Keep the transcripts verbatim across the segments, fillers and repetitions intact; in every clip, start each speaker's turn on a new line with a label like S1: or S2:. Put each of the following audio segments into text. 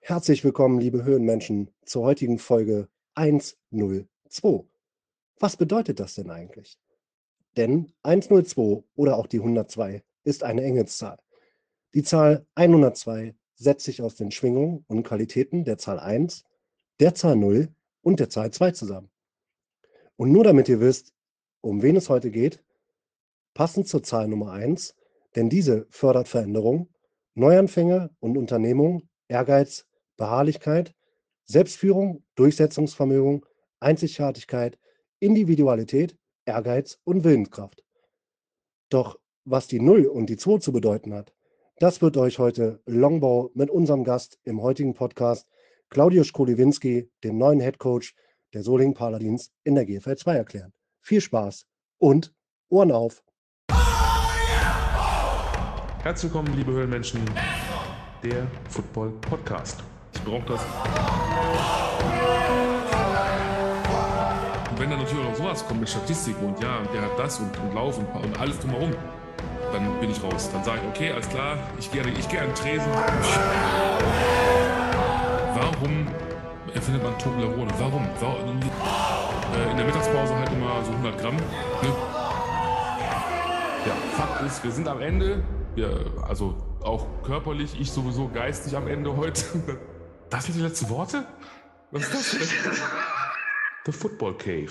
S1: Herzlich willkommen, liebe Höhenmenschen, zur heutigen Folge hundertzwei. Was bedeutet das denn eigentlich? Denn hundertzwei oder auch die hundertzwei ist eine Engelszahl. Die Zahl hundertzwei setzt sich aus den Schwingungen und Qualitäten der Zahl eins, der Zahl null und der Zahl zwei zusammen. Und nur damit ihr wisst, um wen es heute geht, passend zur Zahl Nummer eins, denn diese fördert Veränderung, Neuanfänge und Unternehmung, Ehrgeiz, Beharrlichkeit, Selbstführung, Durchsetzungsvermögen, Einzigartigkeit, Individualität, Ehrgeiz und Willenskraft. Doch was die null und die zwei zu bedeuten hat, das wird euch heute Longbau mit unserem Gast im heutigen Podcast, Claudius Kolewinski, dem neuen Headcoach der Solingen Paladins in der G F L zwei, erklären. Viel Spaß und Ohren auf!
S2: Herzlich willkommen, liebe Höhlenmenschen, der Football Podcast. Ich brauche das. Und wenn dann natürlich auch noch sowas kommt mit Statistiken und ja, der hat das und, und Lauf und, und alles drumherum, dann bin ich raus. Dann sage ich, okay, alles klar, ich gehe ich geh an den Tresen. Warum erfindet man Toblerone? Warum? Warum? Äh, in der Mittagspause halt immer so hundert Gramm. Ne? Ja, Fakt ist, wir sind am Ende. Ja, also auch körperlich, ich sowieso geistig am Ende heute. Das sind die letzten Worte? Was ist das denn? The Football Cave.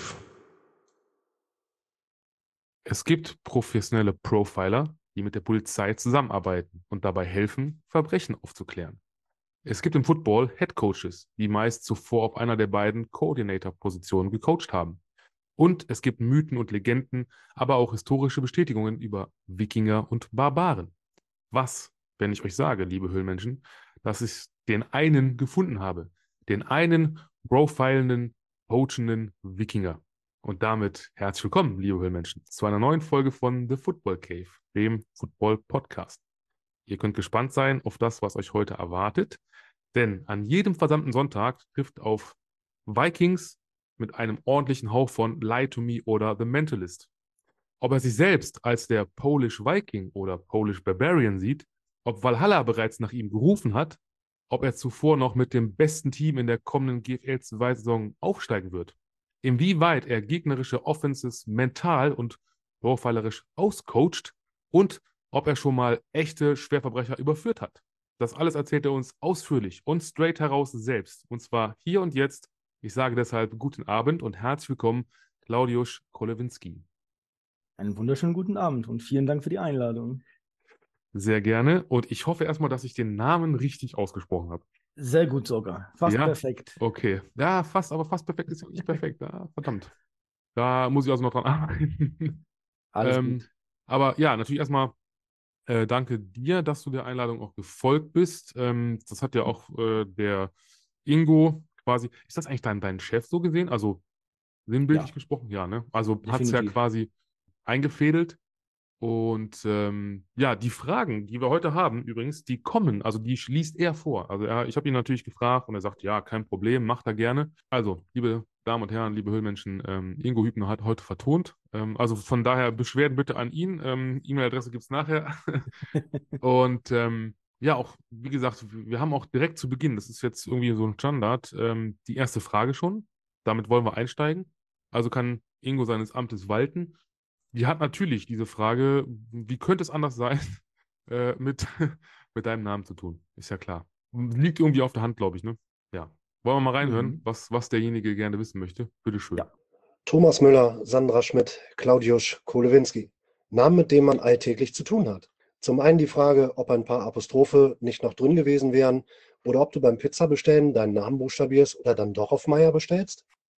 S2: Es gibt professionelle Profiler, die mit der Polizei zusammenarbeiten und dabei helfen, Verbrechen aufzuklären. Es gibt im Football Head Coaches, die meist zuvor auf einer der beiden Coordinator-Positionen gecoacht haben. Und es gibt Mythen und Legenden, aber auch historische Bestätigungen über Wikinger und Barbaren. Was, wenn ich euch sage, liebe Höhlenmenschen, dass ich den einen gefunden habe, den einen profilenden, coachenden Wikinger. Und damit herzlich willkommen, liebe Höhlenmenschen, zu einer neuen Folge von The Football Cave, dem Football Podcast. Ihr könnt gespannt sein auf das, was euch heute erwartet, denn an jedem verdammten Sonntag trifft auf Vikings mit einem ordentlichen Hauch von Lie to Me oder The Mentalist. Ob er sich selbst als der Polish Viking oder Polish Barbarian sieht, ob Valhalla bereits nach ihm gerufen hat, ob er zuvor noch mit dem besten Team in der kommenden G F L zwei Saison aufsteigen wird, inwieweit er gegnerische Offenses mental und profilerisch auscoacht und ob er schon mal echte Schwerverbrecher überführt hat. Das alles erzählt er uns ausführlich und straight heraus selbst, und zwar hier und jetzt. Ich sage deshalb guten Abend und herzlich willkommen, Claudius Kolewinski.
S3: Einen wunderschönen guten Abend und vielen Dank für die Einladung.
S2: Sehr gerne und ich hoffe erstmal, dass ich den Namen richtig ausgesprochen habe.
S3: Sehr gut sogar, fast
S2: ja?
S3: perfekt.
S2: Okay, ja, fast, aber fast perfekt ist ja nicht perfekt. Ja, verdammt. Da muss ich also noch dran arbeiten.
S3: Alles
S2: ähm,
S3: gut.
S2: Aber ja, natürlich erstmal äh, danke dir, dass du der Einladung auch gefolgt bist. Ähm, das hat ja auch äh, der Ingo quasi, ist das eigentlich dein, dein Chef so gesehen? Also sinnbildlich
S3: Ja.
S2: gesprochen? Ja, ne? Also hat es ja
S3: Definitiv.
S2: quasi eingefädelt. Und ähm, ja, die Fragen, die wir heute haben, übrigens, die kommen, also die liest er vor. Also er, ich habe ihn natürlich gefragt und er sagt, ja, kein Problem, macht er gerne. Also, liebe Damen und Herren, liebe Höhlenmenschen, ähm, Ingo Hübner hat heute vertont. Ähm, also von daher Beschwerden bitte an ihn. Ähm, E-Mail-Adresse gibt es nachher. Und ähm, ja, auch, wie gesagt, wir haben auch direkt zu Beginn, das ist jetzt irgendwie so ein Standard, ähm, die erste Frage schon. Damit wollen wir einsteigen. Also kann Ingo seines Amtes walten. Die hat natürlich diese Frage, wie könnte es anders sein, äh, mit, mit deinem Namen zu tun? Ist ja klar. Liegt irgendwie auf der Hand, glaube ich, ne? Ja. Wollen wir mal reinhören,
S3: Mhm.
S2: was, was derjenige gerne wissen möchte? Bitteschön.
S3: Ja.
S1: Thomas Müller, Sandra Schmidt, Claudius Kolewinski. Namen, mit denen man alltäglich zu tun hat. Zum einen die Frage, ob ein paar Apostrophe nicht noch drin gewesen wären oder ob du beim Pizzabestellen deinen Namen buchstabierst oder dann doch auf Meier bestellst.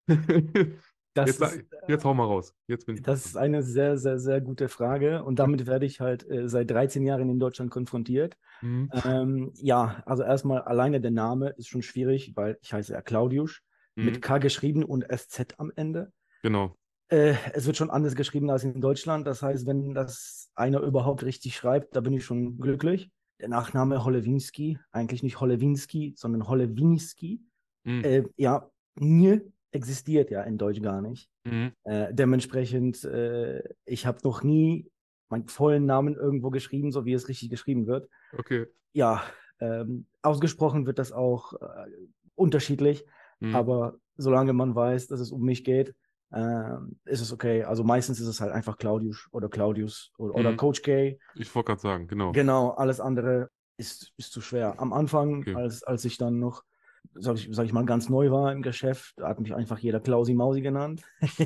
S3: Das
S2: Jetzt,
S3: ist,
S2: jetzt hau mal raus. Jetzt bin ich
S3: das ist eine sehr, sehr, sehr gute Frage und damit werde ich halt äh, seit dreizehn Jahren in Deutschland konfrontiert.
S2: Mhm.
S3: Ähm, ja, also erstmal alleine der Name ist schon schwierig, weil ich heiße ja Claudius, mit
S2: Mhm.
S3: K geschrieben und S Z am Ende.
S2: Genau.
S3: Äh, es wird schon anders geschrieben als in Deutschland. Das heißt, wenn das einer überhaupt richtig schreibt, da bin ich schon glücklich. Der Nachname Holewinski, eigentlich nicht Holewinski, sondern Holewinski.
S2: Mhm.
S3: Äh, ja, nie existiert ja in Deutsch gar nicht.
S2: Mhm.
S3: Äh, dementsprechend, äh, ich habe noch nie meinen vollen Namen irgendwo geschrieben, so wie es richtig geschrieben wird.
S2: Okay.
S3: Ja, Ähm, ausgesprochen wird das auch äh, unterschiedlich,
S2: Mhm.
S3: aber solange man weiß, dass es um mich geht, äh, ist es okay. Also meistens ist es halt einfach Claudius oder Claudius oder, oder
S2: Mhm.
S3: Coach K.
S2: Ich wollte gerade sagen, genau.
S3: Genau, alles andere ist, ist zu schwer. Am Anfang,
S2: Okay.
S3: als, als ich dann noch, sag ich, sag ich mal, ganz neu war im Geschäft, da hat mich einfach jeder Klausi Mausi genannt.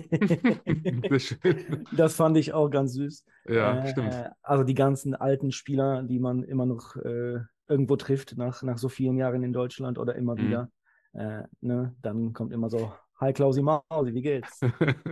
S2: Sehr schön.
S3: Das fand ich auch ganz süß.
S2: Ja, stimmt.
S3: Äh, also die ganzen alten Spieler, die man immer noch äh, irgendwo trifft, nach, nach so vielen Jahren in Deutschland oder immer
S2: Mhm.
S3: wieder, äh, ne, dann kommt immer so, hi Klausi Mausi, wie geht's?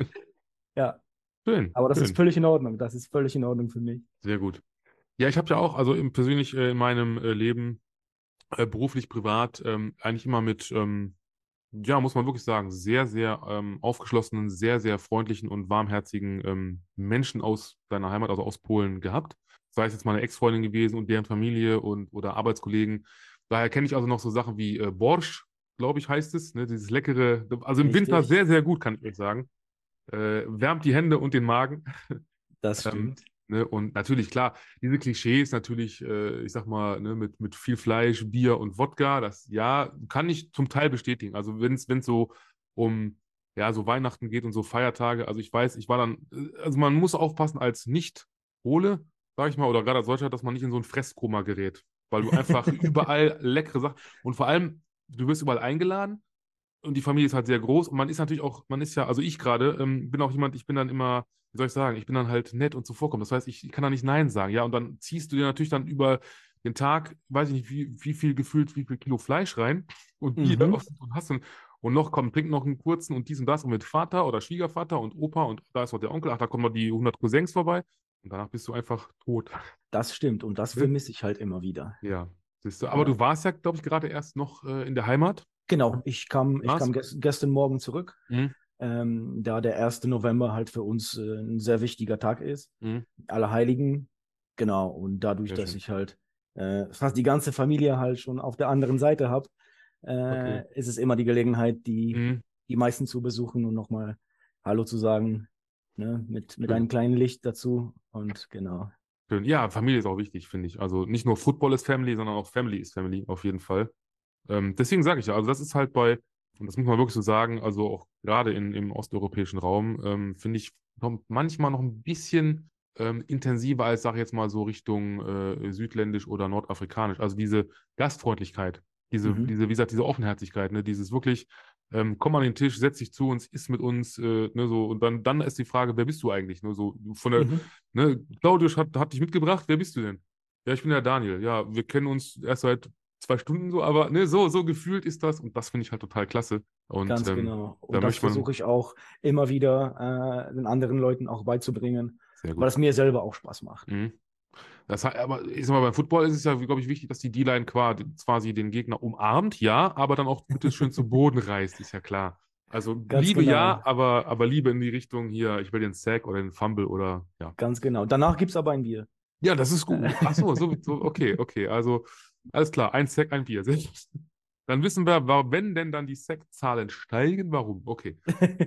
S3: Ja,
S2: Schön,
S3: aber das ist
S2: schön.
S3: völlig in Ordnung. Das ist völlig in Ordnung für mich.
S2: Sehr gut. Ja, ich habe ja auch, also im, persönlich äh, in meinem äh, Leben, äh, beruflich, privat, ähm, eigentlich immer mit, ähm, ja, muss man wirklich sagen, sehr, sehr ähm, aufgeschlossenen, sehr, sehr freundlichen und warmherzigen ähm, Menschen aus deiner Heimat, also aus Polen, gehabt. Sei es jetzt meine Ex-Freundin gewesen und deren Familie und oder Arbeitskollegen. Daher kenne ich also noch so Sachen wie äh, Borsch, glaube ich, heißt es, ne? Dieses leckere, also im Winter
S3: Richtig,
S2: sehr, sehr gut, kann ich euch sagen. Äh, wärmt die Hände und den Magen.
S3: das
S2: Ähm,
S3: stimmt.
S2: ne, und natürlich, klar, diese Klischees natürlich, äh, ich sag mal, ne, mit, mit viel Fleisch, Bier und Wodka, das ja, kann ich zum Teil bestätigen. Also wenn es so um ja, so Weihnachten geht und so Feiertage, also ich weiß, ich war dann, äh, also man muss aufpassen als Nicht-Pole, sag ich mal, oder gerade als Deutscher, dass man nicht in so ein Fresskoma gerät, weil du einfach überall leckere Sachen und vor allem, du wirst überall eingeladen und die Familie ist halt sehr groß und man ist natürlich auch, man ist ja, also ich gerade, ähm, bin auch jemand, ich bin dann immer, wie soll ich sagen, ich bin dann halt nett und zuvorkommend. Das heißt, ich, ich kann da nicht Nein sagen, ja, und dann ziehst du dir natürlich dann über den Tag, weiß ich nicht, wie, wie viel gefühlt, wie viel Kilo Fleisch rein und Bier
S3: Mhm.
S2: und hast du, und noch komm, trink noch einen kurzen und dies und das und mit Vater oder Schwiegervater und Opa und da ist noch der Onkel, ach, da kommen noch die hundert Cousins vorbei und danach bist du einfach tot.
S3: Das stimmt und das
S2: Ne?
S3: vermisse ich halt immer wieder.
S2: Ja, siehst du. Aber
S3: Ja.
S2: du warst ja, glaube ich, gerade erst noch äh, in der Heimat.
S3: Genau, ich kam, ich kam
S2: Was?
S3: ges gestern Morgen zurück,
S2: Mhm.
S3: ähm, da der erste November halt für uns äh, ein sehr wichtiger Tag ist.
S2: Mhm.
S3: Allerheiligen, genau. Und dadurch,
S2: Sehr
S3: dass
S2: schön.
S3: ich halt äh, fast die ganze Familie halt schon auf der anderen Seite habe,
S2: Okay.
S3: äh, ist es immer die Gelegenheit, die,
S2: Mhm.
S3: die meisten zu besuchen und nochmal Hallo zu sagen, ne, mit, mit
S2: Schön.
S3: einem kleinen Licht dazu. Und genau.
S2: Schön. Ja, Familie ist auch wichtig, finde ich. Also nicht nur Football ist Family, sondern auch Family ist Family, auf jeden Fall. Ähm, deswegen sage ich ja, also das ist halt bei, und das muss man wirklich so sagen, also auch gerade in, im osteuropäischen Raum, ähm, finde ich noch manchmal noch ein bisschen ähm, intensiver als, sage ich jetzt mal, so Richtung äh, südländisch oder nordafrikanisch. Also diese Gastfreundlichkeit, diese,
S3: Mhm.
S2: diese, wie gesagt, diese Offenherzigkeit, ne, dieses wirklich, ähm, komm an den Tisch, setz dich zu uns, iss mit uns, äh, ne, so, und dann, dann ist die Frage, wer bist du eigentlich? Ne, so von der,
S3: Mhm.
S2: ne, Claudius hat, hat dich mitgebracht, wer bist du denn? Ja, ich bin der Daniel. Ja, wir kennen uns erst seit zwei Stunden so, aber ne, so, so gefühlt ist das und das finde ich halt total klasse. Und
S3: Ganz
S2: ähm,
S3: genau.
S2: da
S3: Und das
S2: möchte man,
S3: versuche ich auch immer wieder äh, den anderen Leuten auch beizubringen,
S2: sehr
S3: weil
S2: gut.
S3: es mir selber auch Spaß macht.
S2: Mhm. Das, hat- aber ich sag mal, beim Football ist es ja, glaube ich, wichtig, dass die D-Line quasi, quasi den Gegner umarmt, ja, aber dann auch bitte schön zu Boden reißt, ist ja klar. Also
S3: Ganz
S2: Liebe ja,
S3: genau.
S2: aber, aber Liebe in die Richtung hier, ich will den Sack oder den Fumble oder ja.
S3: Ganz genau. Danach gibt es aber ein Bier.
S2: Ja, das ist gut. Ach so, so, so okay, okay. Also alles klar, ein Sack, ein Bier. Sehr gut. Dann wissen wir, wa- wenn denn dann die Sack-Zahlen steigen, warum? Okay.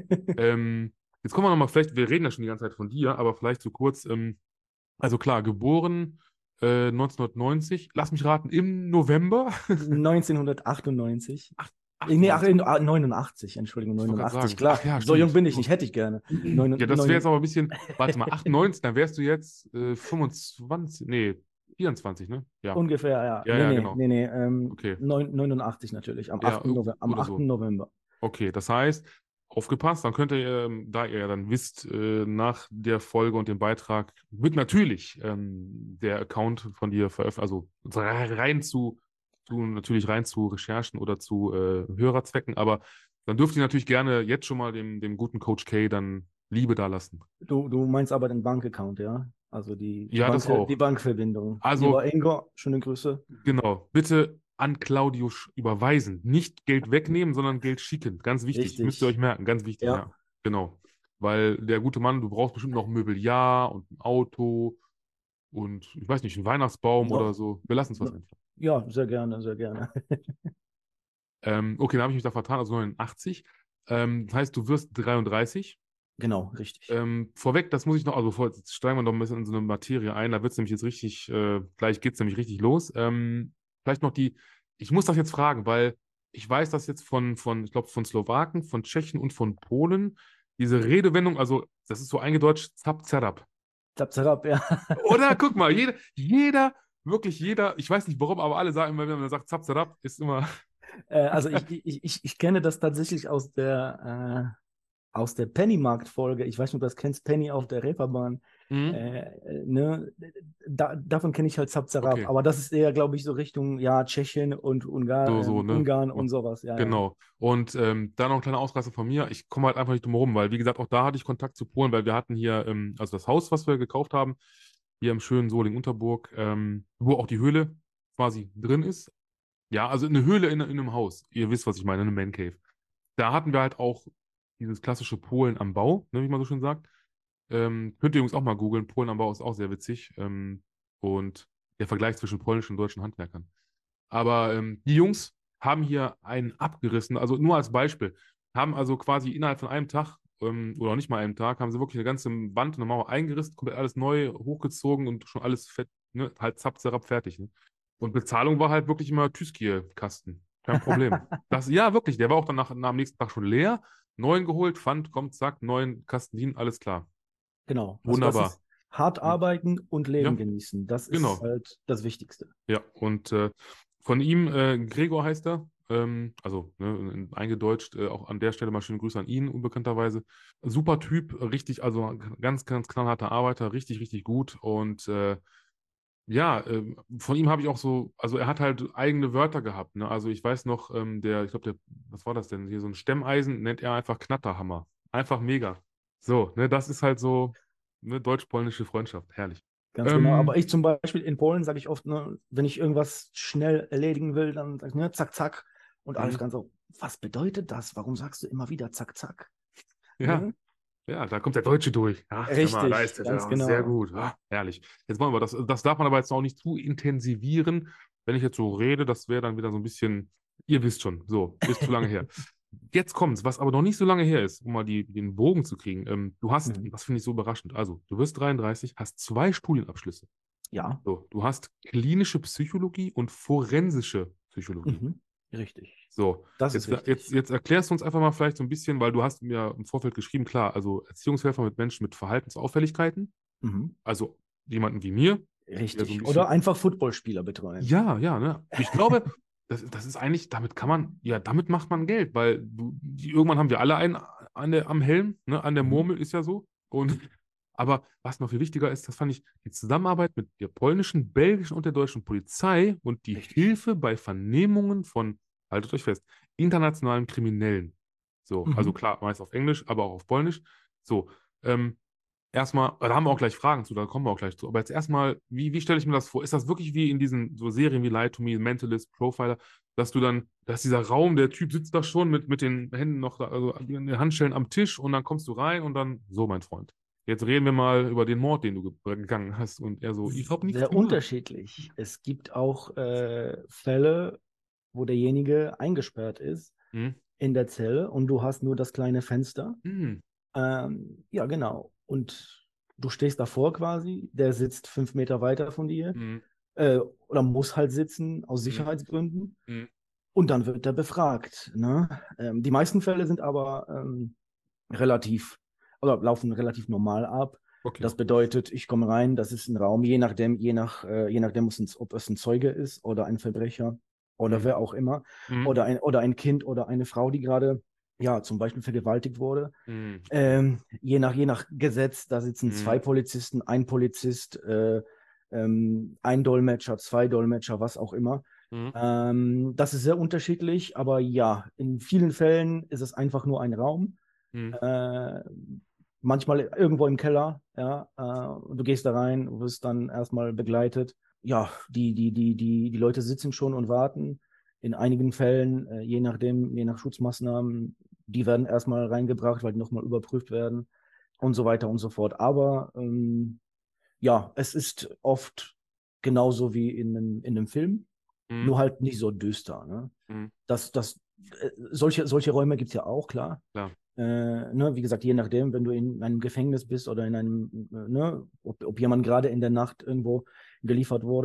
S2: Ähm, jetzt kommen wir nochmal, vielleicht, wir reden ja schon die ganze Zeit von dir, aber vielleicht so kurz, ähm, also klar, geboren äh, neunzehnhundertneunzig, lass mich raten, im November?
S3: neunzehnhundertachtundneunzig.
S2: Ach,
S3: Äh, Nee, ach,
S2: achtundneunzig,
S3: in- ah, neunundachtzig, Entschuldigung,
S2: ich wollte gerade
S3: neunundachtzig,
S2: sagen. Ach
S3: klar.
S2: ja,
S3: So jung
S2: stimmt.
S3: bin ich
S2: So.
S3: nicht, hätte ich gerne. Neun,
S2: Ja, das wäre jetzt
S3: neun,
S2: aber ein bisschen, warte mal, achtundneunzig, dann wärst du jetzt äh, fünfundzwanzig, nee, vierundzwanzig, ne? Ja.
S3: ungefähr, ja.
S2: Ja,
S3: Nee,
S2: ja,
S3: nee,
S2: genau.
S3: nee, nee. Ähm,
S2: Okay.
S3: neun, neunundachtzig natürlich, am
S2: Ja,
S3: achten November. Am
S2: oder
S3: achten
S2: so.
S3: November.
S2: Okay, das heißt, aufgepasst, dann könnt ihr, ähm, da ihr ja dann wisst, äh, nach der Folge und dem Beitrag wird natürlich ähm, der Account von dir veröffentlicht, also rein zu, zu, natürlich rein zu Recherchen oder zu äh, Hörerzwecken, aber dann dürft ihr natürlich gerne jetzt schon mal dem, dem guten Coach K dann Liebe da lassen.
S3: Du, du meinst aber den Bankaccount, ja? Also die, die,
S2: Ja,
S3: Bank,
S2: das
S3: die
S2: auch.
S3: Bankverbindung.
S2: Also
S3: Lieber Ingo, schöne Grüße.
S2: genau, bitte an Claudius überweisen. Nicht Geld wegnehmen, sondern Geld schicken. Ganz wichtig. Müsst ihr euch
S3: Richtig.
S2: merken, ganz wichtig,
S3: Ja,
S2: ja. Genau. Weil der gute Mann, du brauchst bestimmt noch ein Mobiliar und ein Auto und ich weiß nicht, einen Weihnachtsbaum oder
S3: no,
S2: so. Wir lassen es was
S3: no,
S2: einfach.
S3: ja, sehr gerne, sehr gerne.
S2: Ähm, okay, dann habe ich mich da vertan, also neunundachtzig. Ähm, das heißt, du wirst dreiunddreißig.
S3: Genau, richtig.
S2: Ähm, vorweg, das muss ich noch, also vor, jetzt steigen wir noch ein bisschen in so eine Materie ein, da wird es nämlich jetzt richtig, äh, gleich geht es nämlich richtig los. Ähm, vielleicht noch die, ich muss das jetzt fragen, weil ich weiß, dass jetzt von, von ich glaube, von Slowaken, von Tschechen und von Polen diese Redewendung, also das ist so eingedeutscht, zap, zerab.
S3: Zap, zap, ja.
S2: Oder guck mal, jeder, jeder, wirklich jeder, ich weiß nicht warum, aber alle sagen immer, wenn man sagt zap, zerab, ist immer.
S3: Äh, also ich, ich, ich, ich kenne das tatsächlich aus der, äh, aus der Pennymarkt-Folge. Ich weiß nicht, ob du das kennst, Penny auf der Reeperbahn.
S2: Mhm.
S3: Äh, ne? da, davon kenne ich halt Zapzarab.
S2: Okay.
S3: Aber das ist eher, glaube ich, so Richtung ja, Tschechien und Ungar,
S2: So,
S3: ähm,
S2: so, ne?
S3: Ungarn und sowas. Ja, ja.
S2: Genau. Und ähm, da noch ein kleiner Ausreißer von mir. Ich komme halt einfach nicht drum herum, weil, wie gesagt, auch da hatte ich Kontakt zu Polen, weil wir hatten hier, ähm, also das Haus, was wir gekauft haben, hier im schönen Solingen-Unterburg, ähm, wo auch die Höhle quasi drin ist. Ja, also eine Höhle in, in einem Haus. Ihr wisst, was ich meine, eine Man Cave. Da hatten wir halt auch dieses klassische Polen am Bau, ne, wie man so schön sagt. Ähm, könnt ihr übrigens auch mal googeln. Polen am Bau ist auch sehr witzig. Ähm, und der Vergleich zwischen polnischen und deutschen Handwerkern. Aber ähm, die Jungs haben hier einen abgerissen, also nur als Beispiel, haben also quasi innerhalb von einem Tag ähm, oder nicht mal einem Tag, haben sie wirklich eine ganze Wand und eine Mauer eingerissen, komplett alles neu hochgezogen und schon alles fett, ne, halt zapp, zerab, fertig. Ne? Und Bezahlung war halt wirklich immer Tüskier-Kasten. Kein Problem. Das, ja, wirklich, der war auch dann nach, nach am nächsten Tag schon leer, neuen geholt, Pfand, kommt, zack, neuen Kasten dienen, alles klar.
S3: Genau. Also das
S2: Wunderbar.
S3: ist hart
S2: Hm.
S3: arbeiten und Leben
S2: Ja,
S3: genießen. Das ist
S2: genau.
S3: halt das Wichtigste.
S2: Ja, und äh, von ihm, äh, Gregor heißt er, ähm, also ne, eingedeutscht, äh, auch an der Stelle mal schöne Grüße an ihn, unbekannterweise. Super Typ, richtig, also ganz, ganz knallharter Arbeiter, richtig, richtig gut. Und äh, ja, äh, von ihm habe ich auch so, also er hat halt eigene Wörter gehabt. Ne? Also ich weiß noch, ähm, der, ich glaube, der, was war das denn? Hier so ein Stemmeisen nennt er einfach Knatterhammer. Einfach mega. So, ne, das ist halt so eine deutsch-polnische Freundschaft. Herrlich.
S3: Ganz genau. Aber
S2: Ähm,
S3: ich zum Beispiel in Polen sage ich oft, ne, wenn ich irgendwas schnell erledigen will, dann sag ich, ne, zack, zack. Und alle
S2: mhm.
S3: fragen so, was bedeutet das? Warum sagst du immer wieder zack, zack?
S2: Ja.
S3: Ne?
S2: Ja, da kommt der Deutsche durch. Ja, hör mal, da
S3: Richtig,
S2: ist er
S3: ganz
S2: ja sehr
S3: genau.
S2: gut. Ah, herrlich. Jetzt wollen wir das, das darf man aber jetzt auch nicht zu intensivieren. Wenn ich jetzt so rede, das wäre dann wieder so ein bisschen, ihr wisst schon, so, ist zu lange her. Jetzt kommt's, was aber noch nicht so lange her ist, um mal die, den Bogen zu kriegen. Ähm, du hast,
S3: Mhm.
S2: das finde ich so überraschend, also du wirst dreiunddreißig, hast zwei Studienabschlüsse.
S3: Ja,
S2: So, du hast klinische Psychologie und forensische Psychologie.
S3: mhm. Richtig.
S2: So,
S3: Das ist
S2: jetzt, jetzt,
S3: richtig.
S2: jetzt erklärst du uns einfach mal vielleicht so ein bisschen, weil du hast mir im Vorfeld geschrieben, klar, also Erziehungshelfer mit Menschen mit Verhaltensauffälligkeiten,
S3: Mhm.
S2: also jemanden wie mir, der so ein
S3: Richtig. Oder
S2: bisschen,
S3: einfach Footballspieler betreuen.
S2: ja, ja, ne? Ich glaube, das, das ist eigentlich, damit kann man, ja, damit macht man Geld, weil du, die, irgendwann haben wir alle einen an der, am Helm, ne? An der
S3: Mhm.
S2: Murmel ist ja so. Und, aber was noch viel wichtiger ist, das fand ich, die Zusammenarbeit mit der polnischen, belgischen und der deutschen Polizei und die
S3: Richtig.
S2: Hilfe bei Vernehmungen von, haltet euch fest, internationalen Kriminellen. So, also
S3: Mhm.
S2: klar, meist auf Englisch, aber auch auf Polnisch. So, ähm, erstmal, da haben wir auch gleich Fragen zu, da kommen wir auch gleich zu. Aber jetzt erstmal, wie, wie stelle ich mir das vor? Ist das wirklich wie in diesen so Serien wie Lie to Me, Mentalist, Profiler, dass du dann, dass dieser Raum, der Typ sitzt da schon mit, mit den Händen noch, da, also in den Handschellen am Tisch und dann kommst du rein und dann, so, mein Freund. Jetzt reden wir mal über den Mord, den du ge- gegangen hast. Und er so, ich habe nichts
S3: Sehr
S2: gemacht.
S3: unterschiedlich. Es gibt auch äh, Fälle, wo derjenige eingesperrt ist
S2: Hm?
S3: in der Zelle und du hast nur das kleine Fenster.
S2: Hm.
S3: Ähm, ja, genau. Und du stehst davor quasi, der sitzt fünf Meter weiter von dir
S2: Hm.
S3: äh, oder muss halt sitzen aus
S2: Hm.
S3: Sicherheitsgründen.
S2: Hm.
S3: Und dann wird er befragt. Ne? Ähm, die meisten Fälle sind aber ähm, relativ, oder laufen relativ normal ab.
S2: Okay.
S3: Das bedeutet, ich komme rein, das ist ein Raum, je nachdem, je nach, äh, je nachdem, ob es ein Zeuge ist oder ein Verbrecher oder
S2: Hm.
S3: wer auch immer.
S2: Hm.
S3: Oder ein, oder ein Kind oder eine Frau, die gerade, ja, zum Beispiel vergewaltigt wurde.
S2: Hm.
S3: Ähm, je nach, je nach Gesetz, da sitzen zwei
S2: Hm.
S3: Polizisten, ein Polizist, äh, ähm, ein Dolmetscher, zwei Dolmetscher, was auch immer.
S2: Hm.
S3: Ähm, das ist sehr unterschiedlich, aber ja, in vielen Fällen ist es einfach nur ein Raum.
S2: Hm.
S3: Äh, manchmal irgendwo im Keller, ja. Äh, du gehst da rein, wirst dann erstmal begleitet. Ja, die, die, die, die, die Leute sitzen schon und warten. In einigen Fällen, äh, je nachdem, je nach Schutzmaßnahmen, die werden erstmal reingebracht, weil die nochmal überprüft werden und so weiter und so fort. Aber ähm, ja, es ist oft genauso wie in einem, in einem Film,
S2: Hm.
S3: nur halt nicht so düster. Ne?
S2: Hm.
S3: Das, das, äh, solche, solche Räume gibt es ja auch, klar.
S2: Klar.
S3: Äh, ne, wie gesagt, je nachdem, wenn du in einem Gefängnis bist oder in einem, äh, ne, ob, ob jemand gerade in der Nacht irgendwo geliefert wurde,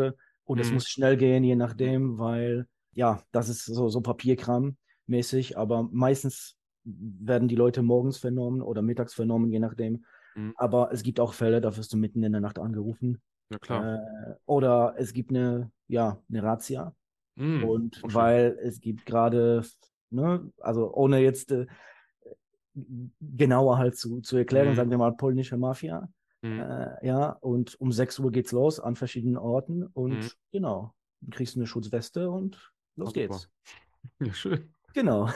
S3: Und es
S2: Mhm.
S3: muss schnell gehen, je nachdem, weil, ja, das ist so, so Papierkram-mäßig, aber meistens werden die Leute morgens vernommen oder mittags vernommen, je nachdem.
S2: Mhm.
S3: Aber es gibt auch Fälle, da wirst du mitten in der Nacht angerufen.
S2: Ja, klar.
S3: Äh, oder es gibt eine, ja, eine Razzia.
S2: Mhm.
S3: Und
S2: Auch schön.
S3: weil es gibt gerade, ne, also ohne jetzt äh, genauer halt zu, zu erklären,
S2: Mhm.
S3: sagen wir mal polnische Mafia.
S2: Mhm.
S3: Äh, ja, und um sechs Uhr geht's los an verschiedenen Orten
S2: Mhm.
S3: und genau, du kriegst eine Schutzweste und
S2: Ah,
S3: los
S2: super.
S3: geht's.
S2: Ja, schön.
S3: Genau.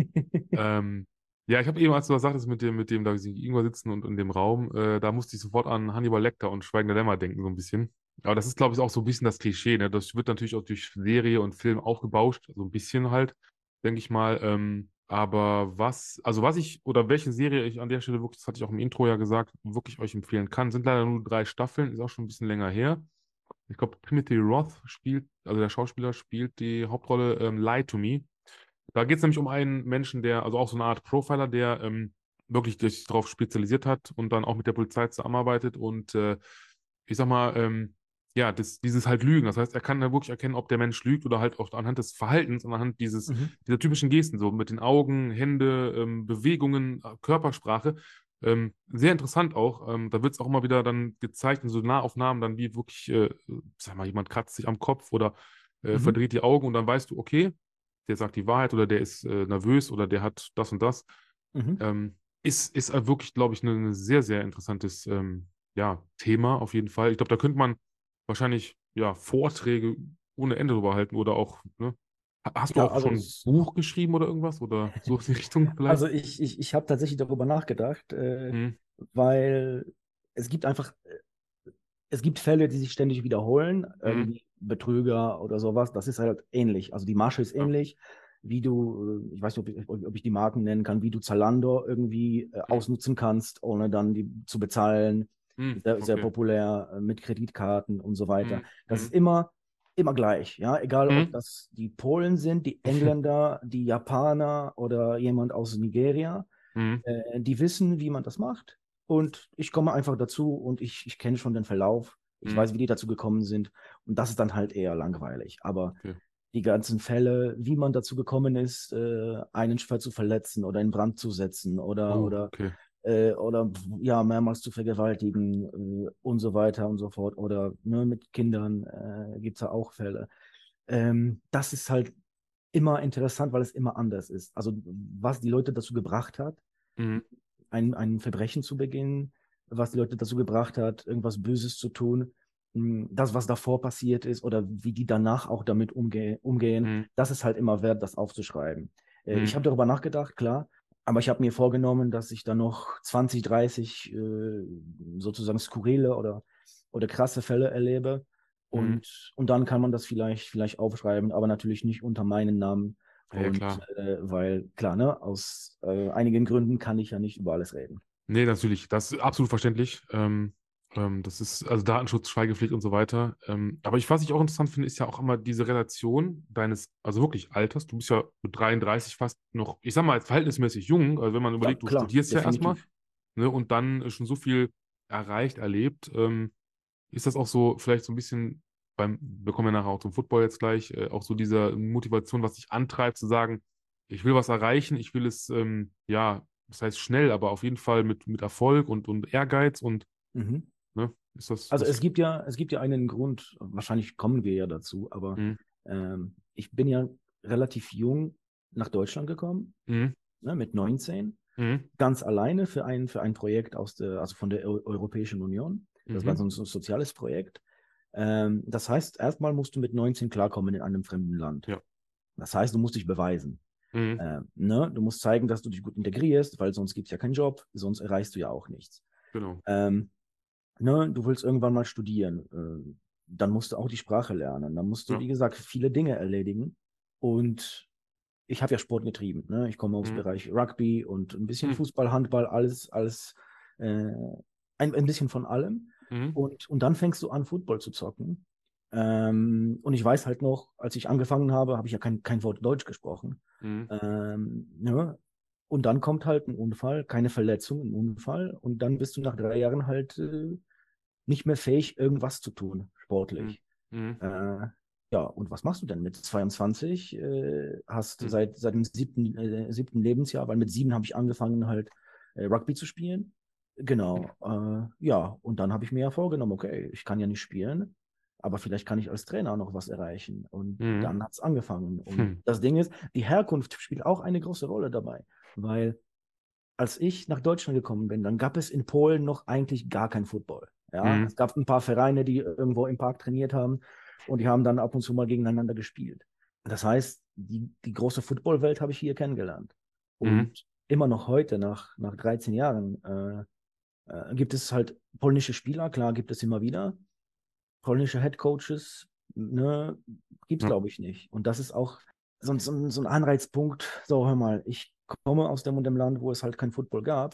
S2: Ähm, ja, ich habe eben, als du das sagtest, mit dem, mit dem da sie irgendwo sitzen und in dem Raum, äh, da musste ich sofort an Hannibal Lecter und Schweigen der Lämmer denken, so ein bisschen. Aber das ist, glaube ich, auch so ein bisschen das Klischee, ne? Das wird natürlich auch durch Serie und Film aufgebauscht, so ein bisschen halt, denke ich mal. Ähm, aber was, also was ich, oder welche Serie ich an der Stelle wirklich, das hatte ich auch im Intro ja gesagt, wirklich euch empfehlen kann, sind leider nur drei Staffeln, ist auch schon ein bisschen länger her. Ich glaube, Timothy Roth spielt, also der Schauspieler spielt die Hauptrolle ähm, Lie to Me. Da geht es nämlich um einen Menschen, der, also auch so eine Art Profiler, der ähm, wirklich sich darauf spezialisiert hat und dann auch mit der Polizei zusammenarbeitet und äh, ich sag mal, ähm, ja, das, dieses halt Lügen. Das heißt, er kann da wirklich erkennen, ob der Mensch lügt oder halt auch anhand des Verhaltens und anhand dieses,
S3: Mhm.
S2: dieser typischen Gesten, so mit den Augen, Hände, ähm, Bewegungen, äh, Körpersprache. Ähm, sehr interessant auch. Ähm, da wird es auch immer wieder dann gezeigt in so Nahaufnahmen, dann wie wirklich, äh, sag mal, jemand kratzt sich am Kopf oder äh,
S3: Mhm.
S2: verdreht die Augen und dann weißt du, okay, der sagt die Wahrheit oder der ist äh, nervös oder der hat das und das.
S3: Mhm.
S2: Ähm, ist, ist äh, wirklich, glaube ich, ein sehr, sehr interessantes ähm, ja, Thema auf jeden Fall. Ich glaube, da könnte man wahrscheinlich ja, Vorträge ohne Ende drüber halten oder auch, ne? Ha- Hast du
S3: Ja,
S2: auch
S3: also
S2: schon ein
S3: es,
S2: Buch geschrieben oder irgendwas oder so in die Richtung vielleicht?
S3: also ich, ich, ich habe tatsächlich darüber nachgedacht, äh,
S2: Hm,
S3: weil es gibt einfach, es gibt Fälle, die sich ständig wiederholen,
S2: hm,
S3: irgendwie Betrüger oder sowas. Das ist halt ähnlich. Also die Masche ist
S2: ja,
S3: ähnlich, wie du, äh, ich weiß nicht, ob ich, ob ich die Marken nennen kann, wie du Zalando irgendwie äh,
S2: hm,
S3: ausnutzen kannst, ohne dann die zu bezahlen.
S2: hm,
S3: Sehr, sehr
S2: okay.
S3: populär äh, mit Kreditkarten und so weiter.
S2: Hm,
S3: Das
S2: hm,
S3: ist immer, immer gleich. Ja, egal ob
S2: hm,
S3: das die Polen sind, die Engländer, die Japaner oder jemand aus Nigeria.
S2: hm,
S3: Äh, die wissen, wie man das macht. Und ich komme einfach dazu und ich, ich kenne schon den Verlauf. Ich
S2: hm,
S3: weiß, wie die dazu gekommen sind. Und das ist dann halt eher langweilig. Aber
S2: okay.
S3: die ganzen Fälle, wie man dazu gekommen ist, äh, einen schwer zu verletzen oder in Brand zu setzen oder,
S2: Uh,
S3: oder,
S2: okay.
S3: äh, oder ja, mehrmals zu vergewaltigen äh, und so weiter und so fort. Oder ne, mit Kindern äh, gibt es ja auch Fälle. Ähm, das ist halt immer interessant, weil es immer anders ist. Also was die Leute dazu gebracht hat,
S2: Hm,
S3: ein, ein Verbrechen zu begehen, was die Leute dazu gebracht hat, irgendwas Böses zu tun. Hm, das, was davor passiert ist oder wie die danach auch damit umge umgehen,
S2: hm,
S3: das ist halt immer wert, das aufzuschreiben. Äh,
S2: hm,
S3: ich habe darüber nachgedacht, klar, aber ich habe mir vorgenommen, dass ich dann noch zwanzig, dreißig äh, sozusagen skurrile oder, oder krasse Fälle erlebe.
S2: hm.
S3: Und, und dann kann man das vielleicht, vielleicht aufschreiben, aber natürlich nicht unter meinem Namen.
S2: Ja, ja,
S3: Und
S2: klar.
S3: äh, weil, klar, ne, aus äh, einigen Gründen kann ich ja nicht über alles reden.
S2: Nee, natürlich, das ist absolut verständlich. Ähm, ähm, das ist also Datenschutz, Schweigepflicht und so weiter. Ähm, aber ich, was ich auch interessant finde, ist ja auch immer diese Relation deines, also wirklich Alters. Du bist ja mit dreiunddreißig fast noch, ich sag mal, verhältnismäßig jung. Also wenn man
S3: Ja,
S2: überlegt, du
S3: klar,
S2: studierst ja erstmal,
S3: definitiv.
S2: ne, und dann schon so viel erreicht, erlebt. Ähm, ist das auch so vielleicht so ein bisschen beim, wir kommen ja nachher auch zum Football jetzt gleich, äh, auch so diese Motivation, was dich antreibt, zu sagen, ich will was erreichen, ich will es, ähm, ja, das heißt schnell, aber auf jeden Fall mit, mit Erfolg und, und Ehrgeiz und,
S3: Mhm.
S2: ne, ist das,
S3: Also
S2: was,
S3: es gibt ja, es gibt ja einen Grund, wahrscheinlich kommen wir ja dazu, aber
S2: hm,
S3: ähm, ich bin ja relativ jung nach Deutschland gekommen,
S2: hm,
S3: ne, mit neunzehn,
S2: hm,
S3: ganz alleine für ein, für ein Projekt aus der, also von der Eu Europäischen Union. Das war
S2: mhm,
S3: so ein, so ein soziales Projekt. Ähm, das heißt, erstmal musst du mit neunzehn klarkommen in einem fremden Land.
S2: ja,
S3: Das heißt, du musst dich beweisen.
S2: hm,
S3: Äh, ne? Du musst zeigen, dass du dich gut integrierst, weil sonst gibt es ja keinen Job, sonst erreichst du ja auch nichts.
S2: genau,
S3: Ähm, ne? Du willst irgendwann mal studieren, äh, dann musst du auch die Sprache lernen. Dann musst du,
S2: ja,
S3: wie gesagt, viele Dinge erledigen. Und ich habe ja Sport getrieben. Ne? Ich komme aus dem
S2: hm,
S3: Bereich Rugby und ein bisschen
S2: hm,
S3: Fußball, Handball, alles, alles, äh, ein, ein bisschen von allem.
S2: hm,
S3: Und, und dann fängst du an, Football zu zocken. Ähm, und ich weiß halt noch, als ich angefangen habe, habe ich ja kein, kein Wort Deutsch gesprochen.
S2: hm,
S3: Ähm, ja. Und dann kommt halt ein Unfall, keine Verletzung, ein Unfall. Und dann bist du nach drei Jahren halt äh, nicht mehr fähig, irgendwas zu tun,
S2: hm,
S3: sportlich.
S2: Mhm.
S3: Äh, ja, und was machst du denn mit zweiundzwanzig? Äh, hast
S2: Mhm.
S3: seit, seit dem siebten, äh, siebten Lebensjahr, weil mit sieben habe ich angefangen, halt äh, Rugby zu spielen. Genau. Äh, ja, und dann habe ich mir ja vorgenommen, okay, ich kann ja nicht spielen, aber vielleicht kann ich als Trainer noch was erreichen. Und
S2: Mhm.
S3: dann hat es angefangen. Und
S2: Hm.
S3: das Ding ist, die Herkunft spielt auch eine große Rolle dabei, weil als ich nach Deutschland gekommen bin, dann gab es in Polen noch eigentlich gar kein Football. Ja,
S2: Mhm.
S3: es gab ein paar Vereine, die irgendwo im Park trainiert haben und die haben dann ab und zu mal gegeneinander gespielt. Das heißt, die, die große Footballwelt habe ich hier kennengelernt.
S2: Mhm.
S3: Und immer noch heute, nach, nach dreizehn Jahren, äh, äh, gibt es halt polnische Spieler, klar, gibt es immer wieder. Polnische Headcoaches, ne, gibt es,
S2: Ja.
S3: glaube ich, nicht. Und das ist auch so, ein- so, ein- so ein Anreizpunkt. So, hör mal, ich komme aus dem und dem Land, wo es halt kein Football gab.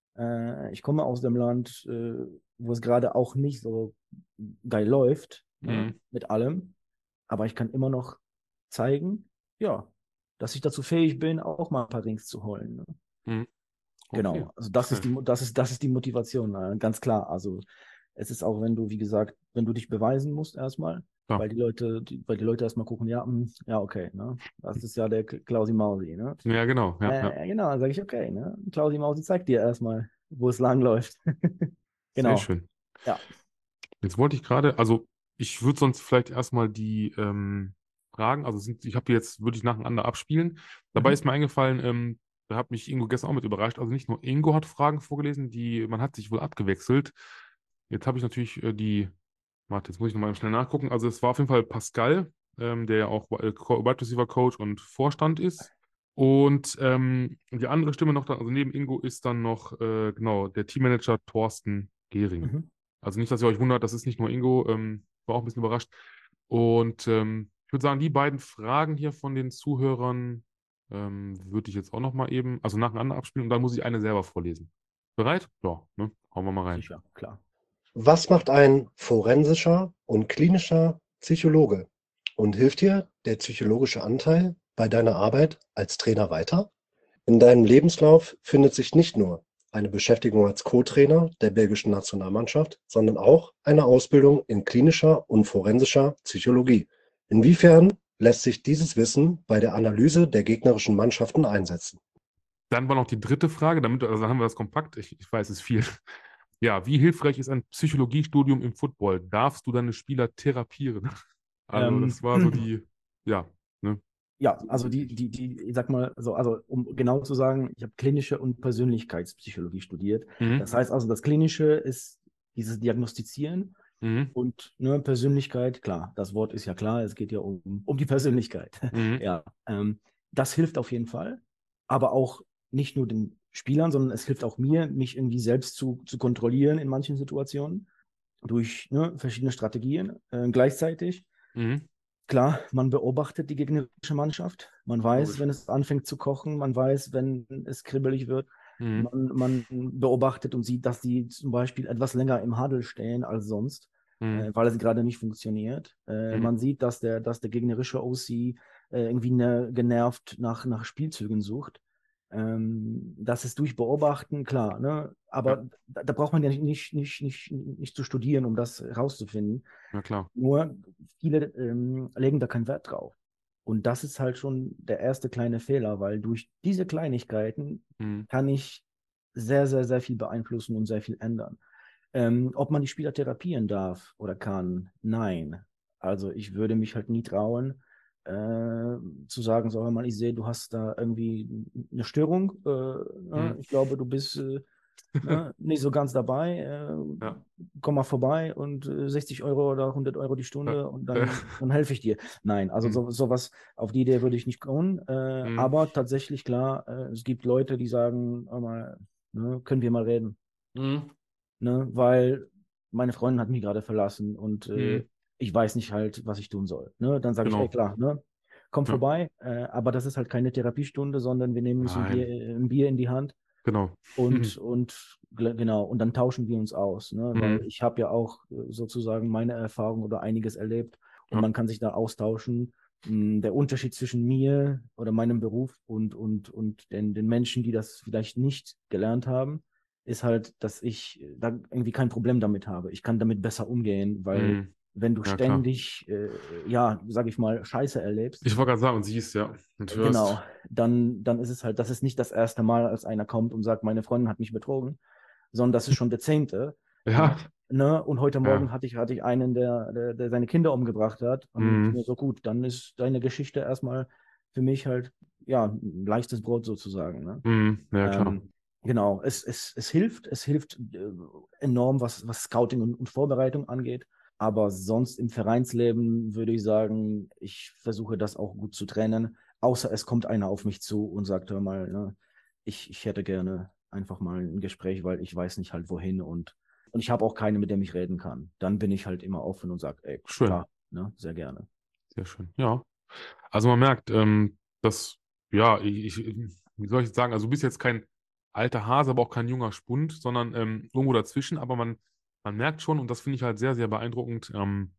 S3: Äh, ich komme aus dem Land, äh, wo es gerade auch nicht so geil läuft, ne,
S2: Mhm.
S3: mit allem. Aber ich kann immer noch zeigen, ja, dass ich dazu fähig bin, auch mal ein paar Rings zu holen. Ne?
S2: Mhm. Okay.
S3: Genau, also das ist die, das ist, das ist die Motivation, äh, ganz klar. Also es ist auch, wenn du, wie gesagt, wenn du dich beweisen musst erstmal,
S2: Ja.
S3: weil die Leute, die, weil die Leute erstmal gucken, ja, hm, ja, okay, ne? Das ist ja der K- Klausi Mausi, ne?
S2: Ja, genau. Ja, ja.
S3: Äh, genau, dann sage ich, okay, ne? Klausi Mausi zeigt dir erstmal, wo es lang läuft.
S2: Sehr
S3: Genau,
S2: schön.
S3: ja.
S2: Jetzt wollte ich gerade, also ich würde sonst vielleicht erstmal die ähm, Fragen, also sind, ich habe die jetzt, würde ich nacheinander abspielen. Dabei
S3: Mhm.
S2: ist mir eingefallen, ähm, da hat mich Ingo gestern auch mit überrascht. Also nicht nur Ingo hat Fragen vorgelesen, die, man hat sich wohl abgewechselt. Jetzt habe ich natürlich äh, die, warte, jetzt muss ich nochmal schnell nachgucken. Also es war auf jeden Fall Pascal, ähm, der ja auch äh, Co- Wide Receiver Coach und Vorstand ist. Und ähm, die andere Stimme noch, dann, also neben Ingo ist dann noch, äh, genau, der Teammanager Thorsten Gehring.
S3: Mhm.
S2: Also nicht, dass ihr euch wundert, das ist nicht nur Ingo, ähm, war auch ein bisschen überrascht. Und ähm, ich würde sagen, die beiden Fragen hier von den Zuhörern ähm, würde ich jetzt auch noch mal eben, also nacheinander abspielen und dann muss ich eine selber vorlesen. Bereit? Ja, ne? Hauen wir mal rein.
S3: Sicher, klar.
S1: Was macht ein forensischer und klinischer Psychologe? Und hilft dir der psychologische Anteil bei deiner Arbeit als Trainer weiter? In deinem Lebenslauf findet sich nicht nur eine Beschäftigung als Co-Trainer der belgischen Nationalmannschaft, sondern auch eine Ausbildung in klinischer und forensischer Psychologie. Inwiefern lässt sich dieses Wissen bei der Analyse der gegnerischen Mannschaften einsetzen?
S2: Dann war noch die dritte Frage, damit, also dann haben wir das kompakt. Ich, ich weiß, es ist viel. Ja, wie hilfreich ist ein Psychologiestudium im Football? Darfst du deine Spieler therapieren? Also,
S3: Ähm,
S2: das war so die, ja, ne?
S3: ja, also die, die, die, ich sag mal, so, also um genau zu sagen, ich habe klinische und Persönlichkeitspsychologie studiert. Das
S2: Mhm.
S3: heißt also, das Klinische ist dieses Diagnostizieren
S2: Mhm.
S3: und ne, Persönlichkeit, klar, das Wort ist ja klar, es geht ja um, um die Persönlichkeit.
S2: Mhm.
S3: Ja, ähm, das hilft auf jeden Fall, aber auch nicht nur den Spielern, sondern es hilft auch mir, mich irgendwie selbst zu, zu kontrollieren in manchen Situationen durch ne, verschiedene Strategien äh, gleichzeitig.
S2: Mhm.
S3: Klar, man beobachtet die gegnerische Mannschaft. Man weiß,
S2: Logisch.
S3: wenn es anfängt zu kochen. Man weiß, wenn es kribbelig wird.
S2: Mhm.
S3: Man, man beobachtet und sieht, dass die zum Beispiel etwas länger im Huddle stehen als sonst,
S2: Mhm.
S3: äh, weil es gerade nicht funktioniert. Äh,
S2: Mhm.
S3: man sieht, dass der, dass der gegnerische O C äh, irgendwie ne, genervt nach, nach Spielzügen sucht. Ähm, das ist durch Beobachten, klar, ne?
S2: Ja,
S3: Aber da, da braucht man ja nicht, nicht, nicht, nicht zu studieren, um das rauszufinden.
S2: na klar.
S3: Nur viele ähm, legen da keinen Wert drauf. Und das ist halt schon der erste kleine Fehler, weil durch diese Kleinigkeiten
S2: Mhm.
S3: kann ich sehr, sehr, sehr viel beeinflussen und sehr viel ändern. Ähm, ob man die Spieler therapieren darf oder kann, nein. Also ich würde mich halt nie trauen, äh, zu sagen, so, hör mal, ich sehe, du hast da irgendwie eine Störung. Äh,
S2: Mhm.
S3: ne? Ich glaube, du bist äh, ne, nicht so ganz dabei. Äh,
S2: Ja.
S3: komm mal vorbei und äh, sechzig Euro oder hundert Euro die
S2: Ja.
S3: Stunde und
S2: Äh.
S3: dann, dann helfe ich dir. Nein, also
S2: Mhm.
S3: so, sowas, auf die Idee würde ich nicht kommen. Äh,
S2: Mhm.
S3: aber tatsächlich, klar, äh, es gibt Leute, die sagen, hör mal, ne, können wir mal reden.
S2: Mhm.
S3: Ne? Weil meine Freundin hat mich gerade verlassen und äh,
S2: Mhm.
S3: ich weiß nicht halt, was ich tun soll. Ne? Dann sage ich, ey,
S2: Genau.
S3: klar, ne? Komm
S2: Ja.
S3: vorbei, äh, aber das ist halt keine Therapiestunde, sondern wir nehmen uns ein Bier,
S2: Nein.
S3: ein Bier in die Hand
S2: Genau.
S3: und, und gl- genau, und dann tauschen wir uns aus, ne? Weil
S2: Mhm.
S3: ich habe ja auch äh, sozusagen meine Erfahrung oder einiges erlebt und
S2: Ja.
S3: man kann sich da austauschen. Mm, Der Unterschied zwischen mir oder meinem Beruf und, und, und den, den Menschen, die das vielleicht nicht gelernt haben, ist halt, dass ich da irgendwie kein Problem damit habe. Ich kann damit besser umgehen, weil
S2: Mhm.
S3: wenn du
S2: Ja, klar.
S3: ständig, äh, ja, sag ich mal, Scheiße erlebst,
S2: Ich wollte gerade sagen, und siehst, ja, und hörst.
S3: genau, dann, dann ist es halt, das ist nicht das erste Mal, als einer kommt und sagt, meine Freundin hat mich betrogen, sondern das ist schon der zehnte.
S2: Ja,
S3: Äh, ne? Und heute Morgen
S2: ja.
S3: hatte ich, hatte ich einen, der, der, der seine Kinder umgebracht hat. Und
S2: Mhm.
S3: mir so gut, dann ist deine Geschichte erstmal für mich halt, ja, ein leichtes Brot sozusagen. Ne?
S2: Mhm. Ja, klar.
S3: Ähm, genau, es, es, es hilft, es hilft äh, enorm, was, was Scouting und, und Vorbereitung angeht. Aber sonst im Vereinsleben würde ich sagen, ich versuche das auch gut zu trennen. Außer es kommt einer auf mich zu und sagt, hör mal, ne, ich, ich hätte gerne einfach mal ein Gespräch, weil ich weiß nicht halt wohin und, und ich habe auch keinen, mit dem ich reden kann. Dann bin ich halt immer offen und sage, ey,
S2: Schön.
S3: klar, ne, sehr gerne.
S2: Sehr schön. Ja. Also man merkt, ähm, dass, ja, ich, ich, wie soll ich jetzt sagen, also du bist jetzt kein alter Hase, aber auch kein junger Spund, sondern ähm, irgendwo dazwischen, aber man, man merkt schon, und das finde ich halt sehr, sehr beeindruckend, ähm,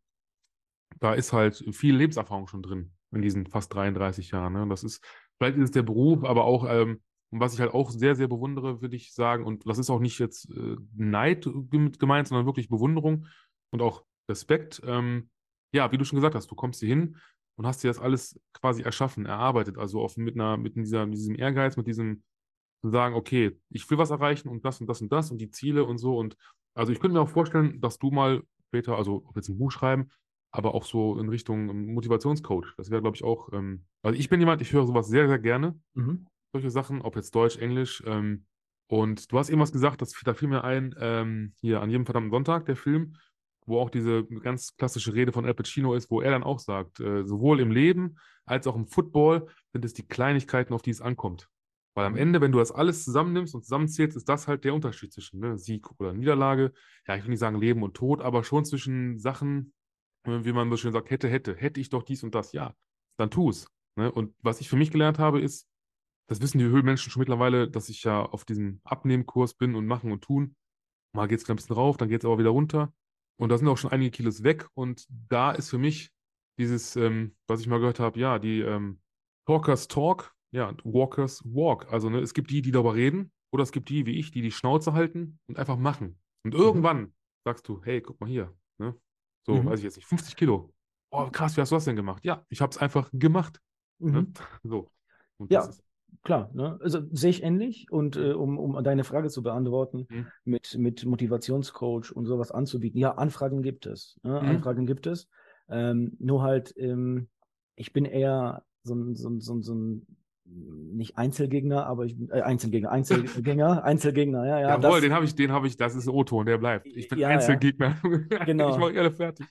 S2: da ist halt viel Lebenserfahrung schon drin in diesen fast dreiunddreißig Jahren. Ne? Das ist, vielleicht ist es der Beruf, aber auch, ähm, und was ich halt auch sehr, sehr bewundere, würde ich sagen, und das ist auch nicht jetzt äh, Neid gem- gemeint, sondern wirklich Bewunderung und auch Respekt. Ähm, ja, wie du schon gesagt hast, du kommst hier hin und hast dir das alles quasi erschaffen, erarbeitet, also auch mit einer, mit dieser, mit diesem Ehrgeiz, mit diesem zu sagen, okay, ich will was erreichen und das und das und das und die Ziele und so. Und also ich könnte mir auch vorstellen, dass du mal später, also ob jetzt ein Buch schreiben, aber auch so in Richtung ähm, Motivationscoach. Das wäre, glaube ich, auch, ähm, also ich bin jemand, ich höre sowas sehr, sehr gerne,
S3: Mhm.
S2: solche Sachen, ob jetzt Deutsch, Englisch. Ähm, und du hast irgendwas gesagt, das, da fiel mir ein, ähm, hier an jedem verdammten Sonntag, der Film, wo auch diese ganz klassische Rede von Al Pacino ist, wo er dann auch sagt, äh, sowohl im Leben als auch im Football sind es die Kleinigkeiten, auf die es ankommt. Weil am
S3: Mhm.
S2: Ende, wenn du das alles zusammennimmst und zusammenzählst, ist das halt der Unterschied zwischen ne, Sieg oder Niederlage. Ja, ich will nicht sagen Leben und Tod, aber schon zwischen Sachen, äh, wie man so schön sagt, hätte, hätte, hätte ich doch dies und das, ja, dann tu es. Ne? Und was ich für mich gelernt habe, ist, das wissen die Höhlenmenschen schon mittlerweile, dass ich ja auf diesem Abnehmkurs bin und machen und tun. Mal geht es ein bisschen rauf, dann geht es aber wieder runter. Und da sind auch schon einige Kilos weg. Und da ist für mich dieses, ähm, was ich mal gehört habe, ja, die ähm, Talkers Talk, ja, und Walkers Walk. Also ne, es gibt die, die darüber reden, oder es gibt die, wie ich, die die Schnauze halten und einfach machen. Und
S3: Mhm.
S2: irgendwann sagst du, hey, guck mal hier, ne? So,
S3: Mhm.
S2: weiß ich jetzt nicht, fünfzig Kilo. Oh, krass, wie hast du das denn gemacht? Ja, ich habe es einfach gemacht. Ne?
S3: Mhm.
S2: So. Und das
S3: Ja,
S2: ist.
S3: klar. Ne? Also sehe ich ähnlich. Und
S2: Hm,
S3: äh, um, um deine Frage zu beantworten,
S2: hm,
S3: mit, mit Motivationscoach und sowas anzubieten. Ja, Anfragen gibt es. Ne?
S2: hm.
S3: Anfragen gibt es. Ähm, nur halt, ähm, ich bin eher so ein, so ein, so ein, so ein nicht Einzelgegner, aber ich bin äh, Einzelgegner, Einzelgänger, Einzelgegner, ja, ja,
S2: Jawohl,
S3: das,
S2: den habe ich, den habe ich, das ist ein O-Ton, der bleibt. Ich bin
S3: ja, ja,
S2: Einzelgegner. Ich
S3: genau.
S2: mache alle fertig.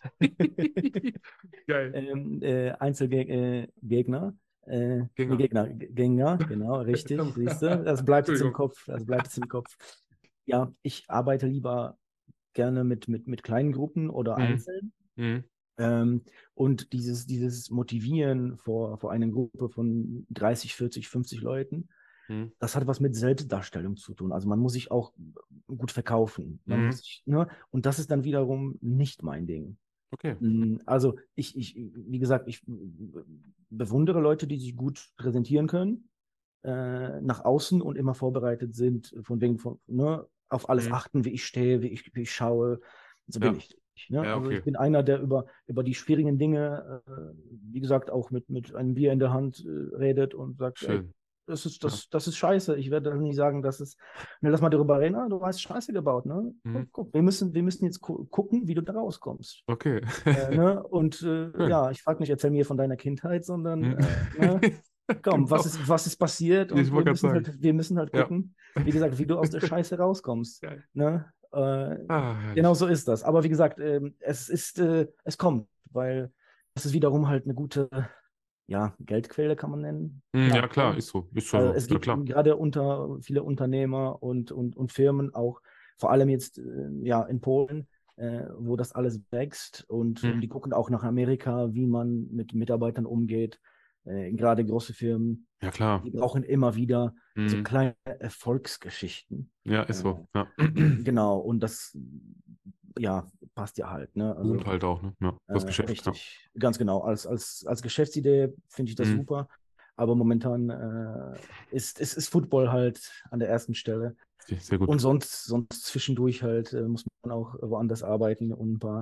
S2: Geil.
S3: ähm, äh, Einzelgegner. Äh, nee,
S2: Gänger.
S3: Gegner, G- Gänger, genau, richtig, siehst du? Das bleibt jetzt im
S2: Entschuldigung.
S3: Kopf, das bleibt jetzt im Kopf. Ja, ich arbeite lieber gerne mit, mit, mit kleinen Gruppen oder
S2: Mhm.
S3: einzeln.
S2: Mhm.
S3: Ähm, und dieses, dieses Motivieren vor, vor einer Gruppe von dreißig, vierzig, fünfzig Leuten,
S2: Mhm.
S3: das hat was mit Selbstdarstellung zu tun. Also man muss sich auch gut verkaufen. Man muss
S2: Mhm.
S3: sich, ne? Und das ist dann wiederum nicht mein Ding.
S2: Okay.
S3: Mm, Also ich, ich, wie gesagt, ich bewundere Leute, die sich gut präsentieren können, äh, nach außen und immer vorbereitet sind, von wegen von, ne, auf alles
S2: Mhm.
S3: achten, wie ich stehe, wie ich, wie ich schaue. So bin
S2: Ja.
S3: ich. Ne?
S2: Ja,
S3: Also ich
S2: okay.
S3: bin einer, der über, über die schwierigen Dinge, äh, wie gesagt, auch mit, mit einem Bier in der Hand äh, redet und sagt, ey,
S2: Schön.
S3: das ist,
S2: Ja.
S3: das, das ist scheiße. Ich werde nicht sagen, dass es, ne, lass mal darüber reden, ah, du hast Scheiße gebaut, ne?
S2: Mhm.
S3: Guck, guck, wir müssen, wir müssen jetzt gu gucken, wie du da rauskommst.
S2: Okay.
S3: Äh, ne? Und äh,
S2: Schön.
S3: ja, ich frage nicht, erzähl mir von deiner Kindheit, sondern
S2: Mhm.
S3: äh, ne? Komm, was
S2: Genau.
S3: ist, was ist passiert?
S2: Ich
S3: Und wir
S2: wollte gerade
S3: müssen
S2: sagen.
S3: halt, wir müssen halt
S2: Ja.
S3: gucken, wie gesagt, wie du aus der Scheiße rauskommst.
S2: Geil.
S3: Ne? Äh,
S2: Ah,
S3: genau
S2: herrlich.
S3: so ist das. Aber wie gesagt, ähm, es ist, äh, es kommt, weil das ist wiederum halt eine gute, ja, Geldquelle kann man nennen.
S2: Mhm,
S3: Ja,
S2: ja, klar,
S3: ne?
S2: ist so. Ist schon
S3: Also
S2: so.
S3: es
S2: Ja,
S3: gibt
S2: klar.
S3: gerade unter viele Unternehmer und, und, und Firmen auch, vor allem jetzt äh, ja in Polen, äh, wo das alles wächst und, und
S2: Mhm.
S3: die gucken auch nach Amerika, wie man mit Mitarbeitern umgeht. Äh, gerade große Firmen,
S2: Ja, klar.
S3: die brauchen immer wieder so
S2: Mhm.
S3: kleine Erfolgsgeschichten.
S2: Ja, ist
S3: Äh,
S2: so. Ja.
S3: genau, und das ja passt ja halt, ne?
S2: Boomt
S3: Also
S2: halt auch, ne? Ja,
S3: äh,
S2: das Geschäft, ja.
S3: richtig, ganz genau. Als, als, als Geschäftsidee finde ich das
S2: Mhm.
S3: super. Aber momentan äh, ist, ist, ist Football halt an der ersten Stelle.
S2: Sehr
S3: Und
S2: gut.
S3: sonst, sonst zwischendurch halt äh, muss man auch woanders arbeiten und ein paar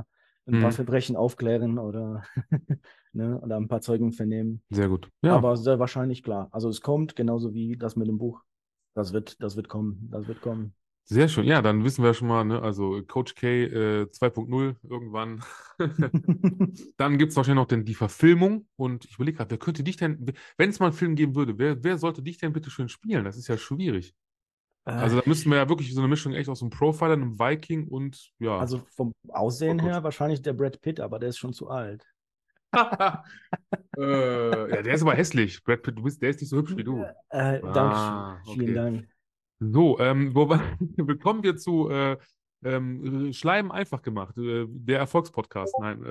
S3: ein paar
S2: Mhm.
S3: Verbrechen aufklären oder, ne, oder ein paar Zeugen vernehmen.
S2: Sehr gut. Ja,
S3: Aber sehr wahrscheinlich klar. Also es kommt, genauso wie das mit dem Buch. Das wird, das wird kommen, das wird kommen.
S2: sehr schön. Ja, dann wissen wir ja schon mal, ne, also Coach K äh, zwei Punkt null irgendwann. Dann gibt es wahrscheinlich noch den, die Verfilmung. Und ich überlege gerade, wer könnte dich denn, wenn es mal einen Film geben würde, wer, wer sollte dich denn bitte schön spielen? Das ist ja schwierig.
S3: Äh,
S2: Also da müssten wir ja wirklich so eine Mischung echt aus einem Profiler, einem Viking und ja.
S3: Also vom Aussehen
S2: Coach.
S3: her wahrscheinlich der Brad Pitt, aber der ist schon zu alt.
S2: äh, ja, der ist aber hässlich. Brad Pitt, du bist, der ist nicht so hübsch wie du.
S3: Äh, Dankeschön.
S2: Ah,
S3: Vielen
S2: okay.
S3: Dank.
S2: So, ähm, wo wir, kommen wir zu äh, ähm, Schleimen einfach gemacht, äh, der Erfolgspodcast. Nein,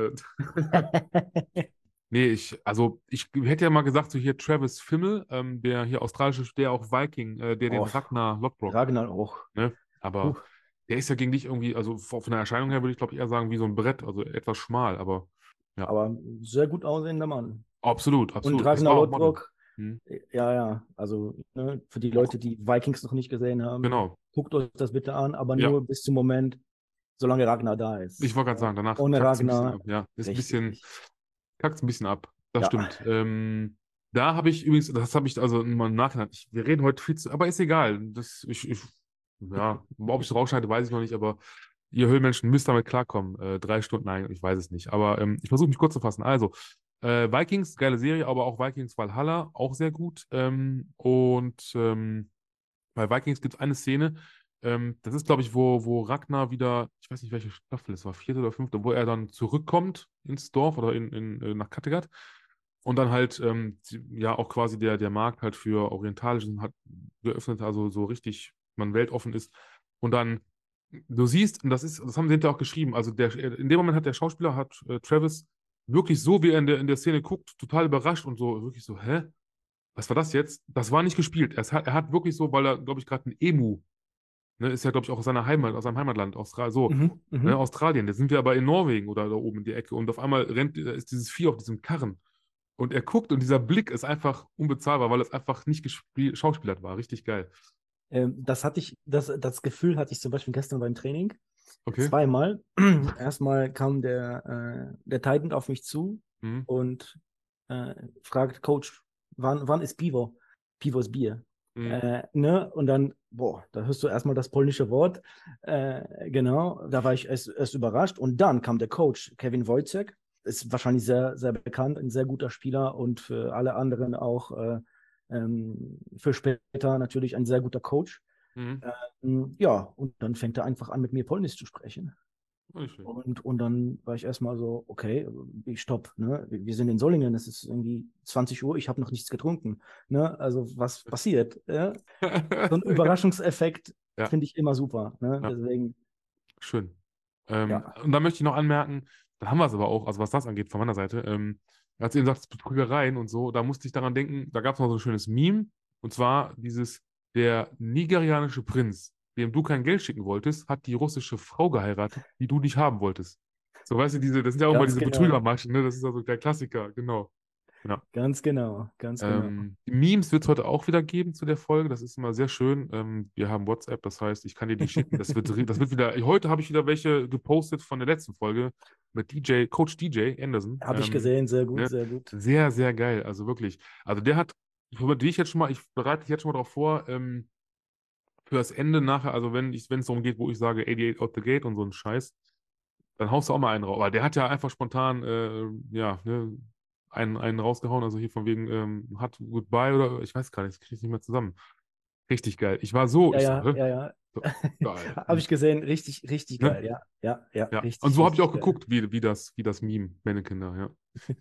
S2: äh, nee, ich, also ich hätte ja mal gesagt, so hier Travis Fimmel, ähm, der hier australische, der auch Viking, äh, der den
S3: Oh,
S2: Ragnar Lodbrok,
S3: Ragnar auch.
S2: ne?
S3: Puh.
S2: Aber der ist ja gegen dich irgendwie, also von der Erscheinung her würde ich glaube ich eher sagen, wie so ein Brett, also etwas schmal, aber ja,
S3: Aber ein sehr gut aussehender Mann.
S2: absolut,
S3: Und
S2: absolut. Das
S3: Ragnar
S2: war auch Model.
S3: Lodbrok,
S2: Hm.
S3: ja, ja, also ne, für die
S2: Auch,
S3: Leute, die Vikings noch nicht gesehen haben,
S2: genau.
S3: guckt euch das bitte an, aber
S2: Ja,
S3: nur bis zum Moment, solange Ragnar da
S2: ich
S3: ist.
S2: wollte gerade
S3: Ja.
S2: sagen, danach
S3: Ohne
S2: kackt es ein bisschen
S3: Ragnar,
S2: ab. Ja, ist ein bisschen,
S3: richtig.
S2: kackt es ein bisschen ab. Das
S3: Ja,
S2: stimmt. Ähm, da habe ich übrigens, das habe ich also mal im Nachhinein, ich, wir reden heute viel zu, aber ist egal. Das, ich, ich, ja, ob ich es rausschneide, weiß ich noch nicht, aber ihr Höhlenmenschen müsst damit klarkommen. Äh, drei Stunden, nein, ich weiß es nicht. Aber ähm, ich versuche mich kurz zu fassen. Also, äh, Vikings, geile Serie, aber auch Vikings Valhalla, auch sehr gut. Ähm, und ähm, bei Vikings gibt es eine Szene, ähm, das ist, glaube ich, wo, wo Ragnar wieder, ich weiß nicht, welche Staffel es war, vierte oder fünfte, wo er dann zurückkommt ins Dorf oder in, in, äh, nach Kattegat und dann halt ähm, die- ja auch quasi der, der Markt halt für Orientalischen hat geöffnet, also so richtig man weltoffen ist. Und dann, du siehst, und das ist, das haben sie hinterher auch geschrieben, also der, in dem Moment hat der Schauspieler, hat äh, Travis wirklich so, wie er in der, in der Szene guckt, total überrascht und so, wirklich so, hä? Was war das jetzt? Das war nicht gespielt. Er hat, er hat wirklich so, weil er, glaube ich, gerade ein Emu, ne, ist ja, glaube ich, auch aus seiner Heimat, aus seinem Heimatland, Australien, so,
S3: mhm,
S2: ne,
S3: mhm.
S2: Australien. Da sind wir aber in Norwegen oder da oben in die Ecke und auf einmal rennt, da ist dieses Vieh auf diesem Karren. Und er guckt und dieser Blick ist einfach unbezahlbar, weil es einfach nicht gespielt, schauspielert war. Richtig geil.
S3: Ähm, das hatte ich, das, das Gefühl hatte ich zum Beispiel gestern beim Training.
S2: Okay.
S3: Zweimal. Erstmal kam der, äh, der Titan auf mich zu
S2: Mhm.
S3: und äh, fragt, Coach, wann, wann ist Pivo? Pivo ist Bier.
S2: Mhm.
S3: Äh, ne? Und dann, boah, da hörst du erstmal das polnische Wort. Äh, genau, da war ich erst, erst überrascht. Und dann kam der Coach, Kevin Wojciech. Ist wahrscheinlich sehr, sehr bekannt, ein sehr guter Spieler und für alle anderen auch äh, ähm, für später natürlich ein sehr guter Coach.
S2: Mhm.
S3: Ähm, ja, und dann fängt er einfach an, mit mir Polnisch zu sprechen.
S2: Nicht schlecht.
S3: Und, und dann war ich erstmal so, okay, ich stopp, ne? Wir sind in Solingen, es ist irgendwie zwanzig Uhr, ich habe noch nichts getrunken. Ne? Also was passiert? Ja? So ein Überraschungseffekt
S2: Ja,
S3: finde ich immer super. Ne?
S2: ja,
S3: Deswegen,
S2: schön. Ähm,
S3: ja,
S2: und da möchte ich noch anmerken, da haben wir es aber auch, also was das angeht, von meiner Seite, ähm, als du eben sagst, Betrügereien und so, da musste ich daran denken, da gab es noch so ein schönes Meme, und zwar dieses, der nigerianische Prinz, dem du kein Geld schicken wolltest, hat die russische Frau geheiratet, die du nicht haben wolltest. So, weißt du, diese, das sind ja auch immer
S3: ganz
S2: diese
S3: genau,
S2: Betrügermaschen, ne? Das ist also der Klassiker, genau. Ja.
S3: ganz genau, ganz genau.
S2: Ähm, die Memes wird es heute auch wieder geben zu der Folge. Das ist immer sehr schön. Ähm, wir haben WhatsApp, das heißt, ich kann dir die schicken. Das wird, ri- das wird wieder. Heute habe ich wieder welche gepostet von der letzten Folge mit D J, Coach D J Anderson.
S3: Habe ich
S2: Ähm,
S3: gesehen, sehr gut,
S2: ne?
S3: sehr gut.
S2: Sehr, sehr geil. Also wirklich. Also der hat, für die ich jetzt schon mal, ich bereite dich jetzt schon mal darauf vor, ähm, für das Ende nachher, also wenn ich, wenn es darum geht, wo ich sage achtundachtzig out the gate und so ein Scheiß, dann haust du auch mal einen raus. Aber der hat ja einfach spontan, äh, ja, ne, einen, einen rausgehauen. Also hier von wegen, ähm, hat Goodbye oder ich weiß gar nicht, das kriege ich nicht mehr zusammen. Richtig geil. Ich war so,
S3: Ja,
S2: ich so,
S3: ja,
S2: hä?
S3: ja, ja.
S2: So, geil.
S3: Habe ich gesehen, richtig, richtig
S2: Ne?
S3: geil. Ja, ja, ja,
S2: Ja. Und
S3: richtig,
S2: so habe ich
S3: richtig
S2: auch
S3: geil.
S2: geguckt, wie, wie das, wie das Meme, Mannequin da, ja.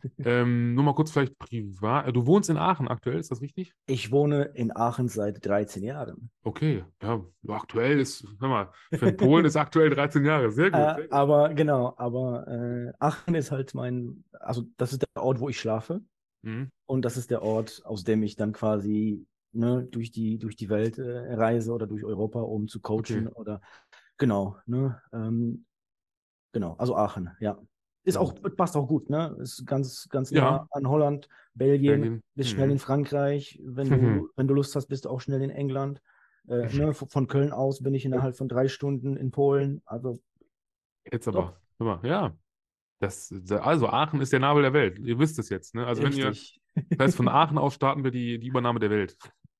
S2: Ähm, nur mal kurz vielleicht privat. äh, Du wohnst in Aachen aktuell, ist das richtig?
S3: Ich wohne in Aachen seit dreizehn Jahren.
S2: Okay, ja, aktuell ist, hör mal, für den Polen ist aktuell dreizehn Jahre. Sehr gut,
S3: Äh,
S2: sehr gut.
S3: aber genau, aber äh, Aachen ist halt mein, also das ist der Ort, wo ich schlafe
S2: Mhm.
S3: und das ist der Ort, aus dem ich dann quasi ne, durch die, durch die Welt äh, reise oder durch Europa, um zu
S2: Okay,
S3: coachen oder genau, ne, ähm, genau, also Aachen, ja. Ist
S2: sehr
S3: auch,
S2: gut.
S3: passt auch gut, ne? Ist ganz, ganz
S2: Ja,
S3: nah an Holland, Belgien,
S2: Belgien.
S3: bist schnell in
S2: Mhm.
S3: Frankreich, wenn du, wenn du Lust hast, bist du auch schnell in England. Äh, ne? Von von Köln aus bin ich innerhalb von drei Stunden in Polen. Also
S2: Jetzt
S3: top.
S2: aber, hör mal, ja. Das, also Aachen ist der Nabel der Welt. Ihr wisst es jetzt, ne? Also wenn ihr,
S3: Richtig.
S2: das heißt, von Aachen aus starten wir die, die Übernahme der Welt.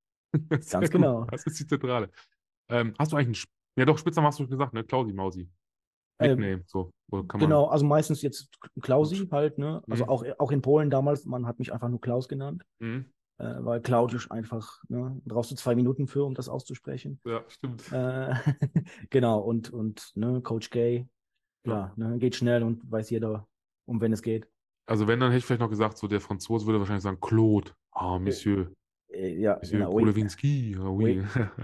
S2: Sehr
S3: Ganz
S2: gut.
S3: genau.
S2: Das ist die Zentrale. Ähm, hast du eigentlich einen, Sp- ja doch, Spitznamen hast du gesagt, ne? Klausi Mausi.
S3: Äh,
S2: Nickname, so. Oder kann man,
S3: genau, also meistens jetzt Klausi halt, ne? Also
S2: Mhm.
S3: auch, auch in Polen damals, man hat mich einfach nur Klaus genannt,
S2: Mhm.
S3: äh, weil Klaudisch einfach, ne? Brauchst du zwei Minuten für, um das auszusprechen.
S2: Ja, stimmt.
S3: Äh, genau, und, und ne, Coach Gay,
S2: Ja.
S3: klar, ne? Geht schnell und weiß jeder, um wen es geht.
S2: Also wenn, dann hätte ich vielleicht noch gesagt, so der Franzose würde wahrscheinlich sagen, Claude. Ah,
S3: Äh,
S2: Monsieur.
S3: äh, ja,
S2: Monsieur
S3: genau, oui,
S2: Kulowinski. Ah, oui.
S3: oui,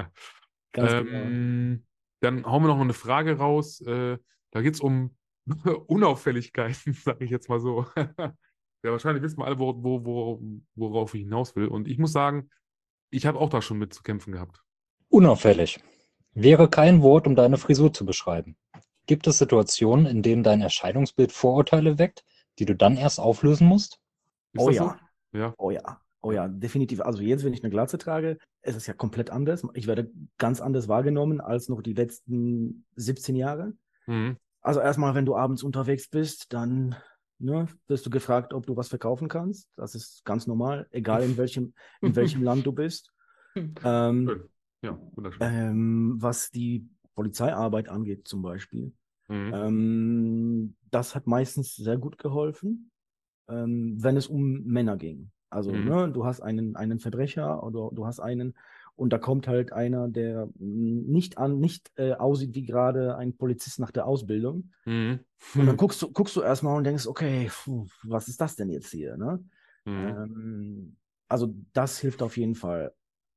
S3: ganz genau.
S2: Ähm, dann hauen wir noch eine Frage raus. Äh, da geht es um Unauffälligkeiten, sage ich jetzt mal so. Ja, wahrscheinlich wissen wir alle, wo, wo, wo, worauf ich hinaus will. Und ich muss sagen, ich habe auch da schon mit zu kämpfen gehabt.
S4: Unauffällig wäre kein Wort, um deine Frisur zu beschreiben. Gibt es Situationen, in denen dein Erscheinungsbild Vorurteile weckt, die du dann erst auflösen musst?
S2: Ist
S3: Oh
S2: das
S3: ja,
S2: so? Ja.
S3: oh ja, oh
S2: Ja.
S3: ja, definitiv. Also jetzt, wenn ich eine Glatze trage, ist es ja komplett anders. Ich werde ganz anders wahrgenommen als noch die letzten siebzehn Jahre.
S2: Mhm.
S3: Also erstmal, wenn du abends unterwegs bist, dann ne, wirst du gefragt, ob du was verkaufen kannst. Das ist ganz normal, egal in welchem, in welchem Land du bist. Ähm,
S2: Schön. Ja, wunderschön.
S3: ähm, was die Polizeiarbeit angeht zum Beispiel,
S2: Mhm.
S3: ähm, das hat meistens sehr gut geholfen, ähm, wenn es um Männer ging. Also,
S2: Mhm.
S3: ne, du hast einen, einen Verbrecher oder du hast einen und da kommt halt einer, der mh, nicht an, nicht äh, aussieht wie gerade ein Polizist nach der Ausbildung.
S2: Mhm.
S3: Und dann guckst du, guckst du erstmal und denkst, okay, puh, was ist das denn jetzt hier? Ne?
S2: Mhm.
S3: Ähm, also das hilft auf jeden Fall.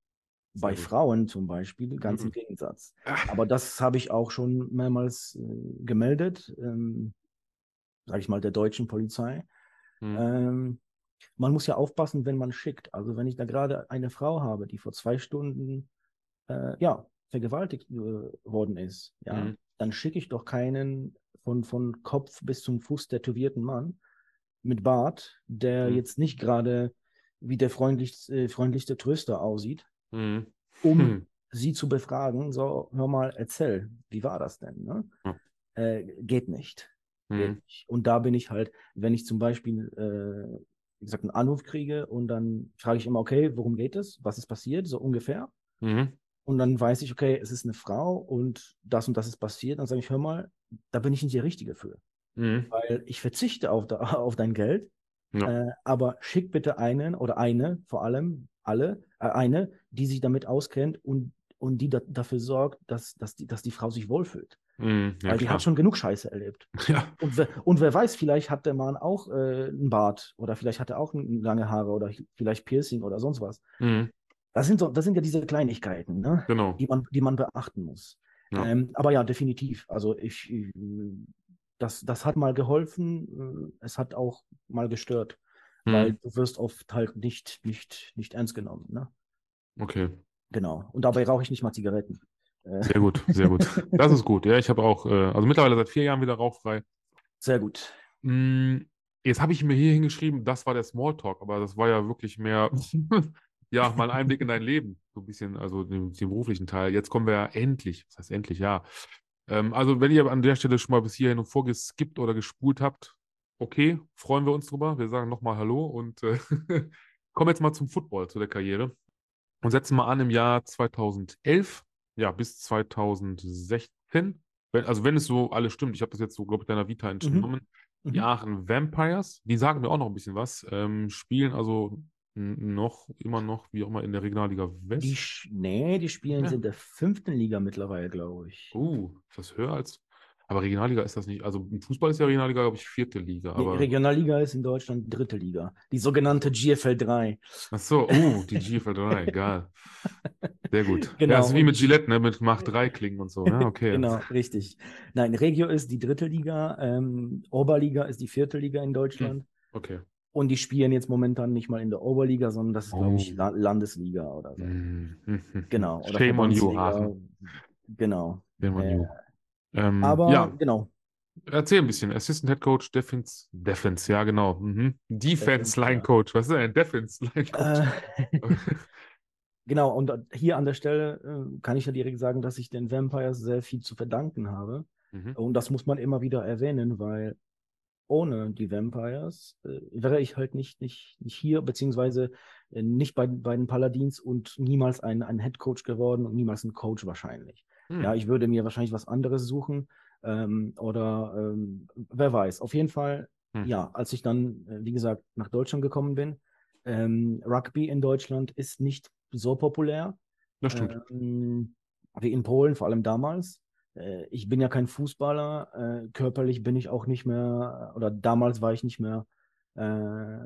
S2: Sehr
S3: Bei
S2: gut.
S3: Frauen zum Beispiel, ganz im
S2: Mhm.
S3: Gegensatz.
S2: Ah.
S3: Aber das habe ich auch schon mehrmals äh, gemeldet, ähm, sage ich mal, der deutschen Polizei.
S2: Mhm.
S3: Ähm, man muss ja aufpassen, wenn man schickt. Also wenn ich da gerade eine Frau habe, die vor zwei Stunden äh, ja, vergewaltigt äh, worden ist, ja,
S2: Mhm.
S3: dann schicke ich doch keinen von, von Kopf bis zum Fuß tätowierten Mann mit Bart, der
S2: Mhm.
S3: jetzt nicht gerade wie der freundlichste, äh, freundlichste Tröster aussieht,
S2: Mhm.
S3: um sie zu befragen, so, hör mal, erzähl, wie war das denn? Ne?
S2: Ja.
S3: Äh, geht nicht. Geht
S2: Mhm.
S3: nicht. Und da bin ich halt, wenn ich zum Beispiel, äh, wie gesagt, einen Anruf kriege und dann frage ich immer, okay, worum geht es? Was ist passiert? So ungefähr.
S2: Mhm.
S3: Und dann weiß ich, okay, es ist eine Frau und das und das ist passiert. Dann sage ich, hör mal, da bin ich nicht der Richtige für.
S2: Mhm.
S3: Weil ich verzichte auf, da, auf dein Geld,
S2: Ja.
S3: äh, aber schick bitte einen oder eine, vor allem alle, äh, eine, die sich damit auskennt und, und die da, dafür sorgt, dass, dass, die, dass die Frau sich wohlfühlt.
S2: Mhm. Ja,
S3: Weil die hat
S2: klar.
S3: schon genug Scheiße erlebt.
S2: Ja.
S3: Und wer, und wer weiß, vielleicht hat der Mann auch äh, einen Bart oder vielleicht hat er auch ein, lange Haare oder vielleicht Piercing oder sonst was.
S2: Mhm.
S3: Das sind, so, das sind ja diese Kleinigkeiten, ne?
S2: Genau.
S3: die, man, die man beachten muss.
S2: Ja.
S3: Ähm, aber ja, definitiv. Also ich, ich das, das hat mal geholfen, äh, es hat auch mal gestört, weil
S2: Mhm.
S3: du wirst oft halt nicht, nicht, nicht ernst genommen. Ne?
S2: Okay.
S3: Genau. Und dabei rauche ich nicht mal Zigaretten. Äh,
S2: Sehr gut, sehr gut. Das ist gut. Ja, ich habe auch, äh, also mittlerweile seit vier Jahren wieder rauchfrei.
S3: Sehr gut.
S2: Mm, Jetzt habe ich mir hier hingeschrieben, das war der Smalltalk, aber das war ja wirklich mehr, ja, mal ein Einblick in dein Leben. So ein bisschen, also den, den beruflichen Teil. Jetzt kommen wir ja endlich, was heißt endlich, ja. Ähm, also, wenn ihr an der Stelle schon mal bis hierhin vorgeskippt oder gespult habt, okay, freuen wir uns drüber. Wir sagen nochmal Hallo und äh, kommen jetzt mal zum Football, zu der Karriere. Und setzen mal an im Jahr zweitausendelf, ja, bis zweitausendsechzehn. Wenn, also wenn es so alles stimmt, ich habe das jetzt so, glaube ich, deiner Vita
S3: Mhm.
S2: entnommen. Die
S3: Mhm.
S2: Aachen Vampires, die sagen mir auch noch ein bisschen was, ähm, spielen also n- noch, immer noch, wie auch immer, in der Regionalliga
S3: Die,
S2: West.
S3: sch- nee, die spielen
S2: Ja.
S3: in der fünften Liga mittlerweile, glaube ich.
S2: Uh, ist das höher als. Aber Regionalliga ist das nicht. Also im Fußball ist ja Regionalliga, glaube ich, vierte Liga.
S3: Nee,
S2: Aber.
S3: Regionalliga ist in Deutschland die dritte Liga. Die sogenannte G F L drei.
S2: Ach so, uh, die G F L drei, egal. Sehr gut. Ja, es
S3: Genau,
S2: ist wie
S3: und die
S2: mit
S3: sch-
S2: Gillette, ne? Mit Mach drei Klingen und so. Ja, okay.
S3: genau, richtig. Nein, Regio ist die dritte Liga, ähm, Oberliga ist die vierte Liga in
S2: Hm,
S3: Deutschland
S2: okay.
S3: und die spielen jetzt momentan nicht mal in der Oberliga, sondern das ist, glaube ich,
S2: Oh.
S3: La Landesliga oder so.
S2: Hm, hm, hm, hm.
S3: Genau, oder
S2: Shame on you,
S3: Verbandsliga,
S2: Aachen.
S3: genau.
S2: Shame on
S3: Äh,
S2: you. Ähm,
S3: aber
S2: ja,
S3: genau,
S2: erzähl ein bisschen. Assistant Head Coach, Defense. Defense, ja, genau. Mhm. Defense
S3: Defense,
S2: Line
S3: ja.
S2: Coach. Was ist denn ein Defense Line Coach?
S3: Äh, genau, und hier an der Stelle äh, kann ich ja direkt sagen, dass ich den Vampires sehr viel zu verdanken habe.
S2: Mhm.
S3: Und das muss man immer wieder erwähnen, weil ohne die Vampires äh, wäre ich halt nicht, nicht, nicht hier, beziehungsweise äh, nicht bei, bei den Paladins und niemals ein, ein Headcoach geworden und niemals ein Coach wahrscheinlich.
S2: Hm.
S3: Ja, ich würde mir wahrscheinlich was anderes suchen ähm, oder ähm, wer weiß. Auf jeden Fall,
S2: Hm.
S3: ja, als ich dann, äh, wie gesagt, nach Deutschland gekommen bin, ähm, Rugby in Deutschland ist nicht so populär
S2: Das stimmt.
S3: ähm, wie in Polen, vor allem damals. Äh, ich bin ja kein Fußballer, äh, körperlich bin ich auch nicht mehr, oder damals war ich nicht mehr äh,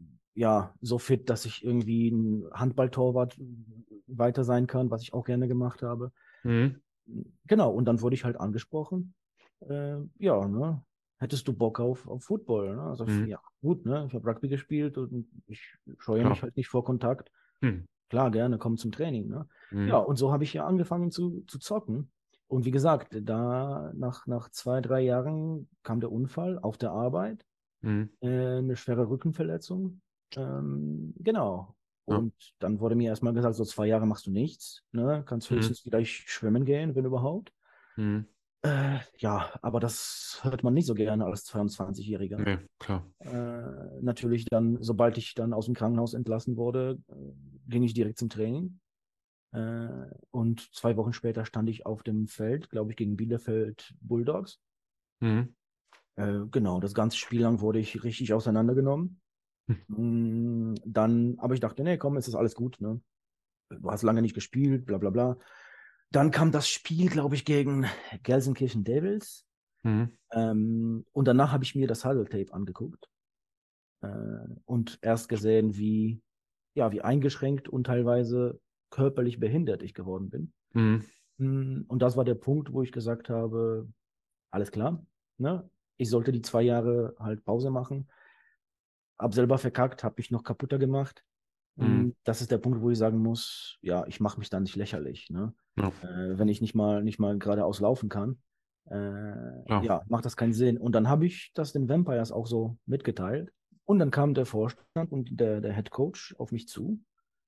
S3: ja, so fit, dass ich irgendwie ein Handballtorwart weiter sein kann, was ich auch gerne gemacht habe.
S2: Mhm.
S3: Genau, und dann wurde ich halt angesprochen. Äh, ja, ne? Hättest du Bock auf, auf Football? Ne? Also,
S2: Mhm.
S3: ja, gut, ne? Ich habe Rugby gespielt und ich scheue
S2: Klar.
S3: mich halt nicht vor Kontakt.
S2: Hm.
S3: Klar, gerne, komm zum Training. Ne?
S2: Mhm.
S3: Ja, und so habe ich ja angefangen zu, zu zocken. Und wie gesagt, da nach, nach zwei, drei Jahren kam der Unfall auf der Arbeit,
S2: Mhm.
S3: äh, eine schwere Rückenverletzung. Ähm, genau.
S2: Ja.
S3: Und dann wurde mir erstmal gesagt, so zwei Jahre machst du nichts, ne? Kannst
S2: Mhm.
S3: höchstens vielleicht schwimmen gehen, wenn überhaupt.
S2: Mhm.
S3: Äh, ja, aber das hört man nicht so gerne als zweiundzwanzigjähriger.
S2: Nee, klar.
S3: Äh, natürlich dann, sobald ich dann aus dem Krankenhaus entlassen wurde, äh, ging ich direkt zum Training. Äh, und zwei Wochen später stand ich auf dem Feld, glaube ich, gegen Bielefeld Bulldogs.
S2: Mhm.
S3: Äh, genau, das ganze Spiel lang wurde ich richtig auseinandergenommen.
S2: Hm.
S3: Mm, Dann, aber ich dachte, nee, komm, es ist alles gut, ne? Du hast lange nicht gespielt, bla bla bla. Dann kam das Spiel, glaube ich, gegen Gelsenkirchen Devils.
S2: Mhm.
S3: Ähm, und danach habe ich mir das Huddle-Tape angeguckt äh, und erst gesehen, wie, ja, wie eingeschränkt und teilweise körperlich behindert ich geworden bin.
S2: Mhm.
S3: Mm, Und das war der Punkt, wo ich gesagt habe, alles klar, ne? Ich sollte die zwei Jahre halt Pause machen. Hab selber verkackt, habe mich noch kaputter gemacht.
S2: Mhm.
S3: Mm, Das ist der Punkt, wo ich sagen muss, ja, ich mache mich da nicht lächerlich, ne?
S2: Ja,
S3: Äh, wenn ich nicht mal nicht mal geradeaus laufen kann, äh,
S2: klar.
S3: ja, macht das keinen Sinn. Und dann habe ich das den Vampires auch so mitgeteilt. Und dann kam der Vorstand und der, der Head Coach auf mich zu,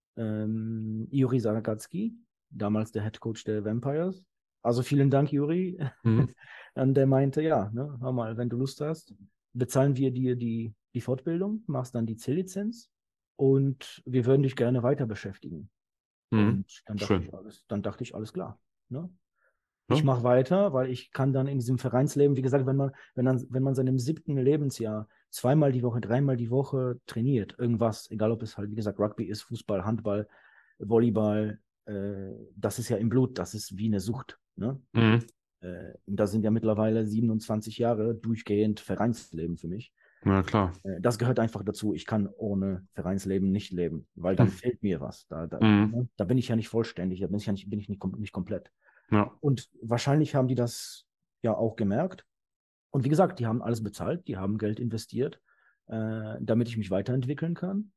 S3: ähm, Juri Saragacki, damals der Head Coach der Vampires. Also vielen Dank, Juri.
S2: Mhm.
S3: Und der meinte, ja, ne, hör mal, wenn du Lust hast, bezahlen wir dir die, die Fortbildung, machst dann die C-Lizenz und wir würden dich gerne weiter beschäftigen.
S2: Mhm.
S3: Und dann dachte
S2: Schön.
S3: ich, alles, dann dachte ich, alles klar. Ne? Ich
S2: Ja.
S3: mache weiter, weil ich kann dann in diesem Vereinsleben, wie gesagt, wenn man, wenn man, wenn man seinem siebten Lebensjahr zweimal die Woche, dreimal die Woche trainiert, irgendwas, egal ob es halt, wie gesagt, Rugby ist, Fußball, Handball, Volleyball, äh, das ist ja im Blut, das ist wie eine Sucht. Ne?
S2: Mhm.
S3: Äh, und das sind ja mittlerweile siebenundzwanzig Jahre durchgehend Vereinsleben für mich.
S2: Ja, klar.
S3: Äh, das gehört einfach dazu. Ich kann ohne Vereinsleben nicht leben, weil dann
S2: Hm.
S3: fehlt mir was. Da, da,
S2: Mhm.
S3: ne? Da bin ich ja nicht vollständig, da bin ich ja nicht, bin ich nicht, kom nicht komplett.
S2: Ja.
S3: Und wahrscheinlich haben die das ja auch gemerkt. Und wie gesagt, die haben alles bezahlt, die haben Geld investiert, äh, damit ich mich weiterentwickeln kann.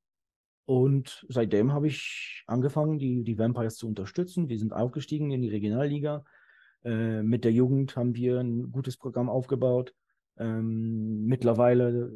S3: Und seitdem habe ich angefangen, die, die Vampires zu unterstützen. Wir sind aufgestiegen in die Regionalliga. Äh, mit der Jugend haben wir ein gutes Programm aufgebaut. Ähm, mittlerweile,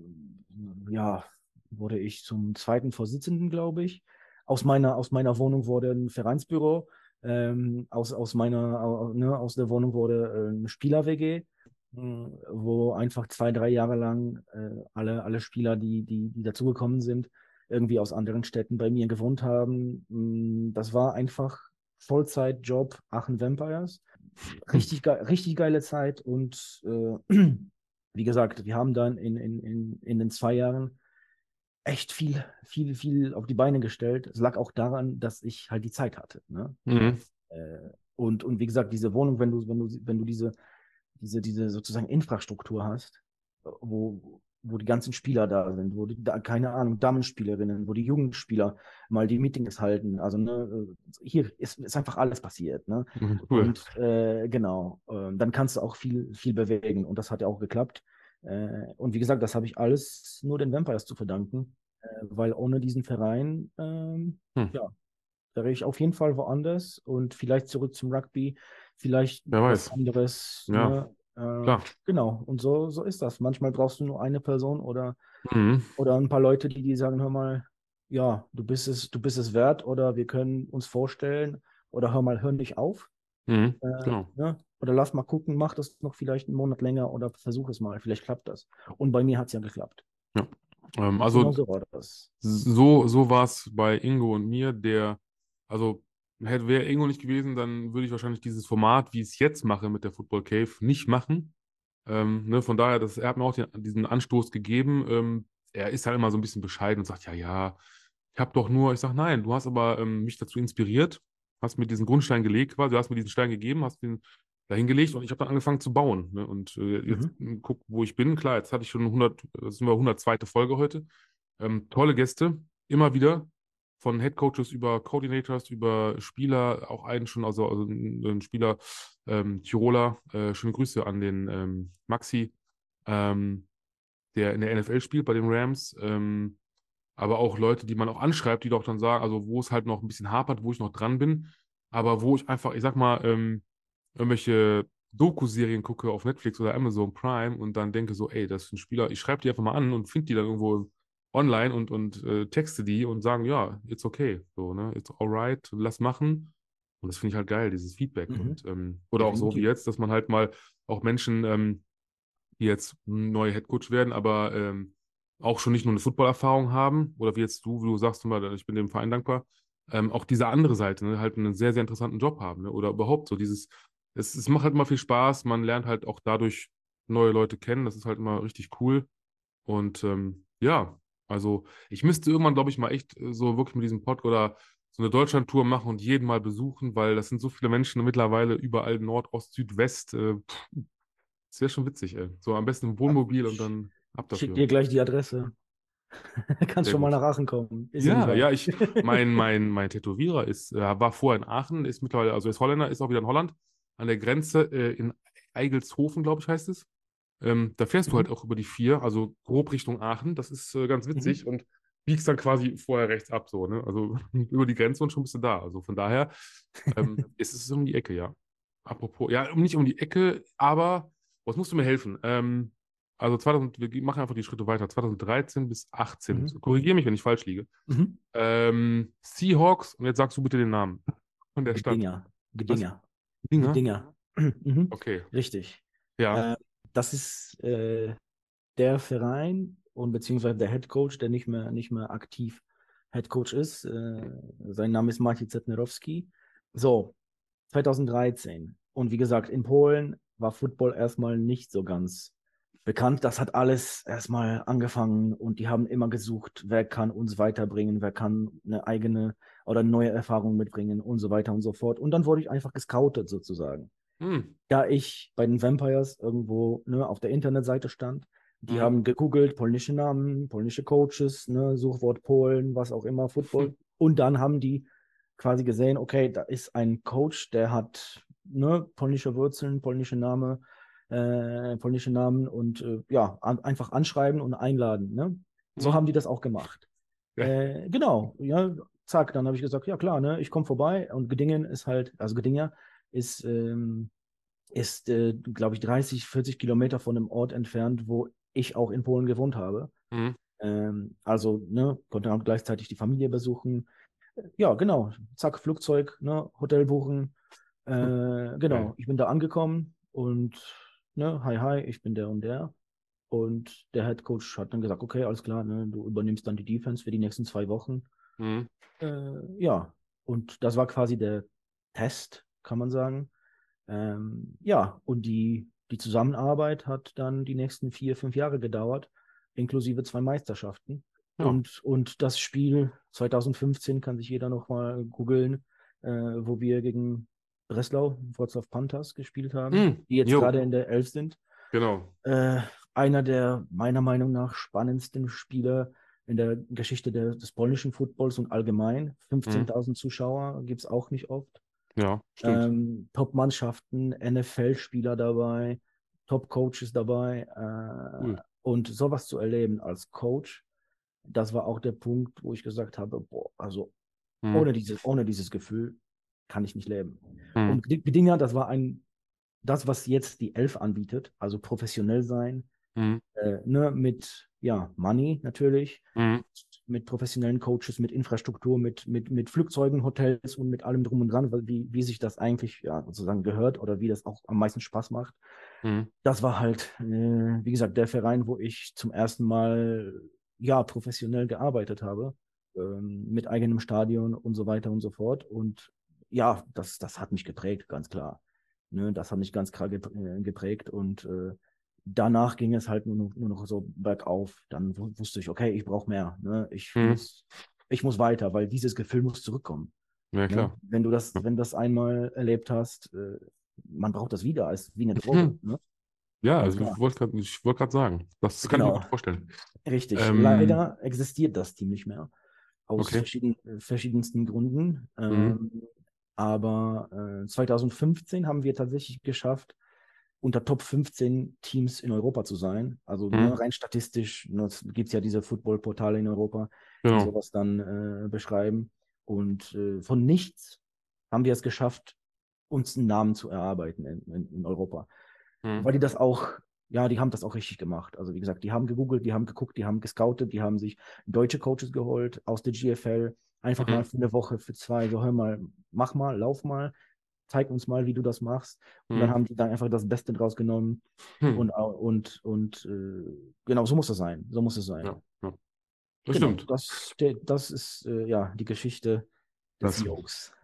S3: äh, ja, wurde ich zum zweiten Vorsitzenden, glaube ich. Aus meiner, aus meiner Wohnung wurde ein Vereinsbüro. Ähm, aus, aus meiner, au- ne, aus der Wohnung wurde äh, eine Spieler-W G, mh, wo einfach zwei, drei Jahre lang äh, alle, alle Spieler, die, die, die dazugekommen sind, irgendwie aus anderen Städten bei mir gewohnt haben. Mh, Das war einfach Vollzeitjob Aachen Vampires.
S2: Hm.
S3: Richtig, ge richtig geile Zeit und äh, wie gesagt, wir haben dann in, in, in, in den zwei Jahren echt viel, viel, viel auf die Beine gestellt. Es lag auch daran, dass ich halt die Zeit hatte. Ne?
S2: Mhm.
S3: Äh, und, und wie gesagt, diese Wohnung, wenn du, wenn du, wenn du diese, diese, diese sozusagen Infrastruktur hast, wo, wo die ganzen Spieler da sind, wo die, da, keine Ahnung, Damenspielerinnen, wo die Jugendspieler mal die Meetings halten. Also ne, hier ist, ist einfach alles passiert. Ne?
S2: Mhm. Cool.
S3: Und äh, genau, äh, dann kannst du auch viel, viel bewegen. Und das hat ja auch geklappt. Äh, und wie gesagt, das habe ich alles nur den Vampires zu verdanken, äh, weil ohne diesen Verein, ähm,
S2: Hm.
S3: ja, wäre ich auf jeden Fall woanders und vielleicht zurück zum Rugby, vielleicht
S2: Wer
S3: was
S2: weiß.
S3: anderes.
S2: Ja,
S3: Ne? Äh,
S2: klar.
S3: genau, und so, so ist das. Manchmal brauchst du nur eine Person oder,
S2: Mhm.
S3: oder ein paar Leute, die, die sagen, hör mal, ja, du bist es, du bist es wert oder wir können uns vorstellen oder hör mal, hör nicht auf.
S2: Mhm.
S3: Äh,
S2: Genau.
S3: ne? Oder lass mal gucken, mach das noch vielleicht einen Monat länger oder versuch es mal, vielleicht klappt das. Und bei mir hat es ja geklappt.
S2: Ja. Ähm,
S3: Genau
S2: also
S3: so war das.
S2: so, so war es bei Ingo und mir, der, also hätte wäre Ingo nicht gewesen, dann würde ich wahrscheinlich dieses Format, wie ich es jetzt mache mit der Football Cave, nicht machen. Ähm, ne, von daher, das, er hat mir auch den, diesen Anstoß gegeben. Ähm, er ist halt immer so ein bisschen bescheiden und sagt, ja, ja, ich habe doch nur, ich sage, nein, du hast aber ähm, mich dazu inspiriert, hast mir diesen Grundstein gelegt quasi, du hast mir diesen Stein gegeben, hast den dahin gelegt und ich habe dann angefangen zu bauen. Ne? Und äh, jetzt
S3: Mhm.
S2: m, guck, wo ich bin. Klar, jetzt hatte ich schon hundert, das sind wir hundertzweite Folge heute. Ähm, tolle Gäste, immer wieder. Von Head Coaches über Coordinators, über Spieler, auch einen schon, also, also ein, ein Spieler, ähm, Tiroler, äh, schöne Grüße an den ähm, Maxi, ähm, der in der N F L spielt bei den Rams. Ähm, aber auch Leute, die man auch anschreibt, die doch dann sagen, also wo es halt noch ein bisschen hapert, wo ich noch dran bin, aber wo ich einfach, ich sag mal, ähm, irgendwelche Doku-Serien gucke auf Netflix oder Amazon Prime und dann denke so, ey, das ist ein Spieler, ich schreibe die einfach mal an und finde die dann irgendwo online und, und äh, texte die und sagen, ja, it's okay, so, ne, it's alright, lass machen. Und das finde ich halt geil, dieses Feedback.
S3: Mhm.
S2: Und, ähm, oder auch so wie
S3: Definitiv.
S2: jetzt, dass man halt mal auch Menschen, ähm, die jetzt neue Headcoach werden, aber ähm, auch schon nicht nur eine Footballerfahrung haben, oder wie jetzt du, wie du sagst, immer, ich bin dem Verein dankbar, ähm, auch diese andere Seite, ne, halt einen sehr, sehr interessanten Job haben, ne, oder überhaupt so dieses, es, es macht halt immer viel Spaß, man lernt halt auch dadurch neue Leute kennen, das ist halt immer richtig cool und ähm, ja, also ich müsste irgendwann, glaube ich, mal echt äh, so wirklich mit diesem Pod oder so eine Deutschlandtour machen und jeden mal besuchen, weil das sind so viele Menschen mittlerweile überall Nord, Ost, Süd, West, äh, das wäre schon witzig, ey. So am besten im Wohnmobil und dann ab
S3: Schick
S2: dafür.
S3: dir gleich die Adresse. Kannst
S2: Sehr
S3: schon mal
S2: gut.
S3: nach Aachen kommen. Ist ja nicht
S2: Ja,
S3: weit.
S2: ja, ich, mein, mein, mein Tätowierer ist, äh, war vorher in Aachen, ist mittlerweile, also ist Holländer, ist auch wieder in Holland, an der Grenze, äh, in Eigelshofen, glaube ich, heißt es. Ähm, da fährst du halt
S3: Mhm.
S2: auch über die vier, also grob Richtung Aachen. Das ist äh, ganz witzig
S3: Mhm.
S2: und biegst dann quasi vorher rechts ab, so, ne? Also über die Grenze und schon bist du da. Also von daher ähm, ist es um die Ecke, ja. Apropos, ja, um- nicht um die Ecke, aber was musst du mir helfen? Ähm, also zweitausend, wir machen einfach die Schritte weiter. zweitausenddreizehn bis achtzehn.
S3: Mhm.
S2: Korrigiere mich, wenn ich falsch liege.
S3: Mhm.
S2: Ähm, Seahawks, und jetzt sagst du bitte den Namen von der Stadt.
S3: Gedinger.
S2: Was?
S3: Gedinger.
S2: Dinger?
S3: Gedinger. Mhm.
S2: Okay.
S3: Richtig.
S2: Ja.
S3: Äh, das ist äh, der Verein und beziehungsweise der Head Coach, der nicht mehr, nicht mehr aktiv Head Coach ist. Äh, sein Name ist Maciej Zetnerowski. So, zweitausenddreizehn. Und wie gesagt, in Polen war Football erstmal nicht so ganz bekannt. Das hat alles erstmal angefangen und die haben immer gesucht, wer kann uns weiterbringen, wer kann eine eigene oder neue Erfahrung mitbringen und so weiter und so fort. Und dann wurde ich einfach gescoutet sozusagen.
S2: Hm.
S3: Da ich bei den Vampires irgendwo ne, auf der Internetseite stand, die
S2: Hm.
S3: haben gegoogelt, polnische Namen, polnische Coaches, ne, Suchwort Polen, was auch immer, Football. Und dann haben die quasi gesehen, okay, da ist ein Coach, der hat ne, polnische Wurzeln, polnische Name, äh, polnische Namen und äh, ja, an, einfach anschreiben und einladen. Ne? So
S2: Hm.
S3: haben die das auch gemacht.
S2: Ja.
S3: Äh, genau, ja, zack, dann habe ich gesagt, ja klar, ne, ich komme vorbei und Gedingen ist halt, also Gedinger ist ähm, ist, äh, glaube ich, dreißig, vierzig Kilometer von dem Ort entfernt, wo ich auch in Polen gewohnt habe.
S2: Hm.
S3: Ähm, also, ne, konnte dann gleichzeitig die Familie besuchen. Ja, genau. Zack, Flugzeug, ne, Hotel buchen. Äh,
S2: Geil.
S3: genau, ich bin da angekommen und, ne, hi, hi, ich bin der und der. Und der Head Coach hat dann gesagt, okay, alles klar, ne, du übernimmst dann die Defense für die nächsten zwei Wochen.
S2: Hm.
S3: Äh, ja, und das war quasi der Test, kann man sagen. Ähm, ja, und die, die Zusammenarbeit hat dann die nächsten vier, fünf Jahre gedauert, inklusive zwei Meisterschaften.
S2: Ja.
S3: Und, und das Spiel zweitausendfünfzehn kann sich jeder noch mal googeln, äh, wo wir gegen Breslau, Wrocław Panthers gespielt haben,
S2: Hm.
S3: die jetzt
S2: Jo.
S3: gerade in der Elf sind.
S2: Genau.
S3: Äh, einer der meiner Meinung nach spannendsten Spieler in der Geschichte der, des polnischen Footballs und allgemein.
S2: Hm.
S3: fünfzehntausend Zuschauer gibt es auch nicht oft.
S2: Ja, stimmt.
S3: Ähm, Top-Mannschaften, N F L-Spieler dabei, Top-Coaches dabei. Äh,
S2: Cool.
S3: und sowas zu erleben als Coach, das war auch der Punkt, wo ich gesagt habe, boah, also
S2: Hm.
S3: ohne dieses, ohne dieses Gefühl kann ich nicht leben.
S2: Hm.
S3: Und Gedinger, das war ein, das, was jetzt die Elf anbietet, also professionell sein,
S2: Hm.
S3: äh, ne, mit ja, Money natürlich,
S2: Hm.
S3: mit professionellen Coaches, mit Infrastruktur, mit, mit, mit Flugzeugen, Hotels und mit allem drum und dran, weil wie, wie sich das eigentlich ja, sozusagen gehört oder wie das auch am meisten Spaß macht.
S2: Mhm.
S3: Das war halt, äh, wie gesagt, der Verein, wo ich zum ersten Mal ja professionell gearbeitet habe, ähm, mit eigenem Stadion und so weiter und so fort. Und ja, das, das hat mich geprägt, ganz klar. Ne, das hat mich ganz klar geprägt und äh, danach ging es halt nur noch, nur noch so bergauf. Dann wusste ich, okay, ich brauche mehr. Ne? Ich
S2: Mhm.
S3: muss, ich muss weiter, weil dieses Gefühl muss zurückkommen.
S2: Ja,
S3: Ne?
S2: klar.
S3: Wenn du das,
S2: Ja.
S3: wenn das einmal erlebt hast, äh, man braucht das wieder, als wie eine Droge. Ne?
S2: Ja,
S3: Ganz
S2: also
S3: klar.
S2: ich wollte gerade ich wollte gerade sagen, das kann ich mir
S3: Genau,
S2: gut vorstellen.
S3: richtig.
S2: Ähm,
S3: Leider existiert das Team nicht mehr. Aus
S2: okay.
S3: verschieden, verschiedensten Gründen.
S2: Mhm.
S3: Ähm, aber äh, zwanzig fünfzehn haben wir tatsächlich geschafft, unter Top fünfzehn Teams in Europa zu sein. Also ne,
S2: Mhm.
S3: rein statistisch ne, gibt es ja diese Football-Portale in Europa, die
S2: Genau.
S3: sowas dann äh, beschreiben. Und äh, von nichts haben wir es geschafft, uns einen Namen zu erarbeiten in, in, in Europa.
S2: Mhm.
S3: Weil die das auch, ja, die haben das auch richtig gemacht. Also wie gesagt, die haben gegoogelt, die haben geguckt, die haben gescoutet, die haben sich deutsche Coaches geholt aus der G F L, einfach mal
S2: Mhm.
S3: für eine Woche, für zwei, so hör mal, mach mal, lauf mal, zeig uns mal, wie du das machst. Und dann
S2: Mhm.
S3: haben die da einfach das Beste draus genommen.
S2: Hm.
S3: Und, und, und äh, genau, so muss es sein. So muss es sein.
S2: Ja, ja. Das
S3: Genau,
S2: stimmt.
S3: das, der, das ist äh, ja die Geschichte des
S2: Das,
S3: Jokes.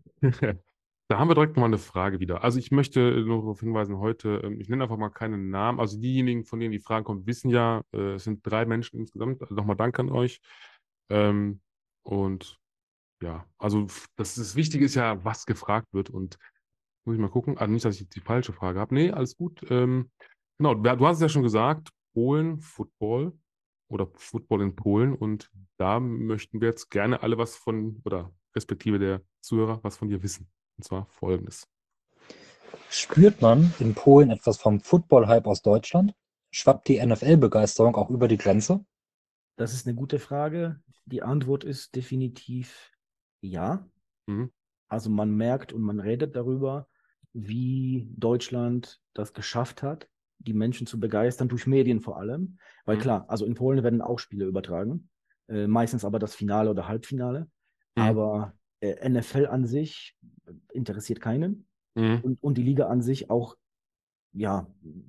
S2: da haben wir direkt mal eine Frage wieder. Also ich möchte nur darauf hinweisen, heute, ähm, ich nenne einfach mal keinen Namen. Also diejenigen, von denen die Frage kommt, wissen ja, äh, es sind drei Menschen insgesamt. Also nochmal Dank an euch. Ähm, und ja, also f- das, das Wichtige ist ja, was gefragt wird. Und muss ich mal gucken. Also nicht, dass ich jetzt die falsche Frage habe. Nee, alles gut. Ähm, genau, du du hast es ja schon gesagt, Polen, Football oder Football in Polen. Und da möchten wir jetzt gerne alle was von, oder respektive der Zuhörer, was von dir wissen. Und zwar Folgendes.
S4: Spürt man in Polen etwas vom Football-Hype aus Deutschland? Schwappt die N F L-Begeisterung auch über die Grenze?
S3: Das ist eine gute Frage. Die Antwort ist definitiv ja.
S2: Mhm.
S3: Also man merkt und man redet darüber, wie Deutschland das geschafft hat, die Menschen zu begeistern, durch Medien vor allem. Weil
S2: Mhm.
S3: klar, also in Polen werden auch Spiele übertragen, äh, meistens aber das Finale oder Halbfinale.
S2: Mhm.
S3: Aber äh, N F L an sich interessiert keinen
S2: Mhm.
S3: und, und die Liga an sich auch, ja,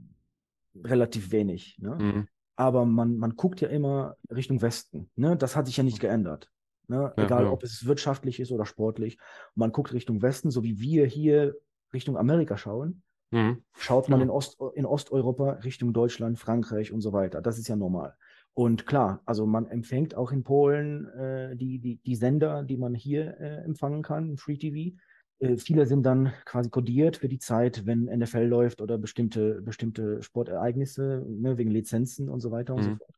S3: relativ wenig. Ne?
S2: Mhm.
S3: Aber man, man guckt ja immer Richtung Westen. Ne? Das hat sich ja nicht geändert. Ne?
S2: Ja,
S3: Egal,
S2: ja.
S3: ob es wirtschaftlich ist oder sportlich. Man guckt Richtung Westen, so wie wir hier Richtung Amerika schauen,
S2: Mhm.
S3: schaut man
S2: Genau.
S3: in, Ost, in Osteuropa Richtung Deutschland, Frankreich und so weiter. Das ist ja normal. Und klar, also man empfängt auch in Polen äh, die, die, die Sender, die man hier äh, empfangen kann, im Free T V. Äh, viele sind dann quasi kodiert für die Zeit, wenn N F L läuft oder bestimmte, bestimmte Sportereignisse, ne, wegen Lizenzen und so weiter und so
S2: Mhm.
S3: fort.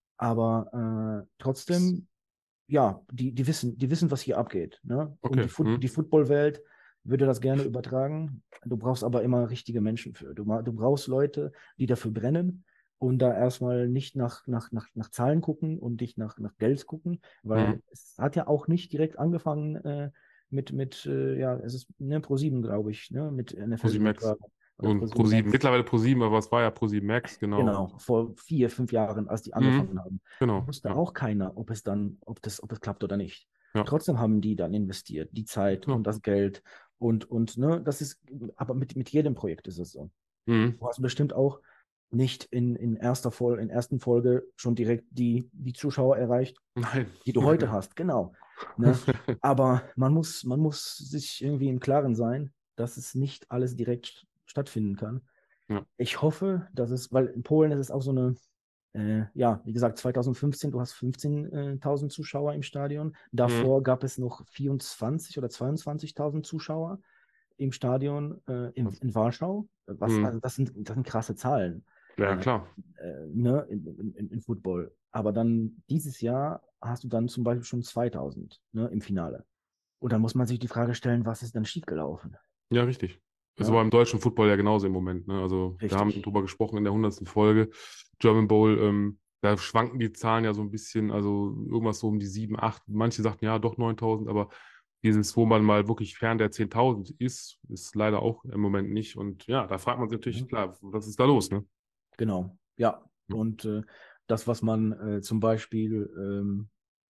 S3: Aber äh, trotzdem, ja, die, die wissen, die wissen, was hier abgeht. Ne? Und die,
S2: Okay.
S3: Foot
S2: Mhm.
S3: die Footballwelt würde das gerne übertragen. Du brauchst aber immer richtige Menschen für. Du, du brauchst Leute, die dafür brennen und da erstmal nicht nach, nach, nach, nach Zahlen gucken und nicht nach, nach Geld gucken,
S2: Mhm.
S3: weil es hat ja auch nicht direkt angefangen äh, mit, mit äh, ja, es ist ne, ProSieben, glaube ich, ne, mit N F
S2: ProSieben Max.
S3: L-Übertragung oder
S2: Und
S3: ProSieben
S2: ProSieben.
S3: Max.
S2: Mittlerweile ProSieben, aber es war ja ProSieben Max, genau.
S3: Genau, vor vier, fünf Jahren, als die
S2: Mhm.
S3: angefangen haben,
S2: Genau.
S3: wusste
S2: Ja.
S3: auch keiner, ob es dann, ob das, ob es klappt oder nicht.
S2: Ja.
S3: Trotzdem haben die dann investiert, die Zeit
S2: Ja.
S3: und das Geld und, und, ne, das ist, aber mit, mit jedem Projekt ist es so.
S2: Mhm.
S3: Du hast bestimmt auch nicht in, in erster Folge, in ersten Folge schon direkt die, die Zuschauer erreicht,
S2: Nein.
S3: die du heute hast, genau. Ne? Aber man muss, man muss sich irgendwie im Klaren sein, dass es nicht alles direkt stattfinden kann.
S2: Ja.
S3: Ich hoffe, dass es, weil in Polen ist es auch so eine, äh, ja, wie gesagt, zwanzig fünfzehn, du hast fünfzehntausend Zuschauer im Stadion.
S2: Mhm.
S3: Davor gab es noch vierundzwanzig oder zweiundzwanzigtausend Zuschauer im Stadion äh, in,
S2: Was?
S3: in Warschau. Was,
S2: Mhm.
S3: also das sind, das sind krasse Zahlen
S2: Ja,
S3: äh,
S2: klar.
S3: äh, ne, in, in, in Football. Aber dann dieses Jahr hast du dann zum Beispiel schon zweitausend, ne, im Finale. Und dann muss man sich die Frage stellen, was ist dann schiefgelaufen?
S2: Ja, richtig. Ist
S3: Ne?
S2: aber im deutschen Football ja genauso im Moment. Ne? Also wir haben
S3: Richtig.
S2: drüber gesprochen in der hundertsten Folge. German Bowl, ähm, da schwanken die Zahlen ja so ein bisschen, also irgendwas so um die sieben, acht. Manche sagten ja doch neuntausend, aber dieses, wo man mal wirklich fern der zehntausend ist, ist leider auch im Moment nicht. Und ja, da fragt man sich natürlich,
S3: Ne?
S2: klar, was ist da los, ne?
S3: Genau, ja.
S2: Ja.
S3: Und äh, das, was man äh, zum Beispiel ähm,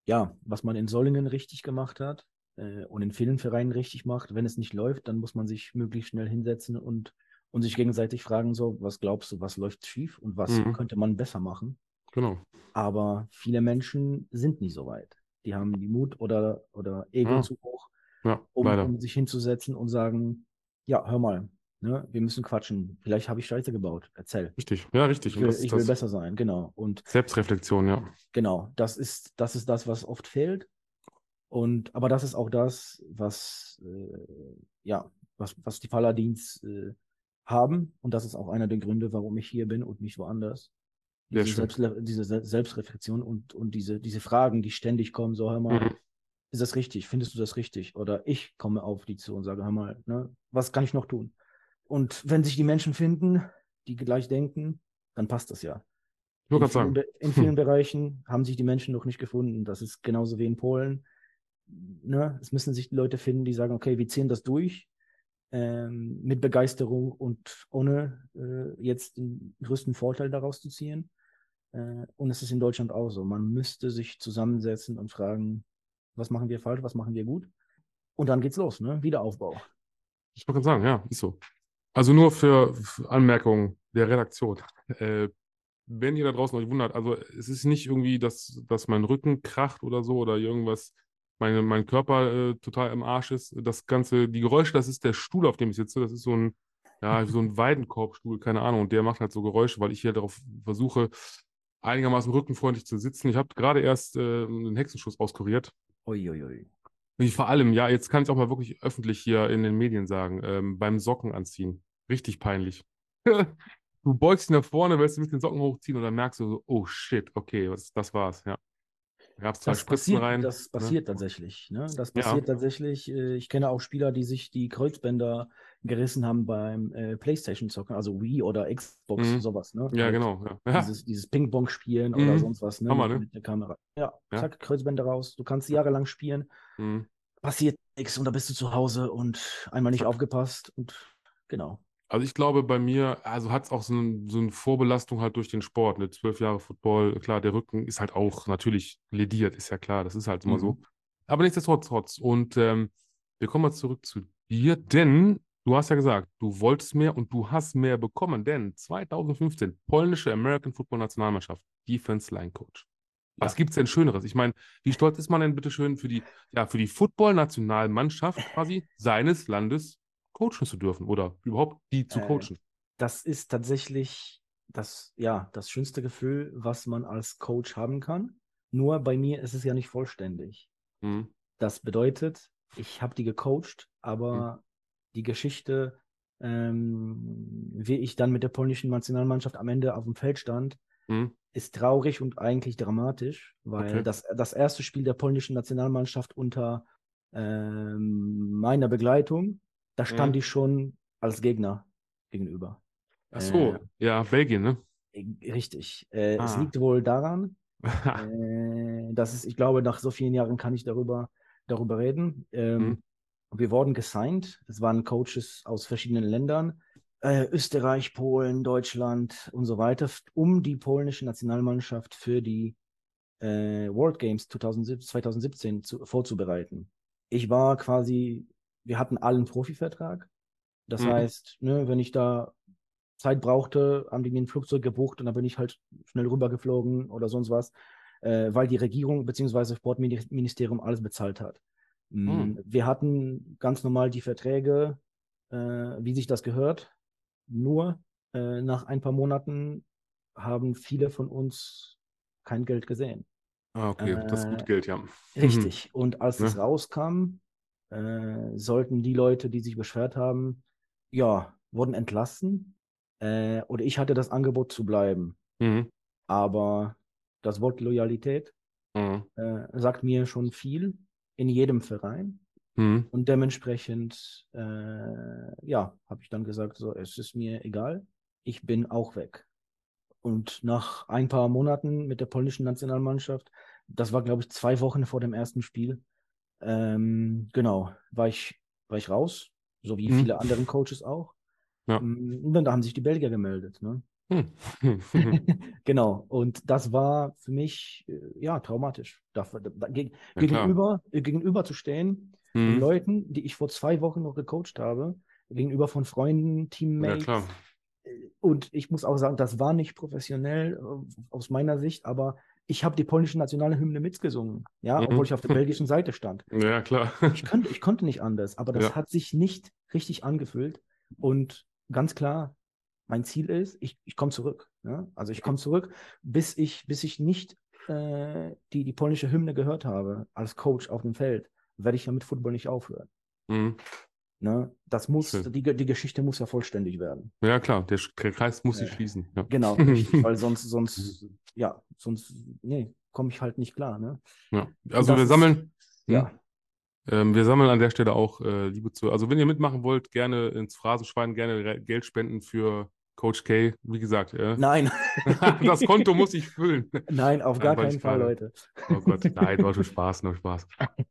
S3: ja, was man in Solingen richtig gemacht hat äh, und in vielen Vereinen richtig macht, wenn es nicht läuft, dann muss man sich möglichst schnell hinsetzen und, und sich gegenseitig fragen, so, was glaubst du, was läuft schief und was
S2: Mhm.
S3: könnte man besser machen?
S2: Genau.
S3: Aber viele Menschen sind nie so weit. Die haben die Mut oder, oder Ego
S2: Ja,
S3: zu hoch,
S2: ja,
S3: um,
S2: leider.
S3: um sich hinzusetzen und sagen, ja, hör mal, ne, wir müssen quatschen. Vielleicht habe ich Scheiße gebaut. Erzähl.
S2: Richtig. Ja, richtig.
S3: Ich
S2: Und
S3: will,
S2: das ist
S3: ich will
S2: das
S3: besser sein, genau. Und
S2: Selbstreflexion, ja.
S3: genau, das ist, das ist das, was oft fehlt. Und, aber das ist auch das, was, äh, ja, was, was die Paladins äh, haben. Und das ist auch einer der Gründe, warum ich hier bin und nicht woanders.
S2: Sehr
S3: Diese,
S2: schön.
S3: Selbstle diese Se- Selbstreflexion und, und diese, diese Fragen, die ständig kommen, so, hör mal,
S2: Mhm.
S3: ist das richtig? Findest du das richtig? Oder ich komme auf die zu und sage, hör mal, ne, was kann ich noch tun? Und wenn sich die Menschen finden, die gleich denken, dann passt das ja.
S2: Ich wollte
S3: In
S2: gerade
S3: vielen,
S2: sagen.
S3: Be- in vielen Bereichen haben sich die Menschen noch nicht gefunden. Das ist genauso wie in Polen. Ne? Es müssen sich die Leute finden, die sagen, okay, wir ziehen das durch ähm, mit Begeisterung und ohne äh, jetzt den größten Vorteil daraus zu ziehen. Äh, und es ist in Deutschland auch so. Man müsste sich zusammensetzen und fragen, was machen wir falsch, was machen wir gut? Und dann geht's los, ne? Wiederaufbau.
S2: Ich wollte gerade sagen, ja, ist so. Also nur für, für Anmerkungen der Redaktion. Äh, wenn ihr da draußen euch wundert, also es ist nicht irgendwie, dass, dass mein Rücken kracht oder so oder irgendwas, meine, mein Körper äh, total im Arsch ist. Das Ganze, die Geräusche, das ist der Stuhl, auf dem ich sitze. Das ist so ein, ja, so ein Weidenkorbstuhl, keine Ahnung. Und der macht halt so Geräusche, weil ich hier darauf versuche, einigermaßen rückenfreundlich zu sitzen. Ich habe gerade erst äh, einen Hexenschuss auskuriert.
S3: Uiuiui.
S2: Wie vor allem, ja, jetzt kann ich auch mal wirklich öffentlich hier in den Medien sagen, ähm, beim Socken anziehen. Richtig peinlich. Du beugst dich nach vorne, willst ein bisschen Socken hochziehen und dann merkst du so, oh shit, okay, was, das war's, ja. Da gab es zwei
S3: Das
S2: Spritzen
S3: passiert,
S2: rein,
S3: das
S2: ne?
S3: passiert tatsächlich. Ne? Das
S2: Ja.
S3: passiert tatsächlich. Äh, Ich kenne auch Spieler, die sich die Kreuzbänder gerissen haben beim äh, PlayStation-Zocken, also Wii oder Xbox,
S2: Mhm.
S3: sowas. Ne?
S2: Ja,
S3: Halt
S2: genau. Ja. Ja.
S3: dieses, dieses Ping-Pong-Spielen oder
S2: Mhm.
S3: sonst was, ne?
S2: Hammer,
S3: Mit,
S2: ne?
S3: mit der Kamera. Ja,
S2: Ja.
S3: zack, Kreuzbänder raus. Du kannst
S2: Ja.
S3: jahrelang spielen,
S2: Mhm.
S3: passiert nichts und da bist du zu Hause und einmal nicht
S2: Zack.
S3: aufgepasst und genau.
S2: Also ich glaube, bei mir, also hat es auch so, ein, so eine Vorbelastung halt durch den Sport, ne? Zwölf Jahre Football, klar, der Rücken ist halt auch natürlich lediert, ist ja klar, das ist halt immer so.
S3: Mhm.
S2: Aber nichtsdestotrotz, und ähm, wir kommen mal zurück zu dir, denn du hast ja gesagt, du wolltest mehr und du hast mehr bekommen, denn zwanzig fünfzehn, polnische American Football Nationalmannschaft, Defense Line Coach. Was
S3: Ja.
S2: gibt's denn Schöneres? Ich meine, wie stolz ist man denn bitte schön für die, ja, für die Football-Nationalmannschaft quasi seines Landes coachen zu dürfen oder überhaupt die zu
S3: Äh,
S2: coachen?
S3: Das ist tatsächlich das, ja, das schönste Gefühl, was man als Coach haben kann. Nur bei mir ist es ja nicht vollständig.
S2: Mhm.
S3: Das bedeutet, ich habe die gecoacht,
S2: Mhm.
S3: aber die Geschichte, ähm, wie ich dann mit der polnischen Nationalmannschaft am Ende auf dem Feld stand,
S2: Mhm.
S3: ist traurig und eigentlich dramatisch, weil
S2: Okay.
S3: das, das erste Spiel der polnischen Nationalmannschaft unter ähm, meiner Begleitung, da stand
S2: Mhm.
S3: ich schon als Gegner gegenüber.
S2: Ach
S3: Äh,
S2: so, ja, Belgien, ne?
S3: richtig. Äh, es
S2: Ah.
S3: liegt wohl daran, äh, dass es, ich glaube, nach so vielen Jahren kann ich darüber, darüber reden.
S2: Mhm.
S3: Ähm, wir wurden gesigned. Es waren Coaches aus verschiedenen Ländern, äh, Österreich, Polen, Deutschland und so weiter, um die polnische Nationalmannschaft für die äh, World Games zwanzig siebzehn zu, vorzubereiten. Ich war quasi, wir hatten allen Profivertrag. Das
S2: Mhm.
S3: heißt, ne, wenn ich da Zeit brauchte, haben die mir ein Flugzeug gebucht und dann bin ich halt schnell rübergeflogen oder sonst was, äh, weil die Regierung bzw. Sportministerium alles bezahlt hat.
S2: Mhm.
S3: Mm, Wir hatten ganz normal die Verträge, äh, wie sich das gehört. Nur äh, nach ein paar Monaten haben viele von uns kein Geld gesehen.
S2: Ah, okay, das ist gut
S3: Äh,
S2: Geld, ja. Mhm.
S3: richtig. Und als es
S2: Ne?
S3: rauskam, äh, sollten die Leute, die sich beschwert haben, ja, wurden entlassen. Äh, oder ich hatte das Angebot zu bleiben.
S2: Mhm.
S3: Aber das Wort Loyalität
S2: Mhm.
S3: äh, sagt mir schon viel in jedem Verein.
S2: Mhm.
S3: Und dementsprechend, äh, ja, habe ich dann gesagt, so, es ist mir egal, ich bin auch weg. Und nach ein paar Monaten mit der polnischen Nationalmannschaft, das war, glaube ich, zwei Wochen vor dem ersten Spiel, ähm, genau, war ich, war ich raus, so wie
S2: Mhm.
S3: viele anderen Coaches auch.
S2: Ja.
S3: Mm, Und dann haben sich die Belgier gemeldet. Ne?
S2: Hm.
S3: Genau, und das war für mich äh, ja traumatisch. Da, da, geg-
S2: Ja, klar.
S3: gegenüber, äh, gegenüber zu stehen, den
S2: Mhm.
S3: Leuten, die ich vor zwei Wochen noch gecoacht habe, gegenüber von Freunden,
S2: Ja,
S3: Teammates.
S2: klar.
S3: Äh, Und ich muss auch sagen, das war nicht professionell äh, aus meiner Sicht, aber ich habe die polnische Nationalhymne mitgesungen, ja, obwohl
S2: Mhm.
S3: ich auf der belgischen Seite stand.
S2: Ja, klar.
S3: Ich könnte, ich konnte nicht anders, aber das
S2: Ja.
S3: hat sich nicht richtig angefühlt. Und ganz klar, mein Ziel ist, ich, ich komme zurück. Ja? Also ich komme zurück, bis ich, bis ich nicht äh, die, die polnische Hymne gehört habe als Coach auf dem Feld, werde ich ja mit Football nicht aufhören.
S2: Mhm.
S3: Ne? Das muss,
S2: Schön.
S3: die, die Geschichte muss ja vollständig werden.
S2: Ja, klar. Der Sch- der Kreis muss sich
S3: Äh,
S2: schließen. Ja.
S3: Genau, richtig, weil sonst, sonst, ja, sonst, nee, komme ich halt nicht klar. Ne?
S2: Ja.
S3: Und
S2: Also
S3: das
S2: wir
S3: ist,
S2: sammeln,
S3: ja,
S2: hm? ähm, wir sammeln an der Stelle auch äh, Liebe zu. Also wenn ihr mitmachen wollt, gerne ins Phrasenschwein, gerne Re- Geld spenden für Coach K. Wie gesagt, äh,
S3: nein.
S2: das Konto muss ich füllen.
S3: Nein, auf gar
S2: Nein, weil
S3: keinen
S2: ich
S3: Fall,
S2: gerade.
S3: Leute.
S2: Oh Gott, nein, war schon Spaß, nur Spaß.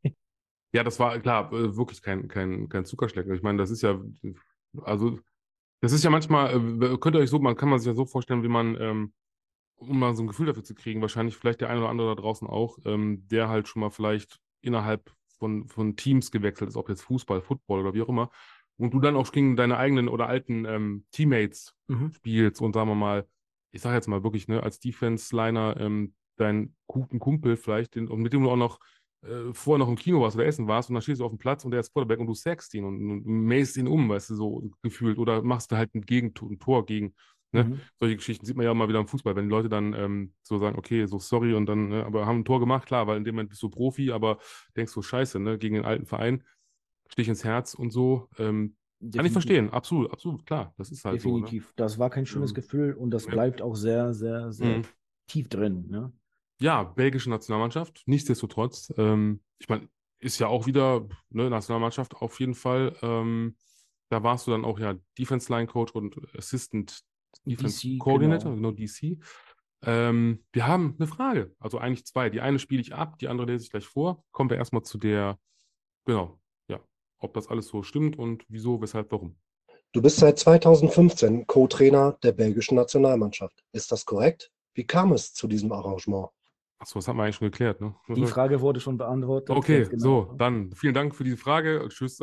S2: Ja, das war klar, äh, wirklich kein, kein, kein Zuckerschlecken. Ich meine, das ist ja, also, das ist ja manchmal, äh, könnt ihr euch so, man kann man sich ja so vorstellen, wie man, ähm, um mal so ein Gefühl dafür zu kriegen, wahrscheinlich vielleicht der eine oder andere da draußen auch, ähm, der halt schon mal vielleicht innerhalb von, von Teams gewechselt ist, ob jetzt Fußball, Football oder wie auch immer, und du dann auch gegen deine eigenen oder alten ähm, Teammates
S3: Mhm.
S2: spielst und sagen wir mal, ich sage jetzt mal wirklich, ne, als Defense-Liner ähm, deinen guten Kumpel vielleicht, den, und mit dem du auch noch äh, vorher noch im Kino warst oder essen warst und dann stehst du auf dem Platz und der ist Quarterback und du sackst ihn und, und mähst ihn um, weißt du, so gefühlt, oder machst du halt ein Gegentor, ein Tor gegen, ne?
S3: Mhm.
S2: Solche Geschichten sieht man ja immer wieder im Fußball, wenn die Leute dann ähm, so sagen, okay, so sorry und dann, ne, aber haben ein Tor gemacht, klar, weil in dem Moment bist du Profi, aber denkst du, scheiße, ne, gegen den alten Verein, Stich ins Herz und so. Ähm, kann ich
S3: Definitiv.
S2: verstehen, absolut, absolut, klar, das ist halt so, ne?
S3: Definitiv. Das war kein schönes
S2: Ähm,
S3: Gefühl und das
S2: ja.
S3: bleibt auch sehr, sehr, sehr
S2: Mhm.
S3: tief drin. Ne?
S2: Ja, belgische Nationalmannschaft, nichtsdestotrotz, ähm, ich meine, ist ja auch wieder, ne, Nationalmannschaft auf jeden Fall. Ähm, da warst du dann auch ja Defense Line Coach und Assistant Defense
S3: D C,
S2: Coordinator,
S3: genau.
S2: genau D C. Ähm, wir haben eine Frage, also eigentlich zwei. Die eine spiele ich ab, die andere lese ich gleich vor. Kommen wir erstmal zu der, genau, ja, ob das alles so stimmt und wieso, weshalb, warum.
S1: Du bist seit zweitausendfünfzehn Co-Trainer der belgischen Nationalmannschaft. Ist das korrekt? Wie kam es zu diesem Arrangement?
S2: Achso, das haben wir eigentlich schon geklärt, ne?
S3: Die Frage wurde schon beantwortet, ganz
S2: Okay, so,
S3: genau.
S2: dann vielen Dank für diese Frage. Tschüss.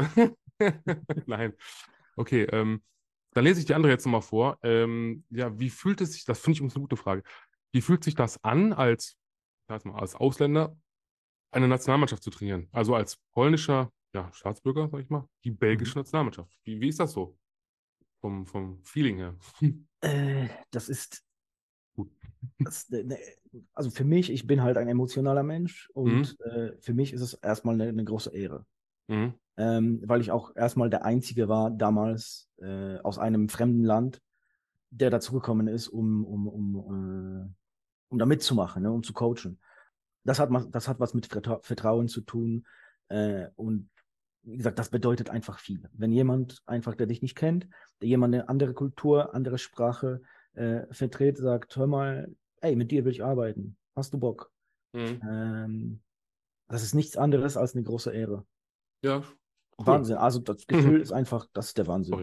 S2: Nein. Okay, ähm, dann lese ich die andere jetzt nochmal vor. Ähm, ja, wie fühlt es sich, das finde ich übrigens eine gute Frage. Wie fühlt sich das an, als, ich sag mal, als Ausländer eine Nationalmannschaft zu trainieren? Also als polnischer, ja, Staatsbürger, sag ich mal, die
S3: Mhm.
S2: belgische Nationalmannschaft. Wie, wie ist das so? Vom, vom Feeling her.
S3: Äh, das ist,
S2: Gut.
S3: das, ne, also für mich, ich bin halt ein emotionaler Mensch
S2: Mhm.
S3: und äh, für mich ist es erstmal eine, eine große Ehre.
S2: Mhm.
S3: Ähm, weil ich auch erstmal der Einzige war damals äh, aus einem fremden Land, der dazugekommen ist, um, um, um, äh, um da mitzumachen, ne, um zu coachen. Das hat, ma- das hat was mit Vertra Vertrauen zu tun. Äh, und wie gesagt, das bedeutet einfach viel. Wenn jemand einfach, der dich nicht kennt, der jemand eine andere Kultur, andere Sprache äh, vertritt, sagt, hör mal, ey, mit dir will ich arbeiten. Hast du Bock?
S2: Mhm.
S3: Ähm, das ist nichts anderes als eine große Ehre.
S2: Ja, cool.
S3: Wahnsinn. Also das Gefühl ist einfach, das ist der Wahnsinn.
S2: Sorry.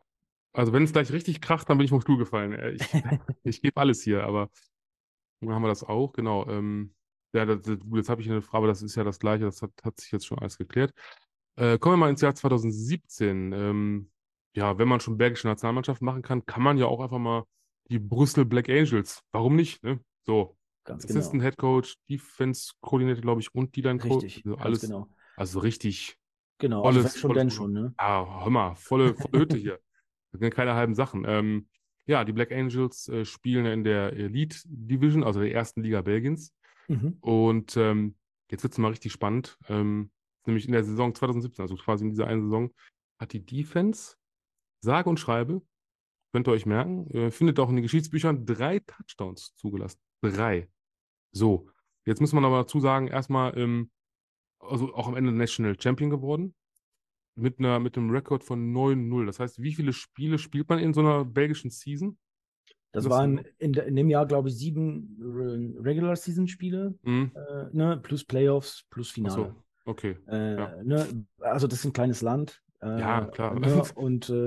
S2: Also wenn es gleich richtig kracht, dann bin ich vom Stuhl gefallen. Äh, Ich, ich gebe alles hier, aber dann haben wir das auch, genau. Ähm, ja, das, das, gut, jetzt habe ich eine Frage, aber das ist ja das Gleiche, das hat, hat sich jetzt schon alles geklärt. Äh, kommen wir mal ins Jahr zweitausendsiebzehn. Ähm, ja, wenn man schon belgische Nationalmannschaft machen kann, kann man ja auch einfach mal die Brüssel Black Angels. Warum nicht? Ne? So,
S3: Ganz
S2: Assistant
S3: genau.
S2: Head Coach, Defense Coordinator, glaube ich, und D-Line Coach.
S3: Richtig,
S2: Also
S3: ganz
S2: alles,
S3: genau.
S2: also richtig
S3: Genau, also wenn
S2: volles,
S3: schon,
S2: volles
S3: denn
S2: Programm.
S3: schon, ne?
S2: Ah, hör mal, volle, volle Hütte hier. Das sind keine halben Sachen. Ähm, ja, die Black Angels äh, spielen in der Elite Division, also der ersten Liga Belgiens.
S3: Mhm.
S2: Und ähm, jetzt wird es mal richtig spannend. Ähm, nämlich in der Saison zweitausendsiebzehn, also quasi in dieser einen Saison, hat die Defense, sage und schreibe, könnt ihr euch merken, äh, findet auch in den Geschichtsbüchern drei Touchdowns zugelassen. Drei. So, jetzt muss man aber dazu sagen, erstmal, ähm, also auch am Ende National Champion geworden. Mit einer, mit einem Rekord von neun null. Das heißt, wie viele Spiele spielt man in so einer belgischen Season? Sind
S3: Das
S2: das
S3: waren
S2: genau?
S3: in, de, in dem Jahr, glaube ich, sieben Re- Regular-Season-Spiele,
S2: Mhm.
S3: äh, ne? Plus Playoffs, plus
S2: Ach
S3: Finale.
S2: so, okay. Ja.
S3: Äh, ne? Also das ist ein kleines Land.
S2: Ja,
S3: Äh,
S2: klar.
S3: ne? Und äh,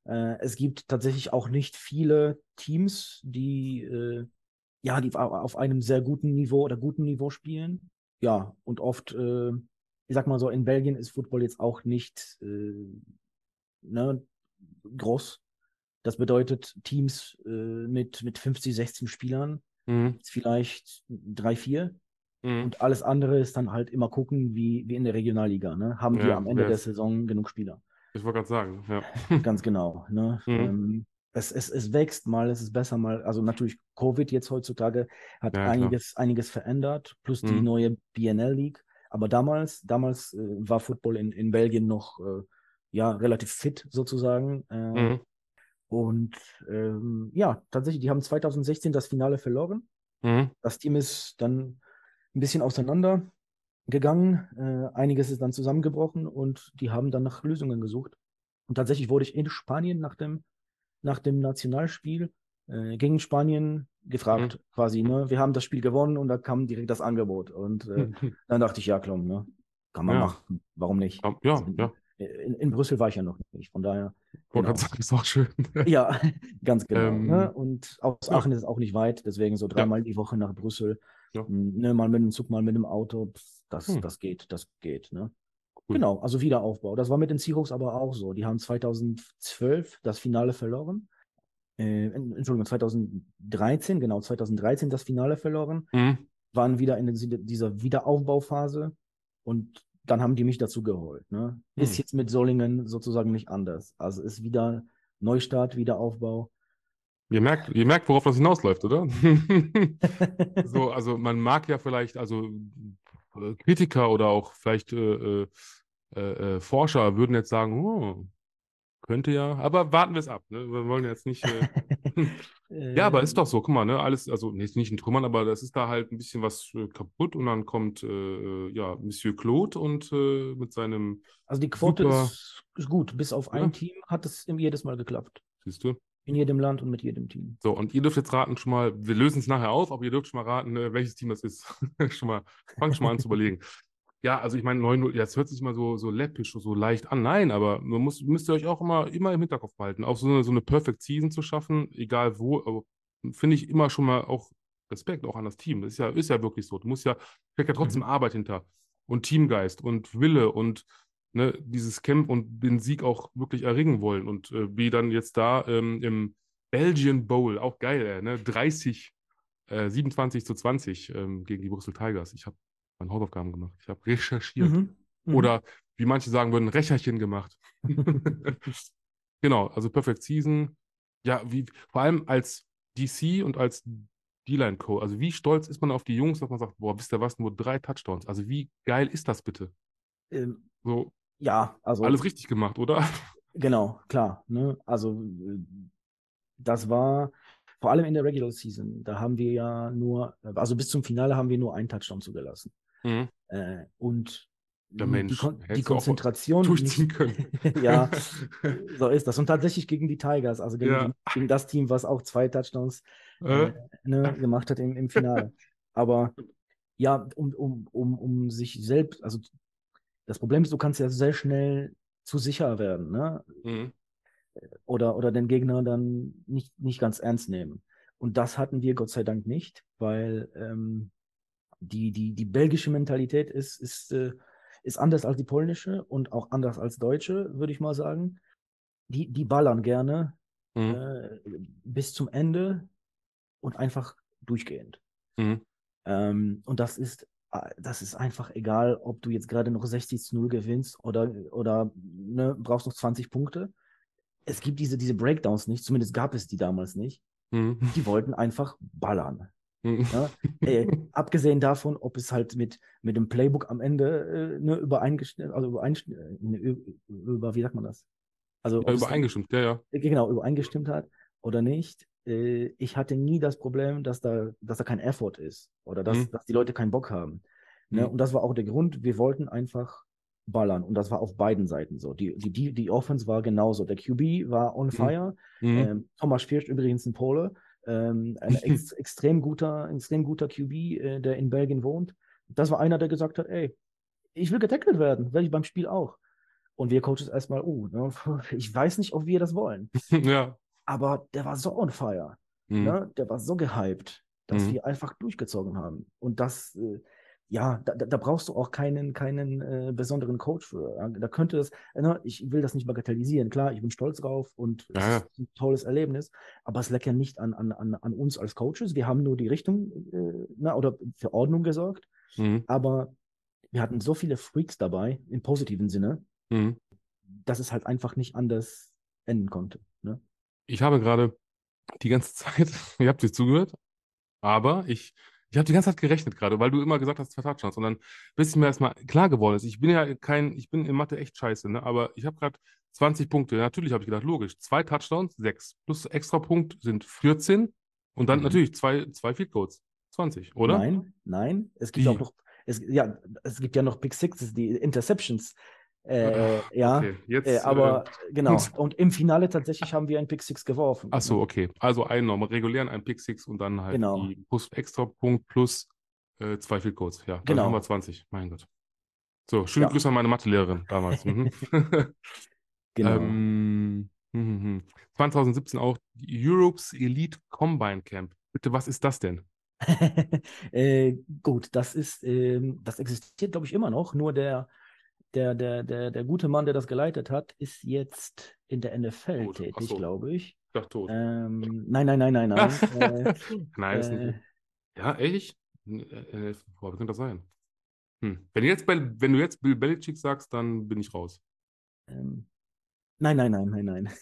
S3: Äh, es gibt tatsächlich auch nicht viele Teams, die, äh, ja, die auf einem sehr guten Niveau oder guten Niveau spielen. Ja, und oft, äh, ich sag mal so, in Belgien ist Football jetzt auch nicht äh, ne, groß. Das bedeutet, Teams äh, mit, mit fünfzehn, sechzehn Spielern,
S2: Mhm.
S3: vielleicht drei, vier.
S2: Mhm.
S3: Und alles andere ist dann halt immer gucken, wie, wie in der Regionalliga. Ne? Haben wir
S2: Ja,
S3: am Ende
S2: wer
S3: der
S2: ist,
S3: Saison genug Spieler?
S2: ich wollte gerade sagen, ja.
S3: Ganz genau. Ne?
S2: Mhm.
S3: Ähm, es, es, es wächst mal, es ist besser mal. Also natürlich, Covid jetzt heutzutage hat
S2: Ja, klar.
S3: einiges, einiges verändert, plus die
S2: Mhm.
S3: neue B N L League. Aber damals, damals äh, war Football in, in Belgien noch äh, ja, relativ fit sozusagen. Äh,
S2: Mhm.
S3: und ähm, ja, tatsächlich, die haben zwanzig sechzehn das Finale verloren.
S2: Mhm.
S3: Das Team ist dann ein bisschen auseinander gegangen. Äh, einiges ist dann zusammengebrochen und die haben dann nach Lösungen gesucht. Und tatsächlich wurde ich in Spanien nach dem, nach dem Nationalspiel äh, gegen Spanien gefragt, quasi, ne? Wir haben das Spiel gewonnen und da kam direkt das Angebot. Und äh,
S2: Mhm.
S3: dann dachte ich, ja, klar, ne? Kann man
S2: Ja,
S3: machen. Warum nicht?
S2: ja,
S3: Also
S2: ja,
S3: in,
S2: ja.
S3: in, in Brüssel war ich ja noch nicht. Von daher,
S2: Wollte gerade
S3: genau.
S2: sagen, ist auch schön.
S3: Ja, ganz genau. Ne?
S2: Ähm,
S3: Und aus
S2: ja,
S3: Aachen ist es auch nicht weit, deswegen so
S2: ja,
S3: dreimal die Woche nach Brüssel.
S2: ja.
S3: Hm, Ne, mal mit dem Zug, mal mit dem Auto. Pff, Das,
S2: Hm,
S3: das geht, das geht. Ne?
S2: cool.
S3: Genau, also Wiederaufbau. Das war mit den Seahawks aber auch so. Die haben zwanzig zwölf das Finale verloren. Äh, Entschuldigung, zwanzig dreizehn, genau, zwanzig dreizehn das Finale verloren.
S2: Mhm.
S3: Waren wieder in dieser Wiederaufbauphase und dann haben die mich dazu geholt. Ne? Ist
S2: Mhm.
S3: jetzt mit Solingen sozusagen nicht anders. Also ist wieder Neustart, Wiederaufbau.
S2: Ihr merkt, ihr merkt, worauf das hinausläuft, oder? So, also man mag ja vielleicht, also äh, Kritiker oder auch vielleicht äh, äh, äh, äh, Forscher würden jetzt sagen, oh, könnte ja, aber warten wir es ab, ne? Wir wollen jetzt nicht. Äh, ja, aber ist doch
S3: Ähm,
S2: so, guck mal, ne? Alles, also nee, ist nicht in Trümmern, aber das ist da halt ein bisschen was äh, kaputt und dann kommt äh, äh, ja Monsieur Claude und äh, mit seinem
S3: also die Quote
S2: super,
S3: ist, ist gut. Bis auf ein
S2: ja,
S3: Team hat es jedes Mal geklappt.
S2: siehst du?
S3: In jedem Land und mit jedem Team.
S2: So, und ihr dürft jetzt raten schon mal, wir lösen es nachher auf, aber ihr dürft schon mal raten, äh, welches Team das ist. Schon mal, fangt schon mal an zu überlegen. Ja, also ich meine, neun null, ja, es hört sich immer so, so läppisch, so leicht an. Nein, aber man muss, müsst ihr euch auch immer, immer im Hinterkopf behalten. Auch so eine, so eine Perfect Season zu schaffen, egal wo, aber finde ich immer schon mal auch Respekt auch an das Team. Das ist ja, ist ja wirklich so. Du musst ja, steckt ja trotzdem
S3: Mhm.
S2: Arbeit hinter und Teamgeist und Wille und ne, dieses Camp und den Sieg auch wirklich erringen wollen. Und äh, wie dann jetzt da ähm, im Belgian Bowl, auch geil, ey, ne? dreißig, äh, siebenundzwanzig zu zwanzig ähm, gegen die Brüssel Tigers. Ich habe meine Hausaufgaben gemacht. Ich habe recherchiert.
S3: Mhm. Mhm.
S2: Oder wie manche sagen würden, Recherchen gemacht. Genau, also Perfect Season. Ja, wie, vor allem als D C und als D-Line-Co. Also wie stolz ist man auf die Jungs, dass man sagt, boah, wisst ihr was, nur drei Touchdowns. Also wie geil ist das bitte?
S3: Ähm,
S2: So,
S3: ja,
S2: alles
S3: also
S2: richtig gemacht, oder?
S3: genau, klar. Ne? Also äh, das war vor allem in der Regular Season. Da haben wir ja nur, also bis zum Finale haben wir nur einen Touchdown zugelassen.
S2: Mhm.
S3: Äh, und
S2: Der
S3: die,
S2: Mensch,
S3: Kon die
S2: hättest du auch
S3: Konzentration
S2: durchziehen
S3: nicht,
S2: können.
S3: ja, so ist das. Und tatsächlich gegen die Tigers, also gegen,
S2: Ja.
S3: die, gegen das Team, was auch zwei Touchdowns
S2: Äh?
S3: äh, ne, gemacht hat im, im Finale. Aber ja, um, um, um, um sich selbst, also das Problem ist, du kannst ja sehr schnell zu sicher werden, ne?
S2: Mhm.
S3: Oder, oder den Gegner dann nicht, nicht ganz ernst nehmen. Und das hatten wir Gott sei Dank nicht, weil ähm, die, die, die belgische Mentalität ist, ist, äh, ist anders als die polnische und auch anders als deutsche, würde ich mal sagen. Die, die ballern gerne
S2: Mhm.
S3: äh, bis zum Ende und einfach durchgehend.
S2: Mhm.
S3: Ähm, und das ist, äh, das ist einfach egal, ob du jetzt gerade noch sechzig zu null gewinnst oder, oder ne, brauchst noch zwanzig Punkte. Es gibt diese, diese Breakdowns nicht, zumindest gab es die damals nicht.
S2: Mhm.
S3: Die wollten einfach ballern.
S2: Mhm.
S3: Ja? Äh, abgesehen davon, ob es halt mit, mit dem Playbook am Ende äh, ne, übereingestimmt, also übereingestimmt, ne, über, wie sagt man das? Also
S2: Ja,
S3: ob es dann
S2: übereingestimmt, ja, ja.
S3: äh, genau übereingestimmt hat oder nicht. Äh, ich hatte nie das Problem, dass da, dass da kein Effort ist oder dass,
S2: Mhm.
S3: dass die Leute keinen Bock haben. Ne?
S2: Mhm.
S3: Und das war auch der Grund, wir wollten einfach ballern. Und das war auf beiden Seiten so. Die, die, die, die Offense war genauso. Der Q B war on
S2: Mhm.
S3: fire.
S2: Mhm.
S3: Ähm, Thomas First übrigens ein Pole. Ähm, ein ex extrem guter, extrem guter Q B, äh, der in Belgien wohnt. Das war einer, der gesagt hat, ey, ich will getackelt werden, werde ich beim Spiel auch. Und wir Coaches erstmal, oh, ne, ich weiß nicht, ob wir das wollen.
S2: Ja.
S3: Aber der war so on fire.
S2: Mhm.
S3: Ne? Der war so gehypt, dass
S2: Mhm.
S3: wir einfach durchgezogen haben. Und das, äh, ja, da, da brauchst du auch keinen, keinen äh, besonderen Coach für. Ja? Da könnte das, ne, ich will das nicht bagatellisieren. Klar, ich bin stolz drauf und es
S2: Ja, ja.
S3: ist ein tolles Erlebnis, aber es leckt ja nicht an, an, an, an uns als Coaches. Wir haben nur die Richtung äh, na, oder für Ordnung gesorgt,
S2: Mhm.
S3: aber wir hatten so viele Freaks dabei, im positiven Sinne,
S2: Mhm.
S3: dass es halt einfach nicht anders enden konnte. Ne?
S2: Ich habe gerade die ganze Zeit, ihr habt dir zugehört, aber ich, ich habe die ganze Zeit gerechnet gerade, weil du immer gesagt hast, zwei Touchdowns. Und dann, bis mir erstmal klar geworden ist, ich bin ja kein, ich bin in Mathe echt scheiße, ne? Aber ich habe gerade zwanzig Punkte. Natürlich habe ich gedacht, logisch, zwei Touchdowns, sechs. Plus Extrapunkt sind vierzehn. Und dann
S3: Mhm.
S2: natürlich zwei, zwei Field Goals. zwanzig, oder?
S3: Nein, nein. Es gibt
S2: Wie?
S3: auch noch, es, ja, es gibt ja noch Pick Sixes, die Interceptions. Äh,
S2: Ah,
S3: ja,
S2: okay,
S3: äh,
S2: jetzt.
S3: aber
S2: Äh,
S3: genau. Und im Finale tatsächlich haben wir einen Pick Six geworfen.
S2: ach so,
S3: Ne?
S2: okay. Also einen normal regulären, einen Pick Six und dann halt
S3: Genau,
S2: die plus Extrapunkt plus äh, zwei Field Goals. Ja, dann haben wir
S3: genau.
S2: zwanzig. Mein Gott. So, schöne
S3: Ja,
S2: Grüße an meine Mathelehrerin damals. Mhm.
S3: genau.
S2: ähm, hm, hm, hm. zwanzig siebzehn auch die Europe's Elite Combine Camp. Bitte, was ist das denn?
S3: äh, gut, das ist, ähm, das existiert, glaube ich, immer noch. Nur der, der, der, der, der gute Mann, der das geleitet hat, ist jetzt in der N F L
S2: Tot. Ach
S3: tätig,
S2: so,
S3: glaube ich.
S2: ich dachte tot.
S3: Ähm, nein, nein, nein, nein, nein. Äh,
S2: Nein, ist
S3: äh,
S2: nicht. Ja, echt? Äh, äh, Boah, wie könnte das sein? Hm. Wenn, jetzt, Bel- wenn du jetzt Bill Belichick sagst, dann bin ich raus.
S3: ähm, nein, nein, nein, nein, nein.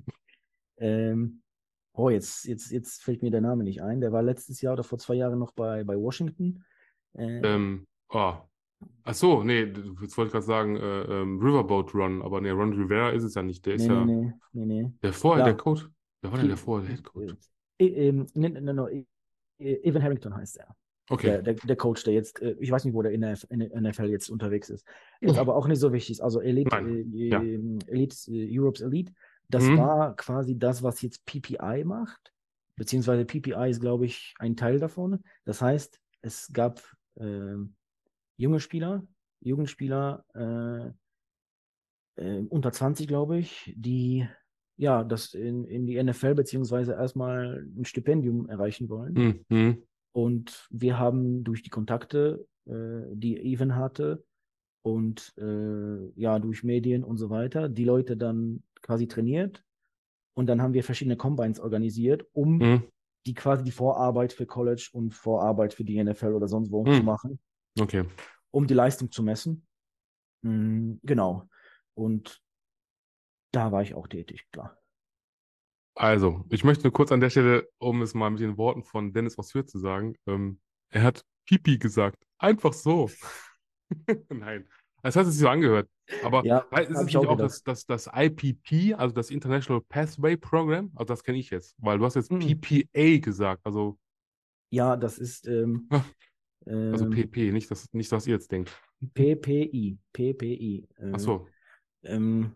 S3: ähm, oh, jetzt, jetzt, jetzt fällt mir der Name nicht ein. Der war letztes Jahr oder vor zwei Jahren noch bei, bei Washington. Äh,
S2: Ähm, oh. Ach so, nee, jetzt wollte ich gerade sagen, äh, ähm, Riverboat Run, aber nee, Ron Rivera ist es ja nicht. Der ist
S3: nee, nee,
S2: ja
S3: nee, nee, nee.
S2: der vorher, der
S3: Ja,
S2: Coach. Wer war denn der
S3: Ki-
S2: vorher, der Head
S3: äh,
S2: Coach?
S3: äh, ähm, nee, nee, nee, nee, äh, Evan Harrington heißt er.
S2: Okay.
S3: Der, der, der Coach, der jetzt, äh, ich weiß nicht, wo der in der N F L jetzt unterwegs ist. Ist aber auch nicht so wichtig. Also Elite,
S2: Nein.
S3: äh,
S2: Ja.
S3: äh, Elite, äh, Europe's Elite, das
S2: Mhm.
S3: war quasi das, was jetzt P P I macht. Beziehungsweise P P I ist, glaube ich, ein Teil davon. Das heißt, es gab äh, junge Spieler, Jugendspieler, äh, äh, unter zwanzig, glaube ich, die ja das in, in die N F L beziehungsweise erstmal ein Stipendium erreichen wollen.
S2: Mhm. Mhm.
S3: Und wir haben durch die Kontakte, äh, die Even hatte und äh, ja, durch Medien und so weiter, die Leute dann quasi trainiert. Und dann haben wir verschiedene Combines organisiert, um
S2: Mhm.
S3: die quasi die Vorarbeit für College und Vorarbeit für die N F L oder sonst wo zu
S2: Mhm.
S3: machen,
S2: Okay.
S3: um die Leistung zu messen. Mm, genau. Und da war ich auch tätig, klar.
S2: Also, ich möchte nur kurz an der Stelle, um es mal mit den Worten von Dennis aus Fürth zu sagen, ähm, er hat Pipi gesagt. Einfach so. Nein. Das hat sich so angehört. Aber
S3: Ja,
S2: weil, ist
S3: habe
S2: es
S3: ich
S2: nicht
S3: auch
S2: auch
S3: gedacht.
S2: das, das, das I P P, also das International Pathway Program? Also das kenne ich jetzt, weil du hast jetzt
S3: Mhm.
S2: P P A gesagt, also,
S3: Ja, das ist ähm,
S2: also
S3: ähm,
S2: P P, nicht das, nicht, was ihr jetzt denkt.
S3: P P I. P P I.
S2: Ach
S3: Äh,
S2: so.
S3: ähm,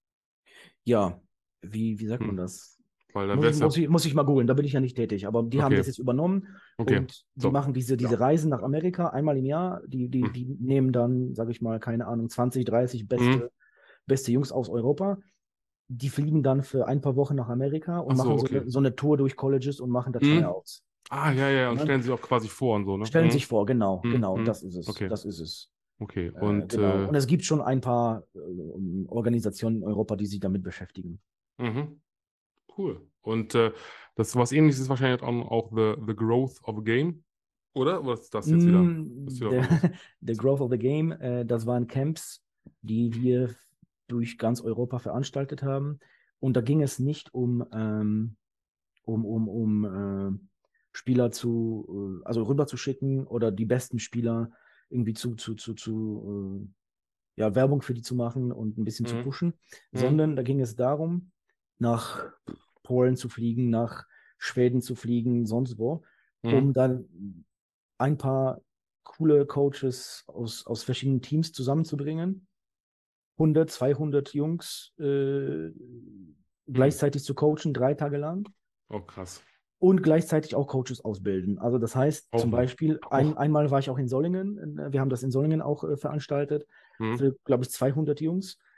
S3: ja, wie, wie sagt
S2: Hm.
S3: man das?
S2: Weil dann
S3: Muss
S2: wäre
S3: ich,
S2: es
S3: muss
S2: ja.
S3: ich, muss ich mal googeln, da bin ich ja nicht tätig. Aber die haben
S2: Okay,
S3: das jetzt übernommen
S2: okay.
S3: und die
S2: So.
S3: machen diese, diese
S2: Ja.
S3: Reisen nach Amerika einmal im Jahr. Die, die,
S2: Hm.
S3: die nehmen dann, sage ich mal, keine Ahnung, zwanzig, dreißig
S2: Hm.
S3: beste, beste Jungs aus Europa. Die fliegen dann für ein paar Wochen nach Amerika und
S2: Ach so,
S3: machen so
S2: okay.
S3: eine, so eine Tour durch Colleges und machen da
S2: Hm.
S3: Tryouts.
S2: Ah, ja, ja, und
S3: Ne?
S2: stellen sich auch quasi vor und so, ne?
S3: Stellen
S2: Hm.
S3: sich vor, genau,
S2: Hm.
S3: genau,
S2: Hm.
S3: das ist es.
S2: Okay,
S3: Das ist es.
S2: okay.
S3: Äh,
S2: Und,
S3: genau.
S2: äh,
S3: Und es gibt schon ein paar äh, Organisationen in Europa, die sich damit beschäftigen.
S2: mhm. Cool. Und äh, das was ähnliches ist wahrscheinlich auch, auch the, the Growth of a Game, oder? Oder ist das jetzt wieder, das ist
S3: Mm,
S2: wieder was
S3: Der,
S2: anderes?
S3: der Growth of the Game, äh, das waren Camps, die wir durch ganz Europa veranstaltet haben. Und da ging es nicht um, ähm, um, um, um äh, Spieler zu, äh, also rüberzuschicken oder die besten Spieler irgendwie zu, zu, zu, zu äh, ja, Werbung für die zu machen und ein bisschen zu
S2: Mhm.
S3: pushen,
S2: Mhm.
S3: sondern da ging es darum, nach Polen zu fliegen, nach Schweden zu fliegen, sonst wo, um
S2: Mhm.
S3: dann ein paar coole Coaches aus, aus verschiedenen Teams zusammenzubringen. hundert, zweihundert Jungs äh,
S2: Mhm.
S3: gleichzeitig zu coachen, drei Tage lang.
S2: Oh, krass.
S3: Und gleichzeitig auch Coaches ausbilden. Also das heißt
S2: Auch
S3: zum
S2: noch.
S3: Beispiel, ein,
S2: Auch.
S3: einmal war ich auch in Solingen, wir haben das in Solingen auch äh, veranstaltet,
S2: Mhm.
S3: für, glaube ich, zweihundert Jungs.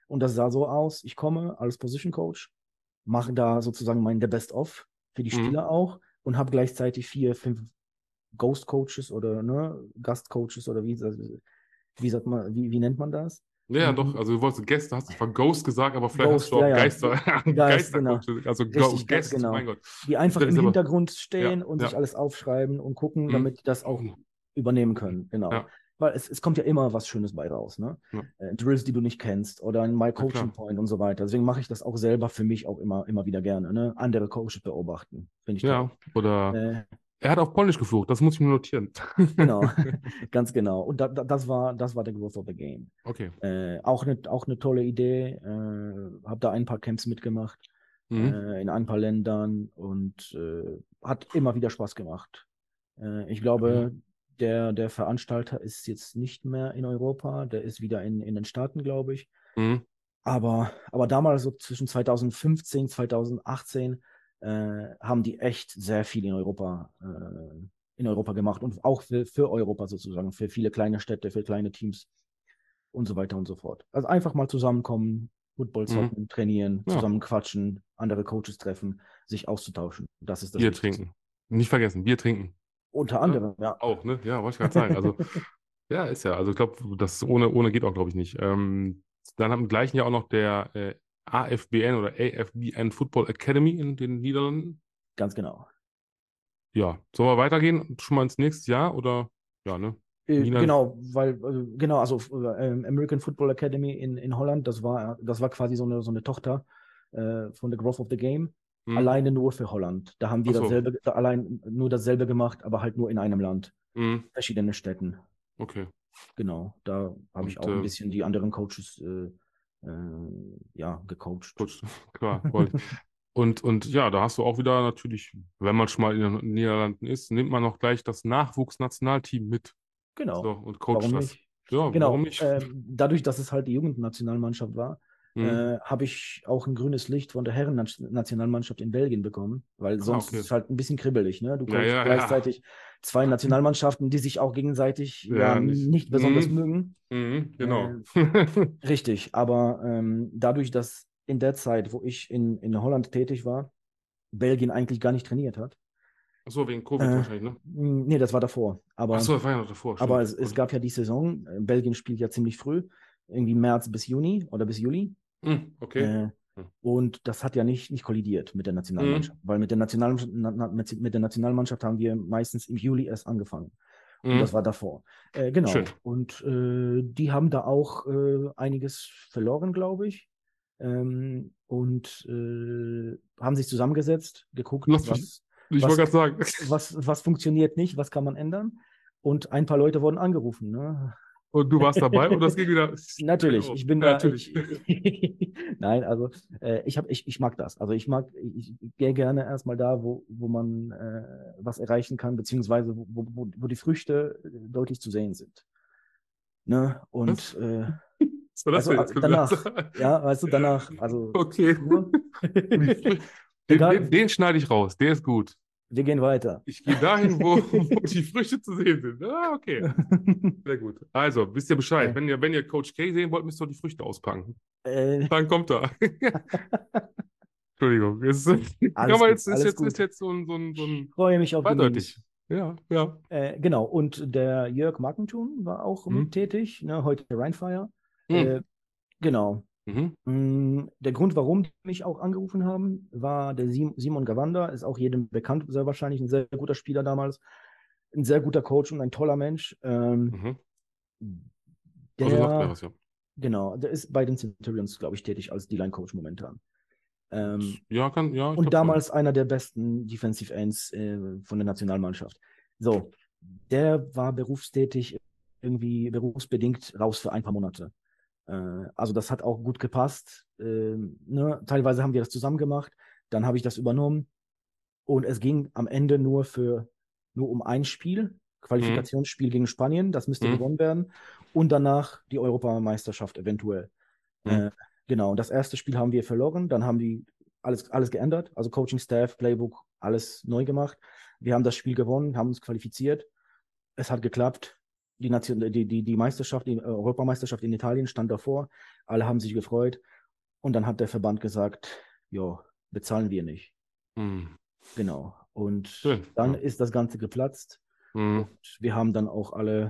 S3: Und das sah so aus, ich komme als Position Coach, mache da sozusagen mein The Best of für die
S2: Mhm.
S3: Spieler auch und habe gleichzeitig vier, fünf Ghost Coaches oder ne, Gastcoaches oder wie, wie sagt man, wie, wie nennt man das?
S2: Ja, ja, doch.
S3: Mhm.
S2: Also du wolltest Gäste, hast zwar Ghost gesagt, aber vielleicht hast
S3: Ghost,
S2: du
S3: ja,
S2: auch
S3: ja.
S2: Geister,
S3: Geist, genau.
S2: Geistercoaches, also Go-
S3: Richtig, ganz
S2: Gäste,
S3: genau.
S2: mein Gott.
S3: Die einfach
S2: Stell
S3: im
S2: dir selber.
S3: Hintergrund stehen
S2: Ja,
S3: und sich
S2: ja.
S3: alles aufschreiben und gucken,
S2: Mhm.
S3: damit die das auch übernehmen können. Genau.
S2: Ja,
S3: Weil es, es kommt ja immer was Schönes bei raus, ne?
S2: ja.
S3: Äh, Drills, die du nicht kennst oder ein My
S2: Ja, klar.
S3: Coaching Point und so weiter. Deswegen mache ich das auch selber für mich auch immer, immer wieder gerne, ne? Andere Coaches beobachten. Finde ich toll.
S2: Ja, oder
S3: Äh,
S2: er hat auf Polnisch geflucht, das muss ich mir notieren.
S3: genau, ganz genau. Und da, da, das war, das war der Growth of the Game.
S2: Okay.
S3: Äh, auch eine auch eine tolle Idee. Äh, habe da ein paar Camps mitgemacht
S2: Mhm.
S3: äh, in ein paar Ländern und äh, hat immer wieder Spaß gemacht. Äh, ich glaube,
S2: Mhm.
S3: der, der Veranstalter ist jetzt nicht mehr in Europa, der ist wieder in, in den Staaten, glaube ich.
S2: Mhm.
S3: Aber, aber damals, so zwischen zweitausendfünfzehn, zweitausendachtzehn, äh, haben die echt sehr viel in Europa, äh, in Europa gemacht und auch für, für Europa sozusagen, für viele kleine Städte, für kleine Teams und so weiter und so fort. Also einfach mal zusammenkommen, Football
S2: Mhm.
S3: zocken, trainieren,
S2: Ja,
S3: zusammen quatschen, andere Coaches treffen, sich auszutauschen. Das ist das
S2: Bier
S3: Wichtigste.
S2: trinken. Nicht vergessen, Bier trinken.
S3: Unter
S2: Ja,
S3: anderem, ja.
S2: auch, ne? Ja, wollte ich gerade sagen. Also, ja, ist ja. Also, ich glaube, das ohne, ohne geht auch, glaube ich, nicht. Ähm, dann haben im gleichen Jahr auch noch der äh, A F B N oder A F B N Football Academy in den Niederlanden.
S3: Ganz genau.
S2: Ja, sollen wir weitergehen? Schon mal ins nächste Jahr oder? Ja, ne?
S3: Äh,
S2: Niederlande.
S3: Genau, weil, äh, genau, also äh, American Football Academy in, in Holland, das war, das war quasi so eine, so eine Tochter äh, von The Growth of the Game,
S2: Hm.
S3: alleine nur für Holland. Da haben wir
S2: Ach so.
S3: dasselbe, da allein nur dasselbe gemacht, aber halt nur in einem Land,
S2: Hm.
S3: verschiedene Städten.
S2: Okay.
S3: Genau, da habe ich
S2: Und
S3: auch ein
S2: äh,
S3: bisschen die anderen Coaches äh, äh, ja, gecoacht.
S2: Coach, klar, wollte ich. Und, und ja, da hast du auch wieder natürlich, wenn man schon mal in den Niederlanden ist, nimmt man auch gleich das Nachwuchsnationalteam mit. So,
S3: Genau,
S2: und coacht
S3: warum
S2: das.
S3: nicht?
S2: Ja, warum
S3: Genau,
S2: nicht?
S3: ähm, dadurch, dass es halt die Jugendnationalmannschaft war,
S2: Hm.
S3: äh, habe ich auch ein grünes Licht von der Herrennationalmannschaft in Belgien bekommen, weil
S2: Ah,
S3: sonst
S2: okay.
S3: ist es halt ein bisschen kribbelig, ne? Du
S2: Ja,
S3: coachst
S2: ja, ja.
S3: gleichzeitig zwei Nationalmannschaften, die sich auch gegenseitig ja
S2: Ja, nicht.
S3: nicht besonders
S2: Hm.
S3: mögen.
S2: Hm,
S3: Äh,
S2: genau.
S3: richtig, aber ähm, dadurch, dass in der Zeit, wo ich in, in Holland tätig war, Belgien eigentlich gar nicht trainiert hat.
S2: Achso, wegen Covid
S3: Äh,
S2: wahrscheinlich, ne?
S3: nee, das war davor. Aber
S2: Achso, das war ja noch davor,
S3: Aber
S2: stimmt.
S3: es, es gab ja die Saison, äh, Belgien spielt ja ziemlich früh, irgendwie März bis Juni oder bis Juli.
S2: Hm, okay.
S3: Äh,
S2: Hm.
S3: und das hat ja nicht, nicht kollidiert mit der Nationalmannschaft,
S2: Hm.
S3: weil mit der, National, na, na, mit, mit der Nationalmannschaft haben wir meistens im Juli erst angefangen. Und das
S2: Hm.
S3: war davor. Äh, genau.
S2: Schön.
S3: Und äh, die haben da auch äh, einiges verloren, glaube ich. Ähm, und äh, haben sich zusammengesetzt, geguckt,
S2: Lass mich,
S3: was,
S2: ich
S3: was,
S2: wollte gerade sagen.
S3: was, was funktioniert nicht, was kann man ändern. Und ein paar Leute wurden angerufen. Ne?
S2: Und du warst dabei und das ging wieder.
S3: Natürlich,
S2: Oh,
S3: ich bin
S2: ja,
S3: da,
S2: natürlich.
S3: ich, nein, also äh, ich habe, ich, ich mag das. Also ich mag, ich, ich gehe gerne erstmal da, wo, wo man äh, was erreichen kann, beziehungsweise wo, wo, wo die Früchte deutlich zu sehen sind. Ne?
S2: Was?
S3: Und äh,
S2: Was war das
S3: also
S2: denn jetzt für ein
S3: danach,
S2: Satz?
S3: ja, weißt du,
S2: Ja,
S3: danach, also
S2: okay.
S3: ne?
S2: Die Frü- Den,
S3: Egal,
S2: den, den schneide ich raus, der ist gut.
S3: wir gehen weiter.
S2: Ich gehe dahin, wo, wo die Früchte zu sehen sind. Ah, okay. Sehr gut. Also, wisst ihr Bescheid.
S3: äh,
S2: Wenn ihr, wenn ihr Coach K sehen wollt, müsst ihr die Früchte auspacken.
S3: äh,
S2: Dann kommt er. Entschuldigung. Es ist,
S3: alles
S2: aber
S3: gut,
S2: jetzt ist
S3: alles
S2: jetzt, ist
S3: gut.
S2: jetzt so ein, so ein, so ein
S3: Freue mich auf die
S2: zweideutig.
S3: News.
S2: Ja, ja.
S3: Äh, genau, und der Jörg Markenthun war auch mit
S2: Mhm.
S3: tätig, ne, heute Rheinfire.
S2: Mhm.
S3: Äh, genau.
S2: Mhm.
S3: Mm, Der Grund, warum die mich auch angerufen haben, war der Sim Simon Gawanda, ist auch jedem bekannt, sehr wahrscheinlich ein sehr guter Spieler damals, ein sehr guter Coach und ein toller Mensch. Ähm,
S2: Mhm. Also sagt mir
S3: der,
S2: was, ja.
S3: genau, der ist bei den Centurions, glaube ich, tätig als D-Line-Coach momentan. Ähm,
S2: Ja, kann, ja, ich
S3: und
S2: glaube schon.
S3: damals einer der besten Defensive Ends äh, von der Nationalmannschaft. So, der war berufstätig, irgendwie berufsbedingt raus für ein paar Monate. Äh, also das hat auch gut gepasst. Ähm, ne? Teilweise haben wir das zusammen gemacht, dann habe ich das übernommen und es ging am Ende nur für nur um ein Spiel,
S2: Mhm.
S3: Qualifikationsspiel gegen Spanien, das müsste
S2: Mhm.
S3: gewonnen werden und danach die Europameisterschaft eventuell.
S2: Mhm.
S3: Äh, genau, und das erste Spiel haben wir verloren, dann haben die alles, alles geändert, also Coaching Staff, Playbook, alles neu gemacht. Wir haben das Spiel gewonnen, haben uns qualifiziert. Es hat geklappt. die, Nation, die, die, die Meisterschaft, die Europameisterschaft in Italien stand davor. Alle haben sich gefreut. Und dann hat der Verband gesagt, ja, bezahlen wir nicht.
S2: Hm.
S3: Genau. Und
S2: Schön,
S3: dann
S2: ja.
S3: ist das Ganze geplatzt.
S2: Hm.
S3: Und wir haben dann auch alle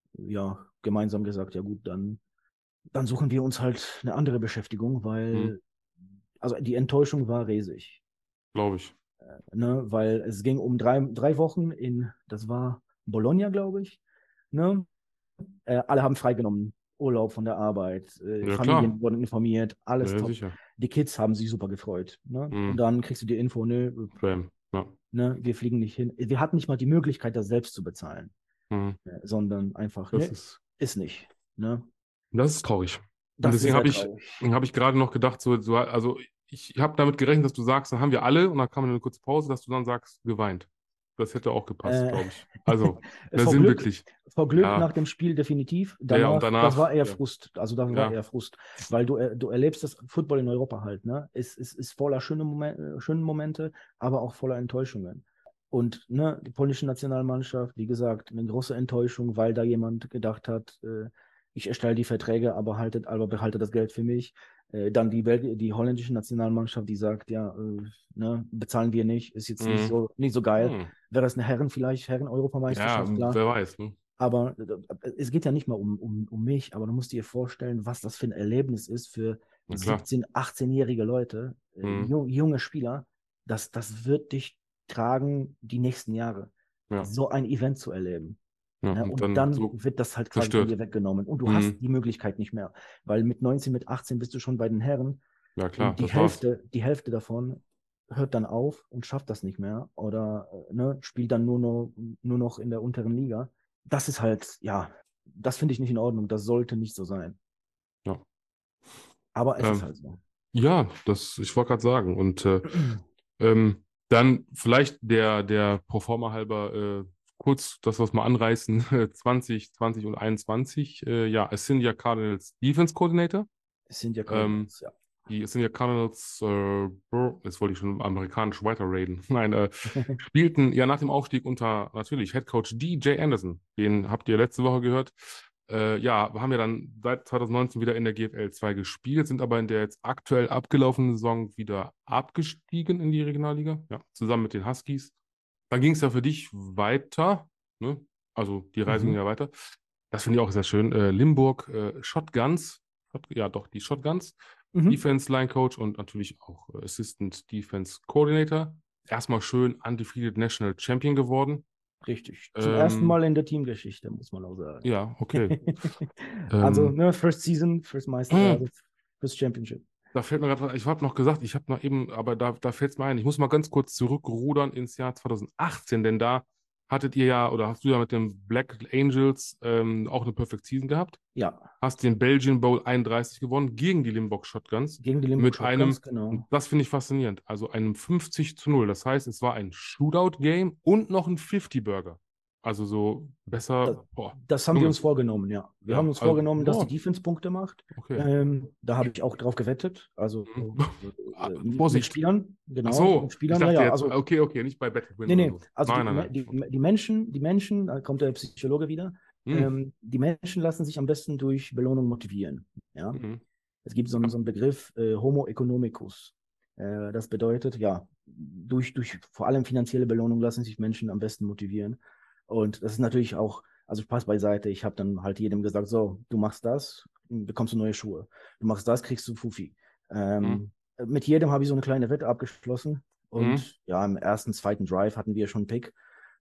S3: ja, gemeinsam gesagt, ja gut, dann, dann suchen wir uns halt eine andere Beschäftigung, weil
S2: Hm.
S3: also die Enttäuschung war riesig.
S2: Glaube ich.
S3: Ne? Weil es ging um drei, drei Wochen in, das war Bologna, glaube ich. Ne? Äh, alle haben freigenommen, Urlaub von der Arbeit, äh,
S2: Ja,
S3: Familien
S2: klar.
S3: wurden informiert, alles
S2: Ja,
S3: top.
S2: sicher.
S3: Die Kids haben sich super gefreut. Ne?
S2: Hm.
S3: Und dann kriegst du die Info, ne,
S2: Bam. Ja.
S3: ne, wir fliegen nicht hin. Wir hatten nicht mal die Möglichkeit, das selbst zu bezahlen,
S2: Hm.
S3: äh, sondern einfach,
S2: Das
S3: ne,
S2: ist,
S3: ist nicht. Ne?
S2: das ist traurig. Und
S3: Das ist
S2: deswegen
S3: sehr
S2: habe ich,
S3: traurig.
S2: habe ich gerade noch gedacht, so, so, also ich habe damit gerechnet, dass du sagst, dann haben wir alle und dann kam eine kurze Pause, dass du dann sagst, geweint. Das hätte auch gepasst,
S3: Äh,
S2: glaube ich. Also, ne,
S3: vor Glück,
S2: sinnbildlich.
S3: vor Glück
S2: Ja,
S3: nach dem Spiel definitiv.
S2: ja, ja, und
S3: Danach, das war
S2: danach,
S3: eher
S2: ja,
S3: Frust. Also das war
S2: ja,
S3: eher Frust. Weil du, er- du erlebst das Football in Europa halt, ne? Es ist, ist voller schöne Momente, schönen Momente, aber auch voller Enttäuschungen. Und ne, die polnische Nationalmannschaft, wie gesagt, eine große Enttäuschung, weil da jemand gedacht hat, äh, ich erstelle die Verträge, aber haltet, aber behalte das Geld für mich. Äh, dann die, Belgi die holländische Nationalmannschaft, die sagt, ja, äh, ne, bezahlen wir nicht, ist jetzt nicht
S2: hm,
S3: so, nicht so geil.
S2: hm.
S3: Wäre das eine Herren vielleicht,
S2: Ja,
S3: Herren-Europameisterschaft, klar.
S2: wer weiß, ne?
S3: Aber äh, es geht ja nicht mal um, um, um mich, aber du musst dir vorstellen, was das für ein Erlebnis ist für
S2: Na klar.
S3: siebzehn-, achtzehnjährige Leute, äh,
S2: Hm.
S3: ju- junge Spieler. Das, das wird dich tragen die nächsten Jahre,
S2: Ja,
S3: so ein Event zu erleben.
S2: ja,
S3: Ja,
S2: und
S3: und
S2: dann
S3: dann
S2: so
S3: wird das halt quasi von
S2: zerstört.
S3: dir weggenommen. Und du hast
S2: Hm.
S3: die Möglichkeit nicht mehr. Weil mit neunzehn, mit achtzehn bist du schon bei den Herren.
S2: Ja, klar,
S3: Und die
S2: das war's.
S3: Hälfte, die Hälfte davon hört dann auf und schafft das nicht mehr. Oder äh, ne, spielt dann nur noch, nur noch in der unteren Liga. Das ist halt, ja, das finde ich nicht in Ordnung. Das sollte nicht so sein.
S2: Ja,
S3: Aber es ist
S2: ähm,
S3: halt so.
S2: ja, das, ich wollte gerade sagen. Und äh, ähm, dann vielleicht der, der Proforma halber äh, kurz, dass wir es mal anreißen, zwanzig, zwanzig und einundzwanzig. Äh, ja, es sind ja Cardinals Defense Coordinator.
S3: Es sind ja
S2: Ähm,
S3: Cardinals, ja.
S2: die es sind ja Cardinals, äh, brr, jetzt wollte ich schon amerikanisch weiterreden. Nein, äh, spielten ja nach dem Aufstieg unter natürlich Head Coach D J Anderson. Den habt ihr letzte Woche gehört. Äh, ja, wir haben ja dann seit zwanzig neunzehn wieder in der G F L zwei gespielt, sind aber in der jetzt aktuell abgelaufenen Saison wieder abgestiegen in die Regionalliga, ja, zusammen mit den Huskies. Dann ging es ja für dich weiter, ne? Also die Reise ging
S3: Mhm.
S2: ja weiter. Das finde ich auch sehr schön. Äh, Limburg, äh, Shotguns, Shot, ja doch, die Shotguns,
S3: Mhm.
S2: Defense Line Coach und natürlich auch äh, Assistant Defense Coordinator. Erstmal schön undefeated National Champion geworden.
S3: Richtig. Zum ersten
S2: Ähm,
S3: Mal in der Teamgeschichte, muss man auch sagen.
S2: ja, okay.
S3: Also,
S2: ähm,
S3: ne, First Season, First Meister, also First Championship.
S2: Da fällt mir gerade, ich habe noch gesagt, ich habe noch eben, aber da, da fällt es mir ein, ich muss mal ganz kurz zurückrudern ins Jahr zwanzig achtzehn, denn da hattet ihr ja, oder hast du ja mit den Black Angels ähm, auch eine Perfect Season gehabt.
S3: Ja,
S2: Hast den Belgian Bowl einunddreißig gewonnen gegen die Limburg Shotguns
S3: gegen die Limburg
S2: mit einem,
S3: Shotguns, genau.
S2: das finde ich faszinierend, also einem fünfzig zu null. Das heißt, es war ein Shootout-Game und noch ein fifty-Burger. Also so besser,
S3: Das,
S2: boah,
S3: das haben wir
S2: Junge,
S3: uns vorgenommen, ja. Wir haben
S2: ja,
S3: uns
S2: also,
S3: vorgenommen, dass die
S2: boah,
S3: Defense Punkte macht.
S2: okay.
S3: Ähm, da habe ich auch drauf gewettet. Also
S2: Mhm. Ah,
S3: äh, mit
S2: Vorsicht.
S3: Spielern,
S2: Ach
S3: genau,
S2: so,
S3: mit
S2: ich
S3: Spielern, ja,
S2: dachte
S3: ja.
S2: jetzt,
S3: Also,
S2: okay, okay, nicht bei Battle Win
S3: nee,
S2: oder
S3: nee.
S2: so.
S3: Also
S2: Nein,
S3: die,
S2: nein,
S3: Me-
S2: nein.
S3: die,
S2: Okay.
S3: die Menschen, die Menschen, da kommt der Psychologe wieder,
S2: Hm.
S3: ähm, die Menschen lassen sich am besten durch Belohnung motivieren. Ja?
S2: Mhm.
S3: Es gibt so einen,
S2: Ja.
S3: so einen Begriff, äh, Homo economicus. Äh, das bedeutet, ja, durch, durch vor allem finanzielle Belohnung lassen sich Menschen am besten motivieren. Und das ist natürlich auch, also Spaß beiseite. Ich habe dann halt jedem gesagt, so, du machst das, bekommst du neue Schuhe. Du machst das, kriegst du Fufi.
S2: Mhm.
S3: Ähm, mit jedem habe ich so eine kleine Wette abgeschlossen.
S2: Mhm.
S3: Und ja, im ersten, zweiten Drive hatten wir schon Pick.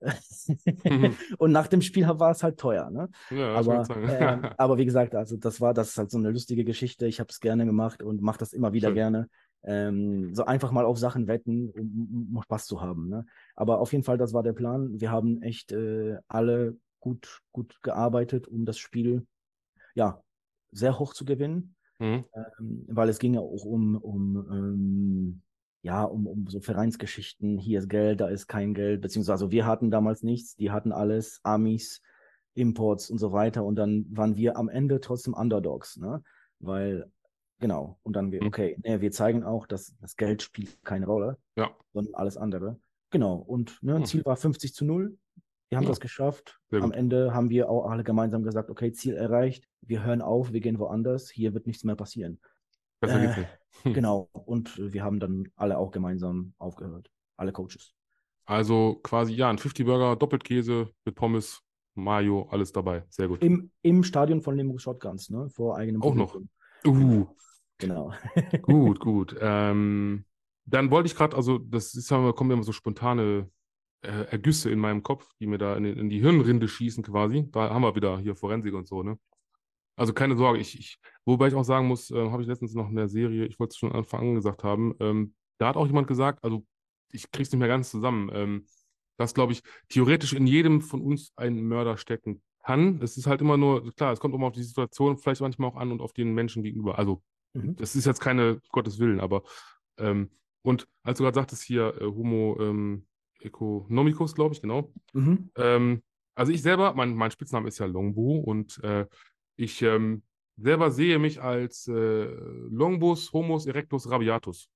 S2: Mhm.
S3: Und nach dem Spiel war es halt teuer, ne?
S2: Ja, ich wollte
S3: Aber,
S2: sagen.
S3: ähm, aber wie gesagt, also das war, das ist halt so eine lustige Geschichte. Ich habe es gerne gemacht und mache das immer wieder
S2: Schön.
S3: gerne. Ähm, so einfach mal auf Sachen wetten, um, um Spaß zu haben. Ne? Aber auf jeden Fall, das war der Plan. Wir haben echt äh, alle gut, gut gearbeitet, um das Spiel ja sehr hoch zu gewinnen,
S2: Mhm.
S3: ähm, weil es ging ja auch um, um ähm, ja, um, um so Vereinsgeschichten. Hier ist Geld, da ist kein Geld, beziehungsweise also wir hatten damals nichts, die hatten alles, Amis, Imports und so weiter. Und dann waren wir am Ende trotzdem Underdogs, ne? Weil, genau, und dann wir,
S2: Mhm.
S3: okay, ne, wir zeigen auch, dass das Geld spielt keine Rolle,
S2: Ja.
S3: sondern alles andere. Genau, und ne,
S2: Mhm.
S3: Ziel war fünfzig zu null. Wir haben
S2: Ja,
S3: das geschafft.
S2: sehr
S3: Am
S2: gut.
S3: Ende haben wir auch alle gemeinsam gesagt, okay, Ziel erreicht. Wir hören auf, wir gehen woanders. Hier wird nichts mehr passieren.
S2: Besser
S3: Äh,
S2: geht's nicht. Hm.
S3: genau. Und wir haben dann alle auch gemeinsam aufgehört. Alle Coaches.
S2: Also quasi, ja, ein fünfzig-Burger, Doppelkäse mit Pommes, Mayo, alles dabei. Sehr gut.
S3: Im, im Stadion von Limburg Shotguns, ne? Vor eigenem
S2: Auch noch.
S3: Publikum.
S2: Uh,
S3: Genau.
S2: gut, gut. Ähm, dann wollte ich gerade, also das ist ja, kommen immer so spontane äh, Ergüsse in meinem Kopf, die mir da in, in die Hirnrinde schießen quasi. Da haben wir wieder hier Forensik und so, ne? Also keine Sorge, ich, ich, wobei ich auch sagen muss, äh, habe ich letztens noch in der Serie, ich wollte es schon am Anfang an gesagt haben, ähm, da hat auch jemand gesagt, also ich krieg's nicht mehr ganz zusammen, ähm, dass, glaube ich, theoretisch in jedem von uns ein Mörder stecken kann. Es ist halt immer nur, klar, es kommt immer auf die Situation vielleicht manchmal auch an und auf den Menschen gegenüber. Also
S3: Mhm.
S2: das ist jetzt keine Gottes Willen, aber ähm, und als du gerade sagtest hier, äh, Homo ähm, economicus, glaube ich, genau.
S3: Mhm.
S2: Ähm, also ich selber, mein, mein Spitzname ist ja Longbo und äh, ich ähm, selber sehe mich als äh, Longbus Homus erectus rabiatus.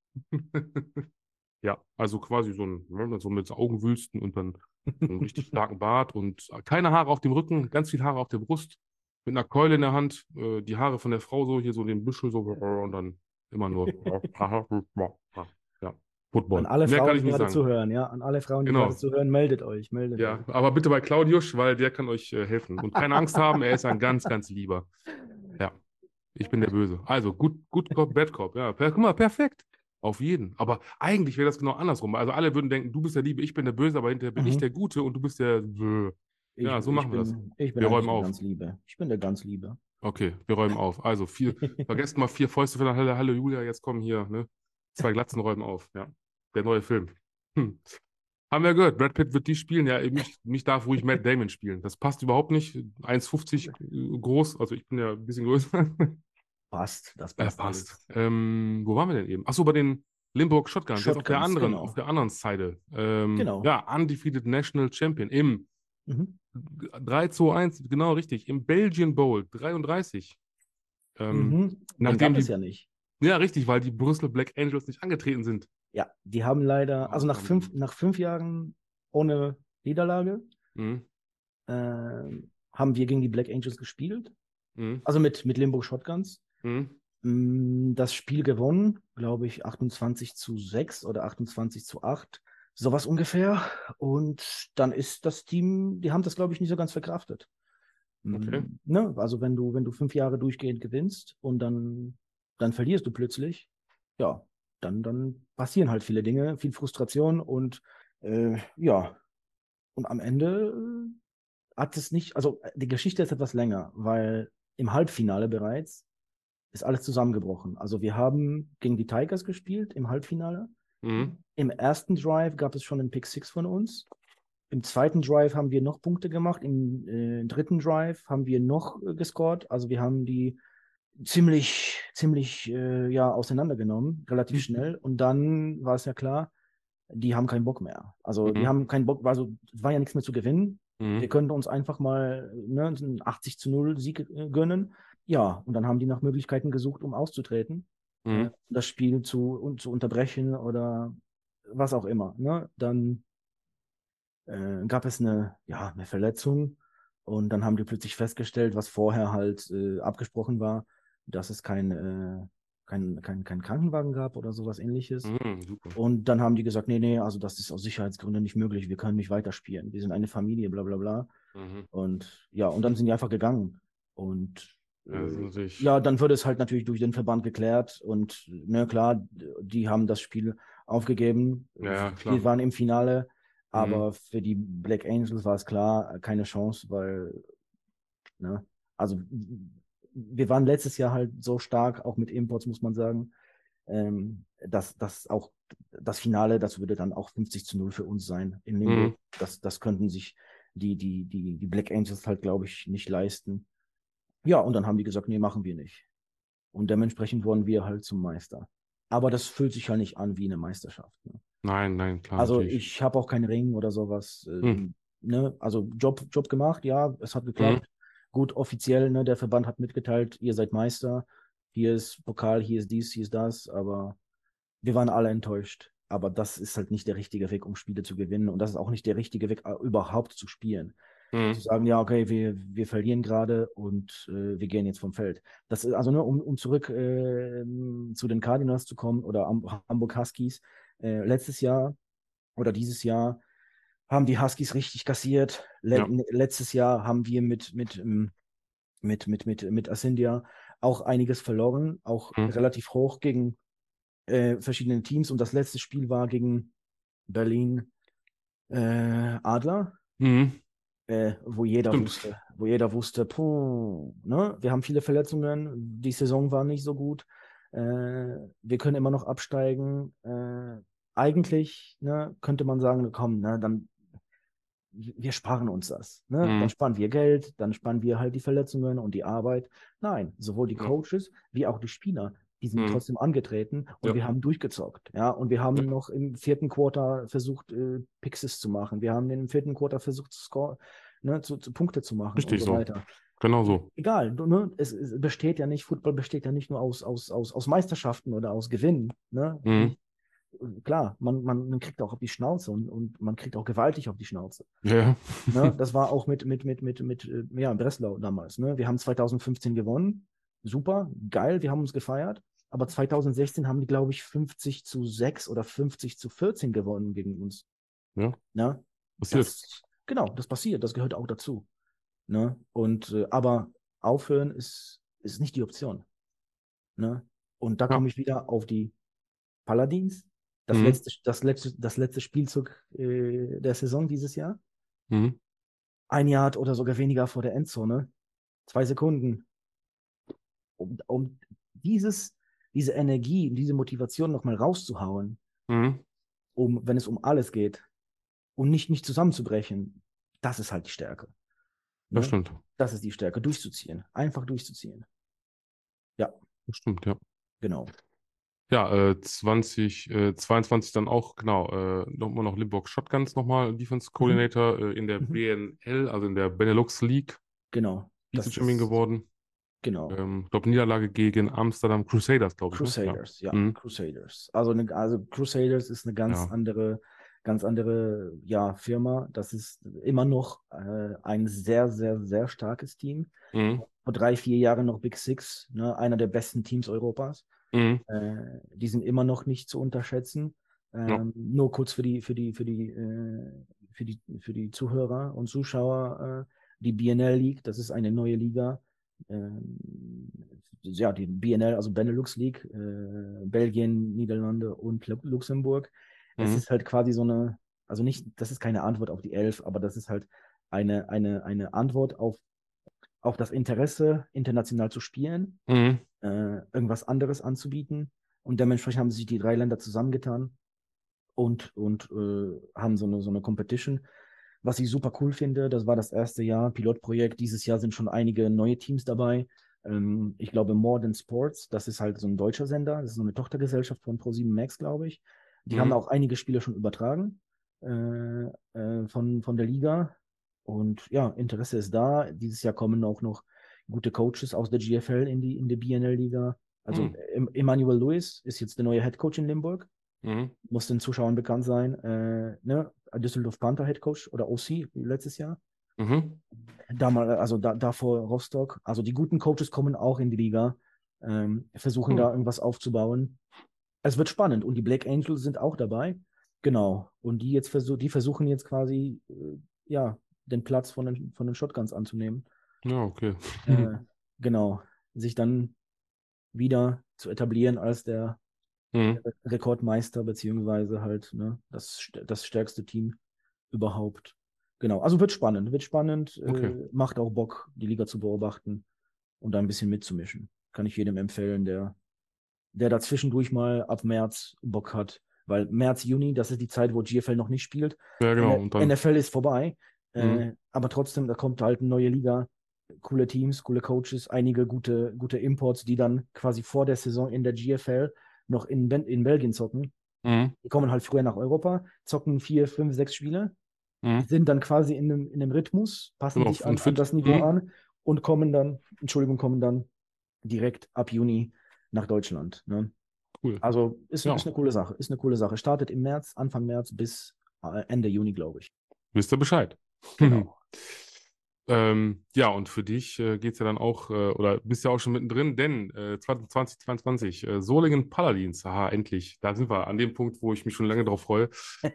S2: Ja, also quasi so ein, ne, so mit Augenwülsten und dann so einen richtig starken Bart und keine Haare auf dem Rücken, ganz viel Haare auf der Brust, mit einer Keule in der Hand, äh, die Haare von der Frau so, hier so den Büschel so und dann immer nur ja,
S3: An
S2: Football.
S3: alle
S2: Mehr kann
S3: Frauen,
S2: ich
S3: die
S2: nicht
S3: gerade
S2: sagen.
S3: zuhören, ja. An alle Frauen, die gerade
S2: Genau.
S3: zuhören, meldet euch, meldet euch.
S2: Ja, aber bitte bei Claudius, weil der kann euch äh, helfen. Und keine Angst haben, er ist ein ganz, ganz lieber. Ja, ich bin der Böse. Also, gut, gut Cop, Bad Cop. Ja, per, guck mal, perfekt. Auf jeden. Aber eigentlich wäre das genau andersrum. Also, alle würden denken, du bist der Liebe, ich bin der Böse, aber hinterher bin ich
S3: Mhm.
S2: der Gute und du bist der. Bö.
S3: Ich,
S2: Ja, so
S3: ich
S2: machen wir das.
S3: bin, ich bin
S2: Wir
S3: eigentlich
S2: räumen
S3: der
S2: auf.
S3: ganz Liebe. Ich bin der ganz Liebe.
S2: Okay, wir räumen auf. Also, vier, vergesst mal vier Fäuste für eine Halle, Hallo Julia, jetzt kommen hier, ne? Zwei Glatzen räumen auf. Ja, der neue Film. Hm. Haben wir gehört, Brad Pitt wird die spielen. Ja, mich, mich darf ruhig Matt Damon spielen. Das passt überhaupt nicht. eins fünfzig groß, also ich bin ja ein bisschen größer.
S3: Passt, das
S2: Äh,
S3: passt
S2: passt.
S3: alles.
S2: Ähm, wo waren wir denn eben? Achso, bei den Limburg Shotguns, jetzt auf der
S3: Shotguns,
S2: anderen, auf
S3: genau.
S2: der anderen Seite. Ähm,
S3: Genau.
S2: ja, Undefeated National Champion im
S3: Mhm.
S2: drei zwei eins, genau richtig, im Belgian Bowl dreiunddreißig. Ähm,
S3: Mhm. Den
S2: nachdem
S3: gab es
S2: die,
S3: ja nicht.
S2: ja richtig, weil die Brüssel Black Angels nicht angetreten sind.
S3: Ja, die haben leider, also nach fünf,
S2: Ähm,
S3: nach fünf Jahren ohne Niederlage
S2: mhm,
S3: ähm, haben wir gegen die Black Angels gespielt.
S2: mhm,
S3: Also mit, mit Limburg Shotguns.
S2: mhm,
S3: Mm, Das Spiel gewonnen, glaube ich, achtundzwanzig zu sechs oder achtundzwanzig zu acht. Sowas ungefähr. Und dann ist das Team, die haben das, glaube ich, nicht so ganz verkraftet.
S2: okay.
S3: Mm, Ne? Also wenn du, wenn du fünf Jahre durchgehend gewinnst und dann, dann verlierst du plötzlich, ja, dann, dann passieren halt viele Dinge, viel Frustration und äh, ja, und am Ende äh, hat es nicht, also äh, die Geschichte ist etwas länger, weil im Halbfinale bereits ist alles zusammengebrochen. Also wir haben gegen die Tigers gespielt im Halbfinale.
S2: Mhm,
S3: Im ersten Drive gab es schon einen Pick Six von uns. Im zweiten Drive haben wir noch Punkte gemacht. Im äh, dritten Drive haben wir noch äh, gescored. Also wir haben die ziemlich, ziemlich äh, ja, auseinandergenommen, relativ schnell. Und dann war es ja klar, die haben keinen Bock mehr. Also die
S2: mhm,
S3: haben keinen Bock, also es war ja nichts mehr zu gewinnen. Wir
S2: mhm,
S3: könnten uns einfach mal ne, einen achtzig zu null Sieg äh, gönnen. Ja, und dann haben die nach Möglichkeiten gesucht, um auszutreten, äh,
S2: mhm,
S3: das Spiel zu, un zu unterbrechen oder was auch immer. Ne? Dann äh, gab es eine, ja, eine Verletzung und dann haben die plötzlich festgestellt, was vorher halt äh, abgesprochen war, dass es kein, äh, kein, kein, kein Krankenwagen gab oder sowas ähnliches.
S2: mhm, super.
S3: Und dann haben die gesagt, nee, nee, also das ist aus Sicherheitsgründen nicht möglich, wir können nicht weiterspielen. Wir sind eine Familie, bla bla bla.
S2: Mhm.
S3: Und ja, und dann sind die einfach gegangen. Und
S2: Ja, das ist
S3: äh,
S2: natürlich.
S3: ja, dann wurde es halt natürlich durch den Verband geklärt. Und na klar, die haben das Spiel aufgegeben.
S2: Ja, ja, klar.
S3: Wir waren im Finale,
S2: Mhm.
S3: aber für die Black Angels war es klar, keine Chance, weil, ne, also wir waren letztes Jahr halt so stark, auch mit Imports, muss man sagen, ähm, dass, dass auch das Finale, das würde dann auch fünfzig zu null für uns sein in
S2: Mhm.
S3: Limburg. Das, das könnten sich die, die, die, die Black Angels halt, glaube ich, nicht leisten. Ja, und dann haben die gesagt, nee, machen wir nicht. Und dementsprechend wurden wir halt zum Meister. Aber das fühlt sich halt nicht an wie eine Meisterschaft. Ne?
S2: Nein, nein, klar,
S3: Also
S2: natürlich.
S3: ich habe auch keinen Ring oder sowas.
S2: Mhm.
S3: Ähm, ne? Also Job, Job gemacht, ja, es hat
S2: Mhm.
S3: geklappt. Gut, offiziell, ne, der Verband hat mitgeteilt, ihr seid Meister. Hier ist Pokal, hier ist dies, hier ist das, aber wir waren alle enttäuscht. aber das ist halt nicht der richtige Weg, um Spiele zu gewinnen. Und das ist auch nicht der richtige Weg, äh, überhaupt zu spielen.
S2: Mhm.
S3: Zu sagen, ja, okay, wir, wir verlieren gerade und äh, wir gehen jetzt vom Feld. Das ist also nur, um, um zurück äh, zu den Cardinals zu kommen oder am Hamburg Huskies. Äh, letztes Jahr oder dieses Jahr haben die Huskies richtig kassiert. Le
S2: Ja.
S3: Letztes Jahr haben wir mit, mit, ähm, mit, mit, mit, mit Ascendia auch einiges verloren, auch
S2: Mhm.
S3: relativ hoch gegen äh, verschiedene Teams. Und das letzte Spiel war gegen Berlin äh, Adler.
S2: Mhm.
S3: Äh, wo jeder
S2: Stimmt.
S3: wusste, wo jeder wusste, puh, ne? Wir haben viele Verletzungen, die Saison war nicht so gut, äh, wir können immer noch absteigen. Äh, eigentlich, ne, könnte man sagen, komm, ne, dann wir sparen uns das, ne? Dann
S2: Mhm.
S3: sparen wir Geld, dann sparen wir halt die Verletzungen und die Arbeit. Nein, sowohl die
S2: Ja.
S3: Coaches wie auch die Spieler, die sind
S2: Mhm.
S3: trotzdem angetreten und
S2: Ja.
S3: wir haben durchgezockt, ja, und wir haben
S2: Ja.
S3: noch im vierten Quarter versucht, äh, Pixes zu machen. Wir haben im vierten Quarter versucht, zu score, ne, zu, zu Punkte zu machen
S2: Richtig
S3: und so
S2: so.
S3: weiter.
S2: Genau so.
S3: Egal, du, ne, es, es besteht ja nicht, Football besteht ja nicht nur aus, aus, aus, aus Meisterschaften oder aus Gewinnen, ne?
S2: Mhm.
S3: Klar, man, man, man kriegt auch auf die Schnauze und, und man kriegt auch gewaltig auf die Schnauze.
S2: Ja.
S3: Ne, das war auch mit, mit, mit, mit, mit äh, ja, Breslau damals. Ne? Wir haben zwanzig fünfzehn gewonnen. Super, geil, wir haben uns gefeiert. Aber zwanzig sechzehn haben die, glaube ich, fünfzig zu sechs oder fünfzig zu vierzehn gewonnen gegen uns.
S2: Ja.
S3: Ne?
S2: Passiert.
S3: Das, genau, das passiert, das gehört auch dazu. Ne? Und, äh, aber aufhören ist, ist nicht die Option. Ne? Und da
S2: Ja.
S3: komme ich wieder auf die Paladins. Das,
S2: Mhm.
S3: letzte, das, letzte, das letzte Spielzug äh, der Saison dieses Jahr.
S2: Mhm.
S3: Ein Yard oder sogar weniger vor der Endzone. Zwei Sekunden. Um, um dieses, diese Energie, diese Motivation nochmal rauszuhauen,
S2: Mhm.
S3: um, wenn es um alles geht, und nicht, nicht zusammenzubrechen, das ist halt die Stärke.
S2: Das
S3: Ne?
S2: stimmt.
S3: Das ist die Stärke, durchzuziehen. Einfach durchzuziehen. Ja,
S2: Das stimmt, ja.
S3: genau.
S2: Ja, äh, zwanzig zweiundzwanzig dann auch, genau, äh, nochmal noch Limburg Shotguns nochmal, Defense Coordinator äh, in der
S3: Mhm.
S2: B N L, also in der Benelux League,
S3: Genau. Das
S2: Vize-Champion
S3: ist,
S2: geworden.
S3: genau.
S2: Ähm, ich glaube, Niederlage gegen Amsterdam Crusaders, glaube ich, ne? Ja.
S3: Crusaders, ja,
S2: Mhm.
S3: Crusaders. Also, eine, also Crusaders ist eine ganz
S2: Ja.
S3: andere, ganz andere, ja, Firma. Das ist immer noch äh, ein sehr, sehr, sehr starkes Team.
S2: Mhm.
S3: Vor drei, vier Jahren noch Big Six, ne, einer der besten Teams Europas.
S2: Mhm.
S3: Äh, die sind immer noch nicht zu unterschätzen.
S2: Ja.
S3: Ähm, nur kurz für die, für die, für die, äh, für die, für die Zuhörer und Zuschauer, äh, die B N L League, das ist eine neue Liga. Ähm, ja, die B N L, also Benelux League, äh, Belgien, Niederlande und Lu- Luxemburg. Es
S2: Mhm.
S3: ist halt quasi so eine, also nicht, das ist keine Antwort auf die Elf, aber das ist halt eine, eine, eine Antwort auf, auf das Interesse, international zu spielen,
S2: Mhm.
S3: äh, irgendwas anderes anzubieten. Und dementsprechend haben sich die drei Länder zusammengetan und, und äh, haben so eine, so eine Competition. Was ich super cool finde, das war das erste Jahr, Pilotprojekt. Dieses Jahr sind schon einige neue Teams dabei. Ähm, ich glaube, More Than Sports, das ist halt so ein deutscher Sender, das ist so eine Tochtergesellschaft von ProSieben Max, glaube ich. Die haben
S2: Mhm.
S3: auch einige Spiele schon übertragen äh, äh, von, von der Liga. Und ja, Interesse ist da. Dieses Jahr kommen auch noch gute Coaches aus der G F L in die, in die B N L-Liga. Also
S2: Mhm.
S3: Em- Emmanuel Lewis ist jetzt der neue Head Coach in Limburg.
S2: Mhm.
S3: Muss den Zuschauern bekannt sein. Äh, ne? Düsseldorf Panther Head Coach oder O C letztes Jahr.
S2: Mhm.
S3: Damals, also da, davor Rostock. Also die guten Coaches kommen auch in die Liga, ähm, versuchen
S2: Mhm.
S3: da irgendwas aufzubauen. Es wird spannend und die Black Angels sind auch dabei. Genau. Und die jetzt versuch, die versuchen jetzt quasi, äh, ja, den Platz von den, von den Shotguns anzunehmen.
S2: Ja, okay.
S3: Äh, genau. Sich dann wieder zu etablieren als der
S2: Mhm.
S3: Rekordmeister, beziehungsweise halt ne, das, st- das stärkste Team überhaupt. Genau, also wird spannend, wird spannend,
S2: Okay.
S3: äh, macht auch Bock, die Liga zu beobachten und da ein bisschen mitzumischen. Kann ich jedem empfehlen, der, der da zwischendurch mal ab März Bock hat. Weil März, Juni, das ist die Zeit, wo G F L noch nicht spielt.
S2: Ja, genau. Und dann.
S3: N F L ist vorbei.
S2: Mhm.
S3: Äh, aber trotzdem, da kommt halt eine neue Liga, coole Teams, coole Coaches, einige gute, gute Imports, die dann quasi vor der Saison in der G F L noch in, Ben- in Belgien zocken.
S2: Mhm.
S3: Die kommen halt früher nach Europa, zocken vier, fünf, sechs Spiele,
S2: Mhm.
S3: sind dann quasi in einem, in einem Rhythmus, passen
S2: Genau.
S3: sich an,
S2: Und
S3: an
S2: fit.
S3: das Niveau
S2: Mhm.
S3: an und kommen dann, Entschuldigung, kommen dann direkt ab Juni nach Deutschland. Ne?
S2: Cool.
S3: Also ist,
S2: Ja.
S3: ist eine coole Sache. Ist eine coole Sache. Startet im März, Anfang März bis äh, Ende Juni, glaube ich.
S2: Wisst ihr Bescheid?
S3: Genau.
S2: Ähm, ja, und für dich äh, geht es ja dann auch, äh, oder bist ja auch schon mittendrin, denn äh, zwanzig zweiundzwanzig, äh, Solingen Paladins, aha, endlich. Da sind wir an dem Punkt, wo ich mich schon lange drauf freue.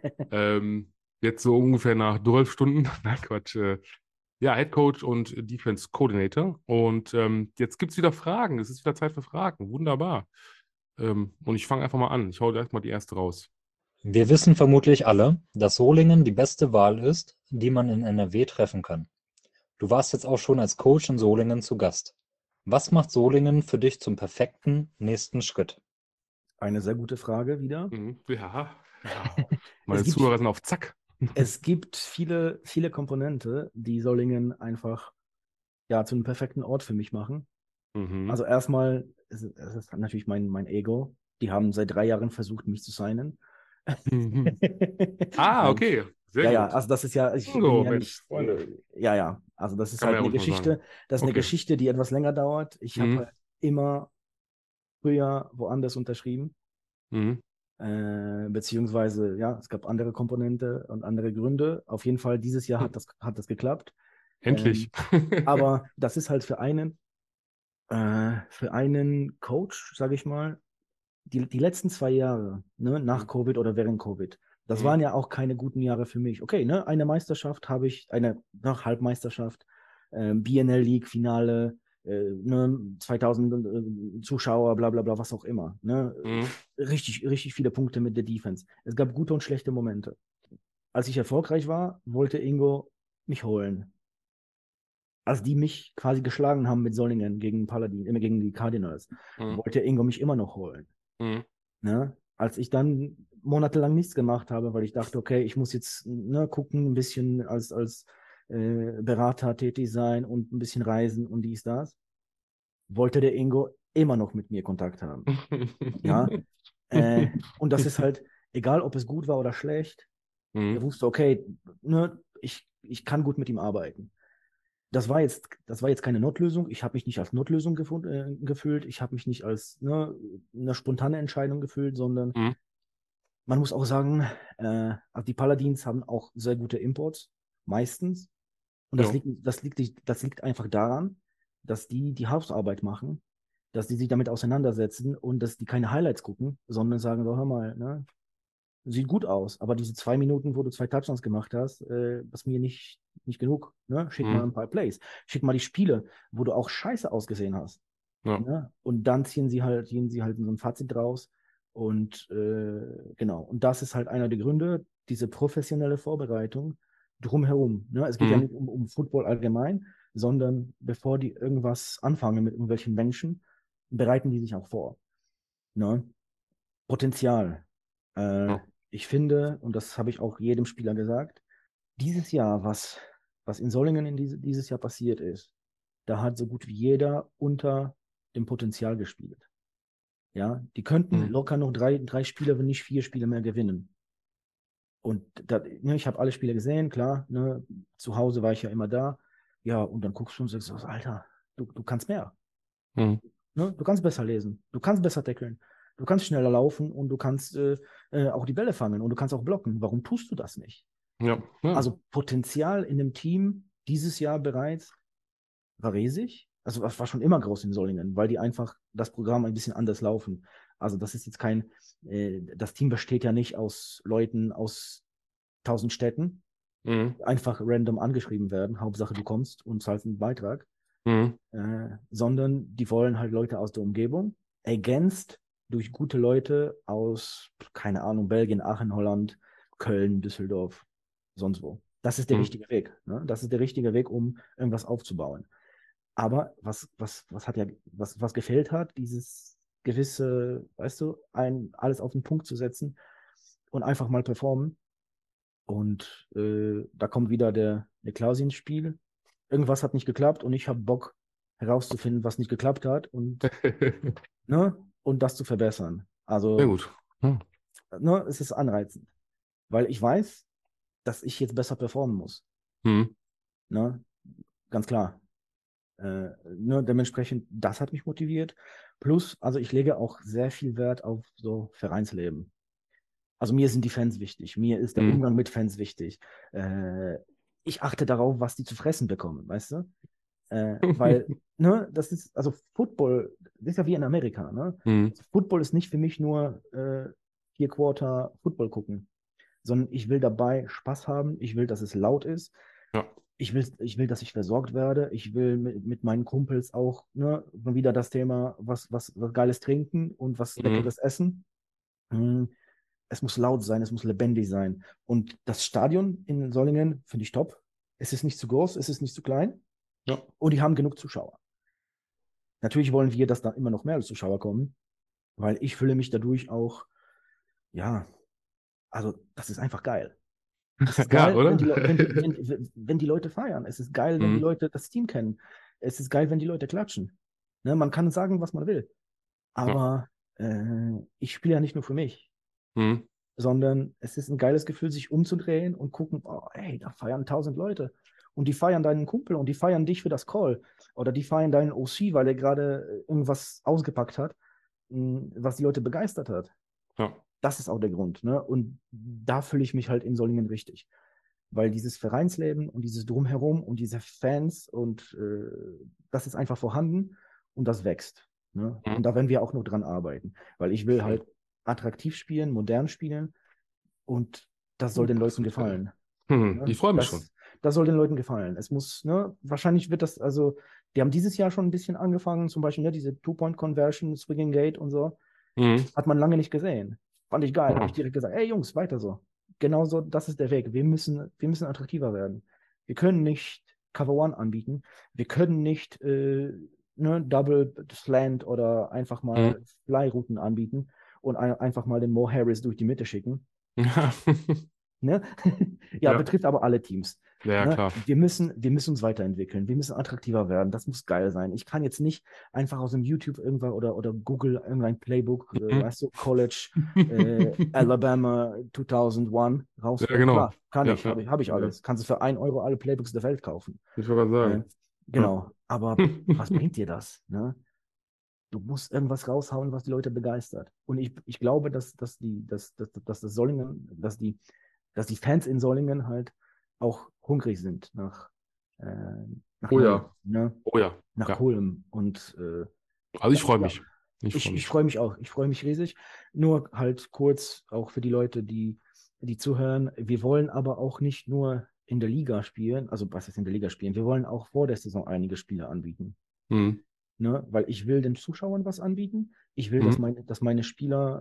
S2: ähm, jetzt so ungefähr nach zwölf Stunden, nein, Quatsch, äh, ja, Head Coach und Defense Coordinator. Und ähm, jetzt gibt es wieder Fragen. Es ist wieder Zeit für Fragen. Wunderbar. Ähm, und ich fange einfach mal an. Ich hau direkt mal die erste raus.
S4: Wir wissen vermutlich alle, dass Solingen die beste Wahl ist, die man in N R W treffen kann. Du warst jetzt auch schon als Coach in Solingen zu Gast. Was macht Solingen für dich zum perfekten nächsten Schritt?
S3: Eine sehr gute Frage wieder.
S2: Mhm. Ja, ja. Meine
S3: Es gibt,
S2: Zuhörer sind auf Zack.
S3: es gibt viele, viele Komponente, die Solingen einfach ja, zu einem perfekten Ort für mich machen.
S2: Mhm.
S3: Also erstmal, es ist, es ist natürlich mein, mein Ego. Die haben seit drei Jahren versucht, mich zu signen.
S2: Mhm. Ah,
S3: Nein.
S2: okay. Sehr
S3: Ja,
S2: gut.
S3: ja, also das ist ja, ich bin
S2: Oh,
S3: ja
S2: Mensch,
S3: nicht,
S2: Freunde.
S3: äh, ja, ja, also das ist
S2: Kann man
S3: halt
S2: ja
S3: eine
S2: ruhig mal
S3: Geschichte,
S2: sagen.
S3: das ist eine
S2: Okay.
S3: Geschichte, die etwas länger dauert. Ich habe
S2: Mhm.
S3: halt immer früher woanders unterschrieben,
S2: Mhm.
S3: äh, beziehungsweise, ja, es gab andere Komponente und andere Gründe. Auf jeden Fall, dieses Jahr hat das, hat das geklappt.
S2: Endlich.
S3: Ähm, aber das ist halt für einen, äh, für einen Coach, sage ich mal, die, die letzten zwei Jahre, ne, nach
S2: Mhm.
S3: Covid oder während Covid, das
S2: Mhm.
S3: waren ja auch keine guten Jahre für mich. Okay, ne, eine Meisterschaft habe ich, eine nach Halbmeisterschaft, äh, B N L League Finale, äh, ne, zweitausend äh, Zuschauer, bla bla bla, was auch immer. Ne,
S2: Mhm.
S3: richtig, richtig viele Punkte mit der Defense. Es gab gute und schlechte Momente. Als ich erfolgreich war, wollte Ingo mich holen. Als die mich quasi geschlagen haben mit Solingen gegen Paladin, äh, gegen die Cardinals,
S2: Mhm.
S3: wollte Ingo mich immer noch holen.
S2: Mhm.
S3: Ne? Als ich dann monatelang nichts gemacht habe, weil ich dachte, okay, ich muss jetzt ne, gucken, ein bisschen als, als äh, Berater tätig sein und ein bisschen reisen und dies, das, wollte der Ingo immer noch mit mir Kontakt haben. Ja, äh, und das ist halt, egal ob es gut war oder schlecht, er
S2: Mhm.
S3: wusste, okay, ne, ich, ich kann gut mit ihm arbeiten. Das war jetzt, das war jetzt keine Notlösung. Ich habe mich nicht als Notlösung gefund, äh, gefühlt. Ich habe mich nicht als ne, eine spontane Entscheidung gefühlt, sondern
S2: Mhm.
S3: man muss auch sagen, äh, also die Paladins haben auch sehr gute Imports, meistens. Und das
S2: Ja.
S3: liegt, das liegt, das liegt einfach daran, dass die die Hausarbeit machen, dass die sich damit auseinandersetzen und dass die keine Highlights gucken, sondern sagen, so, hör mal, ne, sieht gut aus, aber diese zwei Minuten, wo du zwei Touchdowns gemacht hast, äh, ist mir nicht, nicht genug. Ne? Schick mal
S2: Mhm.
S3: ein paar Plays. Schick mal die Spiele, wo du auch scheiße ausgesehen hast.
S2: Ja.
S3: Ne? Und dann ziehen sie halt, ziehen sie halt so ein Fazit draus. Und äh, genau, und das ist halt einer der Gründe, diese professionelle Vorbereitung drumherum. Ne? Es geht ja
S2: Mhm.
S3: nicht um, um Football allgemein, sondern bevor die irgendwas anfangen mit irgendwelchen Menschen, bereiten die sich auch vor. Ne? Potenzial. Äh,
S2: Ja.
S3: ich finde, und das habe ich auch jedem Spieler gesagt, dieses Jahr, was, was in Solingen in diese, dieses Jahr passiert ist, da hat so gut wie jeder unter dem Potenzial gespielt. Ja, die könnten
S2: Mhm.
S3: locker noch drei, drei Spiele, wenn nicht vier Spiele mehr gewinnen. Und da, ne, ich habe alle Spiele gesehen, klar, ne, zu Hause war ich ja immer da. Ja, und dann guckst du und sagst, Alter, du, du kannst mehr.
S2: Mhm.
S3: Ne? Du kannst besser lesen, du kannst besser tackeln, du kannst schneller laufen und du kannst äh, äh, auch die Bälle fangen und du kannst auch blocken. Warum tust du das nicht?
S2: Ja. Ja.
S3: Also Potenzial in dem Team dieses Jahr bereits war riesig. Also das war schon immer groß in Solingen, weil die einfach das Programm ein bisschen anders laufen. Also das ist jetzt kein, äh, das Team besteht ja nicht aus Leuten aus tausend Städten,
S2: Mhm.
S3: einfach random angeschrieben werden. Hauptsache du kommst und zahlst einen Beitrag.
S2: Mhm.
S3: Äh, sondern die wollen halt Leute aus der Umgebung, ergänzt durch gute Leute aus, keine Ahnung, Belgien, Aachen, Holland, Köln, Düsseldorf, sonst wo. Das ist der
S2: Mhm.
S3: richtige Weg. Ne? Das ist der richtige Weg, um irgendwas aufzubauen. Aber was, was, was hat ja, was, was gefehlt hat, dieses gewisse, weißt du, ein, alles auf den Punkt zu setzen und einfach mal performen. Und äh, da kommt wieder der, der Klausi ins Spiel. Irgendwas hat nicht geklappt und ich habe Bock herauszufinden, was nicht geklappt hat und, ne, und das zu verbessern.
S2: Sehr
S3: Also,
S2: gut. Ja.
S3: ne, es ist anreizend, weil ich weiß, dass ich jetzt besser performen muss.
S2: Mhm.
S3: Ne? Ganz klar. Äh, ne, dementsprechend, das hat mich motiviert. Plus, also ich lege auch sehr viel Wert auf so Vereinsleben. Also mir sind die Fans wichtig, mir ist der
S2: Mhm.
S3: Umgang mit Fans wichtig. Äh, ich achte darauf, was die zu fressen bekommen, weißt du? Äh, weil, ne, das ist, also Football, das ist ja wie in Amerika, ne?
S2: Mhm.
S3: Also Football ist nicht für mich nur äh, vier Quarter Football gucken, sondern ich will dabei Spaß haben, ich will, dass es laut ist,
S2: Ja.
S3: ich will, ich will, dass ich versorgt werde, ich will mit, mit meinen Kumpels auch, ne, wieder das Thema, was, was, was Geiles trinken und was
S2: Mhm.
S3: Leckeres essen. Hm, Es muss laut sein, es muss lebendig sein. Und das Stadion in Solingen finde ich top. Es ist nicht zu groß, es ist nicht zu klein
S2: Ja.
S3: und die haben genug Zuschauer. Natürlich wollen wir, dass da immer noch mehr Zuschauer kommen, weil ich fühle mich dadurch auch, ja, also das ist einfach geil. Es ist
S2: Ja,
S3: geil, wenn
S2: oder?
S3: die, Le- wenn die, wenn, wenn die Leute feiern. Es ist geil, wenn die
S2: Mhm.
S3: Leute das Team kennen. Es ist geil, wenn die Leute klatschen. Ne, man kann sagen, was man will.
S2: Ja.
S3: Aber äh, ich spiele ja nicht nur für mich,
S2: Mhm.
S3: sondern es ist ein geiles Gefühl, sich umzudrehen und gucken, oh, ey, da feiern tausend Leute. Und die feiern deinen Kumpel und die feiern dich für das Call. Oder die feiern deinen O C, weil er gerade irgendwas ausgepackt hat, mh, was die Leute begeistert hat.
S2: Ja.
S3: Das ist auch der Grund. Ne? Und da fühle ich mich halt in Solingen richtig. Weil dieses Vereinsleben und dieses Drumherum und diese Fans und äh, das ist einfach vorhanden und das wächst. Ne?
S2: Mhm.
S3: Und da werden wir auch noch dran arbeiten. Weil ich will
S2: Schön.
S3: halt attraktiv spielen, modern spielen und das soll
S2: Oh,
S3: den
S2: das
S3: Leuten
S2: wird geil.
S3: gefallen.
S2: Mhm.
S3: Ne?
S2: Ich freue mich schon.
S3: Das, das soll den Leuten gefallen. Es muss, ne, wahrscheinlich wird das, also, die haben dieses Jahr schon ein bisschen angefangen, zum Beispiel ne, diese Two-Point-Conversion, Swinging Gate und so.
S2: Mhm.
S3: Hat man lange nicht gesehen. Fand ich geil. Habe ich
S2: Ja.
S3: direkt gesagt, ey Jungs, weiter so. Genau so, das ist der Weg. Wir müssen, wir müssen attraktiver werden. Wir können nicht Cover One anbieten. Wir können nicht äh, ne, Double Slant oder einfach
S2: Mhm.
S3: mal Fly-Routen anbieten und ein, einfach mal den Mo Harris durch die Mitte schicken.
S2: Ja.
S3: Ne? Ja,
S2: Ja.
S3: betrifft aber alle Teams.
S2: Ja,
S3: Ne?
S2: klar.
S3: Wir müssen, wir müssen uns weiterentwickeln. Wir müssen attraktiver werden. Das muss geil sein. Ich kann jetzt nicht einfach aus dem YouTube irgendwann oder, oder Google irgendein Playbook, äh,
S2: Mhm.
S3: weißt du, College, äh, Alabama zweitausendeins
S2: Ja,
S3: rausholen.
S2: genau.
S3: Klar, kann
S2: Ja,
S3: ich,
S2: ja.
S3: habe ich, habe ich
S2: Ja.
S3: alles. Kannst du für ein Euro alle Playbooks der Welt kaufen.
S2: Ich wollte gerade
S3: Äh,
S2: sagen.
S3: genau. Aber was bringt dir das? Ne? Du musst irgendwas raushauen, was die Leute begeistert. Und ich, ich glaube, dass, dass, die, dass, dass, dass das Solingen, dass die dass die Fans in Solingen halt auch hungrig sind nach, äh, nach
S2: Oh
S3: Neuem,
S2: ja.
S3: ne?
S2: Oh ja.
S3: Nach
S2: Ja.
S3: Coolem. Und äh,
S2: Also ich freue
S3: ja,
S2: mich. Ich freue
S3: ich, ich
S2: mich.
S3: freue mich auch. Ich freue mich riesig. Nur halt kurz auch für die Leute, die, die zuhören. Wir wollen aber auch nicht nur in der Liga spielen, also was heißt in der Liga spielen, wir wollen auch vor der Saison einige Spiele anbieten.
S2: Mhm.
S3: Ne? Weil ich will den Zuschauern was anbieten. Ich will, dass
S2: Mhm.
S3: meine, dass meine Spieler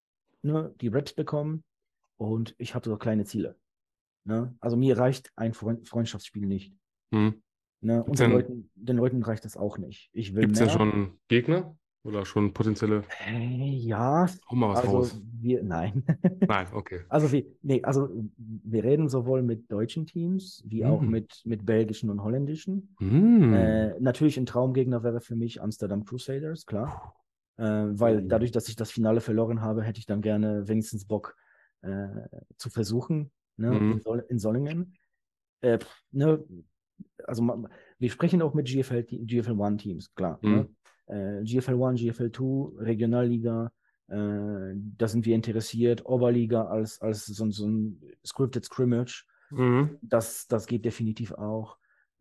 S3: ne, die Reps bekommen und ich habe so kleine Ziele. Ne? Also mir reicht ein Freund Freundschaftsspiel nicht.
S2: Mhm.
S3: Ne?
S2: Gibt's
S3: Und den
S2: denn,
S3: Leuten, den Leuten reicht das auch nicht. Ich will
S2: gibt's denn
S3: mehr.
S2: schon Gegner oder schon potenzielle?
S3: Äh, ja,
S2: Hau mal was
S3: also
S2: raus.
S3: wir, nein.
S2: Nein, okay.
S3: Also wir, nee, also wir reden sowohl mit deutschen Teams wie auch
S2: Mhm.
S3: mit, mit belgischen und holländischen.
S2: Mhm.
S3: Äh, natürlich ein Traumgegner wäre für mich Amsterdam Crusaders, klar. Äh, weil
S2: Mhm.
S3: dadurch, dass ich das Finale verloren habe, hätte ich dann gerne wenigstens Bock äh, zu versuchen, ne, in,
S2: Mhm.
S3: Sol in Solingen. Äh, pff, ne, also ma- wir sprechen auch mit G F L, G F L eins Teams, klar. Ne?
S2: Mhm.
S3: Äh, G F L eins, G F L zwei, Regionalliga, äh, da sind wir interessiert. Oberliga als, als so, so ein Scripted Scrimmage,
S2: Mhm.
S3: das, das geht definitiv auch.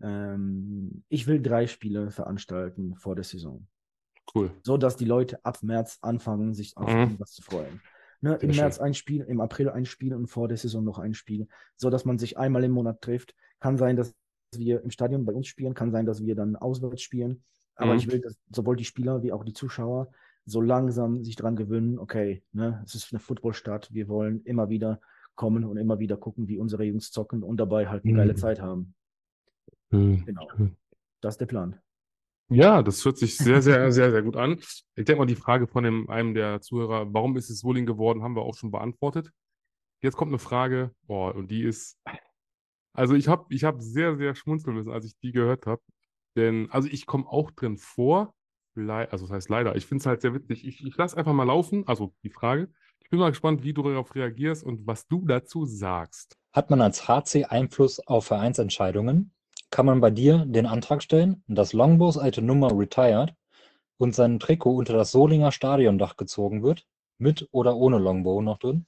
S3: Ähm, ich will drei Spiele veranstalten vor der Saison,
S2: Cool.
S3: so dass die Leute ab März anfangen, sich auf
S2: Mhm.
S3: irgendwas zu freuen. Ne,
S2: Sehr
S3: im März
S2: schön.
S3: ein Spiel, im April ein Spiel und vor der Saison noch ein Spiel, so dass man sich einmal im Monat trifft. Kann sein, dass wir im Stadion bei uns spielen, kann sein, dass wir dann auswärts spielen. Aber ich
S2: Mhm.
S3: will, dass sowohl die Spieler wie auch die Zuschauer so langsam sich dran gewöhnen, okay, ne, es ist eine Footballstadt, wir wollen immer wieder kommen und immer wieder gucken, wie unsere Jungs zocken und dabei halt eine geile
S2: Mhm.
S3: Zeit haben.
S2: Schön.
S3: Genau,
S2: Schön.
S3: das ist der Plan.
S2: Ja, das hört sich sehr, sehr, sehr, sehr gut an. Ich denke mal, die Frage von dem, einem der Zuhörer, warum ist es Solingen geworden, haben wir auch schon beantwortet. Jetzt kommt eine Frage, boah, und die ist, also ich habe ich hab sehr, sehr schmunzeln müssen, als ich die gehört habe. Denn, also ich komme auch drin vor, lei- also das heißt leider, ich finde es halt sehr witzig. Ich, ich lasse einfach mal laufen, also die Frage. Ich bin mal gespannt, wie du darauf reagierst und was du dazu sagst.
S4: Hat man als H C Einfluss auf Vereinsentscheidungen? Kann man bei dir den Antrag stellen, dass Longbos alte Nummer retired, und sein Trikot unter das Solinger Stadiondach gezogen wird, mit oder ohne Longbow noch drin?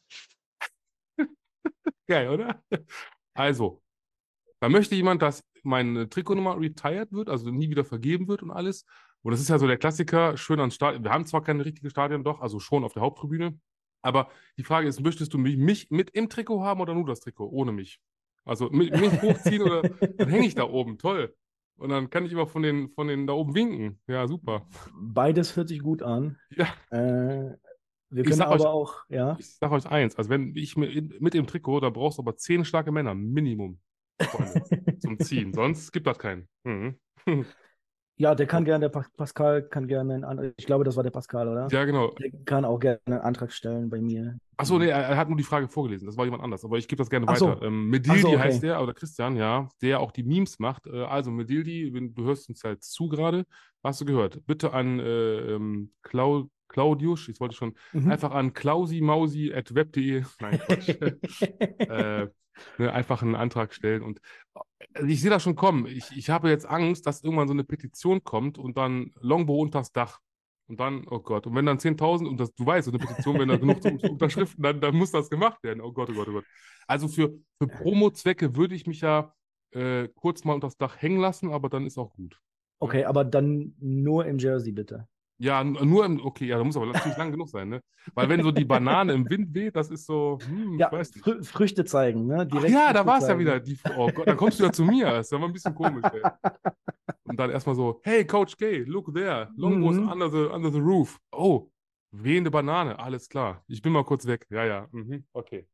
S2: Geil, oder? Also, da möchte jemand, dass meine Trikotnummer retired wird, also nie wieder vergeben wird und alles. Und das ist ja so der Klassiker, schön ans Stadion. Wir haben zwar keine richtige Stadion, doch, also schon auf der Haupttribüne. Aber die Frage ist, möchtest du mich, mich mit im Trikot haben oder nur das Trikot, ohne mich? Also mi- mich hochziehen oder dann hänge ich da oben, toll. Und dann kann ich immer von den, von den da oben winken. Ja, super.
S3: Beides hört sich gut an.
S2: Ja,
S3: Äh, wir
S2: ich
S3: können
S2: sag euch,
S3: aber auch, ja.
S2: ich sag euch eins, also wenn ich mit, mit im Trikot, da brauchst du aber zehn starke Männer, Minimum, Freunde, zum Ziehen. Sonst gibt das keinen. Mhm.
S3: Ja, der kann gerne, der Pa- Pascal kann gerne einen Antrag, ich glaube, das war der Pascal, oder?
S2: Ja, genau.
S3: Der kann auch gerne einen Antrag stellen bei mir.
S2: Achso, nee, er, er hat nur die Frage vorgelesen. Das war jemand anders. Aber ich gebe das gerne
S3: Ach
S2: weiter.
S3: so.
S2: Ähm,
S3: Ach so,
S2: Medildi
S3: okay.
S2: heißt der, oder Christian, ja, der auch die Memes macht. Äh, also Medildi, wenn du hörst uns halt zu gerade, hast du gehört. Bitte an äh, ähm, Clau Claudius, ich wollte schon,
S3: Mhm.
S2: einfach an klausimausi at web punkt de. Nein, Quatsch. äh, ne, einfach einen Antrag stellen. Und äh, ich sehe das schon kommen. Ich, ich habe jetzt Angst, dass irgendwann so eine Petition kommt und dann Longbow unters Dach. Und dann, oh Gott, und wenn dann zehntausend, und das, du weißt, so eine Petition, wenn da genug Unterschriften, dann, dann muss das gemacht werden. Oh Gott, oh Gott, oh Gott. Also für, für Promo-Zwecke würde ich mich ja äh, kurz mal unter das Dach hängen lassen, aber dann ist auch gut.
S3: Okay, aber dann nur im Jersey, bitte.
S2: Ja, n- nur im, okay, ja, da muss aber natürlich lang genug sein, ne? Weil wenn so die Banane im Wind weht, das ist so, hm, ich
S3: Ja,
S2: weiß nicht.
S3: Frü Früchte zeigen, ne?
S2: Ach
S3: Direkt
S2: ja, da
S3: Früchte
S2: war es ja
S3: zeigen.
S2: wieder. Die, oh Gott, dann kommst du ja zu mir. Das ist ja mal ein bisschen komisch, ey. Und dann erstmal so, hey, Coach K, look there. Longbow is
S3: Mhm.
S2: under the, under the roof. Oh, wehende Banane. Alles klar. Ich bin mal kurz weg. Ja, ja. Mhm. Okay.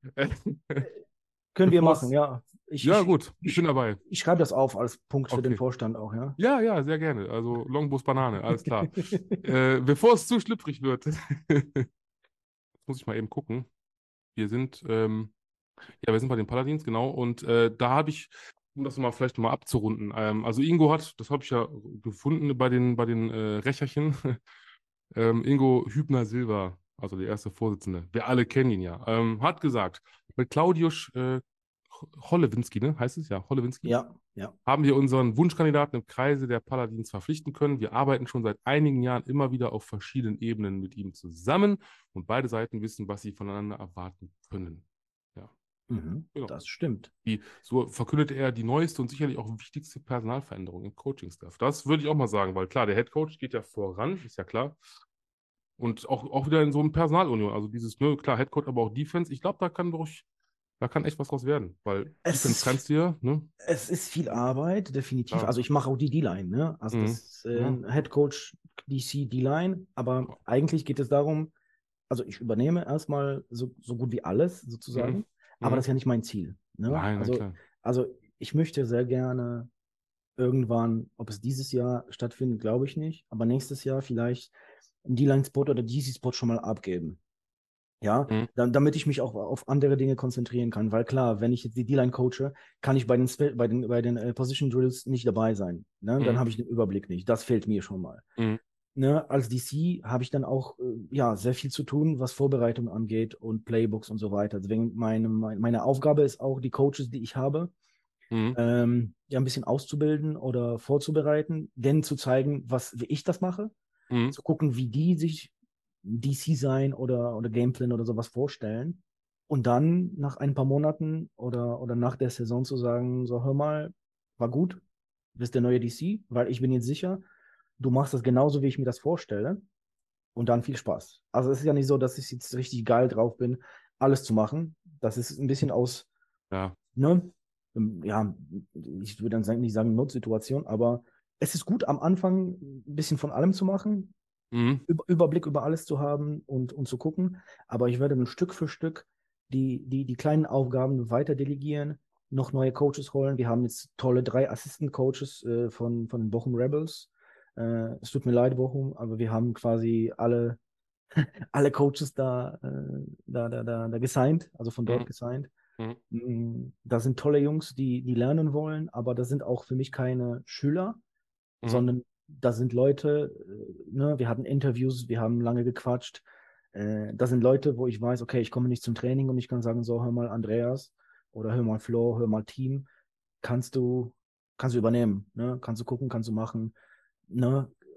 S3: Können wir
S2: Bevor
S3: machen,
S2: es-
S3: ja. Ich,
S2: Ja,
S3: ich,
S2: gut. Ich bin
S3: ich,
S2: dabei.
S3: ich schreibe das auf als Punkt für den
S2: Okay.
S3: Vorstand auch, ja.
S2: Ja, ja, sehr gerne. Also Longbows Banane. Alles klar. Äh, bevor es zu schlüpfrig wird, jetzt muss ich mal eben gucken. Wir sind, ähm, ja, wir sind bei den Paladins, genau. Und äh, da habe ich, um das mal vielleicht mal abzurunden, ähm, also Ingo hat, das habe ich ja gefunden bei den, bei den äh, Rächerchen, ähm, Ingo Hübner-Silva, also der erste Vorsitzende, wir alle kennen ihn ja, ähm, hat gesagt, mit Claudius äh, Hollewinski, ne, heißt es ja, Hollewinski,
S3: Ja, ja.
S2: haben wir unseren Wunschkandidaten im Kreise der Paladins verpflichten können. Wir arbeiten schon seit einigen Jahren immer wieder auf verschiedenen Ebenen mit ihm zusammen und beide Seiten wissen, was sie voneinander erwarten können. Ja,
S3: Mhm.
S2: genau.
S3: Das stimmt.
S2: Die, so verkündete er die neueste und sicherlich auch wichtigste Personalveränderung im Coaching-Staff. Das würde ich auch mal sagen, weil klar, der Headcoach geht ja voran, ist ja klar. Und auch, auch wieder in so einem Personalunion. Also dieses, ne, klar, Headcoach, aber auch Defense. Ich glaube, da kann durch, da kann echt was draus werden. Weil
S3: Es
S2: Defense
S3: ist,
S2: kannst du ja, ne?
S3: es ist viel Arbeit, definitiv.
S2: Klar.
S3: Also ich mache auch die D-Line, ne? Also
S2: Mhm.
S3: das ist äh,
S2: Ja.
S3: ein Head Coach D C D-Line, aber eigentlich geht es darum, also ich übernehme erstmal so, so gut wie alles sozusagen,
S2: Mhm.
S3: aber
S2: Mhm.
S3: das ist ja nicht mein Ziel. Ne?
S2: Nein, na
S3: Also,
S2: klar.
S3: also ich möchte sehr gerne irgendwann, ob es dieses Jahr stattfindet, glaube ich nicht, aber nächstes Jahr vielleicht einen D-Line-Spot oder D C-Spot schon mal abgeben. Ja,
S2: Mhm.
S3: dann, damit ich mich auch auf andere Dinge konzentrieren kann. Weil klar, wenn ich jetzt die D-Line coache, kann ich bei den, Spe- bei den, bei den äh, Position Drills nicht dabei sein. Ne? Dann
S2: Mhm.
S3: habe ich den Überblick nicht. Das fehlt mir schon mal.
S2: Mhm.
S3: Ne? Als D C habe ich dann auch äh, ja, sehr viel zu tun, was Vorbereitung angeht und Playbooks und so weiter. Deswegen meine, meine, meine Aufgabe ist auch, die Coaches, die ich habe,
S2: Mhm.
S3: ähm, ja, ein bisschen auszubilden oder vorzubereiten, denen zu zeigen, was, wie ich das mache,
S2: Mhm.
S3: zu gucken, wie die sich D C sein oder, oder Gameplan oder sowas vorstellen. Und dann nach ein paar Monaten oder, oder nach der Saison zu sagen, so hör mal, war gut, du bist der neue D C, weil ich bin jetzt sicher, du machst das genauso, wie ich mir das vorstelle. Und dann viel Spaß. Also es ist ja nicht so, dass ich jetzt richtig geil drauf bin, alles zu machen. Das ist ein bisschen aus,
S2: Ja.
S3: ne, ähm, ja, ich würde dann sagen, nicht sagen Notsituation, aber es ist gut am Anfang ein bisschen von allem zu machen,
S2: Mhm.
S3: Über- Überblick über alles zu haben und, und zu gucken. Aber ich werde dann Stück für Stück die, die, die kleinen Aufgaben weiter delegieren, noch neue Coaches holen. Wir haben jetzt tolle drei Assistant Coaches äh, von, von den Bochum Rebels. Äh, es tut mir leid, Bochum, aber wir haben quasi alle, alle Coaches da, äh, da, da, da, da gesigned, also von dort
S2: Mhm.
S3: gesigned.
S2: Mhm.
S3: Mm, Da sind tolle Jungs, die, die lernen wollen, aber das sind auch für mich keine Schüler,
S2: Mhm.
S3: sondern da sind Leute, äh, ne, wir hatten Interviews, wir haben lange gequatscht. Äh, das sind Leute, wo ich weiß, okay, ich komme nicht zum Training und ich kann sagen, so, hör mal Andreas oder hör mal Flo, hör mal Team, kannst du, kannst du übernehmen, ne? Kannst du gucken, kannst du machen, ne?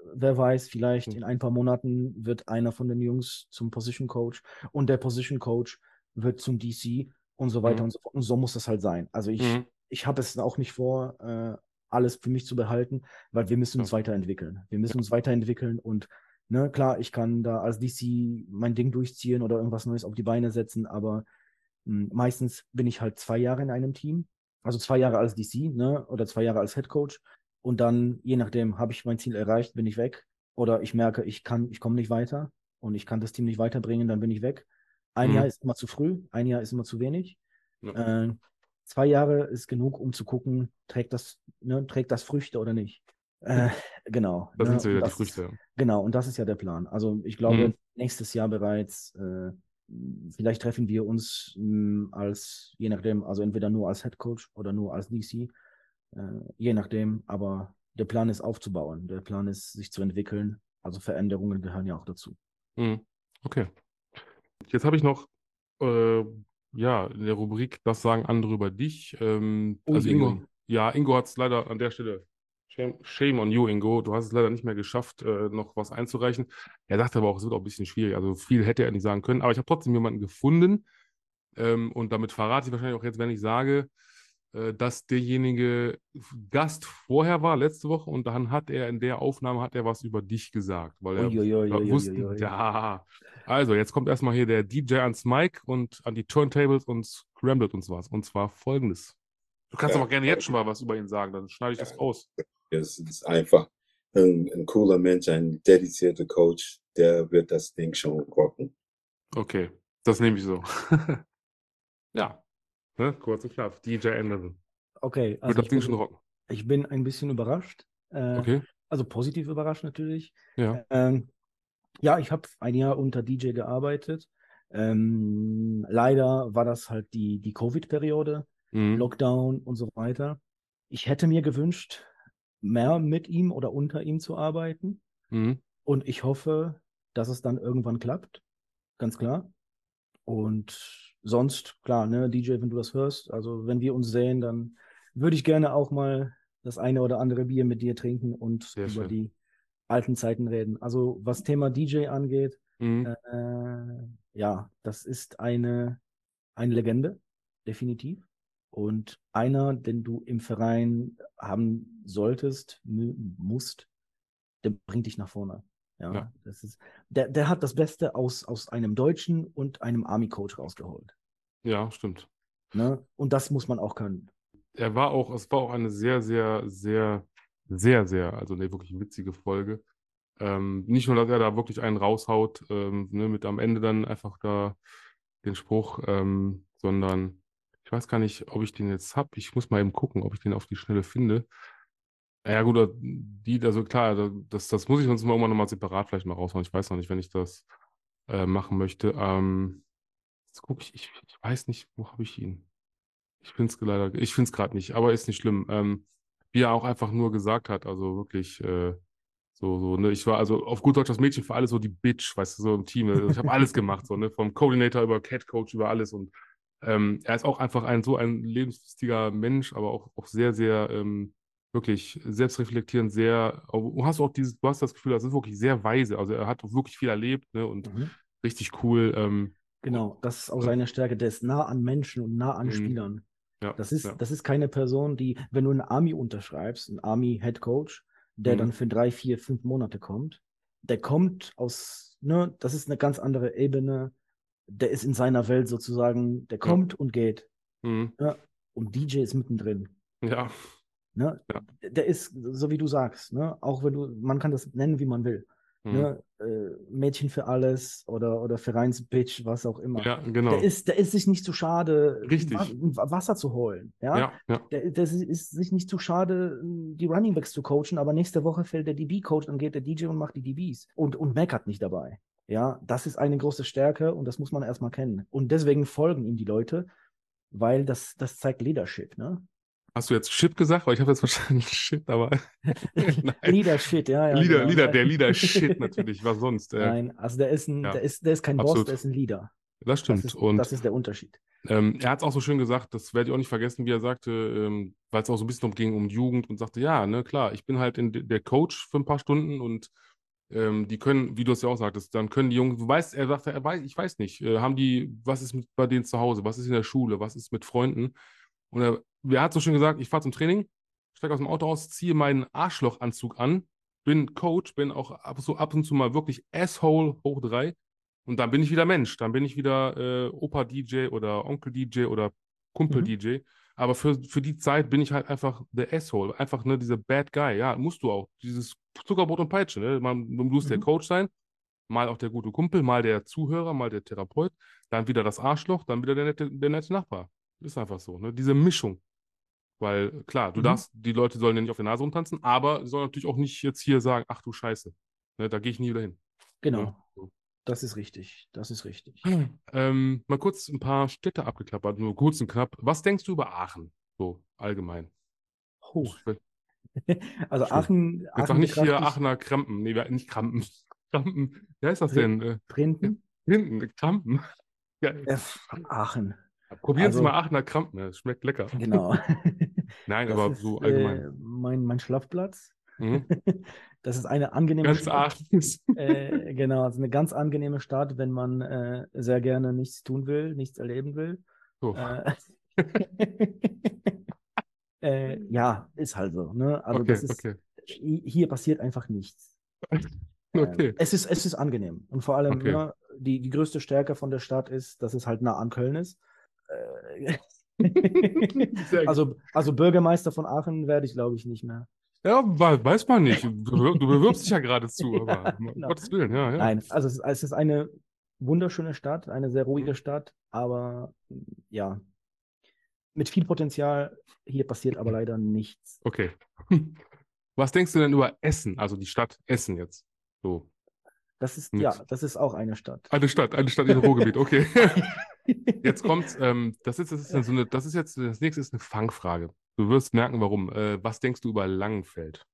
S3: wer weiß, vielleicht
S2: Hm.
S3: in ein paar Monaten wird einer von den Jungs zum Position Coach und der Position Coach wird zum D C und so weiter
S2: Mhm.
S3: und so fort. Und so muss das halt sein. Also ich,
S2: Mhm.
S3: ich habe es auch nicht vor, äh, alles für mich zu behalten, weil wir müssen uns
S2: Ja.
S3: weiterentwickeln. Wir müssen uns weiterentwickeln und ne, klar, ich kann da als D C mein Ding durchziehen oder irgendwas Neues auf die Beine setzen, aber mh, meistens bin ich halt zwei Jahre in einem Team, also zwei Jahre als D C, ne, oder zwei Jahre als Head Coach und dann, je nachdem, habe ich mein Ziel erreicht, bin ich weg oder ich merke, ich kann, ich komme nicht weiter und ich kann das Team nicht weiterbringen, dann bin ich weg. Ein Jahr
S2: Mhm.
S3: ist immer zu früh, ein Jahr ist immer zu wenig.
S2: Ja.
S3: Äh, zwei Jahre ist genug, um zu gucken, trägt das, ne, trägt das Früchte oder nicht. Äh, genau.
S2: Da sind
S3: Ne,
S2: sie
S3: und
S2: wieder, die
S3: das ist,
S2: Früchte.
S3: genau, und das ist ja der Plan. Also ich
S2: Mhm.
S3: glaube, nächstes Jahr bereits, äh, vielleicht treffen wir uns mh, als, je nachdem, also entweder nur als Head Coach oder nur als D C, äh, je nachdem, aber der Plan ist aufzubauen, der Plan ist, sich zu entwickeln. Also Veränderungen gehören ja auch dazu.
S2: Mhm. Okay. Jetzt habe ich noch, äh, ja, in der Rubrik, das sagen andere über dich. Ähm, also Ingo,
S3: Uiuiui.
S2: ja, Ingo hat es leider an der Stelle, shame, shame on you, Ingo, du hast es leider nicht mehr geschafft, äh, noch was einzureichen. Er sagte aber auch, es wird auch ein bisschen schwierig, also viel hätte er nicht sagen können, aber ich habe trotzdem jemanden gefunden, ähm, und damit verrate ich wahrscheinlich auch jetzt, wenn ich sage, äh, dass derjenige Gast vorher war, letzte Woche, und dann hat er in der Aufnahme hat er was über dich gesagt, weil er äh, wussten,
S3: Uiuiuiuiui.
S2: ja, also jetzt kommt erstmal hier der D J ans Mic und an die Turntables und scrambled uns was, und zwar folgendes. Du kannst
S5: Ja,
S2: aber gerne jetzt schon mal was über ihn sagen, dann schneide ich das raus.
S5: es ist einfach ein, ein cooler Mensch, ein dedizierter Coach, der wird das Ding schon rocken.
S2: Okay, das nehme ich so. Ja, ne? Kurz und knapp. D J Anderson.
S3: Okay,
S2: Wird
S3: also
S2: das
S3: ich
S2: Ding
S3: bin,
S2: schon rocken.
S3: ich bin ein bisschen überrascht. Äh,
S2: Okay,
S3: also positiv überrascht natürlich.
S2: ja.
S3: Ähm, ja, ich habe ein Jahr unter D J gearbeitet. Ähm, leider war das halt die, die Covid-Periode,
S2: Mhm.
S3: Lockdown und so weiter. Ich hätte mir gewünscht, mehr mit ihm oder unter ihm zu arbeiten.
S2: Mhm.
S3: Und ich hoffe, dass es dann irgendwann klappt. Ganz klar. Und sonst, klar, ne, D J, wenn du das hörst, also wenn wir uns sehen, dann würde ich gerne auch mal das eine oder andere Bier mit dir trinken und
S2: Sehr
S3: über
S2: schön.
S3: die alten Zeiten reden. Also was Thema D J angeht,
S2: Mhm.
S3: äh, ja, das ist eine, eine Legende, definitiv. Und einer, den du im Verein haben solltest, mü- musst, der bringt dich nach vorne.
S2: Ja.
S3: Ja, das ist, der, der hat das Beste aus, aus einem Deutschen und einem Army-Coach rausgeholt.
S2: Ja, stimmt.
S3: Ne? Und das muss man auch können.
S2: Er war auch, es war auch eine sehr, sehr, sehr, sehr, sehr, also eine wirklich witzige Folge. Ähm, nicht nur, dass er da wirklich einen raushaut, ähm, ne, mit am Ende dann einfach da den Spruch, ähm, sondern ich weiß gar nicht, ob ich den jetzt habe. Ich muss mal eben gucken, ob ich den auf die Schnelle finde. Ja, gut, die, also klar, das, das muss ich sonst mal irgendwann nochmal separat vielleicht mal raushauen. Ich weiß noch nicht, wenn ich das äh, machen möchte. Ähm, jetzt gucke ich, ich, ich weiß nicht, wo habe ich ihn? Ich finde es leider, ich finde es gerade nicht, aber ist nicht schlimm. Ähm, wie er auch einfach nur gesagt hat, also wirklich, äh, so, so, ne, ich war also auf gut Deutsch das Mädchen für alles so die Bitch, weißt du, so im Team. Also ich habe alles gemacht, so, ne, vom Coordinator über Cat Coach über alles, und ähm, er ist auch einfach ein so ein lebenslustiger Mensch, aber auch, auch sehr, sehr, ähm, wirklich selbstreflektierend, sehr, du hast auch dieses, du hast das Gefühl, das ist wirklich sehr weise, also er hat auch wirklich viel erlebt, ne, und
S3: Mhm.
S2: richtig cool, ähm,
S3: Genau, das ist auch
S2: und,
S3: seine Stärke. Der ist nah an Menschen und nah an
S2: mh,
S3: Spielern.
S2: ja,
S3: Das ist,
S2: ja,
S3: das ist keine Person, die, wenn du einen Army unterschreibst, einen Army-Head Coach, der
S2: mh,
S3: dann für drei, vier, fünf Monate kommt, der kommt aus, ne, das ist eine ganz andere Ebene. Der ist in seiner Welt sozusagen, der
S2: ja,
S3: kommt und geht.
S2: mh,
S3: Ne? Und D J ist mittendrin.
S2: ja,
S3: Ne?
S2: ja,
S3: Der ist, so wie du sagst, ne? Auch wenn du, man kann das nennen, wie man will.
S2: mh,
S3: Ne? Äh, Mädchen für alles oder, oder Vereinsbitch, was auch immer.
S2: ja,
S3: Der
S2: genau,
S3: ist, der ist sich nicht zu schade, Wa-
S2: richtig,
S3: Wasser zu holen. Ja?
S2: ja, ja,
S3: Der, der ist sich nicht zu schade, die Runningbacks zu coachen, aber nächste Woche fällt der D B-Coach, dann geht der D J und macht die D Bs und, und meckert nicht dabei. Ja, das ist eine große Stärke und das muss man erstmal kennen. Und deswegen folgen ihm die Leute, weil das, das zeigt Leadership, ne?
S2: Hast du jetzt Shit gesagt? Weil ich habe jetzt wahrscheinlich Shit, aber nein.
S3: Leadership, ja, ja,
S2: Leader,
S3: genau.
S2: Leader, der Leader Shit natürlich, was sonst? Äh,
S3: Nein, also der ist ein, der
S2: ja,
S3: ist, der ist kein Boss, der
S2: absolut.
S3: ist ein Leader.
S2: Das
S3: Das
S2: stimmt.
S3: ist,
S2: Und
S3: das ist der Unterschied.
S2: ähm, er hat es auch so schön gesagt, das werde ich auch nicht vergessen, wie er sagte, ähm, weil es auch so ein bisschen um ging, um Jugend und sagte, ja, ne, klar, ich bin halt in de- der Coach für ein paar Stunden und ähm, die können, wie du es ja auch sagtest, dann können die Jungs, du weißt, er sagte, er weiß, ich weiß nicht, äh, haben die, was ist mit, bei denen zu Hause, was ist in der Schule, was ist mit Freunden? Und er, er hat so schön gesagt, ich fahre zum Training, steige aus dem Auto aus, ziehe meinen Arschlochanzug an, bin Coach, bin auch ab, so ab und zu mal wirklich Asshole hoch drei. Und dann bin ich wieder Mensch. Dann bin ich wieder äh, Opa-D J oder Onkel-D J oder
S3: Mhm.
S2: Kumpel-D J. Aber für, für die Zeit bin ich halt einfach der Asshole. Einfach, ne, dieser Bad Guy. Ja, musst du auch. Dieses Zuckerbrot und Peitsche, ne? Man, du musst der
S3: Mhm.
S2: Coach sein, mal auch der gute Kumpel, mal der Zuhörer, mal der Therapeut, dann wieder das Arschloch, dann wieder der nette, der nette Nachbar. Ist einfach so, ne? Diese Mischung. Weil, klar, du
S3: Mhm.
S2: darfst, die Leute sollen ja nicht auf der Nase rumtanzen, aber sollen natürlich auch nicht jetzt hier sagen, ach du Scheiße. Ne, da gehe ich nie wieder hin. Ne?
S3: Genau.
S2: So.
S3: Das ist richtig. Das ist richtig.
S2: Ähm, mal kurz ein paar Städte abgeklappert, nur kurz und knapp. Was denkst du über Aachen? So, allgemein.
S3: Oh.
S2: Schön.
S3: Also
S2: Schön.
S3: Aachen,
S2: Jetzt
S3: Aachen
S2: sag nicht hier
S3: betrachte ich
S2: Aachener Krampen. Nee, nicht Krampen. Krampen. Wie heißt das
S3: Pre
S2: denn? Äh,
S3: Printen.
S2: hinten, Krampen. Geil.
S3: Äh, Aachen.
S2: Probieren Sie mal
S3: Also,
S2: Aachener Krampen. Das schmeckt lecker.
S3: genau.
S2: Nein,
S3: Das
S2: aber
S3: ist
S2: so allgemein.
S3: äh, mein, mein Schlafplatz.
S2: Mhm.
S3: Das ist eine angenehme
S2: Ganz
S3: Stadt.
S2: Aachen ist.
S3: Äh, genau, es ist eine ganz angenehme Stadt, wenn man äh, sehr gerne nichts tun will, nichts erleben will.
S2: So.
S3: Äh, äh, ja, ist halt so. Ne? Also
S2: Okay,
S3: das ist,
S2: okay.
S3: hi- hier passiert einfach nichts. Ähm,
S2: Okay,
S3: es ist, es ist angenehm. Und vor allem,
S2: okay.
S3: ne, die, die größte Stärke von der Stadt ist, dass es halt nah an Köln ist. Äh,
S2: Sehr gut.
S3: also, also Bürgermeister von Aachen werde ich, glaube ich, nicht mehr.
S2: Ja, we- weiß man nicht. Du, bewir- du bewirbst dich ja geradezu, aber
S3: Ja,
S2: um
S3: genau.
S2: Gottes Willen, ja, ja.
S3: Nein, also es ist, es ist eine wunderschöne Stadt, eine sehr ruhige
S2: Mhm.
S3: Stadt, aber ja, mit viel Potenzial. Hier passiert aber leider nichts.
S2: Okay. Was denkst du denn über Essen, also die Stadt Essen jetzt? So,
S3: Das ist,
S2: mit
S3: ja, das ist auch eine Stadt.
S2: eine Stadt, eine Stadt im Ruhrgebiet, okay. Jetzt kommt, ähm, das ist, das ist so eine, das ist jetzt, das nächste ist eine Fangfrage. Du wirst merken, warum. Äh, was denkst du über Langenfeld?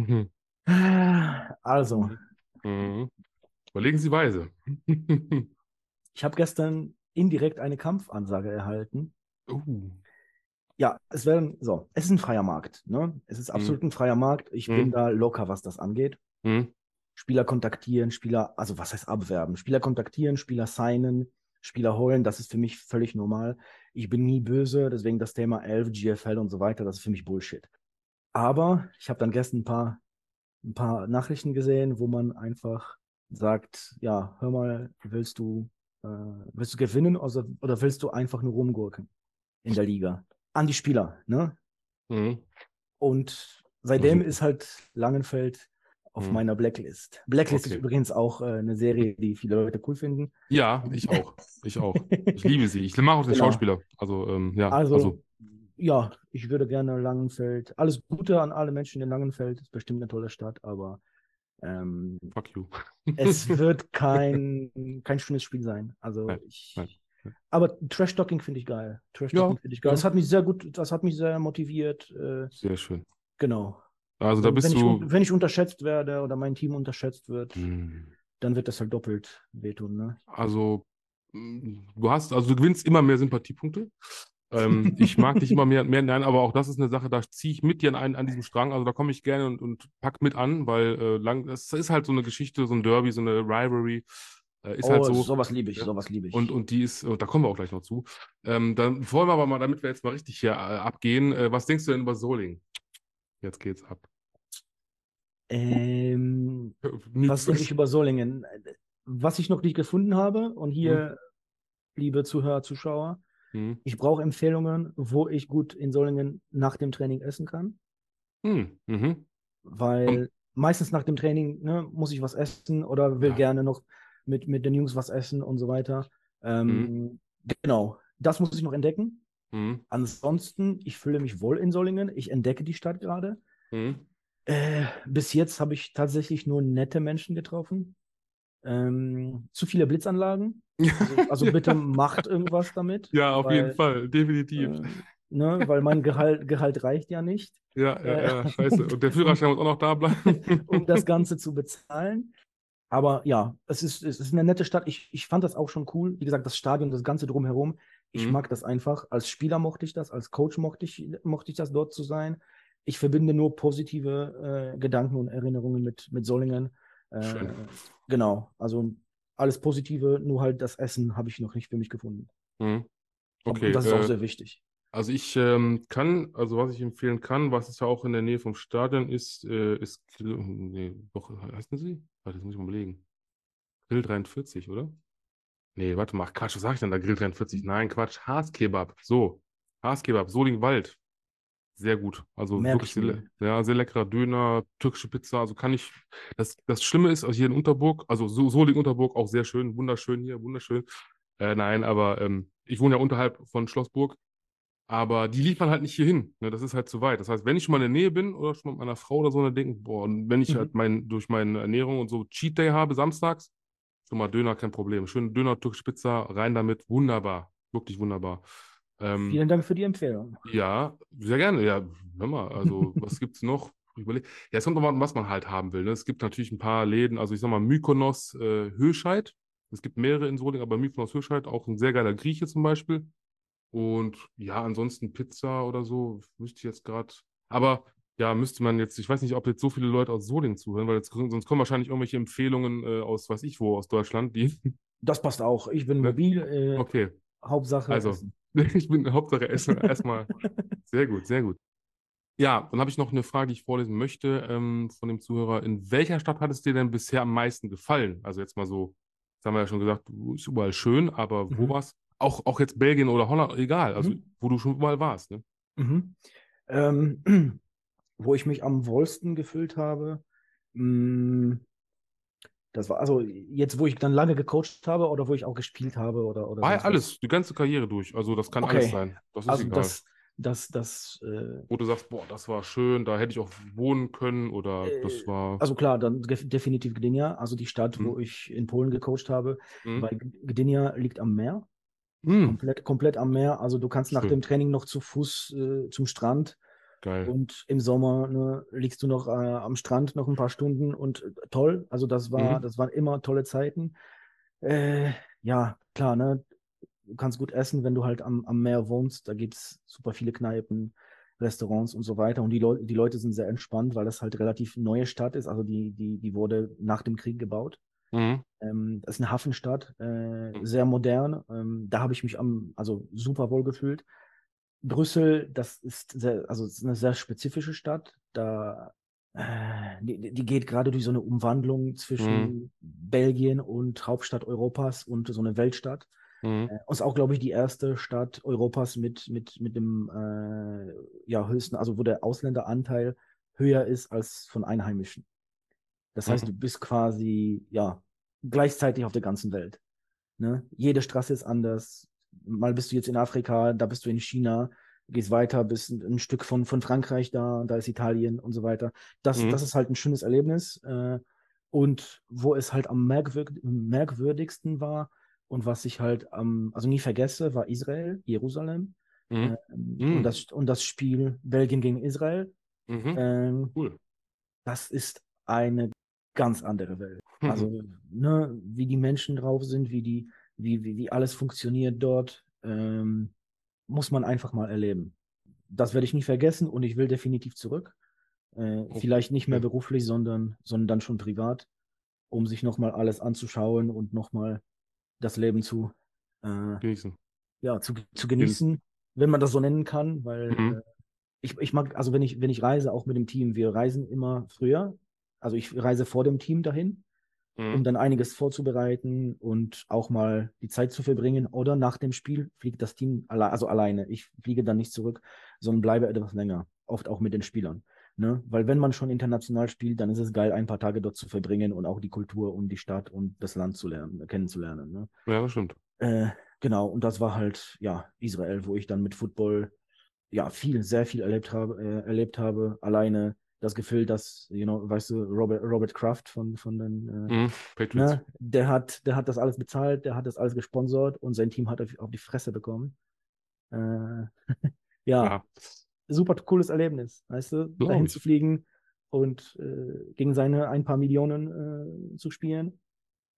S3: Also,
S2: Mhm. Überlegen Sie weise.
S3: ich habe gestern indirekt eine Kampfansage erhalten.
S2: Uh.
S3: Ja, es werden, so, es ist ein freier Markt, ne? Es ist absolut ein freier Markt. Ich bin
S2: Mhm.
S3: da locker, was das angeht.
S2: Mhm.
S3: Spieler kontaktieren, Spieler, also was heißt abwerben? Spieler kontaktieren, Spieler signen, Spieler holen, das ist für mich völlig normal. Ich bin nie böse, deswegen das Thema elf, G F L und so weiter, das ist für mich Bullshit. Aber ich habe dann gestern ein paar, ein paar Nachrichten gesehen, wo man einfach sagt, ja, hör mal, willst du, äh, willst du gewinnen oder, oder willst du einfach nur rumgurken in der Liga? An die Spieler, ne?
S2: Mhm.
S3: Und seitdem
S2: Super.
S3: ist halt Langenfeld auf
S2: Mhm.
S3: meiner Blacklist. Blacklist ist
S2: Okay.
S3: übrigens auch äh, eine Serie, die viele Leute cool finden.
S2: Ja, ich auch. Ich auch. Ich liebe sie. Ich mache auch den
S3: Genau.
S2: Schauspieler. Also, ähm, ja,
S3: Also,
S2: also,
S3: ja, ich würde gerne Langenfeld. Alles Gute an alle Menschen in Langenfeld. Ist bestimmt eine tolle Stadt, aber ähm,
S2: fuck you.
S3: es wird kein, kein schönes Spiel sein. Also
S2: Nein,
S3: ich.
S2: nein, nein.
S3: Aber Trash-Talking finde ich geil. Trash-Talking
S2: Ja,
S3: finde ich geil.
S2: ja.
S3: Das hat mich sehr gut, das hat mich sehr motiviert. Äh,
S2: Sehr schön.
S3: genau.
S2: Also, da
S3: Wenn,
S2: bist
S3: wenn, ich,
S2: du.
S3: un- wenn ich unterschätzt werde oder mein Team unterschätzt wird,
S2: Hm.
S3: dann wird das halt doppelt wehtun, ne?
S2: Also, mm, du hast, also du gewinnst immer mehr Sympathiepunkte. Ähm, ich mag dich immer mehr, mehr, nein, aber auch das ist eine Sache, da ziehe ich mit dir an, an diesem Strang. Also da komme ich gerne und, und pack mit an, weil äh, lang, das ist halt so eine Geschichte, so ein Derby, so eine Rivalry. Äh, ist
S3: Oh,
S2: halt so.
S3: sowas liebe ich,
S2: Ja.
S3: sowas liebe ich.
S2: Und, und die ist, und da kommen wir auch gleich noch zu. Ähm, dann wollen wir aber mal, damit wir jetzt mal richtig hier äh, abgehen, äh, was denkst du denn über Solingen? Jetzt geht's ab.
S3: Ähm,
S2: Nichts
S3: was denke ich über Solingen? Was ich noch nicht gefunden habe, und hier, liebe Zuhörer, Zuschauer,
S2: Hm.
S3: ich brauche Empfehlungen, wo ich gut in Solingen nach dem Training essen kann,
S2: Hm. Mhm.
S3: weil meistens nach dem Training, ne, muss ich was essen oder will
S2: Ja.
S3: gerne noch mit, mit den Jungs was essen und so weiter. Ähm, Genau, das muss ich noch entdecken.
S2: Hm.
S3: Ansonsten, ich fühle mich wohl in Solingen. Ich entdecke die Stadt gerade.
S2: Hm.
S3: Äh, bis jetzt habe ich tatsächlich nur nette Menschen getroffen. Ähm, zu viele Blitzanlagen. Also, also bitte macht irgendwas damit.
S2: Ja, auf jeden
S3: weil,
S2: Fall, definitiv.
S3: äh, ne, weil mein Gehalt, Gehalt reicht ja nicht,
S2: Ja, ja,
S3: äh,
S2: ja, scheiße. Und der Führerschein muss auch noch da bleiben.
S3: um das Ganze zu bezahlen. Aber ja, es ist, es ist eine nette Stadt. Ich, ich fand das auch schon cool. Wie gesagt, das Stadion, das Ganze drumherum. Ich
S2: Mhm.
S3: mag das einfach. Als Spieler mochte ich das, als Coach mochte ich, mochte ich das, dort zu sein. Ich verbinde nur positive äh, Gedanken und Erinnerungen mit, mit Solingen. Äh,
S2: Schön.
S3: genau, also alles Positive, nur halt das Essen habe ich noch nicht für mich gefunden.
S2: Mhm.
S3: Aber, und
S2: Okay,
S3: das ist auch
S2: äh,
S3: sehr wichtig.
S2: also ich ähm, kann, also was ich empfehlen kann, was es ja auch in der Nähe vom Stadion ist, äh, ist, Grill- nee, doch, heißen sie? Warte, das muss ich mal überlegen. Grill dreiundvierzig, oder? Nee, warte mal, Quatsch, was sag ich denn da? Grill dreiundvierzig? Nein, Quatsch, Haskebab. So, Haskebab, Solingwald. Sehr gut. Also
S3: Merke
S2: wirklich
S3: ich
S2: sehr, le-
S3: mir.
S2: ja, sehr leckerer Döner, türkische Pizza. Also kann ich, das, das Schlimme ist, also hier in Unterburg, also so, Soling-Unterburg auch sehr schön, wunderschön hier, wunderschön. Äh, nein, aber ähm, ich wohne ja unterhalb von Schlossburg. Aber die liefern halt nicht hier hin. Ne? Das ist halt zu weit. Das heißt, wenn ich schon mal in der Nähe bin oder schon mal mit meiner Frau oder so, dann denke ich, boah, und wenn ich
S3: Mhm.
S2: halt mein, durch meine Ernährung und so Cheat Day habe, samstags, schon mal Döner, kein Problem. Schön Döner, türkische Pizza, rein damit, wunderbar. Wirklich wunderbar. Ähm,
S3: Vielen Dank für die Empfehlung.
S2: ja, sehr gerne. Ja, hör mal, also was gibt's noch? Ich überleg- Ja, es kommt drauf an, was man halt haben will. Ne? Es gibt natürlich ein paar Läden, also ich sag mal Mykonos äh, Höscheid. Es gibt mehrere in Solingen, aber Mykonos Höscheid, auch ein sehr geiler Grieche zum Beispiel. Und ja, ansonsten Pizza oder so, wüsste ich jetzt gerade. Aber ja, müsste man jetzt, ich weiß nicht, ob jetzt so viele Leute aus Solingen zuhören, weil jetzt, sonst kommen wahrscheinlich irgendwelche Empfehlungen äh, aus, weiß ich wo, aus Deutschland, die,
S3: Das passt auch. Ich bin
S2: ne?
S3: mobil. Äh,
S2: Okay,
S3: Hauptsache
S2: also,
S3: Essen.
S2: ich bin Hauptsache erstmal, erstmal, sehr gut, sehr gut. Ja, dann habe ich noch eine Frage, die ich vorlesen möchte, ähm, von dem Zuhörer. In welcher Stadt hat es dir denn bisher am meisten gefallen? Also jetzt mal so, das haben wir ja schon gesagt, ist überall schön, aber wo
S3: Mhm.
S2: war's? Auch, auch jetzt Belgien oder Holland, egal, also
S3: Mhm.
S2: wo du schon überall warst, ne?
S3: Mhm. Ähm, wo ich mich am wohlsten gefühlt habe, mh, das war also jetzt, wo ich dann lange gecoacht habe oder wo ich auch gespielt habe oder, oder
S2: War ja
S3: sonst was.
S2: alles, die ganze Karriere durch. Also das kann alles
S3: Okay,
S2: sein. Das ist
S3: also
S2: egal.
S3: das, das, das, äh,
S2: Wo du sagst, boah, das war schön, da hätte ich auch wohnen können oder
S3: äh,
S2: das war.
S3: also klar, dann def- definitiv Gdynia, also die Stadt,
S2: Hm,
S3: wo ich in Polen gecoacht habe,
S2: hm,
S3: weil Gdynia liegt am Meer,
S2: hm,
S3: komplett, komplett am Meer. Also du kannst nach dem
S2: schön,
S3: Training noch zu Fuß äh, zum Strand.
S2: geil.
S3: Und im Sommer ne, liegst du noch äh, am Strand noch ein paar Stunden und äh, toll. Also das war,
S2: Mhm,
S3: das waren immer tolle Zeiten. Äh, ja, klar, ne? Du kannst gut essen, wenn du halt am, am Meer wohnst. Da gibt es super viele Kneipen, Restaurants und so weiter. Und die, Leu die Leute sind sehr entspannt, weil das halt relativ neue Stadt ist. Also die, die, die wurde nach dem Krieg gebaut.
S2: mhm,
S3: Ähm, das ist eine Hafenstadt, äh,
S2: mhm,
S3: sehr modern. Ähm, da habe ich mich am, also super wohl gefühlt. Brüssel, das ist sehr, also es ist eine sehr spezifische Stadt. Da, äh, die, die geht gerade durch so eine Umwandlung
S2: mhm,
S3: zwischen Belgien und Hauptstadt Europas und so eine Weltstadt.
S2: mhm,
S3: Äh, und ist auch, glaube ich, die erste Stadt Europas mit, mit, mit dem äh, ja, höchsten, also wo der Ausländeranteil höher ist als von Einheimischen. Das heißt,
S2: mhm,
S3: du bist quasi, ja, gleichzeitig auf der ganzen Welt. Ne? Jede Straße ist anders. Mal bist du jetzt in Afrika, da bist du in China, gehst weiter, bist ein, ein Stück von, von Frankreich da, da ist Italien und so weiter. Das, das
S2: mhm,
S3: ist halt ein schönes Erlebnis. Äh, und wo es halt am merkwür merkwürdigsten war und was ich halt am, also nie vergesse, war Israel, Jerusalem.
S2: mhm,
S3: Ähm, und
S2: mhm,
S3: das, und das Spiel Belgien gegen Israel.
S2: mhm,
S3: Ähm,
S2: cool.
S3: das ist eine ganz andere Welt.
S2: Mhm.
S3: Also, ne, wie die Menschen drauf sind, wie die, wie, wie, wie alles funktioniert dort, ähm, muss man einfach mal erleben. Das werde ich nie vergessen und ich will definitiv zurück. Äh, vielleicht nicht mehr
S2: Okay.
S3: beruflich, sondern, sondern dann schon privat, um sich nochmal alles anzuschauen und nochmal das Leben zu, äh,
S2: Genießen.
S3: ja, zu, zu
S2: Den,
S3: genießen, wenn man das so nennen kann, weil
S2: mhm,
S3: äh, ich, ich mag, also wenn ich, wenn ich reise, auch mit dem Team, wir reisen immer früher. Also ich reise vor dem Team dahin, um
S2: mhm,
S3: dann einiges vorzubereiten und auch mal die Zeit zu verbringen. Oder nach dem Spiel fliegt das Team alle, also alleine. Ich fliege dann nicht zurück, sondern bleibe etwas länger, oft auch mit den Spielern. Ne? Weil wenn man schon international spielt, dann ist es geil, ein paar Tage dort zu verbringen und auch die Kultur und die Stadt und das Land zu lernen, kennenzulernen. Ne?
S2: ja, das stimmt.
S3: Äh, genau, und das war halt, ja, Israel, wo ich dann mit Football ja, viel, sehr viel erlebt habe, äh, erlebt habe. Alleine das Gefühl, dass, you know, weißt du, Robert, Robert Kraft von, von den, äh,
S2: Mhm, Patriots.
S3: ne, der hat, der hat das alles bezahlt, der hat das alles gesponsert und sein Team hat auf, auf die Fresse bekommen. Äh, ja,
S2: Ja,
S3: super cooles Erlebnis, weißt du,
S2: glaube
S3: dahin
S2: ich.
S3: zu fliegen und äh, gegen seine ein paar Millionen äh, zu spielen.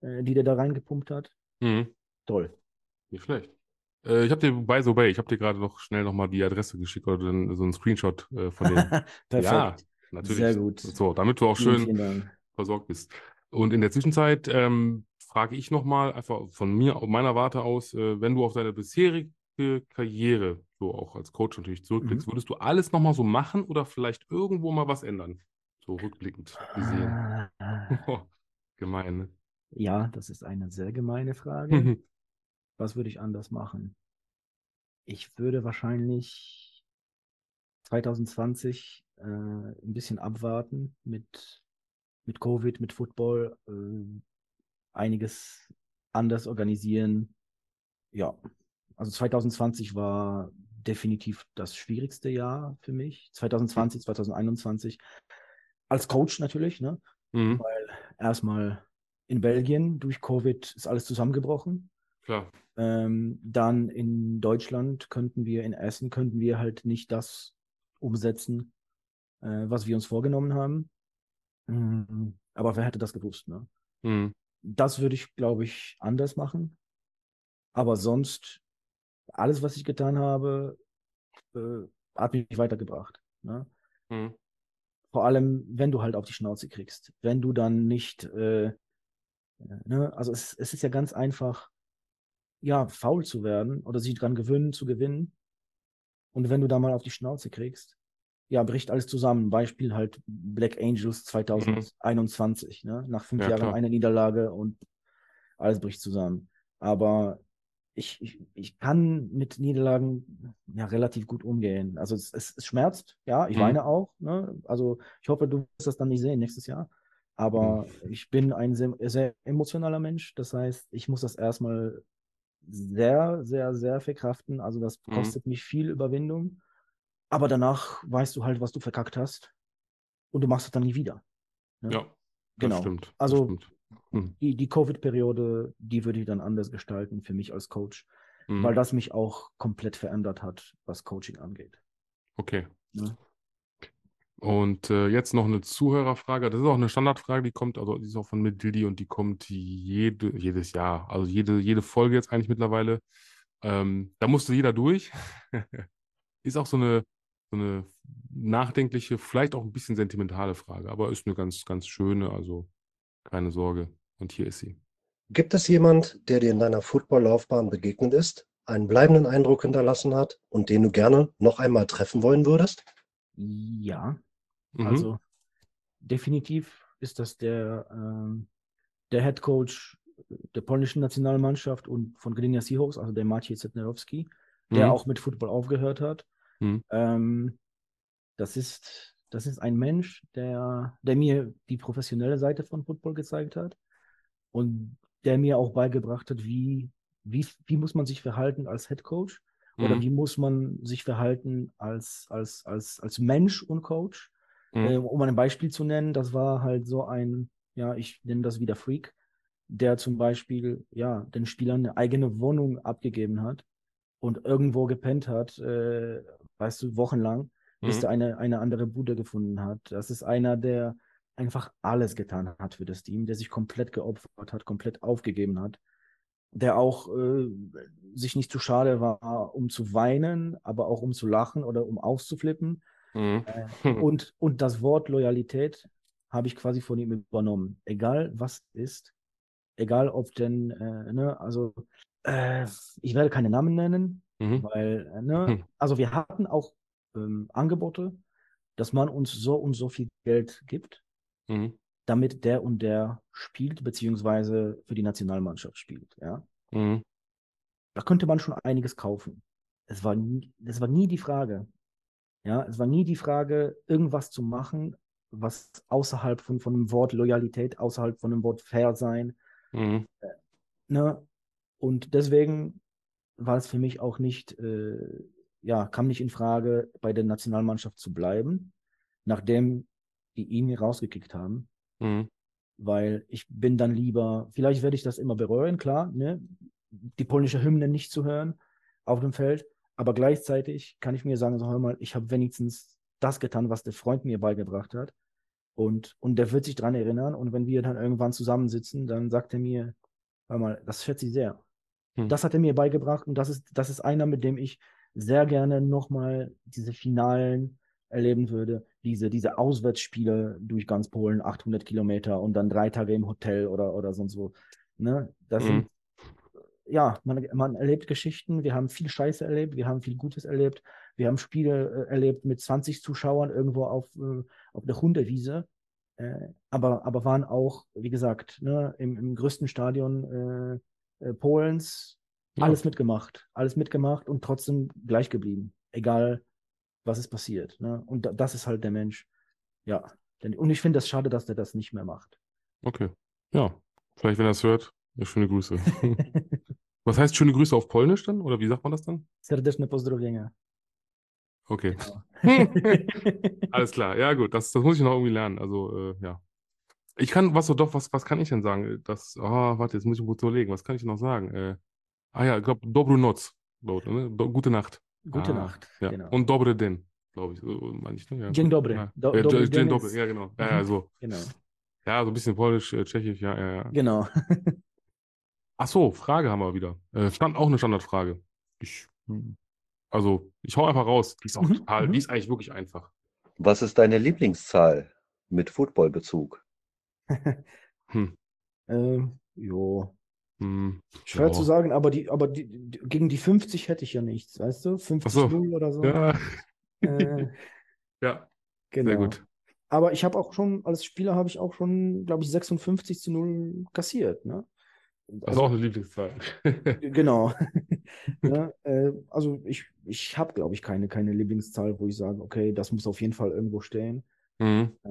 S3: äh, die der da reingepumpt hat.
S2: Mhm.
S3: Toll.
S2: Nicht schlecht. Äh, ich habe dir, by the way, ich habe dir gerade noch schnell nochmal die Adresse geschickt oder den, so einen Screenshot äh, von den.
S3: Perfekt.
S2: Ja, natürlich.
S3: Sehr gut.
S2: So, damit du auch
S3: Vielen,
S2: schön
S3: vielen Dank.
S2: versorgt bist. Und in der Zwischenzeit ähm, frage ich nochmal, einfach von mir, meiner Warte aus, äh, wenn du auf deine bisherige Karriere, so auch als Coach natürlich zurückblickst,
S3: Mhm.
S2: würdest du alles nochmal so machen oder vielleicht irgendwo mal was ändern? So rückblickend gesehen.
S3: Ah,
S2: Gemein, ne?
S3: Ja, das ist eine sehr gemeine Frage. Was würde ich anders machen? Ich würde wahrscheinlich zwanzig zwanzig äh, ein bisschen abwarten mit, mit Covid, mit Football, äh, einiges anders organisieren. Ja, also zwanzig zwanzig war definitiv das schwierigste Jahr für mich. zwanzig zwanzig, zwanzig einundzwanzig. Als Coach natürlich, ne?
S2: Mhm,
S3: Weil erstmal in Belgien durch Covid ist alles zusammengebrochen.
S2: klar.
S3: Ähm, dann in Deutschland könnten wir, in Essen könnten wir halt nicht das umsetzen, äh, was wir uns vorgenommen haben. Mhm. Aber wer hätte das gewusst, ne?
S2: Mhm,
S3: Das würde ich, glaube ich, anders machen. Aber sonst, alles, was ich getan habe, äh, hat mich weitergebracht. Ne?
S2: mhm,
S3: Vor allem, wenn du halt auf die Schnauze kriegst. Wenn du dann nicht, äh, ne? Also es, es ist ja ganz einfach, ja, faul zu werden oder sich dran gewöhnen zu gewinnen. Und wenn du da mal auf die Schnauze kriegst, ja, bricht alles zusammen. Beispiel halt Black Angels
S2: mhm.
S3: zwanzig einundzwanzig, ne? Nach fünf
S2: Ja,
S3: Jahren
S2: klar.
S3: eine Niederlage und alles bricht zusammen. Aber ich, ich, ich kann mit Niederlagen ja relativ gut umgehen. Also es, es, es schmerzt, ja, ich
S2: Mhm,
S3: weine auch. Ne? Also ich hoffe, du wirst das dann nicht sehen nächstes Jahr.
S2: mhm,
S3: Aber ich bin ein sehr, sehr emotionaler Mensch. Das heißt, ich muss das erstmal sehr, sehr, sehr verkraften. Also das
S2: mhm.
S3: kostet mich viel Überwindung. Aber danach weißt du halt, was du verkackt hast und du machst es dann nie wieder. Ne?
S2: Ja, das
S3: Genau.
S2: stimmt. Das
S3: Also
S2: stimmt. Mhm,
S3: die, die Covid-Periode, die würde ich dann anders gestalten für mich als Coach, weil
S2: mhm.
S3: das mich auch komplett verändert hat, was Coaching angeht.
S2: Okay.
S3: Ne?
S2: Und äh, jetzt noch eine Zuhörerfrage. Das ist auch eine Standardfrage, die kommt, also die ist auch von Medildi und die kommt jede, jedes Jahr. Also jede, jede Folge jetzt eigentlich mittlerweile. Ähm, da musste jeder durch. Ist auch so eine, so eine nachdenkliche, vielleicht auch ein bisschen sentimentale Frage, aber ist eine ganz, ganz schöne, also keine Sorge. Und hier ist sie.
S1: Gibt es jemand, der dir in deiner Football-Laufbahn begegnet ist, einen bleibenden Eindruck hinterlassen hat und den du gerne noch einmal treffen wollen würdest?
S3: Ja,
S2: Mhm.
S3: also definitiv ist das der, ähm, der Head Coach der polnischen Nationalmannschaft und von Gdynia Seahawks, also der Maciej Zetnerowski, der
S2: Mhm.
S3: auch mit Football aufgehört hat.
S2: Mhm.
S3: Ähm, das ist, das ist ein Mensch, der, der mir die professionelle Seite von Football gezeigt hat und der mir auch beigebracht hat, wie, wie, wie muss man sich verhalten als Head Coach oder
S2: Mhm.
S3: wie muss man sich verhalten als, als, als, als Mensch und Coach. Äh,
S2: Mhm.
S3: um ein Beispiel zu nennen, das war halt so ein, ja, ich nenne das wieder Freak, der zum Beispiel, ja, den Spielern eine eigene Wohnung abgegeben hat und irgendwo gepennt hat, äh, weißt du, wochenlang, bis
S2: Mhm.
S3: der eine, eine andere Bude gefunden hat. Das ist einer, der einfach alles getan hat für das Team, der sich komplett geopfert hat, komplett aufgegeben hat, der auch äh, sich nicht zu schade war, um zu weinen, aber auch um zu lachen oder um auszuflippen.
S2: Mhm.
S3: Äh,
S2: Mhm.
S3: und, und das Wort Loyalität habe ich quasi von ihm übernommen. Egal was ist, egal ob denn, äh, ne, also äh, ich werde keine Namen nennen,
S2: Mhm.
S3: weil, äh, ne,
S2: Mhm.
S3: also wir hatten auch ähm, Angebote, dass man uns so und so viel Geld gibt,
S2: Mhm.
S3: damit der und der spielt, beziehungsweise für die Nationalmannschaft spielt, ja.
S2: Mhm.
S3: Da könnte man schon einiges kaufen. Es war nie, es war nie die Frage, ja, es war nie die Frage, irgendwas zu machen, was außerhalb von, von dem Wort Loyalität, außerhalb von dem Wort Fair sein,
S2: Mhm.
S3: ne, und deswegen war es für mich auch nicht, äh, ja, kam nicht in Frage, bei der Nationalmannschaft zu bleiben, nachdem die ihn rausgekickt haben,
S2: Mhm.
S3: weil ich bin dann lieber, vielleicht werde ich das immer bereuen, klar, ne, die polnische Hymne nicht zu hören auf dem Feld, aber gleichzeitig kann ich mir sagen, so, hör mal, ich habe wenigstens das getan, was der Freund mir beigebracht hat. Und, und der wird sich dran erinnern. Und wenn wir dann irgendwann zusammensitzen, dann sagt er mir, hör mal, das schätze ich sehr.
S2: Hm.
S3: Das hat er mir beigebracht und das ist, das ist einer, mit dem ich sehr gerne nochmal diese Finalen erleben würde. Diese, diese Auswärtsspiele durch ganz Polen, achthundert Kilometer und dann drei Tage im Hotel oder, oder sonst wo. Ne? Das
S2: Mhm.
S3: sind, ja, man, man erlebt Geschichten. Wir haben viel Scheiße erlebt, wir haben viel Gutes erlebt. Wir haben Spiele äh, erlebt mit zwanzig Zuschauern irgendwo auf, äh, auf der Hundewiese. Äh, aber, aber waren auch, wie gesagt, ne, im, im größten Stadion äh, äh, Polens
S2: Ja.
S3: alles mitgemacht. Alles mitgemacht und trotzdem gleich geblieben. Egal, was ist passiert. Ne? Und da, das ist halt der Mensch. Ja. Denn, und ich finde es schade, dass der das nicht mehr macht.
S2: Okay. Ja. Vielleicht, wenn er es hört, ja, schöne Grüße. Was heißt schöne Grüße auf Polnisch dann? Oder wie sagt man das dann?
S3: Serdeczne pozdrowienia.
S2: Okay.
S3: Genau.
S2: Alles klar. Ja, gut. Das, das muss ich noch irgendwie lernen. Also, äh, ja. Ich kann, was so doch, was, was kann ich denn sagen? Das, ah, warte, jetzt muss ich kurz überlegen. Was kann ich noch sagen? Äh, ah ja, ich glaube, Dobru Noc. Glaub, ne? Do, gute Nacht.
S3: Gute
S2: Ah,
S3: Nacht.
S2: ja.
S3: Genau.
S2: Und Dobre Den, glaube ich. So, meine ich, ne? Ja,
S3: Dzień
S2: gut.
S3: dobry.
S2: Ja.
S3: Do,
S2: Ja,
S3: dobry
S2: Dzień
S3: dzień
S2: dobry.
S3: ist-
S2: Ja, genau. Ja, ja, so.
S3: Genau.
S2: Ja, so ein bisschen Polnisch, äh, Tschechisch, ja, ja, ja.
S3: Genau.
S2: Ach so, Frage haben wir wieder. Äh, stand auch eine Standardfrage. Ich, also, ich hau einfach raus. Die ist auch
S3: Mhm,
S2: total,
S3: mhm.
S2: die ist eigentlich wirklich einfach.
S6: Was ist deine Lieblingszahl mit Footballbezug?
S2: Hm.
S3: ähm, jo.
S2: Hm.
S3: Schwer
S2: Ja.
S3: zu sagen, aber, die, aber die, die, gegen die fünfzig hätte ich ja nichts, weißt du? fünfzig
S2: Ach so.
S3: null oder so.
S2: Ja,
S3: Äh,
S2: ja,
S3: genau.
S2: sehr gut.
S3: Aber ich habe auch schon, als Spieler habe ich auch schon, glaube ich, sechsundfünfzig zu null kassiert. Ne?
S2: Das ist auch eine Lieblingszahl.
S3: Genau. Ja, äh, also ich, ich habe, glaube ich, keine, keine Lieblingszahl, wo ich sage, okay, das muss auf jeden Fall irgendwo stehen.
S2: Mhm.
S3: Äh,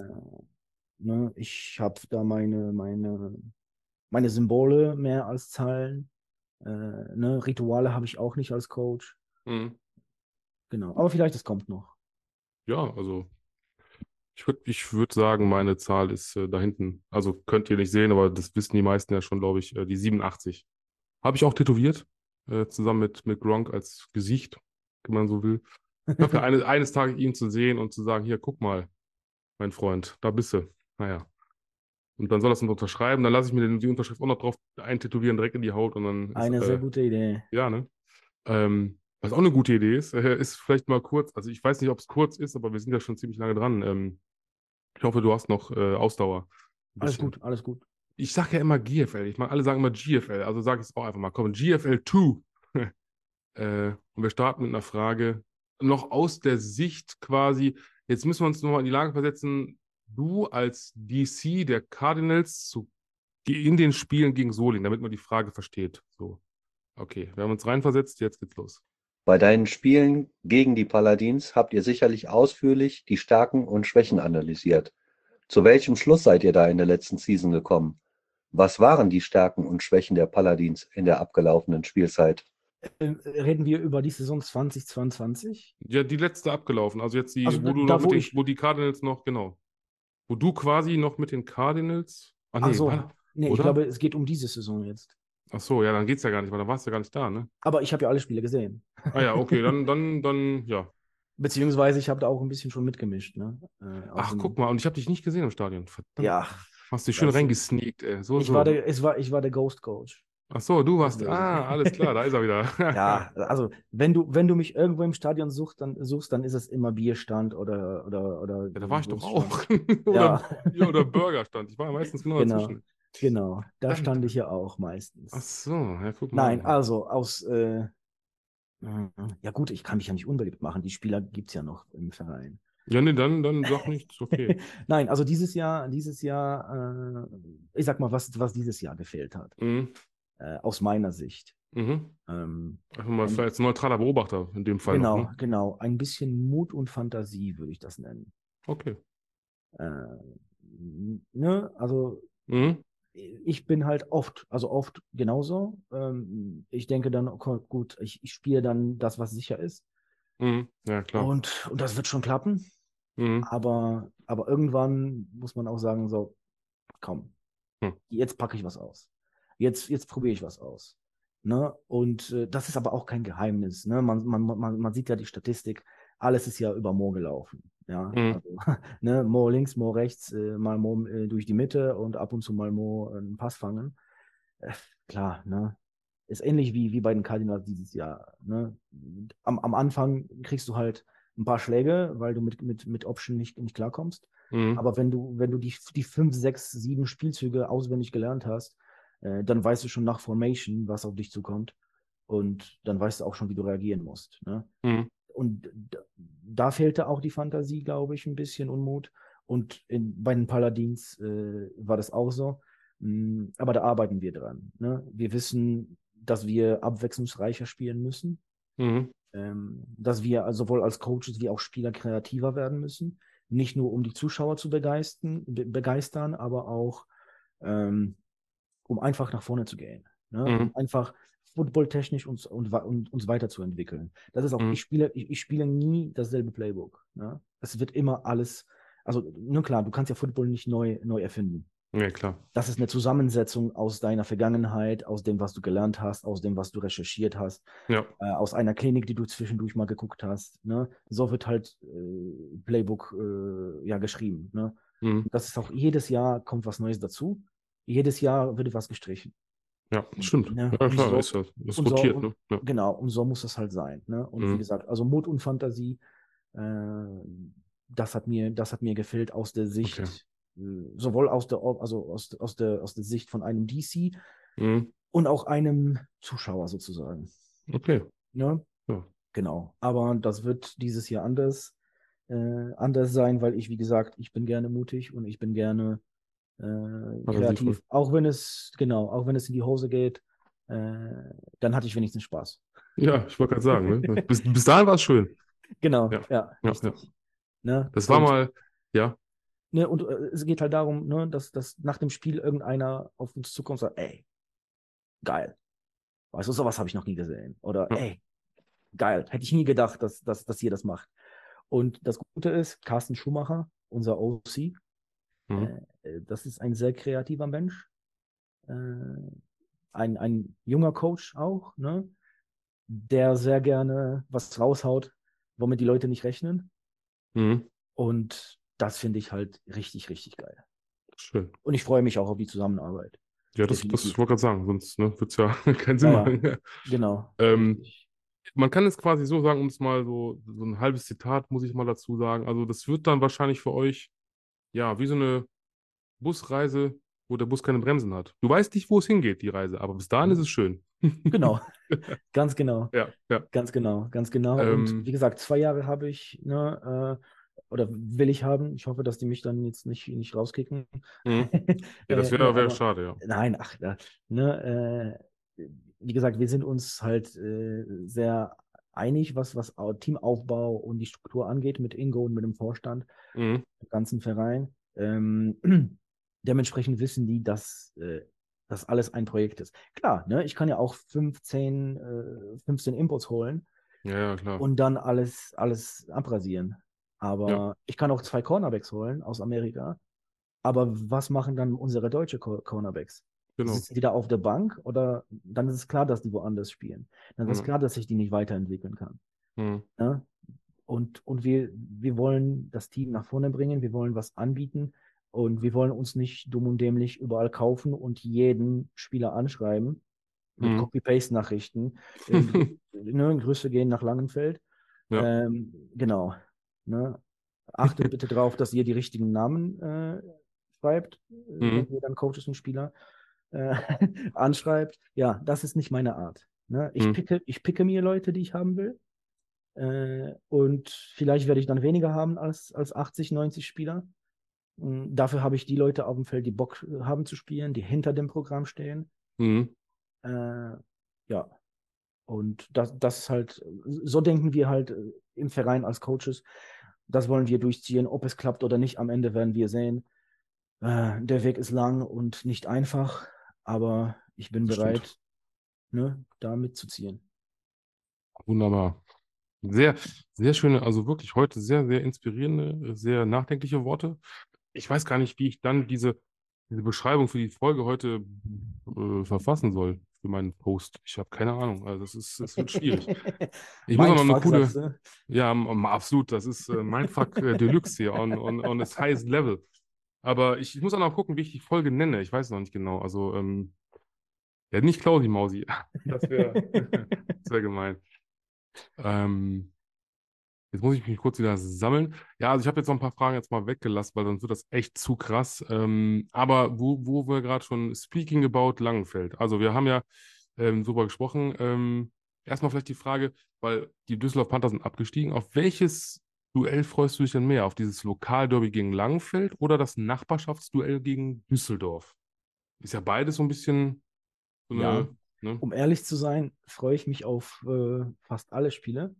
S3: ne? Ich habe da meine, meine, meine Symbole mehr als Zahlen. Äh, ne? Rituale habe ich auch nicht als Coach.
S2: Mhm.
S3: Genau. Aber vielleicht, das kommt noch.
S2: Ja, also ich würde ich würd sagen, meine Zahl ist äh, da hinten. Also könnt ihr nicht sehen, aber das wissen die meisten ja schon, glaube ich, äh, die siebenundachtzig. Habe ich auch tätowiert, äh, zusammen mit, mit Gronk als Gesicht, wenn man so will. Ich hoffe, eine, eines Tages ihn zu sehen und zu sagen, hier, guck mal, mein Freund, da bist du. Naja. Und dann soll er es unterschreiben, dann lasse ich mir den, die Unterschrift auch noch drauf eintätowieren, direkt in die Haut und dann ist,
S3: Eine
S2: äh,
S3: sehr gute Idee.
S2: ja, ne? Ähm, was auch eine gute Idee ist, äh, ist vielleicht mal kurz, also ich weiß nicht, ob es kurz ist, aber wir sind ja schon ziemlich lange dran. Ähm, ich hoffe, du hast noch äh, Ausdauer. Ein
S3: Alles
S2: bisschen.
S3: gut, alles gut.
S2: Ich sage ja immer G F L. Ich meine, alle sagen immer G F L, also sage ich es auch einfach mal. Komm, G F L zwei. äh, und wir starten mit einer Frage, noch aus der Sicht quasi, jetzt müssen wir uns nochmal in die Lage versetzen, du als D C der Cardinals zu, in den Spielen gegen Solingen, damit man die Frage versteht. So, okay, wir haben uns reinversetzt, jetzt geht's los.
S6: Bei deinen Spielen gegen die Paladins habt ihr sicherlich ausführlich die Stärken und Schwächen analysiert. Zu welchem Schluss seid ihr da in der letzten Season gekommen? Was waren die Stärken und Schwächen der Paladins in der abgelaufenen Spielzeit?
S3: Äh, reden wir über die Saison zwanzig zweiundzwanzig?
S2: Ja, die letzte abgelaufen, also jetzt die,
S3: Also
S2: wo
S3: da-
S2: du
S3: da,
S2: noch mit
S3: wo
S2: den,
S3: ich-
S2: wo die Cardinals noch, genau. Wo du quasi noch mit den Cardinals, ach nee,
S3: Ach so.
S2: war,
S3: Nee, ich
S2: oder?
S3: glaube, es geht um diese Saison jetzt.
S2: ach so, ja, dann geht's ja gar nicht, weil dann warst du ja gar nicht da, ne?
S3: Aber ich habe ja alle Spiele gesehen.
S2: Ah ja, okay, dann, dann, dann, ja.
S3: Beziehungsweise ich habe da auch ein bisschen schon mitgemischt. Ne? Äh, aus
S2: Ach,
S3: dem-
S2: guck mal, und ich habe dich nicht gesehen im Stadion. Verdammt.
S3: Ja,
S2: Hast dich schön
S3: das-
S2: reingesneakt, ey. So,
S3: ich
S2: so.
S3: war, der, es war, ich war der Ghost Coach.
S2: Ach so, du warst,
S3: Deswegen.
S2: ah, alles klar, da ist er wieder.
S3: Ja, also wenn du, wenn du mich irgendwo im Stadion suchst, dann suchst, dann ist es immer Bierstand oder oder oder.
S2: Ja, da war ich doch
S3: Wurststand.
S2: auch. oder,
S3: Ja.
S2: ja, oder Burgerstand. Ich war ja meistens genau,
S3: Genau.
S2: dazwischen.
S3: Genau, da
S2: Verdammt.
S3: stand ich ja auch meistens.
S2: Ach so, ja, guck mal.
S3: Nein, also aus, äh, ja gut, ich kann mich ja nicht unbeliebt machen. Die Spieler gibt es ja noch im Verein.
S2: Ja, nee, dann, dann sag nichts, okay.
S3: Nein, also dieses Jahr, dieses Jahr, äh, ich sag mal, was, was dieses Jahr gefehlt hat,
S2: Mhm.
S3: äh, aus meiner Sicht.
S2: Mhm.
S3: Ähm,
S2: Einfach mal
S3: Ein-
S2: als neutraler Beobachter in dem Fall
S3: genau,
S2: noch, ne?
S3: genau. Ein bisschen Mut und Fantasie würde ich das nennen.
S2: Okay.
S3: Äh, ne? Also
S2: Mhm.
S3: ich bin halt oft, also oft genauso. Ähm, ich denke dann, okay, gut, ich, ich spiele dann das, was sicher ist.
S2: Mhm. Ja, klar.
S3: Und, und das wird schon klappen.
S2: Mhm.
S3: Aber, aber irgendwann muss man auch sagen, so, komm,
S2: Hm.
S3: jetzt packe ich was aus. Jetzt, jetzt probiere ich was aus. Ne? Und äh, das ist aber auch kein Geheimnis. Ne? Man, man, man, man sieht ja die Statistik. alles ist ja über Mo gelaufen. Ja,
S2: Mhm.
S3: also, ne, Mo links, Mo rechts, äh, mal Mo äh, durch die Mitte und ab und zu mal Mo äh, einen Pass fangen. Äh, klar, ne? Ist ähnlich wie, wie bei den Cardinals dieses Jahr. Ne? Am, am Anfang kriegst du halt ein paar Schläge, weil du mit, mit, mit Option nicht, nicht klarkommst.
S2: Mhm.
S3: Aber wenn du, wenn du die, die fünf, sechs, sieben Spielzüge auswendig gelernt hast, äh, dann weißt du schon nach Formation, was auf dich zukommt. Und dann weißt du auch schon, wie du reagieren musst. Ne?
S2: Mhm.
S3: Und d- da fehlte auch die Fantasie, glaube ich, ein bisschen Unmut. Und in, bei den Paladins äh, war das auch so. Mm, Aber da arbeiten wir dran. Ne? Wir wissen, dass wir abwechslungsreicher spielen müssen,
S2: Mhm.
S3: ähm, dass wir sowohl als Coaches wie auch Spieler kreativer werden müssen. Nicht nur, um die Zuschauer zu begeistern, be begeistern aber auch, ähm, um einfach nach vorne zu gehen. Ne?
S2: Mhm.
S3: Um einfach footballtechnisch uns, und, und, uns weiterzuentwickeln. Das ist auch,
S2: Mhm.
S3: ich spiele, ich, ich spiele nie dasselbe Playbook. Ne? Es wird immer alles, also nur klar, du kannst ja Football nicht neu, neu erfinden.
S2: Ja, klar.
S3: Das ist eine Zusammensetzung aus deiner Vergangenheit, aus dem, was du gelernt hast, aus dem, was du recherchiert hast,
S2: Ja.
S3: äh, aus einer Klinik, die du zwischendurch mal geguckt hast. Ne? So wird halt äh, Playbook äh, ja geschrieben. Ne?
S2: Mhm.
S3: Das ist auch jedes Jahr kommt was Neues dazu. Jedes Jahr wird was gestrichen.
S2: Ja, stimmt.
S3: Ne?
S2: Ja,
S3: Und
S2: klar,
S3: so,
S2: ist ja, ist
S3: und so,
S2: rotiert,
S3: und,
S2: ne? Ja.
S3: genau, und so muss das halt sein. Ne? Und wie
S2: Mhm.
S3: gesagt, also Mut und Fantasie, äh, das hat mir, das hat mir gefehlt aus der
S2: Okay.
S3: Sicht, äh, sowohl aus der, also aus, aus der, aus der Sicht von einem D C
S2: Mhm.
S3: und auch einem Zuschauer sozusagen.
S2: Okay.
S3: Ne?
S2: Ja.
S3: Genau. Aber das wird dieses Jahr anders, äh, anders sein, weil ich, wie gesagt, ich bin gerne mutig und ich bin gerne äh,
S2: Fantasievoll.
S3: kreativ. Auch wenn es, genau, auch wenn es in die Hose geht, äh, dann hatte ich wenigstens Spaß.
S2: Ja, ich wollte gerade sagen, ne? Bis, bis dahin war es schön.
S3: Genau,
S2: Ja,
S3: ja,
S2: ja, ja.
S3: richtig. Ne?
S2: Das war
S3: Und,
S2: mal, ja,
S3: ne, und äh, es geht halt darum, ne, dass, dass nach dem Spiel irgendeiner auf uns zukommt und sagt, ey, geil. Weißt du, sowas habe ich noch nie gesehen. Oder
S2: ja.
S3: ey, geil. Hätte ich nie gedacht, dass, dass, dass ihr das macht. Und das Gute ist, Carsten Schumacher, unser O C,
S2: Mhm.
S3: äh, das ist ein sehr kreativer Mensch. Äh, ein, ein junger Coach auch, ne? Der sehr gerne was raushaut, womit die Leute nicht rechnen.
S2: Mhm.
S3: Und das finde ich halt richtig, richtig geil.
S2: Schön.
S3: Und ich freue mich auch auf die Zusammenarbeit.
S2: Ja, das, das
S3: Definitiv.
S2: ich wollte gerade sagen, sonst ne, wird es ja keinen Sinn
S3: Ja, ja,
S2: machen.
S3: genau.
S2: Ähm,
S3: Richtig.
S2: man kann es quasi so sagen, um es mal so, so ein halbes Zitat muss ich mal dazu sagen. Also, das wird dann wahrscheinlich für euch, ja, wie so eine Busreise, wo der Bus keine Bremsen hat. Du weißt nicht, wo es hingeht, die Reise, aber bis dahin ist es schön.
S3: Genau, ganz genau.
S2: Ja, ja.
S3: Ganz genau, ganz genau. Und
S2: Ähm,
S3: wie gesagt, zwei Jahre habe ich, ne, äh, oder will ich haben. Ich hoffe, dass die mich dann jetzt nicht, nicht rauskicken.
S2: mhm. Ja, das
S3: äh, ne,
S2: wäre wär
S3: aber
S2: schade, ja.
S3: nein, ach, ja, ne, äh, wie gesagt, wir sind uns halt äh, sehr einig, was, was Au- Teamaufbau und die Struktur angeht, mit Ingo und mit dem Vorstand,
S2: Mhm.
S3: dem ganzen Verein. Ähm, dementsprechend wissen die, dass äh, das alles ein Projekt ist. Klar, ne, ich kann ja auch fünfzehn, äh, fünfzehn Inputs holen
S2: Ja, ja, klar.
S3: und dann alles, alles abrasieren.
S2: Ja,
S3: Aber ich kann auch zwei Cornerbacks holen aus Amerika. Aber was machen dann unsere deutsche Cor- Cornerbacks?
S2: genau.
S3: Sitzen die da auf der Bank oder dann ist es klar, dass die woanders spielen. Dann ist es
S2: Ja.
S3: klar, dass ich die nicht weiterentwickeln kann.
S2: Mhm.
S3: Ne? Und, und wir, wir wollen das Team nach vorne bringen, wir wollen was anbieten und wir wollen uns nicht dumm und dämlich überall kaufen und jeden Spieler anschreiben mit
S2: Mhm.
S3: Copy-Paste-Nachrichten. Äh, grü ne, Grüße gehen nach Langenfeld.
S2: Ja.
S3: Ähm, genau. Ne? Achtet bitte darauf, dass ihr die richtigen Namen äh, schreibt, äh, wenn
S2: Mhm.
S3: ihr dann Coaches und Spieler äh, anschreibt. Ja, das ist nicht meine Art. Ne? Ich
S2: Mhm.
S3: picke, ich picke mir Leute, die ich haben will. Äh, und vielleicht werde ich dann weniger haben als, als achtzig, neunzig Spieler. Mm, Dafür habe ich die Leute auf dem Feld, die Bock haben zu spielen, die hinter dem Programm stehen.
S2: Mhm.
S3: Äh, ja, und das, das ist halt, so denken wir halt äh, im Verein als Coaches. Das wollen wir durchziehen. Ob es klappt oder nicht, am Ende werden wir sehen. Äh, der Weg ist lang und nicht einfach, aber ich bin
S2: Das stimmt.
S3: bereit, ne, da mitzuziehen.
S2: Wunderbar. Sehr, sehr schöne, also wirklich heute sehr, sehr inspirierende, sehr nachdenkliche Worte. Ich weiß gar nicht, wie ich dann diese, diese Beschreibung für die Folge heute äh, verfassen soll. für meinen Post? Ich habe keine Ahnung. Also das ist, das wird schwierig. Ich muss auch noch eine
S3: Mindfuck,
S2: coole,
S3: sagst du?
S2: ja, m- absolut. Das ist äh, Mindfuck äh, Deluxe hier on, on, on its highest level. Aber ich, ich muss auch noch gucken, wie ich die Folge nenne. Ich weiß noch nicht genau. Also, ähm, ja, nicht Klausi Mausi. Das wäre das wär gemein. Ähm, Jetzt muss ich mich kurz wieder sammeln. Ja, also ich habe jetzt noch ein paar Fragen jetzt mal weggelassen, weil sonst wird das echt zu krass. Ähm, aber wo, wo wir gerade schon speaking about Langenfeld. Also wir haben ja ähm, drüber gesprochen. Ähm, erstmal vielleicht die Frage, weil die Düsseldorf Panther sind abgestiegen. Auf welches Duell freust du dich denn mehr? Auf dieses Lokalderby gegen Langenfeld oder das Nachbarschaftsduell gegen Düsseldorf? Ist ja beides so ein bisschen so
S3: Ja,
S2: eine, ne?
S3: um ehrlich zu sein, freue ich mich auf äh, fast alle Spiele.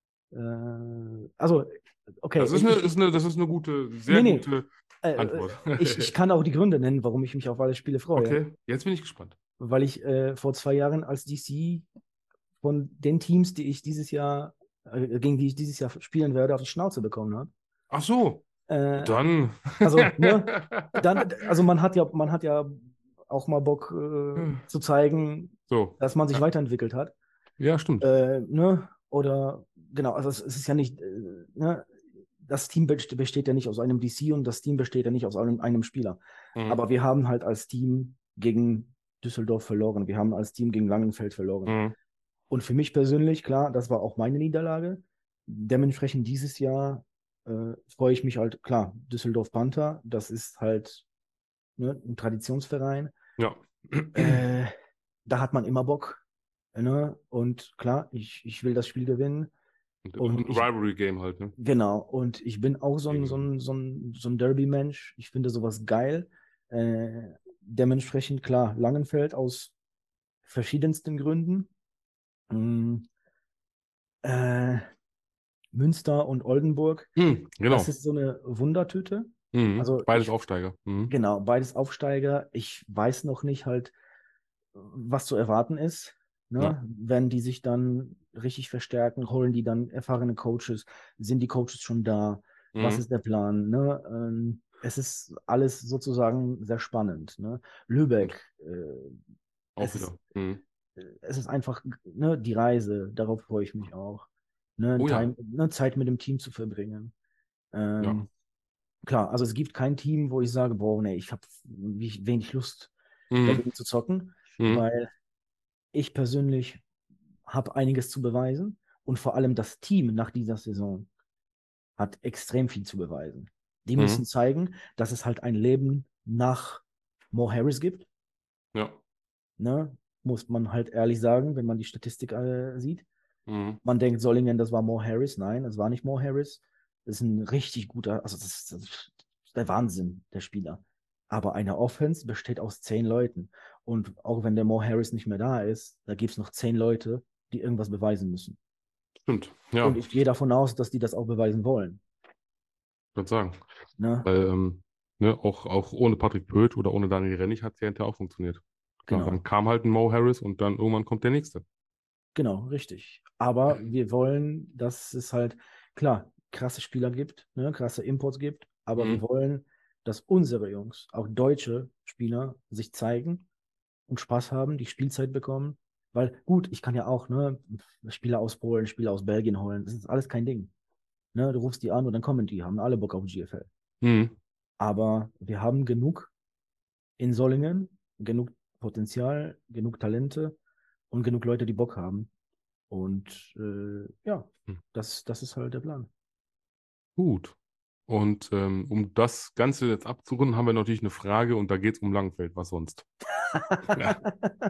S3: Äh, also, okay,
S2: Das ist
S3: ich,
S2: eine,
S3: ich,
S2: ist eine, das ist eine gute, sehr
S3: nee, nee,
S2: gute
S3: äh,
S2: Antwort.
S3: ich, ich kann auch die Gründe nennen, warum ich mich auf alle Spiele freue.
S2: Okay, jetzt bin ich gespannt.
S3: Weil ich äh, vor zwei Jahren als D C von den Teams, die ich dieses Jahr, äh, gegen die ich dieses Jahr spielen werde, auf die Schnauze bekommen habe.
S2: Ach so,
S3: Äh,
S2: dann.
S3: also, ne, dann, also man hat ja, man hat ja auch mal Bock äh, zu zeigen,
S2: So,
S3: dass man sich
S2: ja,
S3: weiterentwickelt hat.
S2: ja, stimmt.
S3: Äh, ne? Oder genau, also es, es ist ja nicht, äh, ne? Das Team best- besteht ja nicht aus einem D C und das Team besteht ja nicht aus einem, einem Spieler.
S2: Mhm.
S3: Aber wir haben halt als Team gegen Düsseldorf verloren. Wir haben als Team gegen Langenfeld verloren.
S2: Mhm.
S3: Und für mich persönlich, klar, das war auch meine Niederlage. Dementsprechend dieses Jahr äh, freue ich mich halt, klar, Düsseldorf Panther, das ist halt, ne, ein Traditionsverein.
S2: Ja.
S3: Äh, da hat man immer Bock. Ne? Und klar, ich, ich will das Spiel gewinnen.
S2: Und
S3: Und
S2: ein
S3: ich,
S2: Rivalry-Game halt, ne?
S3: genau, und ich bin auch so ein, so
S2: Gegen-
S3: ein, so ein, so ein Derby-Mensch. Ich finde sowas geil. Äh, dementsprechend, klar, Langenfeld aus verschiedensten Gründen. Mm, äh, Münster und Oldenburg,
S2: Mhm, genau.
S3: das ist so eine Wundertüte.
S2: Mhm.
S3: Also
S2: Beides
S3: ich,
S2: Aufsteiger. Mhm.
S3: genau, beides Aufsteiger. Ich weiß noch nicht halt, was zu erwarten ist.
S2: Ja.
S3: Ne? Wenn die sich dann richtig verstärken, holen die dann erfahrene Coaches, sind die Coaches schon da? Was
S2: Mhm.
S3: ist der Plan? Ne? Ähm, es ist alles sozusagen sehr spannend. Ne? Lübeck, äh,
S2: Auch
S3: es ist,
S2: wieder. Mhm.
S3: es ist einfach, ne, die Reise, darauf freue ich mich auch. Ne?
S2: Oh ja.
S3: Time, ne, Zeit mit dem Team zu verbringen.
S2: Ja.
S3: Ähm, klar, also es gibt kein Team, wo ich sage, boah, nee, ich habe wenig Lust,
S2: Mhm.
S3: dagegen zu zocken,
S2: Mhm.
S3: weil ich persönlich habe einiges zu beweisen und vor allem das Team nach dieser Saison hat extrem viel zu beweisen. Die
S2: Mhm.
S3: müssen zeigen, dass es halt ein Leben nach Mo Harris gibt.
S2: Ja.
S3: Ne? Muss man halt ehrlich sagen, wenn man die Statistik äh, sieht.
S2: Mhm.
S3: Man denkt, Solingen, das war Mo Harris. Nein, es war nicht Mo Harris. Das ist ein richtig guter, also das ist, das ist der Wahnsinn, der Spieler. Aber eine Offense besteht aus zehn Leuten. Und auch wenn der Mo Harris nicht mehr da ist, da gibt es noch zehn Leute, die irgendwas beweisen müssen.
S2: Stimmt. Ja,
S3: Und ich gehe davon aus, dass die das auch beweisen wollen.
S2: würde sagen.
S3: Ne?
S2: Weil, ähm, ne, auch, auch ohne Patrick Pöth oder ohne Daniel Rennig hat es ja hinterher auch funktioniert. Klar,
S3: Genau,
S2: dann kam halt ein Mo Harris und dann irgendwann kommt der nächste.
S3: genau, richtig. Aber wir wollen, dass es halt, klar, krasse Spieler gibt, ne, krasse Imports gibt, aber wir
S2: Mhm.
S3: wollen, dass unsere Jungs, auch deutsche Spieler, sich zeigen und Spaß haben, die Spielzeit bekommen. Weil, gut, ich kann ja auch, ne, Spieler aus Polen, Spieler aus Belgien holen. Das ist alles kein Ding. Ne, du rufst die an und dann kommen die, haben alle Bock auf G F L.
S2: Mhm.
S3: Aber wir haben genug in Solingen, genug Potenzial, genug Talente und genug Leute, die Bock haben. Und äh, ja,
S2: Mhm.
S3: das, das ist halt der Plan.
S2: Gut. Und ähm, um das Ganze jetzt abzurunden, haben wir natürlich eine Frage und da geht es um Langenfeld, was sonst? Ja.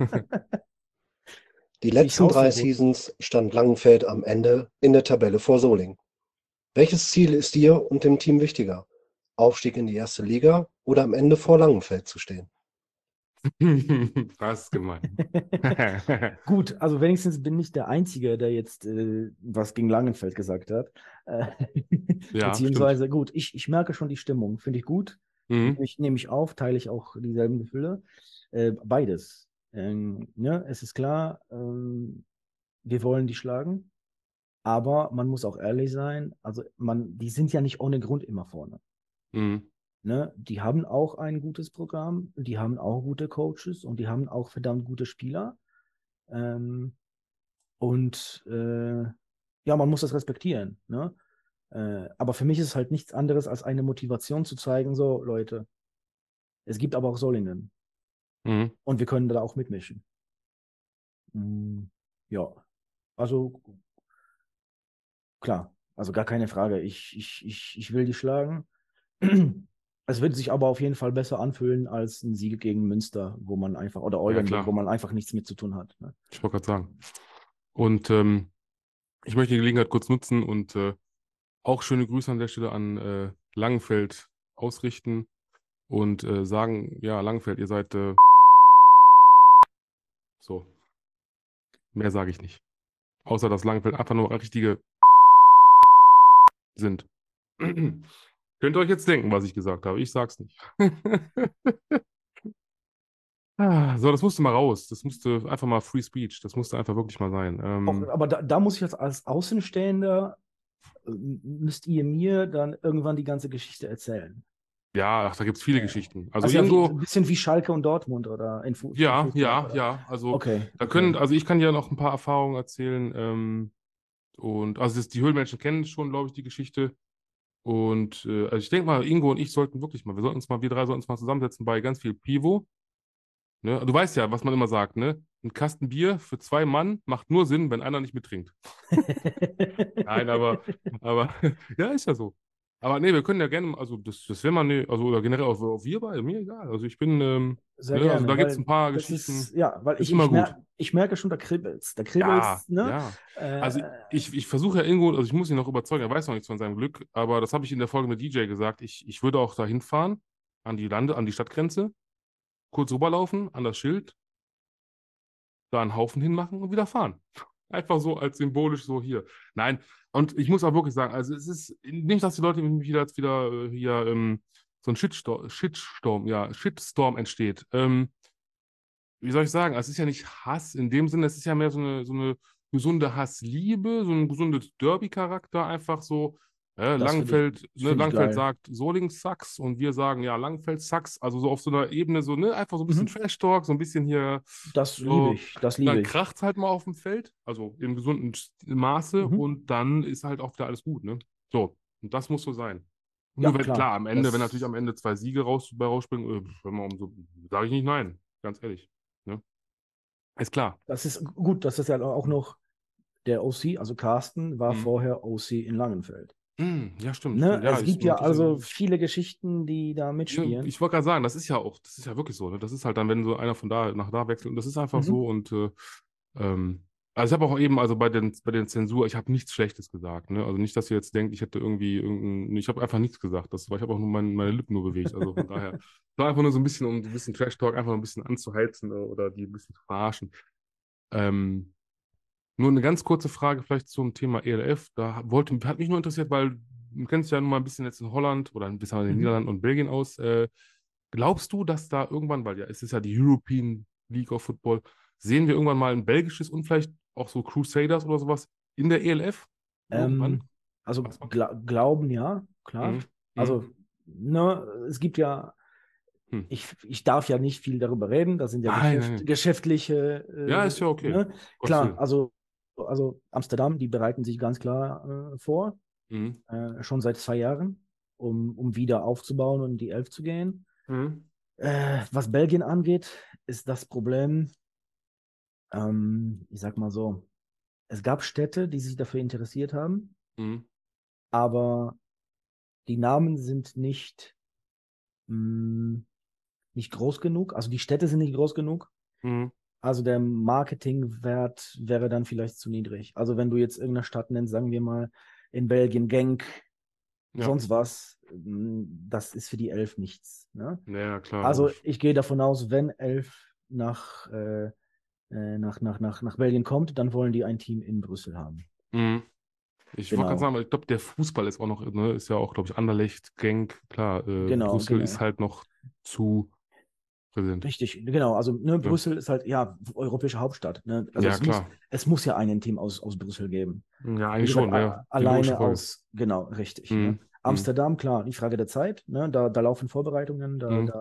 S1: Die
S3: Ich
S1: letzten drei
S3: Hausverbot.
S1: Seasons stand Langenfeld am Ende in der Tabelle vor Solingen. Welches Ziel ist dir und dem Team wichtiger? Aufstieg in die erste Liga oder am Ende vor Langenfeld zu stehen?
S2: Das ist gemein.
S3: Gut, also wenigstens bin ich der Einzige, der jetzt äh, was gegen Langenfeld gesagt hat. Äh,
S2: Ja,
S3: beziehungsweise, gut, ich, ich merke schon die Stimmung. Finde ich gut.
S2: Mhm.
S3: Nehme ich, nehme ich auf, teile ich auch dieselben Gefühle. Äh, beides. Ähm, ne? Es ist klar, ähm, wir wollen die schlagen, aber man muss auch ehrlich sein. Also, man, die sind ja nicht ohne Grund immer vorne.
S2: Mhm.
S3: Ne? Die haben auch ein gutes Programm, die haben auch gute Coaches und die haben auch verdammt gute Spieler. Ähm, und äh, ja, man muss das respektieren. Ne? Äh, aber für mich ist es halt nichts anderes als eine Motivation zu zeigen, so Leute, es gibt aber auch Solingen
S2: Mhm.
S3: und wir können da auch mitmischen. Mm, ja, also klar, also gar keine Frage. Ich, ich, ich, ich will die schlagen. Es wird sich aber auf jeden Fall besser anfühlen als ein Sieg gegen Münster, wo man einfach, oder
S2: Ja,
S3: Eulenburg,
S2: klar.
S3: wo man einfach nichts mit zu tun hat. Ne?
S2: Ich wollte gerade sagen. Und ähm, ich möchte die Gelegenheit kurz nutzen und äh, auch schöne Grüße an der Stelle an äh, Langenfeld ausrichten und äh, sagen, ja, Langenfeld, ihr seid äh, so. Mehr sage ich nicht. Außer dass Langenfeld einfach nur richtige sind. Könnt ihr euch jetzt denken, was ich gesagt habe? Ich sag's nicht. Ah, so, das musste mal raus. Das musste einfach mal Free Speech. Das musste einfach wirklich mal sein.
S3: Auch,
S2: Ähm,
S3: aber da, da muss ich jetzt als Außenstehender, äh, müsst ihr mir dann irgendwann die ganze Geschichte erzählen.
S2: ja, ach, da gibt's viele
S3: Äh,
S2: Geschichten. Also
S3: Also ja, wie,
S2: Ingo,
S3: ein bisschen wie Schalke und Dortmund oder in Fu im
S2: ja,
S3: Fußball.
S2: ja,
S3: Oder?
S2: ja. Also
S3: Okay,
S2: da können,
S3: okay.
S2: also ich kann ja noch ein paar Erfahrungen erzählen. Ähm, und also das, die Höhlenmenschen kennen schon, glaube ich, die Geschichte. Und äh, also ich denke mal, Ingo und ich sollten wirklich mal, wir sollten uns mal, wir drei sollten uns mal zusammensetzen bei ganz viel Pivo. Ne? Du weißt ja, was man immer sagt, ne? Ein Kasten Bier für zwei Mann macht nur Sinn, wenn einer nicht mittrinkt. Nein, aber, aber ja, ist ja so. Aber nee, wir können ja gerne, also das, das wäre mal, ne, also oder generell auch, auch wir beide, mir egal. Also ich bin, ähm,
S3: Sehr
S2: ne, also
S3: gerne,
S2: da gibt es
S3: weil
S2: ein paar
S3: das
S2: Geschichten,
S3: ist, ja, weil
S2: ist
S3: ich,
S2: immer
S3: ich,
S2: gut.
S3: mer ich merke schon, da kribbelt's. Da
S2: Ja,
S3: kribbelt's, ne?
S2: ja. Also
S3: Äh,
S2: ich, ich versuche ja irgendwo, also ich muss ihn noch überzeugen, er weiß noch nichts von seinem Glück, aber das habe ich in der Folge mit D J gesagt. Ich, ich würde auch da hinfahren, an die Lande, an die Stadtgrenze, kurz rüberlaufen, an das Schild, da einen Haufen hinmachen und wieder fahren. Einfach so als symbolisch so hier. Nein, und ich muss auch wirklich sagen, also es ist nicht, dass die Leute mich wieder jetzt wieder äh, hier ähm, so ein Shitstorm, Shitstorm, ja, Shitstorm entsteht. Ähm, wie soll ich sagen? Es ist ja nicht Hass in dem Sinne, es ist ja mehr so eine, so eine gesunde Hassliebe, so ein gesundes Derby-Charakter, einfach so. Äh,
S3: Das finde ich,
S2: Langenfeld,
S3: das
S2: ne,
S3: finde ich
S2: Langenfeld
S3: geil.
S2: sagt Solingen sucks und wir sagen ja Langenfeld sucks, also so auf so einer Ebene, so, ne, einfach so ein bisschen
S3: Mhm.
S2: Trash-Talk, so ein bisschen hier,
S3: Das liebe
S2: so,
S3: ich, das
S2: dann
S3: liebe ich.
S2: kracht's halt mal auf dem Feld, also im gesunden Maße
S3: Mhm.
S2: und dann ist halt auch wieder alles gut, ne? So, und das muss so sein.
S3: Ja,
S2: Nur wenn,
S3: klar.
S2: klar, am Ende, wenn natürlich
S3: Das
S2: am Ende zwei Siege raus, bei rausspringen, äh, wenn man um so, sage ich nicht nein, ganz ehrlich. Ne? Ist klar.
S3: Das ist gut, das ist ja auch noch der O C, also Carsten war
S2: Mhm.
S3: vorher O C in Langenfeld.
S2: Mhm, ja, stimmt,
S3: Ne?
S2: stimmt. Ja,
S3: Es
S2: ich,
S3: gibt
S2: man
S3: ja
S2: hat das ja
S3: also
S2: gesehen.
S3: viele Geschichten, die da
S2: Ja,
S3: mitspielen.
S2: ich wollte gerade sagen, das ist ja auch, das ist ja wirklich so. Ne? Das ist halt dann, wenn so einer von da nach da wechselt und das ist einfach
S3: Mhm.
S2: so und äh, ähm, also ich habe auch eben, also bei den, bei den Zensur, ich habe nichts Schlechtes gesagt. Ne? Also nicht, dass ihr jetzt denkt, ich hätte irgendwie irgendein, ich habe einfach nichts gesagt. Das war, ich habe auch nur mein, meine Lippen nur bewegt. Also von daher, es war einfach nur so ein bisschen, um so ein bisschen Trash-Talk einfach ein bisschen anzuheizen oder, oder die ein bisschen zu verarschen. Ähm, Nur eine ganz kurze Frage vielleicht zum Thema E L F. Da wollte, hat mich nur interessiert, weil du kennst ja nun mal ein bisschen jetzt in Holland oder ein bisschen in den
S3: Mhm.
S2: Niederlanden und Belgien aus. Äh, glaubst du, dass da irgendwann, weil ja, es ist ja die European League of Football, sehen wir irgendwann mal ein belgisches und vielleicht auch so Crusaders oder sowas in der E L F? Irgendwann?
S3: Ähm, also
S2: Was man-
S3: gla glauben, ja, klar.
S2: Mhm. Mhm.
S3: Also, ne, es gibt ja,
S2: Hm.
S3: ich, ich darf ja nicht viel darüber reden, das sind ja
S2: Nein, nein,
S3: Geschäft,
S2: nein.
S3: geschäftliche,
S2: Ja,
S3: äh,
S2: ist ja okay.
S3: ne?
S2: Gottes
S3: Klar,
S2: Willen.
S3: also, also Amsterdam, die bereiten sich ganz klar äh, vor,
S2: Mhm.
S3: äh, schon seit zwei Jahren, um, um wieder aufzubauen und in die Elf zu gehen.
S2: Mhm.
S3: Äh, was Belgien angeht, ist das Problem, ähm, ich sag mal so, es gab Städte, die sich dafür interessiert haben,
S2: Mhm.
S3: aber die Namen sind nicht, mh, nicht groß genug. Also die Städte sind nicht groß genug.
S2: Mhm.
S3: Also der Marketingwert wäre dann vielleicht zu niedrig. Also wenn du jetzt irgendeine Stadt nennst, sagen wir mal in Belgien Genk,
S2: Ja.
S3: sonst was, mh, das ist für die Elf nichts. Ne?
S2: Ja, klar,
S3: Also
S2: logisch.
S3: ich gehe davon aus, wenn Elf nach, äh, äh, nach, nach, nach, nach Belgien kommt, dann wollen die ein Team in Brüssel haben.
S2: Mhm. Ich wollte gerade
S3: Genau,
S2: sagen, weil ich glaube, der Fußball ist auch noch, ne, ist ja auch, glaube ich, Anderlecht, Genk, klar, äh,
S3: genau,
S2: Brüssel ist
S3: genau.
S2: halt noch zu präsent.
S3: Richtig, genau. Also ne,
S2: Ja,
S3: Brüssel ist halt, ja, europäische Hauptstadt. Ne? Also
S2: ja
S3: es muss,
S2: klar.
S3: es muss ja ein Team aus, aus Brüssel geben.
S2: Ja,
S3: Wie
S2: eigentlich
S3: gesagt,
S2: schon, wäre
S3: a-
S2: die logische
S3: alleine
S2: Folge.
S3: aus, genau, richtig. Ne?
S2: Mhm. Mhm.
S3: Amsterdam, klar, die Frage der Zeit. Ne? Da, da laufen Vorbereitungen, da,
S2: Mhm.
S3: da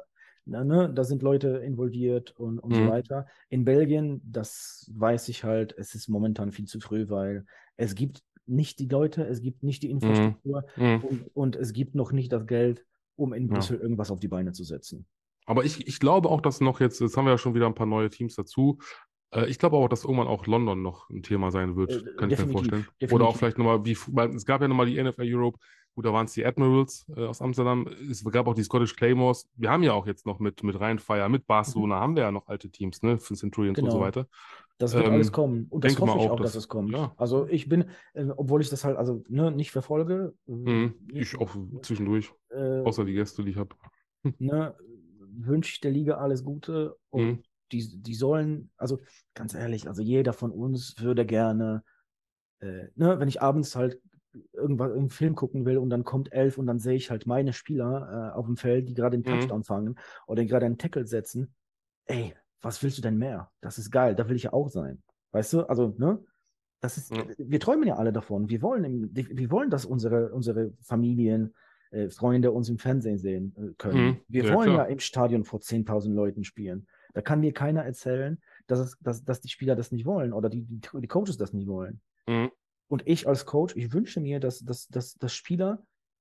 S3: Na, ne, da sind Leute involviert und, und so
S2: Mhm.
S3: weiter. In Belgien, das weiß ich halt, es ist momentan viel zu früh, weil es gibt nicht die Leute, es gibt nicht die
S2: Mhm.
S3: Infrastruktur
S2: Mhm.
S3: und, und es gibt noch nicht das Geld, um in
S2: Ja.
S3: Brüssel irgendwas auf die Beine zu setzen.
S2: Aber ich, ich glaube auch, dass noch jetzt, jetzt haben wir ja schon wieder ein paar neue Teams dazu. Äh, ich glaube auch, dass irgendwann auch London noch ein Thema sein wird,
S3: Äh,
S2: kann ich mir vorstellen.
S3: definitiv,
S2: Oder auch
S3: definitiv.
S2: vielleicht nochmal, wie, weil es gab ja nochmal die N F L Europe, gut, da waren es die Admirals äh, aus Amsterdam. Es gab auch die Scottish Claymores. Wir haben ja auch jetzt noch mit, mit Rheinfire, mit
S3: Mhm.
S2: Barcelona, haben wir ja noch alte Teams, ne, für Centurions und so
S3: Genau.
S2: weiter.
S3: Das wird alles
S2: Ähm,
S3: kommen. Und das
S2: denke mal
S3: hoffe ich
S2: auch,
S3: auch, dass
S2: dass,
S3: es kommt.
S2: ja,
S3: Also ich bin, äh, obwohl ich das halt also ne, nicht verfolge, äh,
S2: mhm, ich auch zwischendurch,
S3: äh,
S2: außer die Gäste, die ich habe.
S3: ne, wünsche ich der Liga alles Gute und
S2: Mhm,
S3: die, die sollen, also ganz ehrlich, also jeder von uns würde gerne, äh, ne, wenn ich abends halt irgendwas, irgendeinen Film gucken will und dann kommt elf und dann sehe ich halt meine Spieler äh, auf dem Feld, die gerade den
S2: mhm,
S3: Touchdown fangen oder die gerade einen Tackle setzen. Ey, was willst du denn mehr? Das ist geil, da will ich ja auch sein. Weißt du, also, ne? Das ist,
S2: ja,
S3: wir träumen ja alle davon. Wir wollen, im, wir wollen, dass unsere, unsere Familien, äh, Freunde uns im Fernsehen sehen äh, können.
S2: mhm,
S3: Wir
S2: ja,
S3: wollen ja
S2: klar.
S3: im Stadion vor zehntausend Leuten spielen. Da kann mir keiner erzählen, dass, es, dass, dass die Spieler das nicht wollen oder die, die, die Coaches das nicht wollen.
S2: Mhm,
S3: Und ich als Coach, ich wünsche mir, dass, dass, dass, dass Spieler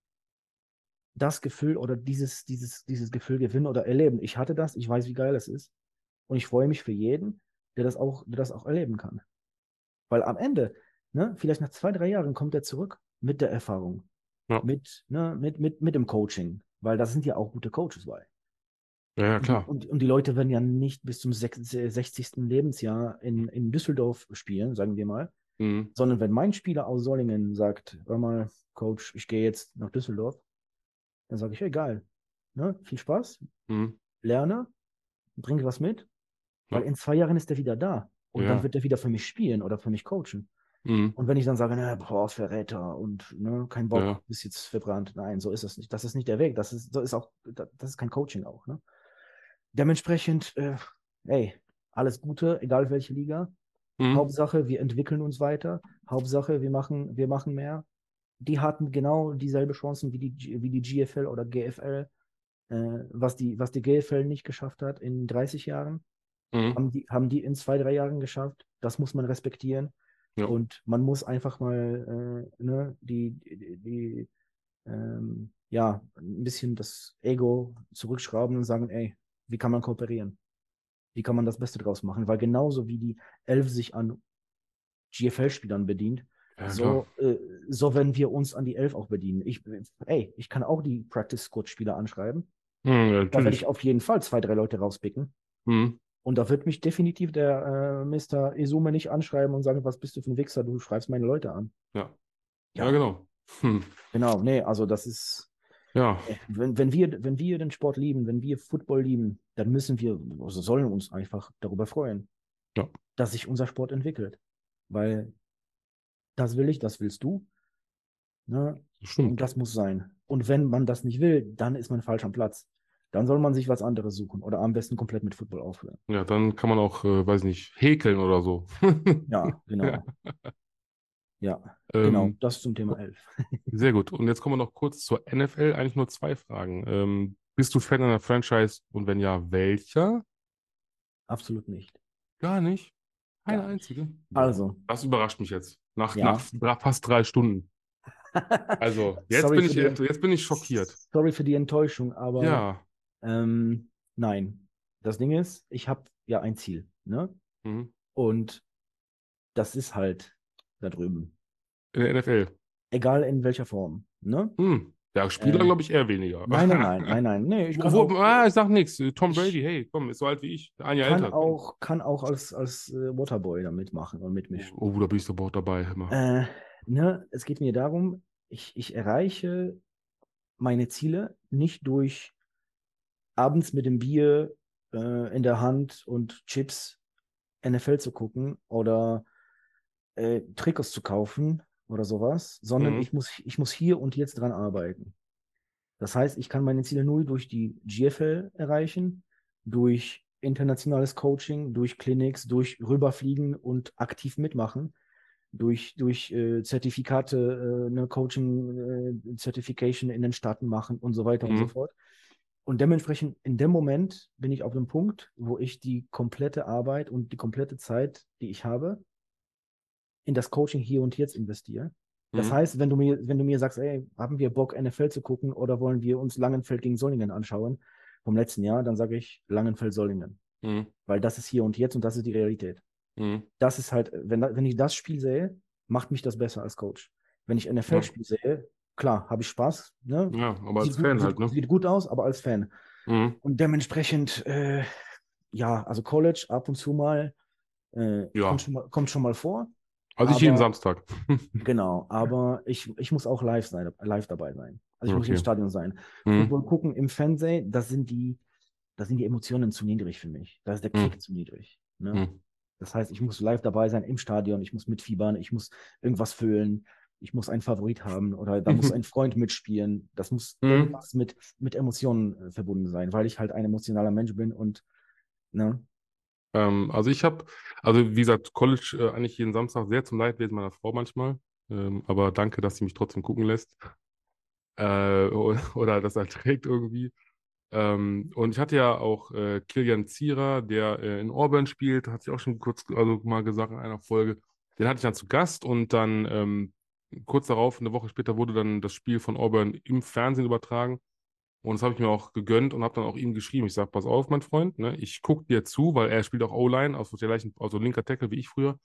S3: das Gefühl oder dieses, dieses, dieses Gefühl gewinnen oder erleben. Ich hatte das, ich weiß, wie geil es ist. Und ich freue mich für jeden, der das auch, der das auch erleben kann. Weil am Ende, ne, vielleicht nach zwei, drei Jahren kommt er zurück mit der Erfahrung,
S2: ja,
S3: mit, ne, mit, mit, mit dem Coaching, weil da sind ja auch gute Coaches bei.
S2: ja, ja,
S3: Und die,
S2: klar.
S3: und, und die Leute werden ja nicht bis zum sechzigsten Lebensjahr in, in Düsseldorf spielen, sagen wir mal,
S2: Mhm,
S3: sondern wenn mein Spieler aus Solingen sagt, hör mal, Coach, ich gehe jetzt nach Düsseldorf, dann sage ich, hey, geil, ne, viel Spaß,
S2: mhm,
S3: lerne, bring was mit, weil
S2: ja,
S3: in zwei Jahren ist er wieder da und dann
S2: ja,
S3: wird er wieder für mich spielen oder für mich coachen.
S2: mhm,
S3: Und wenn ich dann sage, ne, boah, Verräter und ne, kein
S2: ja,
S3: Bock,
S2: ja.
S3: bist jetzt verbrannt. Nein, so ist es nicht. Das ist nicht der Weg. Das ist, so ist auch, das ist kein Coaching auch. Ne? Dementsprechend, äh, ey, alles Gute, egal welche Liga.
S2: Mhm,
S3: Hauptsache, wir entwickeln uns weiter. Hauptsache, wir machen, wir machen mehr. Die hatten genau dieselbe Chancen wie die, G- wie die G F L oder G F L, äh, was die, was die G F L nicht geschafft hat in dreißig Jahren,
S2: mhm,
S3: haben die, haben die in zwei, drei Jahren geschafft. Das muss man respektieren.
S2: ja.
S3: Und man muss einfach mal äh, ne, die, die, die ähm, ja, ein bisschen das Ego zurückschrauben und sagen, ey, wie kann man kooperieren? Wie kann man das Beste draus machen? Weil genauso wie die Elf sich an G F L-Spielern bedient,
S2: Ja, klar.
S3: so, äh, so werden wir uns an die Elf auch bedienen. Ich, ey, ich kann auch die Practice-Squad-Spieler anschreiben.
S2: Mhm, ja,
S3: Da werde ich
S2: natürlich.
S3: auf jeden Fall zwei, drei Leute rauspicken.
S2: Mhm,
S3: Und da wird mich definitiv der äh, Mister Izume nicht anschreiben und sagen, was bist du für ein Wichser, du schreibst meine Leute an.
S2: ja. Ja,
S3: Ja,
S2: genau. Hm.
S3: genau, nee, also das ist,
S2: Ja,
S3: äh, wenn, wenn wir, wenn wir den Sport lieben, wenn wir Football lieben, dann müssen wir, also sollen uns einfach darüber freuen,
S2: ja,
S3: dass sich unser Sport entwickelt. Weil das will ich, das willst du, ne?
S2: das
S3: Und
S2: stimmt.
S3: das muss sein. Und wenn man das nicht will, dann ist man falsch am Platz. Dann soll man sich was anderes suchen oder am besten komplett mit Football aufhören.
S2: Ja, dann kann man auch, äh, weiß nicht, häkeln oder so.
S3: Ja,
S2: Ja,
S3: genau. Ja, genau.
S2: ähm,
S3: Das zum Thema elf.
S2: sehr gut. Und jetzt kommen wir noch kurz zur N F L. Eigentlich nur zwei Fragen. Ähm, bist du Fan einer Franchise und wenn ja, welcher?
S3: Absolut nicht.
S2: Gar nicht. Keine
S3: Gar nicht.
S2: einzige. Boah,
S3: Also,
S2: das überrascht mich jetzt. Nach, nach
S3: ja.
S2: dra- fast drei Stunden. Also, jetzt
S3: Sorry
S2: bin
S3: für
S2: ich,
S3: die,
S2: jetzt bin ich schockiert.
S3: sorry für die Enttäuschung, aber
S2: Ja.
S3: ähm, nein. Das Ding ist, ich habe ja ein Ziel, ne?
S2: Mhm.
S3: Und das ist halt da drüben.
S2: In der N F L.
S3: Egal in welcher Form, ne?
S2: Hm. Ja, Spieler
S3: Äh,
S2: glaube ich eher weniger.
S3: nein, nein, nein, nein, nein. Nee, ich
S2: Wo,
S3: kann
S2: wo,
S3: auch,
S2: ah, ich sag nichts. Tom Brady,
S3: ich
S2: hey, komm, ist so alt wie ich. Ein Jahr
S3: kann
S2: älter, komm.
S3: auch, kann auch als, als äh, Waterboy da mitmachen und mitmischen.
S2: Oh, da bin ich aber auch dabei, immer.
S3: Äh, ne? Es geht mir darum, ich, ich erreiche meine Ziele nicht durch abends mit dem Bier äh, in der Hand und Chips N F L zu gucken oder äh, Trikots zu kaufen oder sowas, sondern
S2: Mhm.
S3: ich muss, ich muss hier und jetzt dran arbeiten. Das heißt, ich kann meine Ziele nur durch die G F L erreichen, durch internationales Coaching, durch Clinics, durch rüberfliegen und aktiv mitmachen, durch, durch äh, Zertifikate, äh, eine Coaching äh, Certification in den Staaten machen und so weiter und so
S2: Mhm.
S3: fort. Und dementsprechend, in dem Moment bin ich auf dem Punkt, wo ich die komplette Arbeit und die komplette Zeit, die ich habe, in das Coaching hier und jetzt investiere. Das
S2: Mhm.
S3: heißt, wenn du mir, wenn du mir sagst, ey, haben wir Bock, N F L zu gucken oder wollen wir uns Langenfeld gegen Solingen anschauen vom letzten Jahr, dann sage ich Langenfeld-Solingen.
S2: Mhm.
S3: Weil das ist hier und jetzt und das ist die Realität.
S2: Mhm.
S3: Das ist halt, wenn, da- wenn ich das Spiel sehe, macht mich das besser als Coach. Wenn ich N F
S2: Ja.
S3: L-Spiel sehe, klar, habe ich Spaß. Ne?
S2: Ja, aber als
S3: Sieht, gut,
S2: Fan
S3: sieht,
S2: halt, ne?
S3: sieht gut aus, aber als Fan.
S2: Mhm.
S3: Und dementsprechend, äh, ja, also College ab und zu mal, äh,
S2: Ja.
S3: kommt, schon mal kommt schon mal vor.
S2: Also nicht jeden
S3: Aber-
S2: Samstag.
S3: Genau, aber ich, ich muss auch live, sein, live dabei sein. Also ich muss
S2: Okay.
S3: im Stadion sein.
S2: Mhm.
S3: Football gucken im Fernsehen, das sind die, das sind die Emotionen zu niedrig für mich. Da ist der Kick
S2: Mhm.
S3: zu niedrig. Ne?
S2: Mhm.
S3: Das heißt, ich muss live dabei sein im Stadion, ich muss mitfiebern, ich muss irgendwas fühlen, ich muss einen Favorit haben oder da muss ein Freund mitspielen. Das muss
S2: Mhm.
S3: irgendwas mit, mit Emotionen äh, verbunden sein, weil ich halt ein emotionaler Mensch bin und ne,
S2: Ähm, also ich habe, also wie gesagt, College äh, eigentlich jeden Samstag sehr zum Leidwesen meiner Frau manchmal. Ähm, aber danke, dass sie mich trotzdem gucken lässt. Äh, o- oder das erträgt irgendwie. Ähm, und ich hatte ja auch äh, Kilian Zierer, der äh, in Auburn spielt, hat sich auch schon kurz, also mal gesagt in einer Folge. Den hatte ich dann zu Gast und dann ähm, kurz darauf, eine Woche später, wurde dann das Spiel von Auburn im Fernsehen übertragen. Und das habe ich mir auch gegönnt und habe dann auch ihm geschrieben. Ich sage, pass auf, mein Freund, ne, ich gucke dir zu, weil er spielt auch O-Line, also der gleichen, also linker Tackle wie ich früher.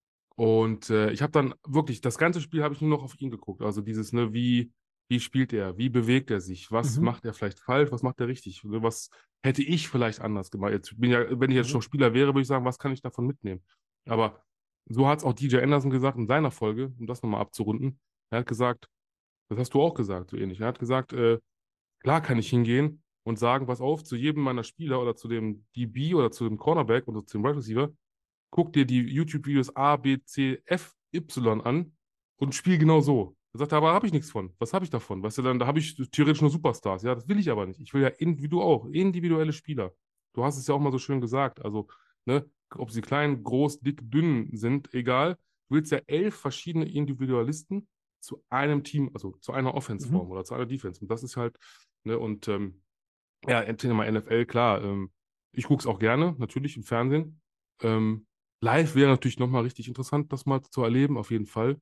S2: Und äh, ich habe dann wirklich, das ganze Spiel habe ich nur noch auf ihn geguckt. Also dieses, ne, wie, wie spielt er, wie bewegt er sich, was
S3: Mhm.
S2: macht er vielleicht falsch, was macht er richtig, ne, was hätte ich vielleicht anders gemacht. Jetzt bin ja, wenn ich jetzt
S3: Mhm.
S2: schon Spieler wäre, würde ich sagen, was kann ich davon mitnehmen? Aber so hat es auch D J Anderson gesagt in seiner Folge, um das nochmal abzurunden. Er hat gesagt, das hast du auch gesagt, so ähnlich. Er hat gesagt, äh, klar kann ich hingehen und sagen, pass auf, zu jedem meiner Spieler oder zu dem D B oder zu dem Cornerback oder zu dem Wide Receiver, guck dir die YouTube-Videos A, B, C, F, Y an und spiel genau so. Er sagt, aber habe ich nichts von. Was habe ich davon? Weißt du, dann da habe ich theoretisch nur Superstars. Ja, das will ich aber nicht. Ich will ja, in, wie du auch, individuelle Spieler. Du hast es ja auch mal so schön gesagt. Also, ne, ob sie klein, groß, dick, dünn sind, egal. Du willst ja elf verschiedene Individualisten zu einem Team, also zu einer Offense-Form
S3: Mhm.
S2: oder zu einer Defense. Und das ist halt, ne, und ähm, ja, Thema N F L, klar. Ähm, ich gucke es auch gerne, natürlich im Fernsehen. Ähm, live wäre natürlich nochmal richtig interessant, das mal zu erleben, auf jeden Fall.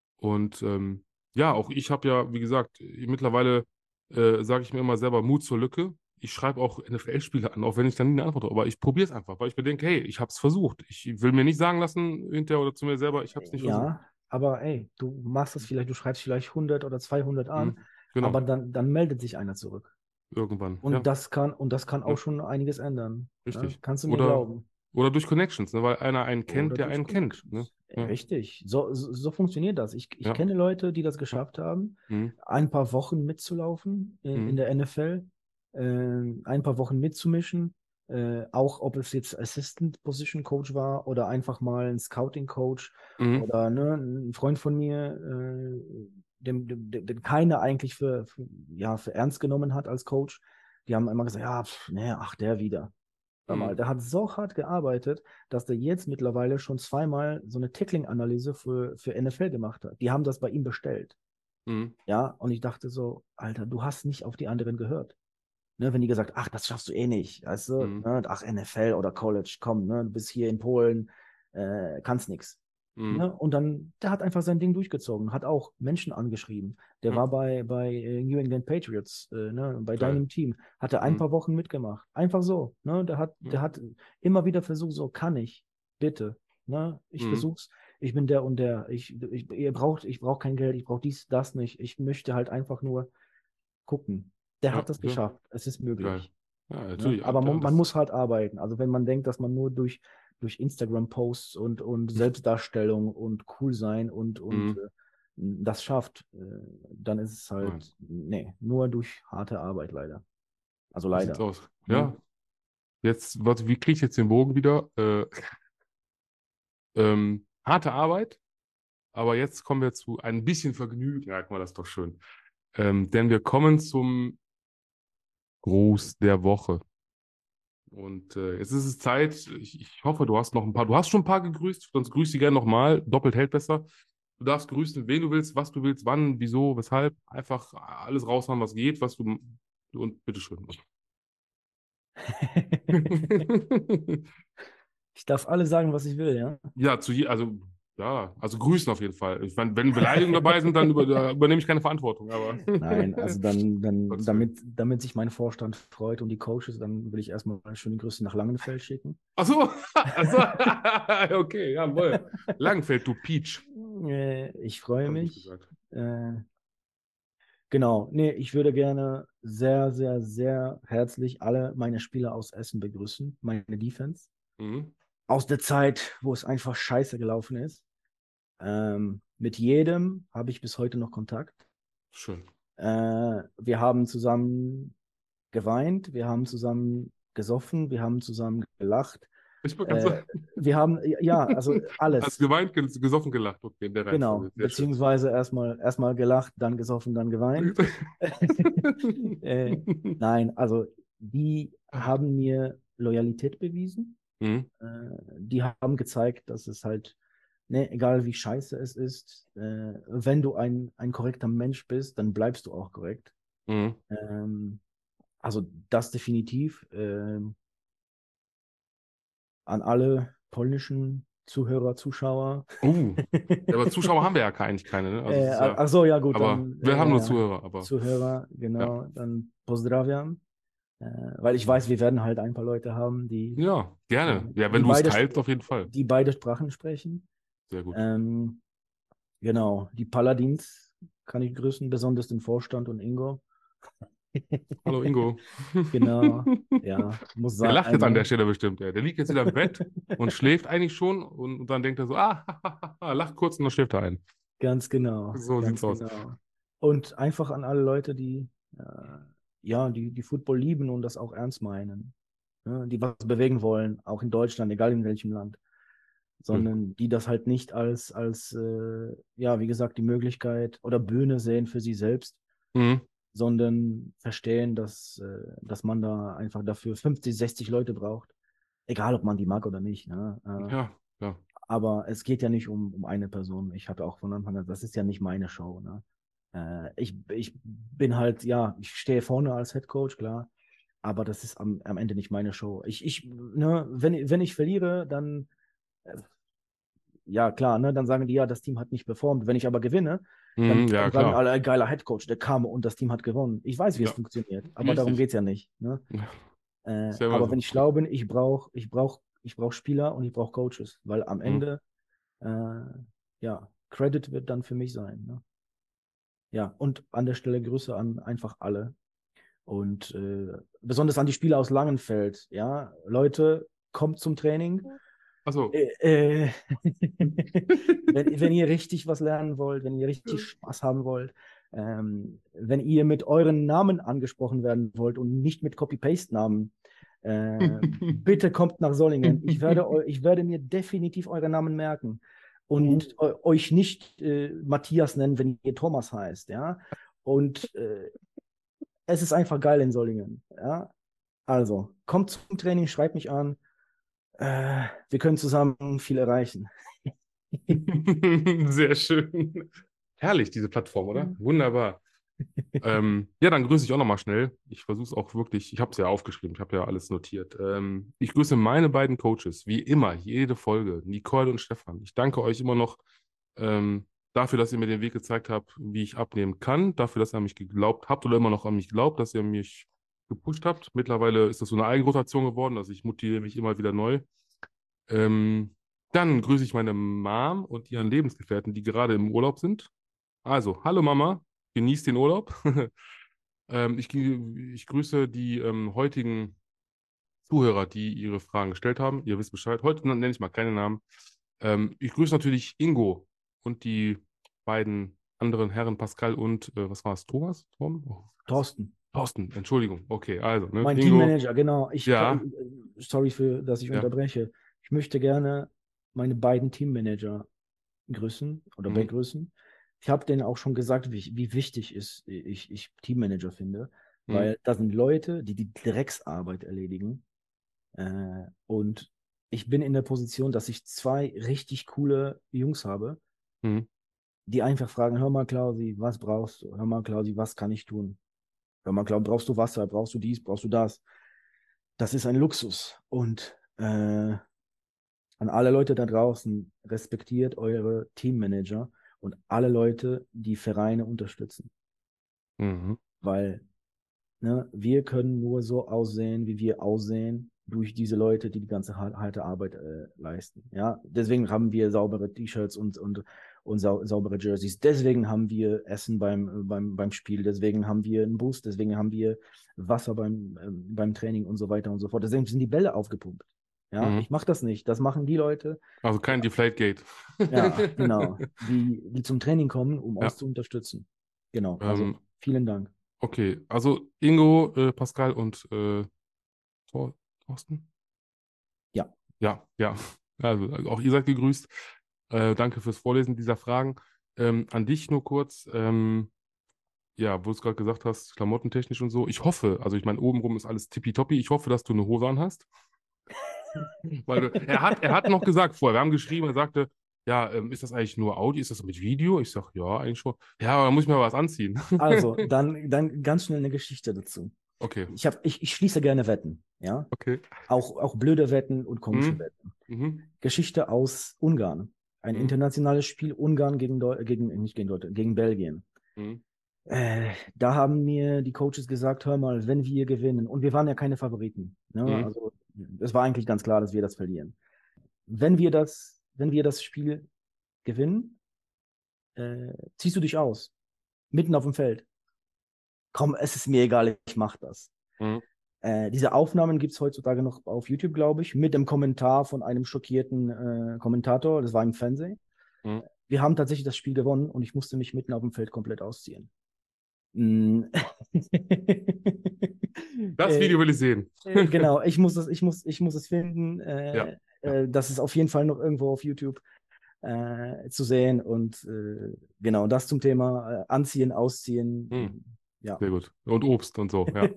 S2: Und ähm, ja, auch ich habe ja, wie gesagt, mittlerweile äh, sage ich mir immer selber Mut zur Lücke. Ich schreibe auch N F L-Spiele an, auch wenn ich dann nie eine Antwort habe. Aber ich probiere es einfach, weil ich mir denke, hey, ich habe es versucht. Ich will mir nicht sagen lassen hinterher oder zu mir selber, ich habe es nicht versucht.
S3: Ja, aber ey, du machst das vielleicht, du schreibst vielleicht hundert oder zweihundert an,
S2: Mhm. Genau,
S3: aber dann, dann meldet sich einer zurück.
S2: irgendwann.
S3: Und
S2: Ja,
S3: das kann, und das kann auch
S2: ja,
S3: schon einiges ändern. Ne?
S2: richtig.
S3: Kannst du mir
S2: Oder,
S3: glauben.
S2: oder durch Connections, ne, weil einer einen kennt,
S3: Oder
S2: der
S3: durch
S2: einen kennt. Ne?
S3: Connections.
S2: Ja,
S3: Richtig. So, so, so funktioniert das. Ich, ich
S2: ja.
S3: kenne Leute, die das
S2: Ja.
S3: geschafft haben,
S2: Mhm.
S3: ein paar Wochen mitzulaufen in, in
S2: Mhm.
S3: der N F L, äh, ein paar Wochen mitzumischen, äh, auch ob es jetzt Assistant Position Coach war oder einfach mal ein Scouting Coach
S2: Mhm.
S3: oder ne, ein Freund von mir, äh, den, den, den keiner eigentlich für, für, ja, für ernst genommen hat als Coach. Die haben immer gesagt, ja, pf, nee, ach, der wieder. Hör mal,
S2: Mhm.
S3: der hat so hart gearbeitet, dass der jetzt mittlerweile schon zweimal so eine Tackling-Analyse für, für N F L gemacht hat. Die haben das bei ihm bestellt.
S2: Mhm.
S3: Ja, und ich dachte so, Alter, du hast nicht auf die anderen gehört. Ne, wenn die gesagt, ach, das schaffst du eh nicht, weißt du,
S2: Mhm.
S3: ne, ach, N F L oder College, komm, ne, du bist hier in Polen, äh, kannst nix.
S2: Mhm.
S3: Ne? Und dann, der hat einfach sein Ding durchgezogen, hat auch Menschen angeschrieben. Der
S2: Ja.
S3: war bei, bei äh, New England Patriots, äh, ne, bei
S2: Geil.
S3: deinem Team, hat er ein
S2: Mhm.
S3: paar Wochen mitgemacht. Einfach so. Ne? Der hat,
S2: Ja.
S3: der hat immer wieder versucht, so kann ich, bitte. Ne? Ich
S2: Mhm.
S3: versuch's, ich bin der und der. Ich, ich, ihr braucht, ich brauche kein Geld, ich brauche dies, das nicht. Ich möchte halt einfach nur gucken. Der
S2: Ja,
S3: hat das
S2: ja.
S3: geschafft. Es ist
S2: Geil.
S3: möglich.
S2: Ja,
S3: Ne?
S2: natürlich.
S3: Aber
S2: Ja,
S3: man, man
S2: das,
S3: muss halt arbeiten. Also wenn man denkt, dass man nur durch, durch Instagram-Posts und, und Selbstdarstellung und cool sein und, und
S2: mhm.
S3: äh, das schafft, äh, dann ist es
S2: Nein,
S3: halt, nee, nur durch harte Arbeit leider. Also
S2: so sieht's
S3: leider.
S2: aus.
S3: Ne?
S2: Ja, jetzt, was, wie kriege ich jetzt den Bogen wieder? Äh, ähm, harte Arbeit, aber jetzt kommen wir zu ein bisschen Vergnügen. Ja, guck mal, das ist doch schön. Ähm, denn wir kommen zum Gruß der Woche. Und äh, jetzt ist es Zeit. Ich, ich hoffe, du hast noch ein paar. Du hast schon ein paar gegrüßt, sonst grüß sie gerne nochmal. Doppelt hält besser. Du darfst grüßen, wen du willst, was du willst, wann, wieso, weshalb. Einfach alles raushauen, was geht, was du. Und bitteschön.
S3: Ich darf alles sagen, was ich will, ja.
S2: Ja, zu je, also, ja, also grüßen auf jeden Fall. Ich meine, wenn Beleidigungen dabei sind, dann über, da übernehme ich keine Verantwortung, aber.
S3: Nein, also dann, dann
S2: Trotzdem.
S3: damit, damit sich mein Vorstand freut und die Coaches, dann will ich erstmal schöne Grüße nach Langenfeld schicken.
S2: Ach so, ach so. Okay, jawohl. Langenfeld, du Peach.
S3: Äh, ich freue
S2: Hab ich
S3: mich.
S2: gesagt.
S3: Äh, genau, nee, ich würde gerne sehr, sehr, sehr herzlich alle meine Spieler aus Essen begrüßen, meine Defense.
S2: Mhm.
S3: Aus der Zeit, wo es einfach scheiße gelaufen ist. Ähm, mit jedem habe ich bis heute noch Kontakt.
S2: Schön.
S3: Äh, wir haben zusammen geweint, wir haben zusammen gesoffen, wir haben zusammen gelacht.
S2: Ich wollte gerade
S3: Äh,
S2: sagen.
S3: wir haben, ja, also alles.
S2: Hast geweint, ges- gesoffen, gelacht. Okay, in der
S3: Genau,
S2: Reihenfolge. Sehr schön.
S3: beziehungsweise erstmal erstmal gelacht, dann gesoffen, dann geweint. äh, nein, also die haben mir Loyalität bewiesen.
S2: Mhm.
S3: Äh, die haben gezeigt, dass es halt, ne, egal wie scheiße es ist, äh, wenn du ein, ein korrekter Mensch bist, dann bleibst du auch korrekt.
S2: Mhm.
S3: Ähm, also das definitiv. Ähm, an alle polnischen Zuhörer, Zuschauer.
S2: Uh, ja, aber Zuschauer haben wir ja eigentlich keine, ne? Also
S3: Äh,
S2: es ist ja,
S3: ach so, ja gut,
S2: aber
S3: dann
S2: wir
S3: äh,
S2: haben
S3: ja,
S2: nur
S3: ja.
S2: Zuhörer, aber
S3: Zuhörer,
S2: ja.
S3: genau, dann pozdrawiam. Äh, weil ich weiß, wir werden halt ein paar Leute haben, die,
S2: Ja, gerne.
S3: äh,
S2: Ja, wenn
S3: die,
S2: du es
S3: beide,
S2: teilst, auf jeden Fall.
S3: die beide Sprachen sprechen.
S2: Sehr gut.
S3: Ähm, genau, die Paladins kann ich grüßen, besonders den Vorstand und Ingo.
S2: Hallo Ingo.
S3: Genau, ja, muss
S2: Der
S3: sein.
S2: lacht jetzt an der
S3: Ne?
S2: Stelle bestimmt. Ja. Der liegt jetzt wieder im Bett und schläft eigentlich schon und, und dann denkt er so, ah, lacht kurz und dann schläft er ein.
S3: Ganz genau,
S2: So
S3: ganz
S2: sieht's aus.
S3: genau. Und einfach an alle Leute, die, äh, ja, die, die Football lieben und das auch ernst meinen, ne? Die was bewegen wollen, auch in Deutschland, egal in welchem Land,
S2: Schön.
S3: sondern die das halt nicht als, als äh, ja, wie gesagt, die Möglichkeit oder Bühne sehen für sie selbst,
S2: Mhm.
S3: sondern verstehen, dass, äh, dass man da einfach dafür fünfzig, sechzig Leute braucht, egal ob man die mag oder nicht. Ne? Äh,
S2: Ja, ja.
S3: aber es geht ja nicht um, um eine Person. Ich hatte auch von Anfang an, das ist ja nicht meine Show. Ne? Äh, ich, ich bin halt, ja, ich stehe vorne als Head Coach, klar, aber das ist am, am Ende nicht meine Show. Ich, ich, ne, wenn, wenn ich verliere, dann, äh, ja, klar, ne, dann sagen die, ja, das Team hat nicht performt. Wenn ich aber gewinne, dann,
S2: Mhm, ja,
S3: dann sagen
S2: klar.
S3: alle, geiler Head Coach, der kam und das Team hat gewonnen. Ich weiß, wie es
S2: Ja,
S3: funktioniert, aber darum
S2: richtig.
S3: geht es ja nicht. Ne?
S2: Ja,
S3: Äh,
S2: ist ja immer
S3: aber
S2: so.
S3: wenn ich schlau bin, ich brauche ich brauch, ich brauch Spieler und ich brauche Coaches, weil am
S2: Mhm.
S3: Ende, äh, ja, Credit wird dann für mich sein. Ne? Ja, und an der Stelle Grüße an einfach alle. Und äh, besonders an die Spieler aus Langenfeld. Ja, Leute, kommt zum Training.
S2: Achso.
S3: Äh, äh, wenn, wenn ihr richtig was lernen wollt, wenn ihr richtig Spaß haben wollt, ähm, wenn ihr mit euren Namen angesprochen werden wollt und nicht mit Copy-Paste-Namen, äh, bitte kommt nach Solingen. Ich werde, eu- ich werde mir definitiv eure Namen merken und eu- euch nicht äh, Matthias nennen, wenn ihr Thomas heißt. Ja, und äh, es ist einfach geil in Solingen. Ja, also kommt zum Training, schreibt mich an. Äh, wir können zusammen viel erreichen.
S2: Sehr schön. Herrlich, diese Plattform, oder? Wunderbar. Ähm, ja, dann grüße ich auch nochmal schnell. Ich versuche es auch wirklich, ich habe es ja aufgeschrieben, ich habe ja alles notiert. Ähm, ich grüße meine beiden Coaches, wie immer, jede Folge, Nicole und Stefan. Ich danke euch immer noch ähm, dafür, dass ihr mir den Weg gezeigt habt, wie ich abnehmen kann, dafür, dass ihr an mich geglaubt habt oder immer noch an mich glaubt, dass ihr mich gepusht habt. Mittlerweile ist das so eine Eigenrotation geworden, also ich motiviere mich immer wieder neu. Ähm, dann grüße ich meine Mom und ihren Lebensgefährten, die gerade im Urlaub sind. Also, hallo Mama, genießt den Urlaub. ähm, ich, ich grüße die ähm, heutigen Zuhörer, die ihre Fragen gestellt haben. Ihr wisst Bescheid. Heute nenne ich mal keine Namen. Ähm, ich grüße natürlich Ingo und die beiden anderen Herren, Pascal und, äh, was war es, Thomas? Tom? Oh,
S3: Thorsten,
S2: Thorsten, Entschuldigung. Okay, also, ne,
S3: mein
S2: Ingo,
S3: Teammanager, genau. Ich,
S2: ja,
S3: sorry für, dass ich
S2: ja,
S3: unterbreche. Ich möchte gerne meine beiden Teammanager grüßen oder
S2: mhm,
S3: begrüßen. Ich habe denen auch schon gesagt, wie, wie wichtig ist, ich, ich Teammanager finde,
S2: mhm,
S3: weil da sind Leute, die die Drecksarbeit erledigen. Äh, und ich bin in der Position, dass ich zwei richtig coole Jungs habe,
S2: mhm,
S3: die einfach fragen, hör mal, Klausi, was brauchst du? Hör mal, Klausi, was kann ich tun? Hör mal, Klausi, brauchst du Wasser? Brauchst du dies? Brauchst du das? das ist ein Luxus. Und äh, an alle Leute da draußen, respektiert eure Teammanager und alle Leute, die Vereine unterstützen.
S2: Mhm.
S3: Weil ne, wir können nur so aussehen, wie wir aussehen, durch diese Leute, die die ganze harte Arbeit äh, leisten. Ja, deswegen haben wir saubere T-Shirts und, und, und sau saubere Jerseys. Deswegen haben wir Essen beim, beim, beim Spiel. Deswegen haben wir einen Bus. Deswegen haben wir Wasser beim, ähm, beim Training und so weiter und so fort. Deswegen sind die Bälle aufgepumpt. Ja,
S2: Mhm.
S3: ich mache das nicht. Das machen die Leute,
S2: Also kein Deflategate.
S3: ja, genau, die, die zum Training kommen, um
S2: Ja.
S3: uns zu unterstützen. Genau, also
S2: Ähm,
S3: vielen Dank.
S2: okay, also Ingo, äh, Pascal und äh, Thor Thorsten?
S3: Ja.
S2: Ja, ja. Also, also auch ihr seid gegrüßt. Äh, danke fürs Vorlesen dieser Fragen. Ähm, an dich nur kurz. Ähm, ja, wo du es gerade gesagt hast, klamottentechnisch und so. Ich hoffe, also ich meine, obenrum ist alles tippitoppi. Ich hoffe, dass du eine Hose anhast. Weil du, er hat, er hat noch gesagt vorher, wir haben geschrieben, er sagte, ja, ähm, ist das eigentlich nur Audio? Ist das mit Video? Ich sage, ja, eigentlich schon. Ja, aber da muss ich mir was anziehen.
S3: Also, dann, dann ganz schnell eine Geschichte dazu.
S2: Okay,
S3: Ich, hab, ich, ich schließe gerne Wetten, ja.
S2: okay.
S3: Auch, auch blöde Wetten und komische
S2: Mhm.
S3: Wetten.
S2: Mhm.
S3: Geschichte aus Ungarn. Ein
S2: Mhm.
S3: internationales Spiel Ungarn gegen, Deu gegen nicht gegen Deutschland, gegen Belgien.
S2: Mhm.
S3: Äh, da haben mir die Coaches gesagt, hör mal, wenn wir gewinnen, und wir waren ja keine Favoriten, ne?
S2: Mhm.
S3: Also es war eigentlich ganz klar, dass wir das verlieren. Wenn wir das, wenn wir das Spiel gewinnen, äh, ziehst du dich aus, mitten auf dem Feld. Komm, es ist mir egal, ich mach das.
S2: Mhm.
S3: Äh, diese Aufnahmen gibt es heutzutage noch auf YouTube, glaube ich, mit dem Kommentar von einem schockierten äh, Kommentator. Das war im Fernsehen.
S2: Mhm.
S3: Wir haben tatsächlich das Spiel gewonnen und ich musste mich mitten auf dem Feld komplett ausziehen. Mm.
S2: Das
S3: Äh,
S2: Video will ich sehen.
S3: äh, genau, ich muss es, ich muss, ich muss es finden. Äh,
S2: Ja, ja.
S3: Äh, das ist auf jeden Fall noch irgendwo auf YouTube äh, zu sehen. Und äh, genau, das zum Thema äh, Anziehen, Ausziehen.
S2: Mhm.
S3: Ja.
S2: Sehr gut. Und Obst und so, ja.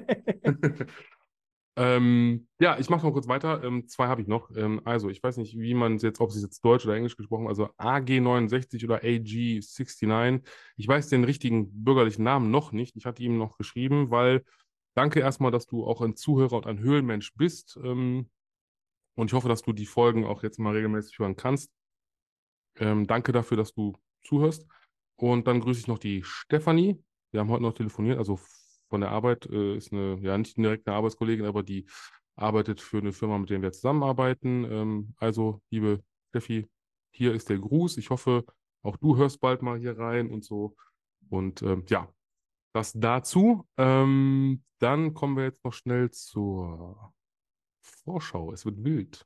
S2: Ähm, ja, ich mache noch kurz weiter. Ähm, zwei habe ich noch. Ähm, also, ich weiß nicht, wie man es jetzt, ob es jetzt Deutsch oder Englisch gesprochen, also A G neunundsechzig oder A G neunundsechzig. Ich weiß den richtigen bürgerlichen Namen noch nicht. Ich hatte ihm noch geschrieben, weil danke erstmal, dass du auch ein Zuhörer und ein Höhlenmensch bist. Ähm, und ich hoffe, dass du die Folgen auch jetzt mal regelmäßig hören kannst. Ähm, danke dafür, dass du zuhörst. Und dann grüße ich noch die Stefanie. Wir haben heute noch telefoniert, also von der Arbeit, äh, ist eine, ja, nicht direkt eine Arbeitskollegin, aber die arbeitet für eine Firma, mit der wir zusammenarbeiten. Ähm, also, liebe Steffi, hier ist der Gruß. Ich hoffe, auch du hörst bald mal hier rein und so. Und ähm, ja, das dazu. Ähm, dann kommen wir jetzt noch schnell zur Vorschau. Es wird wild.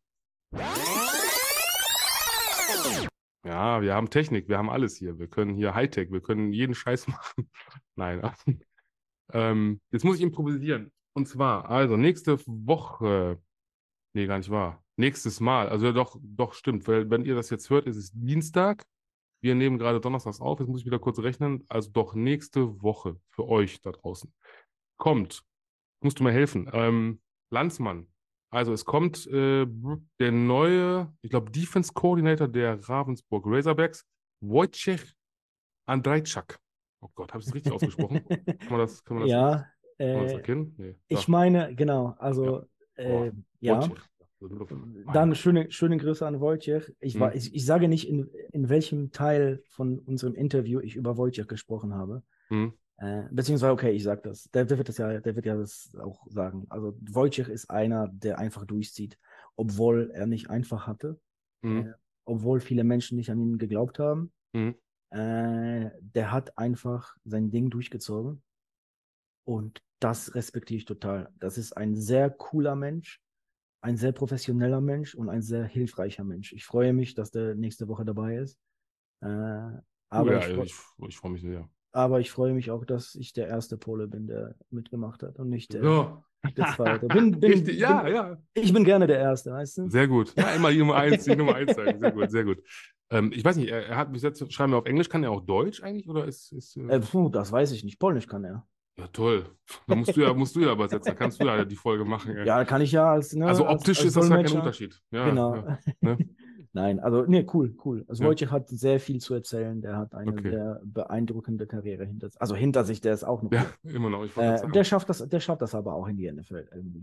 S2: Ja, wir haben Technik, wir haben alles hier. Wir können hier Hightech, wir können jeden Scheiß machen. Nein. ähm, jetzt muss ich improvisieren. Und zwar, also nächste Woche, nee, gar nicht wahr. Nächstes Mal, also ja, doch, doch, stimmt, weil wenn ihr das jetzt hört, ist es Dienstag. Wir nehmen gerade donnerstags auf, jetzt muss ich wieder kurz rechnen. Also doch nächste Woche für euch da draußen. Kommt, musst du mir helfen. Ähm, Landsmann. Also es kommt äh, der neue, ich glaube, Defense Coordinator der Ravensburg Razorbacks, Wojciech Andrzejczak. Oh Gott, habe ich das richtig ausgesprochen? Kann man das, kann man das,
S3: Ja,
S2: kann man das
S3: äh,
S2: erkennen? Nee.
S3: ich
S2: Da.
S3: meine, genau,
S2: Ja.
S3: also
S2: Oh,
S3: äh, ja.
S2: Wojciech. Mein
S3: Dann
S2: Gott.
S3: schöne, schöne Grüße an Wojciech. Ich, war,
S2: Hm.
S3: ich, ich sage nicht, in, in welchem Teil von unserem Interview ich über Wojciech gesprochen habe.
S2: Hm.
S3: Äh, beziehungsweise, okay, ich sage das. Der, der wird das ja, der wird ja das auch sagen. Also Wojciech ist einer, der einfach durchzieht, obwohl er nicht einfach hatte,
S2: Hm.
S3: äh, obwohl viele Menschen nicht an ihn geglaubt haben.
S2: Hm.
S3: Äh, der hat einfach sein Ding durchgezogen und das respektiere ich total. Das ist ein sehr cooler Mensch, ein sehr professioneller Mensch und ein sehr hilfreicher Mensch. Ich freue mich, dass der nächste Woche dabei ist. Äh,
S2: Oh,
S3: aber,
S2: ja,
S3: ich, freu-
S2: ich, ich freue mich sehr.
S3: aber ich freue mich auch, dass ich der erste Pole bin, der mitgemacht hat und nicht der,
S2: So.
S3: der zweite. Bin, bin,
S2: Richtig, ja,
S3: bin,
S2: ja.
S3: Ich bin gerne der Erste, weißt du?
S2: Sehr gut. Ja, immer die Nummer eins, die Nummer eins sein. Sehr gut, sehr gut. Ähm, ich weiß nicht, er, er hat bis jetzt, schreiben wir auf Englisch, kann er auch Deutsch eigentlich? Oder ist, ist äh...
S3: Äh, puh, das weiß ich nicht. Polnisch kann er.
S2: Ja, toll. Da musst du ja, musst du ja übersetzen, da kannst du ja die Folge machen. Ey.
S3: Ja, kann ich ja als, ne,
S2: Also
S3: als,
S2: optisch
S3: als
S2: ist das ja kein
S3: Dolmetscher.
S2: Unterschied. Ja,
S3: Genau.
S2: ja, ne?
S3: Nein, also, nee, cool, cool. Also
S2: Ja.
S3: Wojciech hat sehr viel zu erzählen. Der hat eine
S2: Okay.
S3: sehr beeindruckende Karriere hinter sich. Also hinter sich, der ist auch noch.
S2: Ja, immer noch. Ich wollte
S3: Äh,
S2: gerade sagen.
S3: der schafft das, der schafft das aber auch in die N F L irgendwie.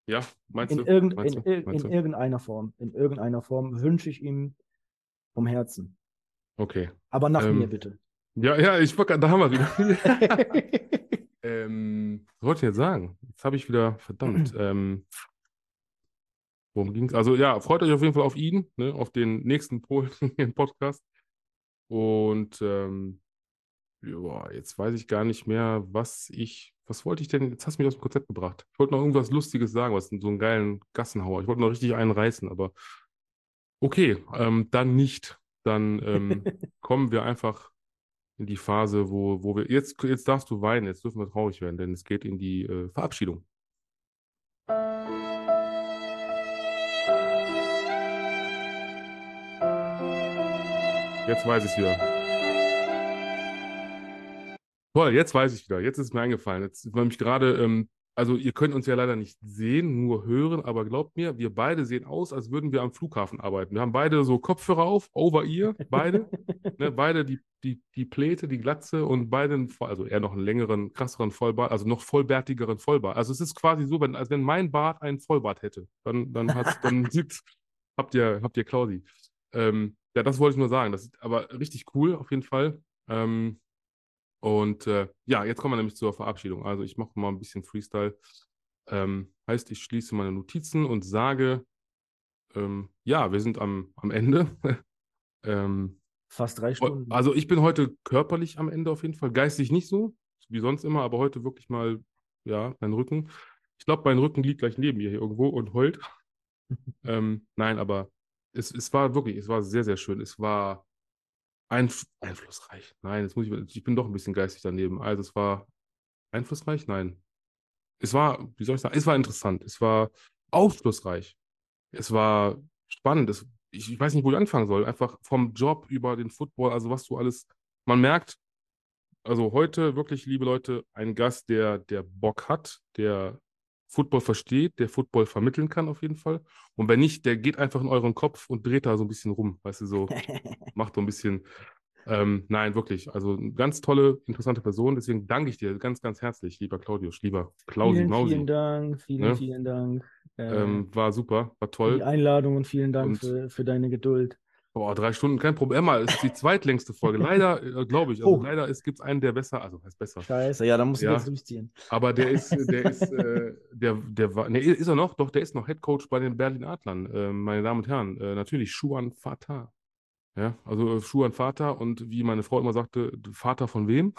S2: Ja, meinst
S3: In,
S2: du?
S3: irgend,
S2: Meinst
S3: in,
S2: du?
S3: ir-
S2: Meinst
S3: in
S2: du?
S3: irgendeiner Form. In irgendeiner Form wünsche ich ihm vom Herzen.
S2: Okay.
S3: Aber nach mir
S2: Ähm,
S3: bitte.
S2: ja, ja, ich wollte, da haben wir wieder. ähm, was wollte ich jetzt sagen? Jetzt habe ich wieder, verdammt, ähm, worum ging es? Also ja, freut euch auf jeden Fall auf ihn, ne, auf den nächsten Polen-Podcast. Und ähm, ja, jetzt weiß ich gar nicht mehr, was ich, was wollte ich denn, jetzt hast du mich aus dem Konzept gebracht. Ich wollte noch irgendwas Lustiges sagen, was so einen geilen Gassenhauer. Ich wollte noch richtig einen reißen, aber okay, ähm, dann nicht. Dann ähm, kommen wir einfach in die Phase, wo, wo wir, jetzt, jetzt darfst du weinen, jetzt dürfen wir traurig werden, denn es geht in die äh, Verabschiedung. Jetzt weiß ich wieder. Toll, jetzt weiß ich wieder. Jetzt ist mir eingefallen. Jetzt, weil mich gerade, ähm, also ihr könnt uns ja leider nicht sehen, nur hören, aber glaubt mir, wir beide sehen aus, als würden wir am Flughafen arbeiten. Wir haben beide so Kopfhörer auf, over ear, beide. Ne, beide die, die, die Pläte, die Glatze und beide, einen Voll- also eher noch einen längeren, krasseren Vollbart, also noch vollbärtigeren Vollbart. Also es ist quasi so, wenn, als wenn mein Bart einen Vollbart hätte. Dann, dann hat's, dann sieht's, habt ihr, habt ihr Klausi. Ähm, ja, das wollte ich nur sagen. Das ist aber richtig cool, auf jeden Fall. Ähm, und äh, ja, jetzt kommen wir nämlich zur Verabschiedung. Also ich mache mal ein bisschen Freestyle. Ähm, heißt, ich schließe meine Notizen und sage, ähm, ja, wir sind am, am Ende. ähm,
S3: Fast drei Stunden.
S2: also ich bin heute körperlich am Ende auf jeden Fall, geistig nicht so, wie sonst immer, aber heute wirklich mal, ja, mein Rücken. Ich glaube, mein Rücken liegt gleich neben mir hier irgendwo und heult. Ähm, nein, aber es, es war wirklich, es war sehr, sehr schön. Es war einf einflussreich. Nein, jetzt muss ich, ich bin doch ein bisschen geistig daneben. Also es war einflussreich? Nein. Es war, wie soll ich sagen, es war interessant. Es war aufschlussreich. Es war spannend. Es, ich, ich weiß nicht, wo ich anfangen soll. Einfach vom Job über den Football, also was du alles. Man merkt, also heute wirklich, liebe Leute, ein Gast, der, der Bock hat, der Football versteht, der Football vermitteln kann auf jeden Fall. Und wenn nicht, der geht einfach in euren Kopf und dreht da so ein bisschen rum. Weißt du, so macht so ein bisschen. Ähm, nein, wirklich. Also eine ganz tolle, interessante Person. Deswegen danke ich dir ganz, ganz herzlich, lieber Claudius, lieber Klausi
S3: Vielen, vielen
S2: Mausi.
S3: Dank, vielen,
S2: Ne?
S3: vielen Dank äh,
S2: Ähm, war super, war
S3: für die
S2: toll.
S3: Einladung und vielen Dank
S2: Und
S3: für, für deine Geduld.
S2: boah, drei Stunden, kein Problem. Emma, ist die zweitlängste Folge. Leider, äh, glaube ich. Also
S3: Oh,
S2: leider gibt es einen, der besser, also heißt besser.
S3: scheiße. Ja, da musst du jetzt
S2: Ja,
S3: durchziehen.
S2: aber der ist, der ist, äh, der, der war, ne, ist er noch? Doch, der ist noch Head Coach bei den Berlin Adlern, äh, meine Damen und Herren. Äh, natürlich, Schuan Fatah. Ja, also äh, Schuan Vater und wie meine Frau immer sagte, Vater von wem?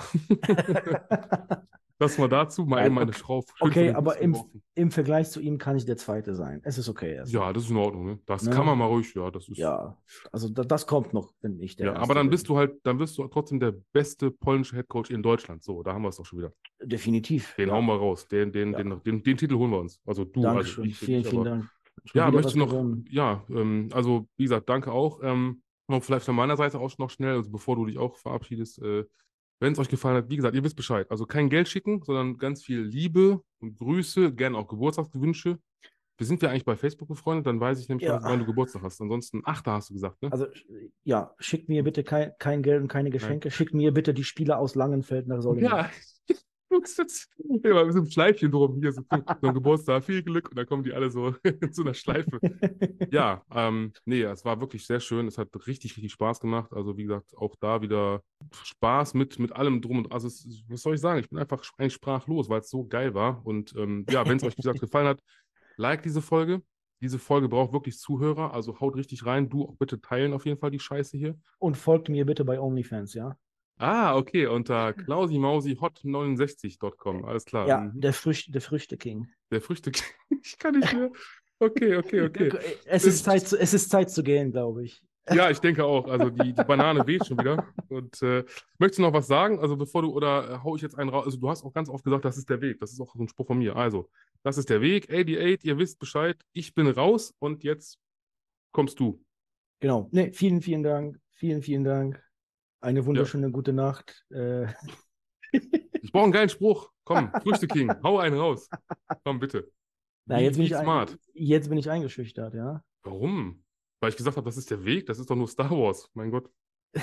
S2: Das mal dazu, mal eben
S3: Nein,
S2: meine
S3: okay,
S2: Frau schön vor
S3: okay,
S2: den Bus
S3: aber im,
S2: geworfen.
S3: im Vergleich zu ihm kann ich der Zweite sein. Es ist okay
S2: Ja,
S3: erstmal.
S2: das ist in Ordnung, ne? Das kann
S3: Ne?
S2: man mal ruhig, ja, das ist.
S3: Ja, also da, das kommt noch, wenn ich der
S2: Ja, aber
S3: Erste
S2: dann
S3: bin.
S2: bist du halt, dann bist du trotzdem der beste polnische Headcoach in Deutschland. So, da haben wir es doch schon wieder.
S3: Definitiv.
S2: Den
S3: Ja,
S2: hauen wir raus. Den, den,
S3: ja.
S2: den, den, den Titel holen wir uns. Also du, also
S3: Dankeschön.
S2: ich
S3: Vielen,
S2: nicht,
S3: vielen
S2: aber
S3: Dank. Schon
S2: ja,
S3: wieder
S2: möchte
S3: was
S2: noch,
S3: gewonnen.
S2: ja, ähm, also wie gesagt, danke auch. Ähm, noch vielleicht von meiner Seite auch noch schnell, also bevor du dich auch verabschiedest, äh, wenn es euch gefallen hat, wie gesagt, ihr wisst Bescheid. Also kein Geld schicken, sondern ganz viel Liebe und Grüße, gerne auch Geburtstagswünsche. Wir sind ja eigentlich bei Facebook befreundet, dann weiß ich nämlich,
S3: Ja.
S2: wann du Geburtstag hast. Ansonsten, ach, da hast du gesagt, ne?
S3: Also, ja, schickt mir bitte kein, kein Geld und keine Geschenke. Schickt mir bitte die Spieler aus Langenfeld nach Solingen.
S2: Ja, du sitzt immer mit so einem Schleifchen drum, hier so, so ein Geburtstag, viel Glück und dann kommen die alle so in so einer Schleife. Ja, ähm, nee, es war wirklich sehr schön. Es hat richtig, richtig Spaß gemacht. Also, wie gesagt, auch da wieder Spaß mit, mit allem drum und also, es, was soll ich sagen? Ich bin einfach eigentlich sprachlos, weil es so geil war. Und ähm, ja, wenn es euch, wie gesagt, gefallen hat, like diese Folge. Diese Folge braucht wirklich Zuhörer, also haut richtig rein. Du auch bitte teilen auf jeden Fall die Scheiße hier.
S3: Und folgt mir bitte bei OnlyFans, ja?
S2: Ah, okay, unter klausi mausi hot neunundsechzig Punkt com. Alles klar.
S3: Ja,
S2: Mhm.
S3: der, Frücht, der Früchte-King.
S2: Der Früchte. Ich kann nicht mehr. Okay, okay, okay.
S3: Es ist Zeit zu, es ist Zeit zu gehen, glaube ich.
S2: Ja, ich denke auch. Also die, die Banane weht schon wieder. Und äh, möchtest du noch was sagen? Also bevor du, oder äh, hau ich jetzt einen raus? Also du hast auch ganz oft gesagt, das ist der Weg. Das ist auch so ein Spruch von mir. Also, das ist der Weg. achtundachtzig, ihr wisst Bescheid. Ich bin raus und jetzt kommst du.
S3: Genau. Nee, vielen, vielen Dank. Vielen, vielen Dank. Eine wunderschöne gute Nacht. Äh,
S2: Ich brauche einen geilen Spruch. Komm, Früchte King, hau einen raus. Komm, bitte.
S3: na,
S2: Be,
S3: jetzt bin,
S2: be
S3: ich
S2: smart.
S3: ein, jetzt bin ich eingeschüchtert, ja.
S2: Warum? Weil ich gesagt habe, das ist der Weg. Das ist doch nur Star Wars. Mein Gott.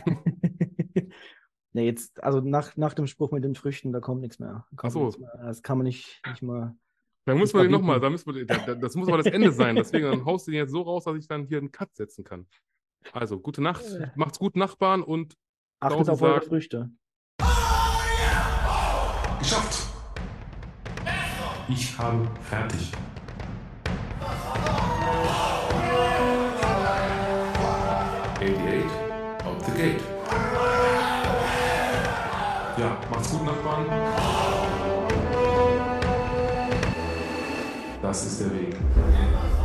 S3: Ne, jetzt, also nach, nach dem Spruch mit den Früchten, da kommt nichts mehr. Da
S2: Ach
S3: kommt
S2: so.
S3: nichts mehr. Das kann man nicht, nicht mal.
S2: Dann muss
S3: Ich
S2: man den
S3: verbiete-
S2: nochmal, da müssen wir, da- da- das muss aber das Ende sein. Deswegen dann haust du den jetzt so raus, dass ich dann hier einen Cut setzen kann. Also, gute Nacht, macht's gut, Nachbarn, und
S3: Achtet
S2: Klausi
S3: auf eure
S2: sagt-
S3: Früchte.
S2: geschafft. Ich habe fertig. achtundachtzig out the gate. Ja, macht's gut, Nachbarn. Das ist der Weg.